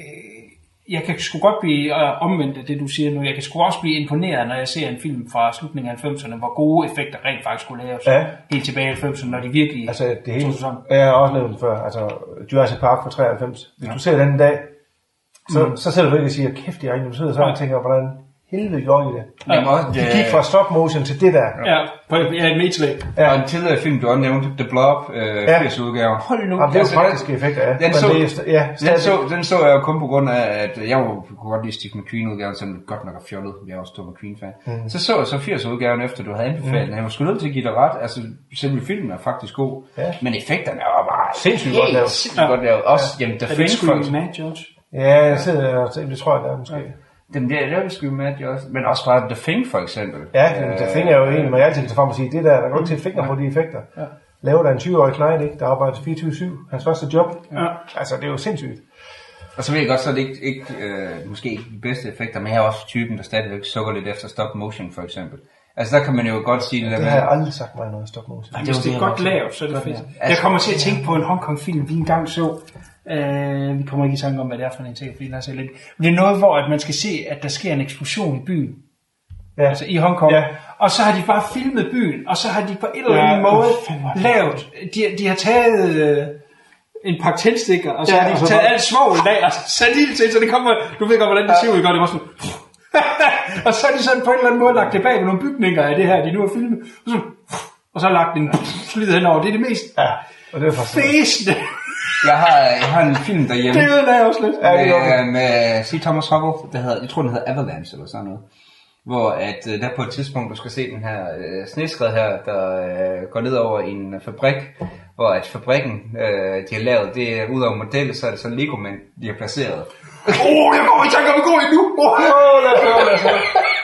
Jeg kan sgu godt blive øh, omvendt af det, du siger nu. Jeg kan sgu også blive imponeret, når jeg ser en film fra slutningen af halvfemserne, hvor gode effekter rent faktisk skulle laves. Ja. Helt tilbage i halvfemserne, når de virkelig... Altså, det hele... Jeg har også nævnt før. Altså, Jurassic Park fra treoghalvfems. Hvis ja. du ser den dag, så, mm. så sidder du ikke og siger, kæft, jeg er ikke sidder så og tænker, hvordan helvede gjorde I det? Ja. Også, de gik fra stop motion til det der. Ja, på ja, et meterlæg. Ja. Og en tidligere film, du også nævnte, The Blob, øh, ja. firs udgaver. Hold nu. Ja, det er jo praktiske effekter, ja. Den så, det, ja, den, så, den så jeg jo kun på grund af, at jeg kunne godt lide Steve McQueen-udgaven, som godt nok er fjollet. Jeg er også stor McQueen-fan. Mm. Så så jeg så firs udgaven efter, du havde anbefalet den. Mm. Jeg var sgu nødt til at give dig ret. Altså, selve filmen er faktisk god. Ja. Men effekterne er bare sindssygt godt lavet. Sindssygt godt lavet. Også, ja. Jamen, der findes folk... Mad George? Ja, jeg sidder og det tror jeg, der er måske... Ja. Dem der, der vil skyde med, også. Men også bare The Thing for eksempel. Ja, The Thing er jo en, man altid kan tage frem og sige, det der, der går ikke til at fingre på de effekter. Ja. Laver der en tyve-årig knejt, ikke, der arbejder fireogtyve syv, hans første job. Ja. Altså, det er jo sindssygt. Og så ved jeg godt, så er det ikke, ikke øh, måske ikke de bedste effekter, men jeg er også typen, der stadigvæk sukker lidt efter stop motion for eksempel. Altså der kan man jo godt sige... Det, det har jeg aldrig sagt mig noget stop motion. Nej, hvis det er godt lavet, så er det fedt. Jeg kommer til at tænke på en Hong Kong film, vi engang så. Uh, vi kommer ikke i tanke om, hvad det er for en ting, fordi den er så lidt. Men det er noget, hvor at man skal se, at der sker en eksplosion i byen. Ja. Altså i Hongkong. Ja. Og så har de bare filmet byen, og så har de på en eller anden ja, måde lavet, de, de har taget uh, en pakke tændstikker, og så ja, har de taget bare... alt svovl af, og sat ild til, så det kommer, du ved godt, hvordan det ser ud, det var sådan, og så har de sådan på en eller anden måde lagt det bag med nogle bygninger af det her, de nu har filmet, og så, og så har lagt en slid henover, det er det mest ja, og det er fæsende. Jeg har, jeg har en film derhjemme. Det ved jeg også lidt. Med, med C. Thomas Howell, der hedder, jeg tror den hedder Avalanche eller sådan noget. Hvor at der på et tidspunkt, du skal se den her øh, sneskred her, der øh, går ned over en fabrik, hvor at fabrikken, øh, de har lavet, det er ud over modellet, så er det sådan Lego-mænd, de har placeret. Åh, oh, jeg går i tanker, vi går i nu! Åh, oh, lad os høre, lad os høre.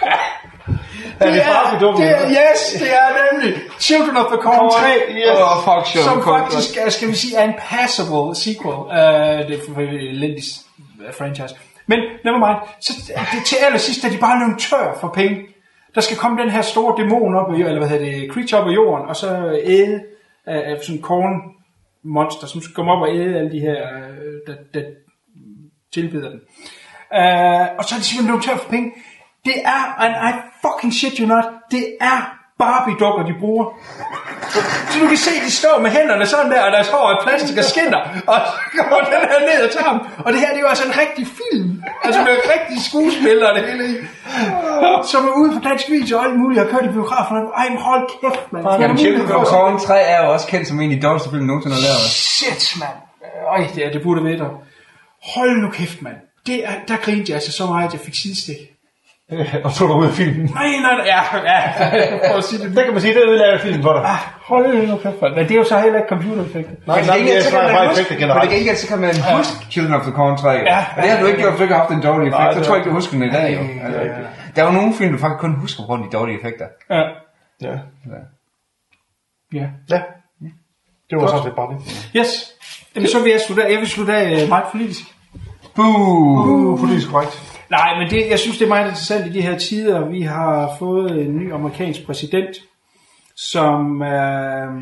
Det, det, er, det, det er, yes, det er nemlig Children of the Corn tre, yes, oh, fuck, som faktisk er, skal vi sige, er en passable sequel. Uh, det er for et elendigt franchise. Men never mind, så det, til allersidst er de bare nogle tør for penge. Der skal komme den her store dæmon op, eller hvad hedder det, creature op i jorden, og så æde af uh, sådan en corn monster, som skal komme op og æde alle de her, uh, der, der tilbeder den. Uh, og så er de simpelthen nogle tør for penge. Det er, and I fucking shit you not, det er Barbie-dukker, de bruger. Så du kan se, de står med hænderne sådan der, og deres hår er plastik og skinner, og så går den her ned og tager dem. Og det her, det er jo altså en rigtig film. Altså med rigtige skuespillere og det hele i. Som er ude på dansk video og alt muligt, og kørt i biograferne. Ej, men hold kæft, mand. Jamen, Children of the Corn tre er jo også kendt som en af de dårligste film, nogensinde har lavet. Shit, mand. Øj, det, det burde være der. Hold nu kæft, mand. Det er, der grinte jeg altså så meget, at jeg fik sidestik. Og så du ud af filmen. Nej, nej, nej, ja, ja. Prøv at sige det. Det kan man sige, det ødelagde filmen for dig. Ah, hold nu kæft. Men det er jo så heller ikke computereffekter. Nej, nej, det er svært bare effekter generelt. Men det gengæld, så kan man huske Children of the Corn tre. Ja. Og det har du ikke gjort, hvis du ikke har haft en dårlig effekt. Så tror jeg ikke, du husker den i dag, jo. Der er jo nogle film, du faktisk kun husker på grund af de dårlige effekter. Ja. Ja. Ja. Ja. Det var sådan set bare det. Yes. Jamen, så vil jeg slutte af. Jeg vil slutte af meget politisk. Buh. Buh, politisk korrekt. Nej, men det, jeg synes, det er meget interessant i de her tider. Vi har fået en ny amerikansk præsident, som øh,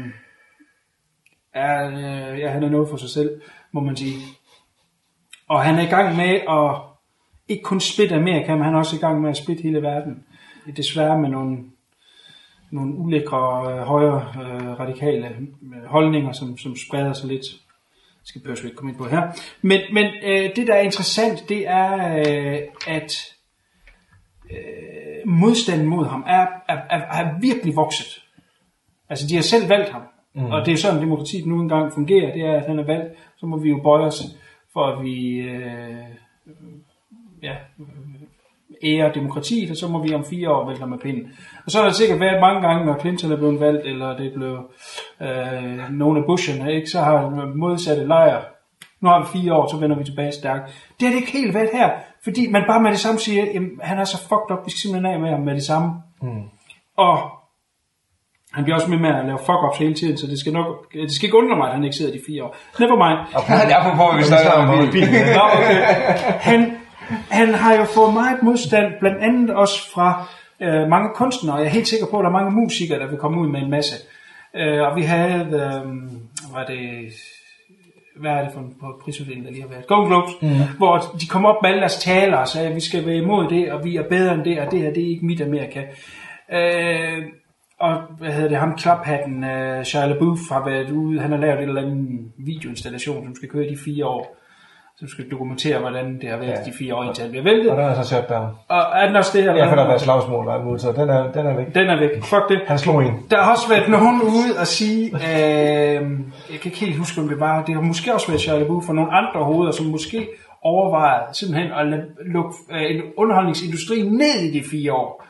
er, øh, ja, han er noget for sig selv, må man sige. Og han er i gang med at ikke kun splitte Amerika, men han er også i gang med at splitte hele verden. Desværre med nogle, nogle ulækre, øh, højre, øh, radikale holdninger, som, som spreder sig lidt. Det skal Børsvig ikke komme ind på her. Men, men øh, det, der er interessant, det er, øh, at øh, modstanden mod ham er, er, er, er virkelig vokset. Altså, de har selv valgt ham. Mm. Og det er sådan, demokratiet nu engang fungerer. Det er, at han er valgt. Så må vi jo bøje os for, at vi øh, ja, ærer demokratiet, og så må vi om fire år vælte ham med pinden. Og så har der sikkert været mange gange, når Clinton er blevet valgt, eller det er blevet øh, nogle af Bushen, ikke? Så har modsatte lejre. Nu har vi fire år, så vender vi tilbage stærkt. Det har det ikke helt været her, fordi man bare med det samme siger, jamen, han er så fucked up, vi skal simpelthen af med ham med det samme. Mm. Og han bliver også med med at lave fuck-ups hele tiden, så det skal nok, det skal ikke undre mig, at han ikke sidder de fire år. Never mind. Derfor får vi snakke om bilen. Nå, okay. Han, han har jo fået meget modstand, blandt andet også fra øh, mange kunstnere. Jeg er helt sikker på, at der er mange musikere, der vil komme ud med en masse. Øh, og vi havde, øh, var det, hvad er det for en prisuddeling, der lige har været? Golden Globes, mm. hvor de kom op med alle deres taler og sagde, at vi skal være imod det, og vi er bedre end det, og det her, det er ikke mit Amerika. Øh, og hvad hedder det, ham klaphatten, uh, Shia LaBeouf har været ude, han har lavet et eller andet videoinstallation, som skal køre de fire år, som skal dokumentere, hvordan det har været ja. de fire år, indtil han bliver væltet. Og den er så sat der. Og er den også det her? Ja, for der har været slagsmål og alt muligt, så den er, den er væk. Den er væk. Fuck det. Han slog en. Der har også været nogen ude og sige, øh, jeg kan ikke helt huske, om det var, det har måske også været Shia LaBeouf for nogle andre hoveder, som måske overvejede simpelthen at lukke øh, en underholdningsindustri ned i de fire år.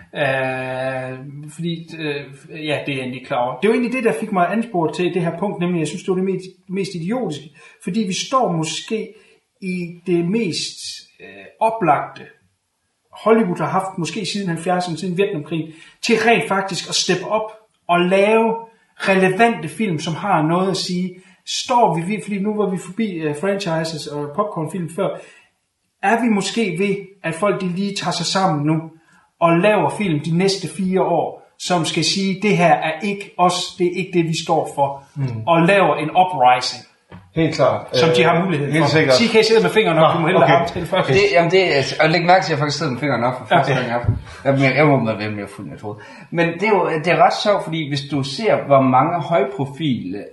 Uh, fordi, uh, ja, det er endelig klar over. Det var egentlig det, der fik mig ansporet til det her punkt, nemlig, jeg synes, det var det mest, mest idiotiske. Fordi vi står måske i det mest uh, oplagte, Hollywood har haft måske siden halvfjerdserne, siden Vietnamkrigen, til rent faktisk at steppe op og lave relevante film, som har noget at sige. Står vi, fordi nu var vi forbi uh, franchises og popcornfilm før, er vi måske ved, at folk de lige tager sig sammen nu, og laver film de næste fire år, som skal sige, det her er ikke os, det er ikke det, vi står for, mm. og laver en uprising. Helt klart. Som de har mulighed helt for. Sikkert. C K sidder med fingrene op, du må hellere okay. have til først. Det, jamen det er, og læg mærke til, at jeg faktisk sidder med fingrene op for første gang i aften. Jeg, jeg må med være mere fuld, jeg troede. Men det er jo det er ret sjovt, fordi hvis du ser, hvor mange højprofil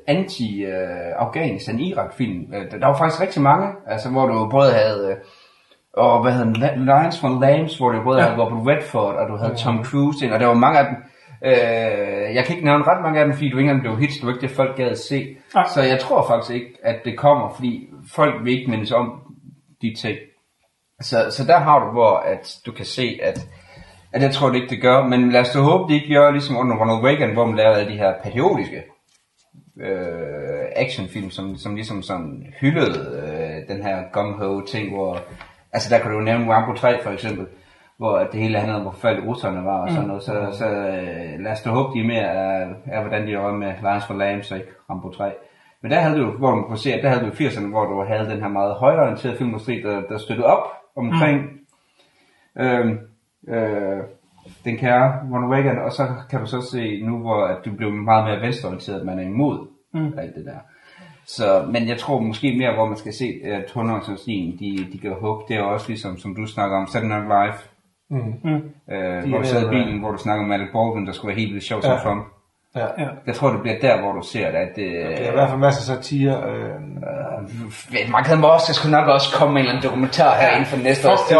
anti-Afghanistan-Irak-film, der var faktisk rigtig mange, altså hvor du både havde... og hvad hedder den, Lions from Lambs, hvor det både ja. havde Robert Redford, og du havde Tom Cruise ind, og der var mange af dem, øh, jeg kan ikke nævne ret mange af dem, fordi du ikke engang blev hits, det var ikke det, folk gad at se. Ja. Så jeg tror faktisk ikke, at det kommer, fordi folk vil ikke mindes om de ting. Så, så der har du, hvor at du kan se, at, at jeg tror det ikke, det gør, men lad os da håbe, det ikke gør, ligesom under Ronald Reagan, hvor man lavede de her patriotiske øh, actionfilm, som, som ligesom sådan hyldede øh, den her gung-ho ting, hvor altså der kan du jo nævne Rambo tre for eksempel, hvor det hele handlede om, hvor forfærdeligt russerne var og sådan noget. Så, så øh, lad os da håbe, de er mere af, af hvordan de var med Lions for Lambs og ikke Rambo tre. Men der havde du, hvor man kunne se, at der havde du i firserne, hvor du havde den her meget højreorienterede filmindustri, der, der støttede op omkring mm. øh, øh, den kære Ronald Reagan, og så kan du så se nu, hvor at du blev meget mere venstreorienteret, at man er imod mm. alt det der. Så, men jeg tror måske mere, hvor man skal se, at hundrede-årsindustien, de, de gør hug. Det er også ligesom, som du snakker om, Saturday Night Live. Mm. Øh, hvor du sad i bilen, hvor du snakker om Alec Baldwin, der skulle være helt vildt sjov som Trump. Ja. Ja. Jeg tror, det bliver der, hvor du ser det. At det, ja, det er i hvert fald masser af satire. Øh, øh, man kan også, der skulle nok også komme med en eller anden dokumentar her inden for næste års tid.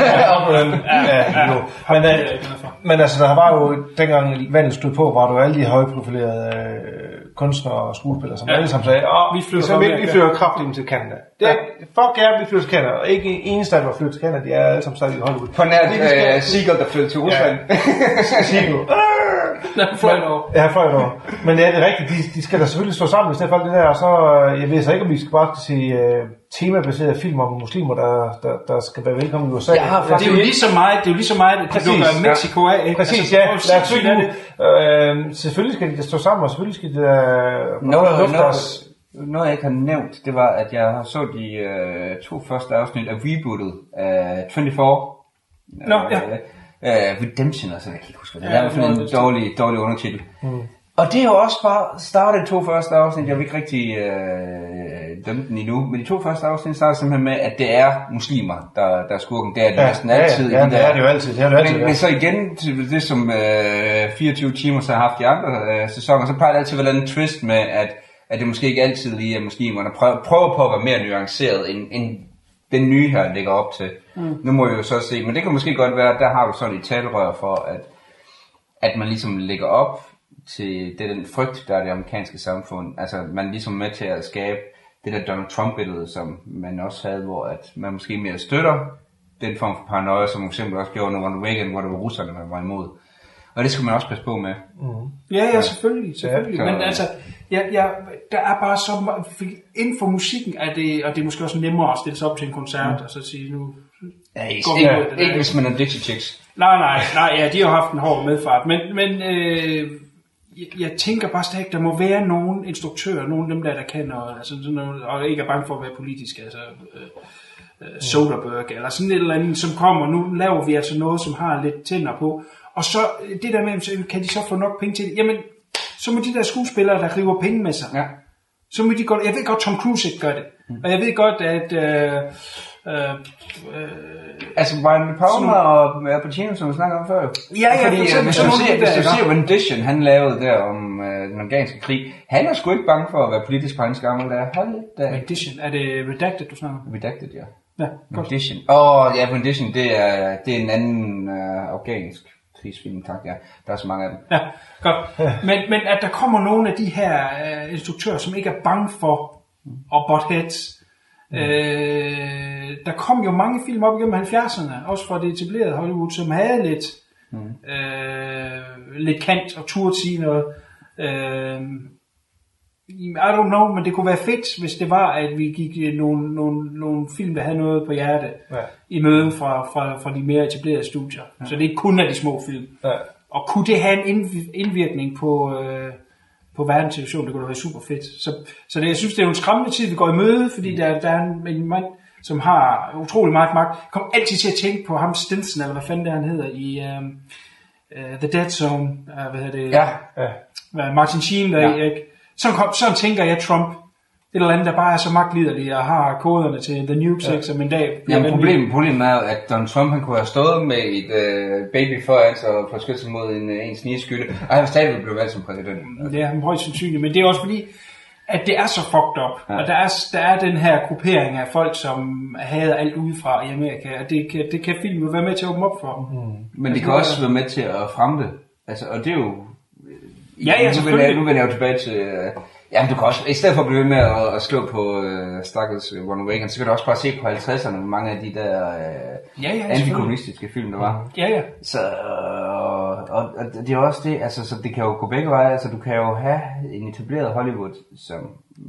Men, øh, men altså, der var jo, dengang vandet stod på, var der jo alle de højprofilerede øh, kunstnere og skuespillere, som Ja. alle sammen sagde, åh, Vi flytter så fra vi, Amerika." vi flytter kraftigt til Canada. Det er, fuck ja, vi flytter til Canada, og ikke eneste af dem, der flytter til Canada, de er alle sammen stadig i Hollywood. På nær Det, de skal- uh, Seagull, der flyttede til Rusland. Sigo. Der er fløjt over. Ja, fløjt over. Men ja, det er rigtigt, de, de skal da selvfølgelig stå sammen i stedet for alt det der, og så, øh, jeg ved så ikke, om vi skal bare skal se uh, temabaserede film om muslimer, der, der, der skal være velkommen i U S A. Jeg har Det er jo lige så meget, det er jo lige så meget, at de Præcis, lukker ja. Mexico af. Ikke? Præcis, Altså, ja. hvor Lad os sindssygt ikke er det? øh, selvfølgelig skal de da stå sammen, og selvfølgelig skal de da Noget, lufte noget, os. noget, jeg ikke har nævnt, det var, at jeg har så de uh, to første afsnit af rebootet af toogtyve. Nå, ja. Uh, Redemption, altså jeg kan ikke huske, hvad det Ja, er. Det er i hvert fald en det var dårlig, dårlig undertitel. Mm. Og det er jo også bare startet to første afsnit. Jeg vil ikke rigtig øh, dømme den endnu. Men de to første afsnit starter simpelthen med, at det er muslimer, der, der er skurken. Det er det Ja, næsten ja, altid. ja, i de det der. er det jo altid. Det er det altid, men, ja. men så igen, til det som øh, fireogtyve timer så har haft de andre øh, sæsoner, så plejer det altid at være en twist med, at, at det måske ikke altid lige er muslimerne. Prøver, prøver på at være mere nuanceret, end, end den nye her ligger op til. Mm. Nu må vi jo så se. Men det kan måske godt være, at der har du sådan et talerør for, at, at man ligesom lægger op til det den frygt, der er det amerikanske samfund. Altså, man er ligesom med til at skabe det der Donald Trump-billede, som man også havde, hvor at man måske mere støtter den form for paranoia, som for eksempel også gjorde under Ronald Reagan, hvor det var russerne, man var imod. Og det skal man også passe på med. Mm. Ja, ja, selvfølgelig, selvfølgelig. Ja, men altså, ja, ja, der er bare så meget, inden for musikken er det, og det er måske også nemmere at stille sig op til en koncert, mm. og så sige, nu ja, ikke, går vi ikke, ud af det der, ikke hvis man er Dixie Chicks. Nej, nej, nej, ja, de har jo haft en hård medfart, men, men øh, jeg, jeg tænker bare stadig, der må være nogen instruktører, nogen af dem der, der kan noget, altså sådan noget, og ikke er bange for at være politisk, altså øh, øh, Soderbergh, eller sådan et eller andet, som kommer, nu laver vi altså noget, som har lidt tænder på, og så det der med, så kan de så få nok penge til det, jamen, så må de der skuespillere, der river penge med sig, ja. så må de godt, jeg ved godt, Tom Cruise ikke gør det, mm. og jeg ved godt, at øh, øh, øh, altså Brian De Palma og Al Pacino, som vi snakker om før. Ja, ja, fordi for eksempel, hvis så du nogle ser, af de hvis der, du ikke? ser Rendition, han lavede der om øh, den afghanske krig, han er sgu ikke bange for at være politisk på hans gamle der. Hold da. Rendition, er det Redacted, du snakker om? Redacted, ja. Ja, godt. Rendition. Åh, oh, ja, Rendition, det er, det er en anden øh, afghansk krigsfilm, tak, ja. Der er så mange af dem. Ja, godt. Men, men at der kommer nogle af de her øh, instruktører, som ikke er bange for at butt heads. Mm. Øh, der kom jo mange film op igennem halvfjerdserne, også fra det etablerede Hollywood, som havde lidt, mm. øh, lidt kant og turde sige noget. Øh, I don't know, men det kunne være fedt, hvis det var, at vi gik nogle, nogle, nogle film, der havde noget på hjerte, ja. i møde fra, fra, fra de mere etablerede studier. Ja. Så det ikke kun er de små film. Ja. Og kunne det have en indvirkning på, øh, på verdenssituationen, det kunne da være super fedt. Så, så det, jeg synes, det er jo en skræmmende tid, vi går i møde, fordi der, der er en, en mand, som har utrolig meget magt. Jeg kommer altid til at tænke på ham Stinson, eller hvad fanden det han hedder, i um, uh, The Dead Zone, uh, hvad hedder det? Ja. Ja. Martin Sheen, der ja. ikke? Sådan, kom, sådan tænker jeg Trump. Et eller andet, der bare er så magtliderlig og har koderne til The Nuke Six, ja. om en dag. Jamen, problemet, problemet er jo, at Donald Trump han kunne have stået med et øh, baby foran sig og forskytte sig mod en, en snigeskylde, og han ville stadigvæk blive valgt som præsident. Det er højst sandsynligt, men det er også fordi, at det er så fucked up, ja. og der er, der er den her gruppering af folk, som hader alt udefra i Amerika, og det kan, det kan filmen jo være med til at åbne op for. Mm. Men det kan også være med til at fremme det, altså, og det er jo... Ja, ja, selvfølgelig. Nu vender jeg jo tilbage til... Øh, jamen, du kan også, i stedet for at blive ved med at, at slå på øh, stakkels Ronald Reagan, så kan du også bare se på halvtredserne, hvor mange af de der øh, ja, ja, antikommunistiske film, der var. Ja, ja. Så, og, og, og det er også det, altså, så det kan jo gå begge veje, altså du kan jo have en etableret Hollywood, som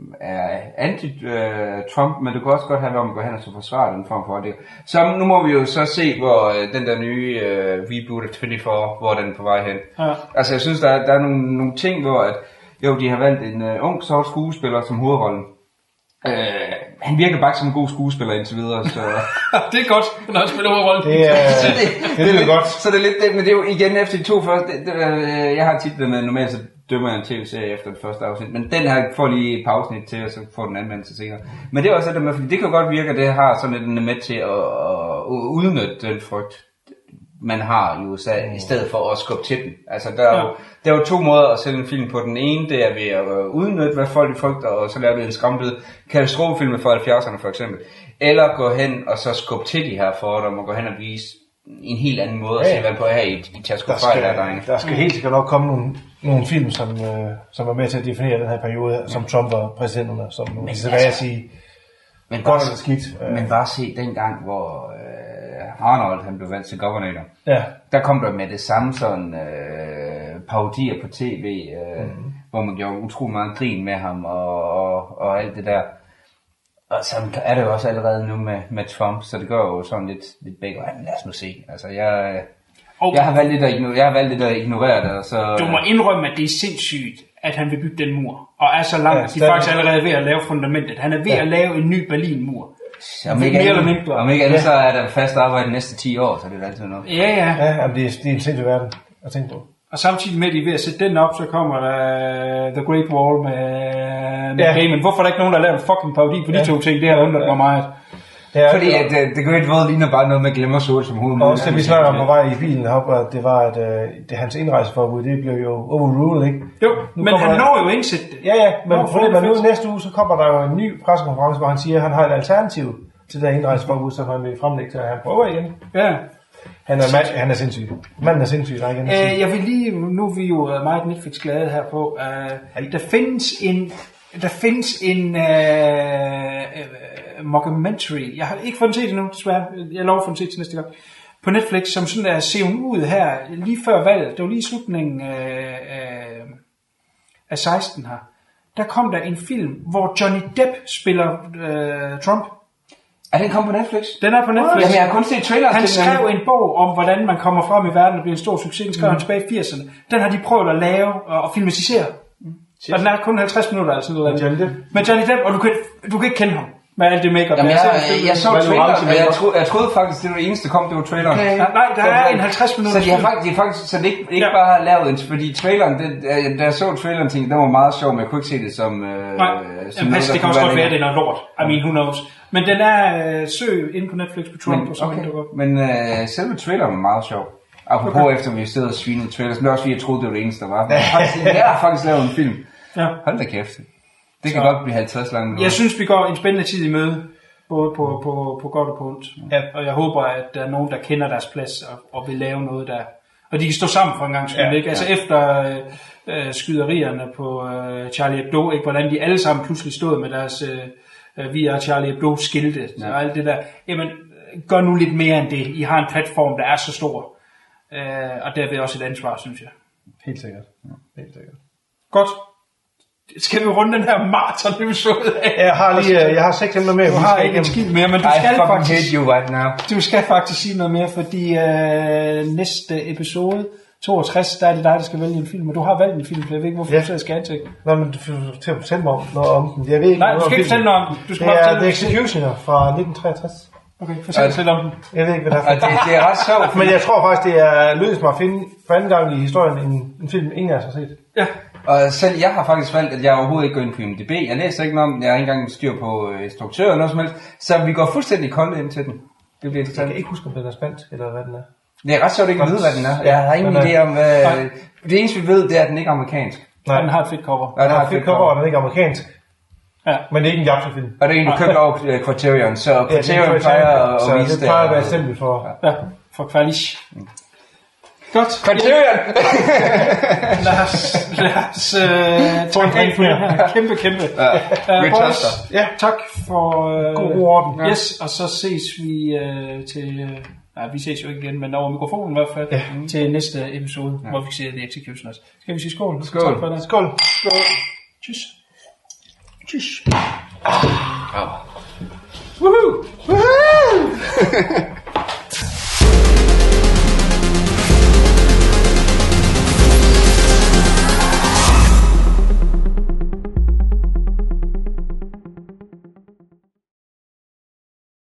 er anti-Trump, øh, men du kan også godt have, hvor man går hen og så forsvarer den form for det. Så nu må vi jo så se, hvor øh, den der nye øh, reboot af toogtyve, hvor den er på vej hen. Ja. Altså jeg synes, der er, der er nogle, nogle ting, hvor at, jo, de har valgt en uh, ung, sort skuespiller som hovedrollen. Uh, han virker bare som en god skuespiller indtil videre, så... det er godt, når han spiller hovedrollen. Det er, så det, det, det er godt. Så det er lidt det, men det er jo igen efter de to første... Det, det, uh, jeg har tit det med, normalt så dømmer jeg en tv-serie efter det første afsnit, men den her får lige et pausenit til, og så får den anmeldelse senere. Men det er også det med, fordi det kan godt virke, at det har sådan lidt med til at, at udnytte den frygt, man har i U S A, mm. i stedet for at skubbe til den. Altså, der er, ja. jo, der er jo to måder at sælge en film på. Den ene, det er ved at udnytte, hvad folk frygter, og så lave det en skræmmebid. Katastrofefilm fra halvfjerdserne for eksempel. Eller gå hen og så skubbe til de her fordomme, og gå hen og vise, en helt anden måde at se hvad på her i, i Tasko Fejl der, drenge. Der skal helt sikkert nok komme nogle, nogle film, som, øh, som er med til at definere den her periode, ja. Som Trump var præsidenterne, som nu er tilbage at sige, men godt bare, eller skidt. Øh. Men bare se den gang, hvor øh, Arnold han blev valgt til governator. Ja. Der kom der med det samme sådan øh, parodier på tv, øh, mm. hvor man gjorde utrolig meget grin med ham og, og, og alt det der. Og så er det jo også allerede nu med, med Trump, så det gør jo sådan lidt, lidt begge veje. Lad os nu se. Altså, jeg, okay. jeg, har valgt lidt at ignorere, jeg har valgt lidt at ignorere det. Og så, du må indrømme, at det er sindssygt, at han vil bygge den mur. Og er så langt, ja, at de faktisk allerede ved at lave fundamentet. Han er ved ja. at lave en ny Berlinmur. Om ikke, andet, om ikke andet, ja. Så er der fast arbejde de næste ti år, så det er altid noget. Ja, ja. Ja, jamen, det, er, det er en sindssyg verden at tænke på. Og samtidig med, at de er ved at sætte den op, så kommer der The Great Wall med, med ja. Gaiman. Hvorfor er der ikke nogen, der laver en fucking parodi på de ja. to ting? Det har undret mig meget. Ja, fordi at, uh, The Great Wall ligner bare noget med glemmer sol som hovedet. Og også det, vi snakker om på vej i bilen heroppe, at det var, at uh, det, hans indrejseforbud, det blev jo overruled, ikke? Jo, nu men han der... når jo indsætte det. Ja, ja, men problemet nu næste uge, så kommer der jo en ny pressekonference, hvor han siger, at han har et alternativ til det indrejseforbud, som han vil fremlægge til, at han prøver igen. Ja. Han er, mand, han er sindssyg. Manden er sindssyg, der er igen. Øh, jeg vil lige, nu er vi jo meget Netflix glade her på, uh, der findes en, der findes en uh, uh, mockumentary. Jeg har ikke fået den set endnu, desværre. Jeg lover at få den set til næste gang. På Netflix, som sådan er seven ud her, lige før valget. Det var lige i slutningen uh, uh, af seksten her. Der kom der en film, hvor Johnny Depp spiller uh, Trump. Er den kommet på Netflix? Den er på Netflix. Jamen, jeg har kun set traileren. Han skrev en bog om, hvordan man kommer frem i verden og bliver en stor succes. Den skrev mm. han tilbage i firserne. Den har de prøvet at lave og filmatisere. Mm. Og den er kun halvtreds minutter eller sådan noget. Johnny Depp. Men Johnny Depp, og du kan, du kan ikke kende ham med alt det make-up. Jamen, jeg, jeg, jeg, jeg så traileren, og jeg, tro, jeg troede faktisk, det var det eneste, der kom, det var traileren. Okay. Ja, nej, der er en halvtreds minutter. Så de har faktisk, de har faktisk så det ikke, ikke ja. bare har lavet en, fordi traileren, det, da jeg så traileren, tænkte den var meget sjov, men jeg kunne ikke se det som... Øh, nej, som noget, det kan også godt være, det er noget lort. I mean, who knows. Men den er øh, søg inde på Netflix på Trump, men, og så okay. Kan men øh, selve traileren var meget sjov. Apropos okay. efter vi stod og svinede trailers, men også fordi jeg troede, det var det eneste, der var. Jeg har faktisk lavet en film. Ja. Hold da kæft. Det kan så. Godt blive halvtreds langt. Jeg synes, vi går en spændende tid i møde, både på, på, på godt og på ondt. Ja. Og jeg håber, at der er nogen, der kender deres plads og, og vil lave noget, der... Og de kan stå sammen for en gang skyld, ja. Ikke? Altså ja. Efter øh, skyderierne på øh, Charlie Hebdo, ikke? Hvordan de alle sammen pludselig stod med deres... Øh, vi er Charlie Hebdo skilte ja. Og alt det der. Jamen, gør nu lidt mere end det. I har en platform, der er så stor. Øh, og derved også et ansvar, synes jeg. Helt sikkert. Ja. Helt sikkert. Godt. Skal vi runde den her maraton-episode af? Jeg har lige, jeg har seks emner mere. Du har ikke en skid mere, men du I skal faktisk... you right now. Du skal faktisk sige noget mere, fordi øh, næste episode... toogtres, der er det dig, der skal vælge en film, og du har valgt en film, så jeg ved ikke, hvorfor ja. Du skal ansætte. Nå, men du skal fortælle mig om noget om den. Jeg ved ikke, nej, du skal ikke fortælle noget om den. Du skal det bare er The Executioner fra nitten treogtres. Okay, fortæl lidt om den. Jeg ved ikke, hvad der er. det, det er ret sjovt. Men jeg tror faktisk, det er lykkedes mig at finde for anden gang i historien en, en film, ingen af os har set. Ja. Og selv jeg har faktisk valgt, at jeg overhovedet ikke går ind på I M D B. Jeg læser ikke noget om den. Jeg har ikke engang styr på instruktøren eller noget som helst. Så vi går fuldstændig koldt ind til den. Det bliver interessant. Jeg kan ikke huske, om den er spansk, eller hvad den er. Det er ret sjovt ikke at vide, hvad den er. Jeg har ingen idé om... Øh, det eneste vi ved, det er, at den ikke er amerikansk. Nej, den har et fedt cover. Ja, den har et fedt cover, og den er ikke amerikansk. Ja. Men det er ikke en jagtfilm. Og det er egentlig købt over uh, Criterion, så Criterion plejer at vise det. Så det plejer at være et eksempel for... Ja, for kvalish. Mm. Godt. Criterion! lad os... Lad os... Øh, tage en af for det her. Kæmpe, kæmpe. Ja, uh, boys, ja. Tak for... Uh, God orden. Ja. Yes, og så ses vi uh, til... Uh, nej, vi ses jo ikke igen, men over mikrofonen i hvert fald, ja. Til næste episode, ja. Hvor vi ser The Executioners. Skal vi sige skål? Skål. Tak for det. Skål. Skål. Tjus. Tjus. Ah. Woohoo! Woohoo!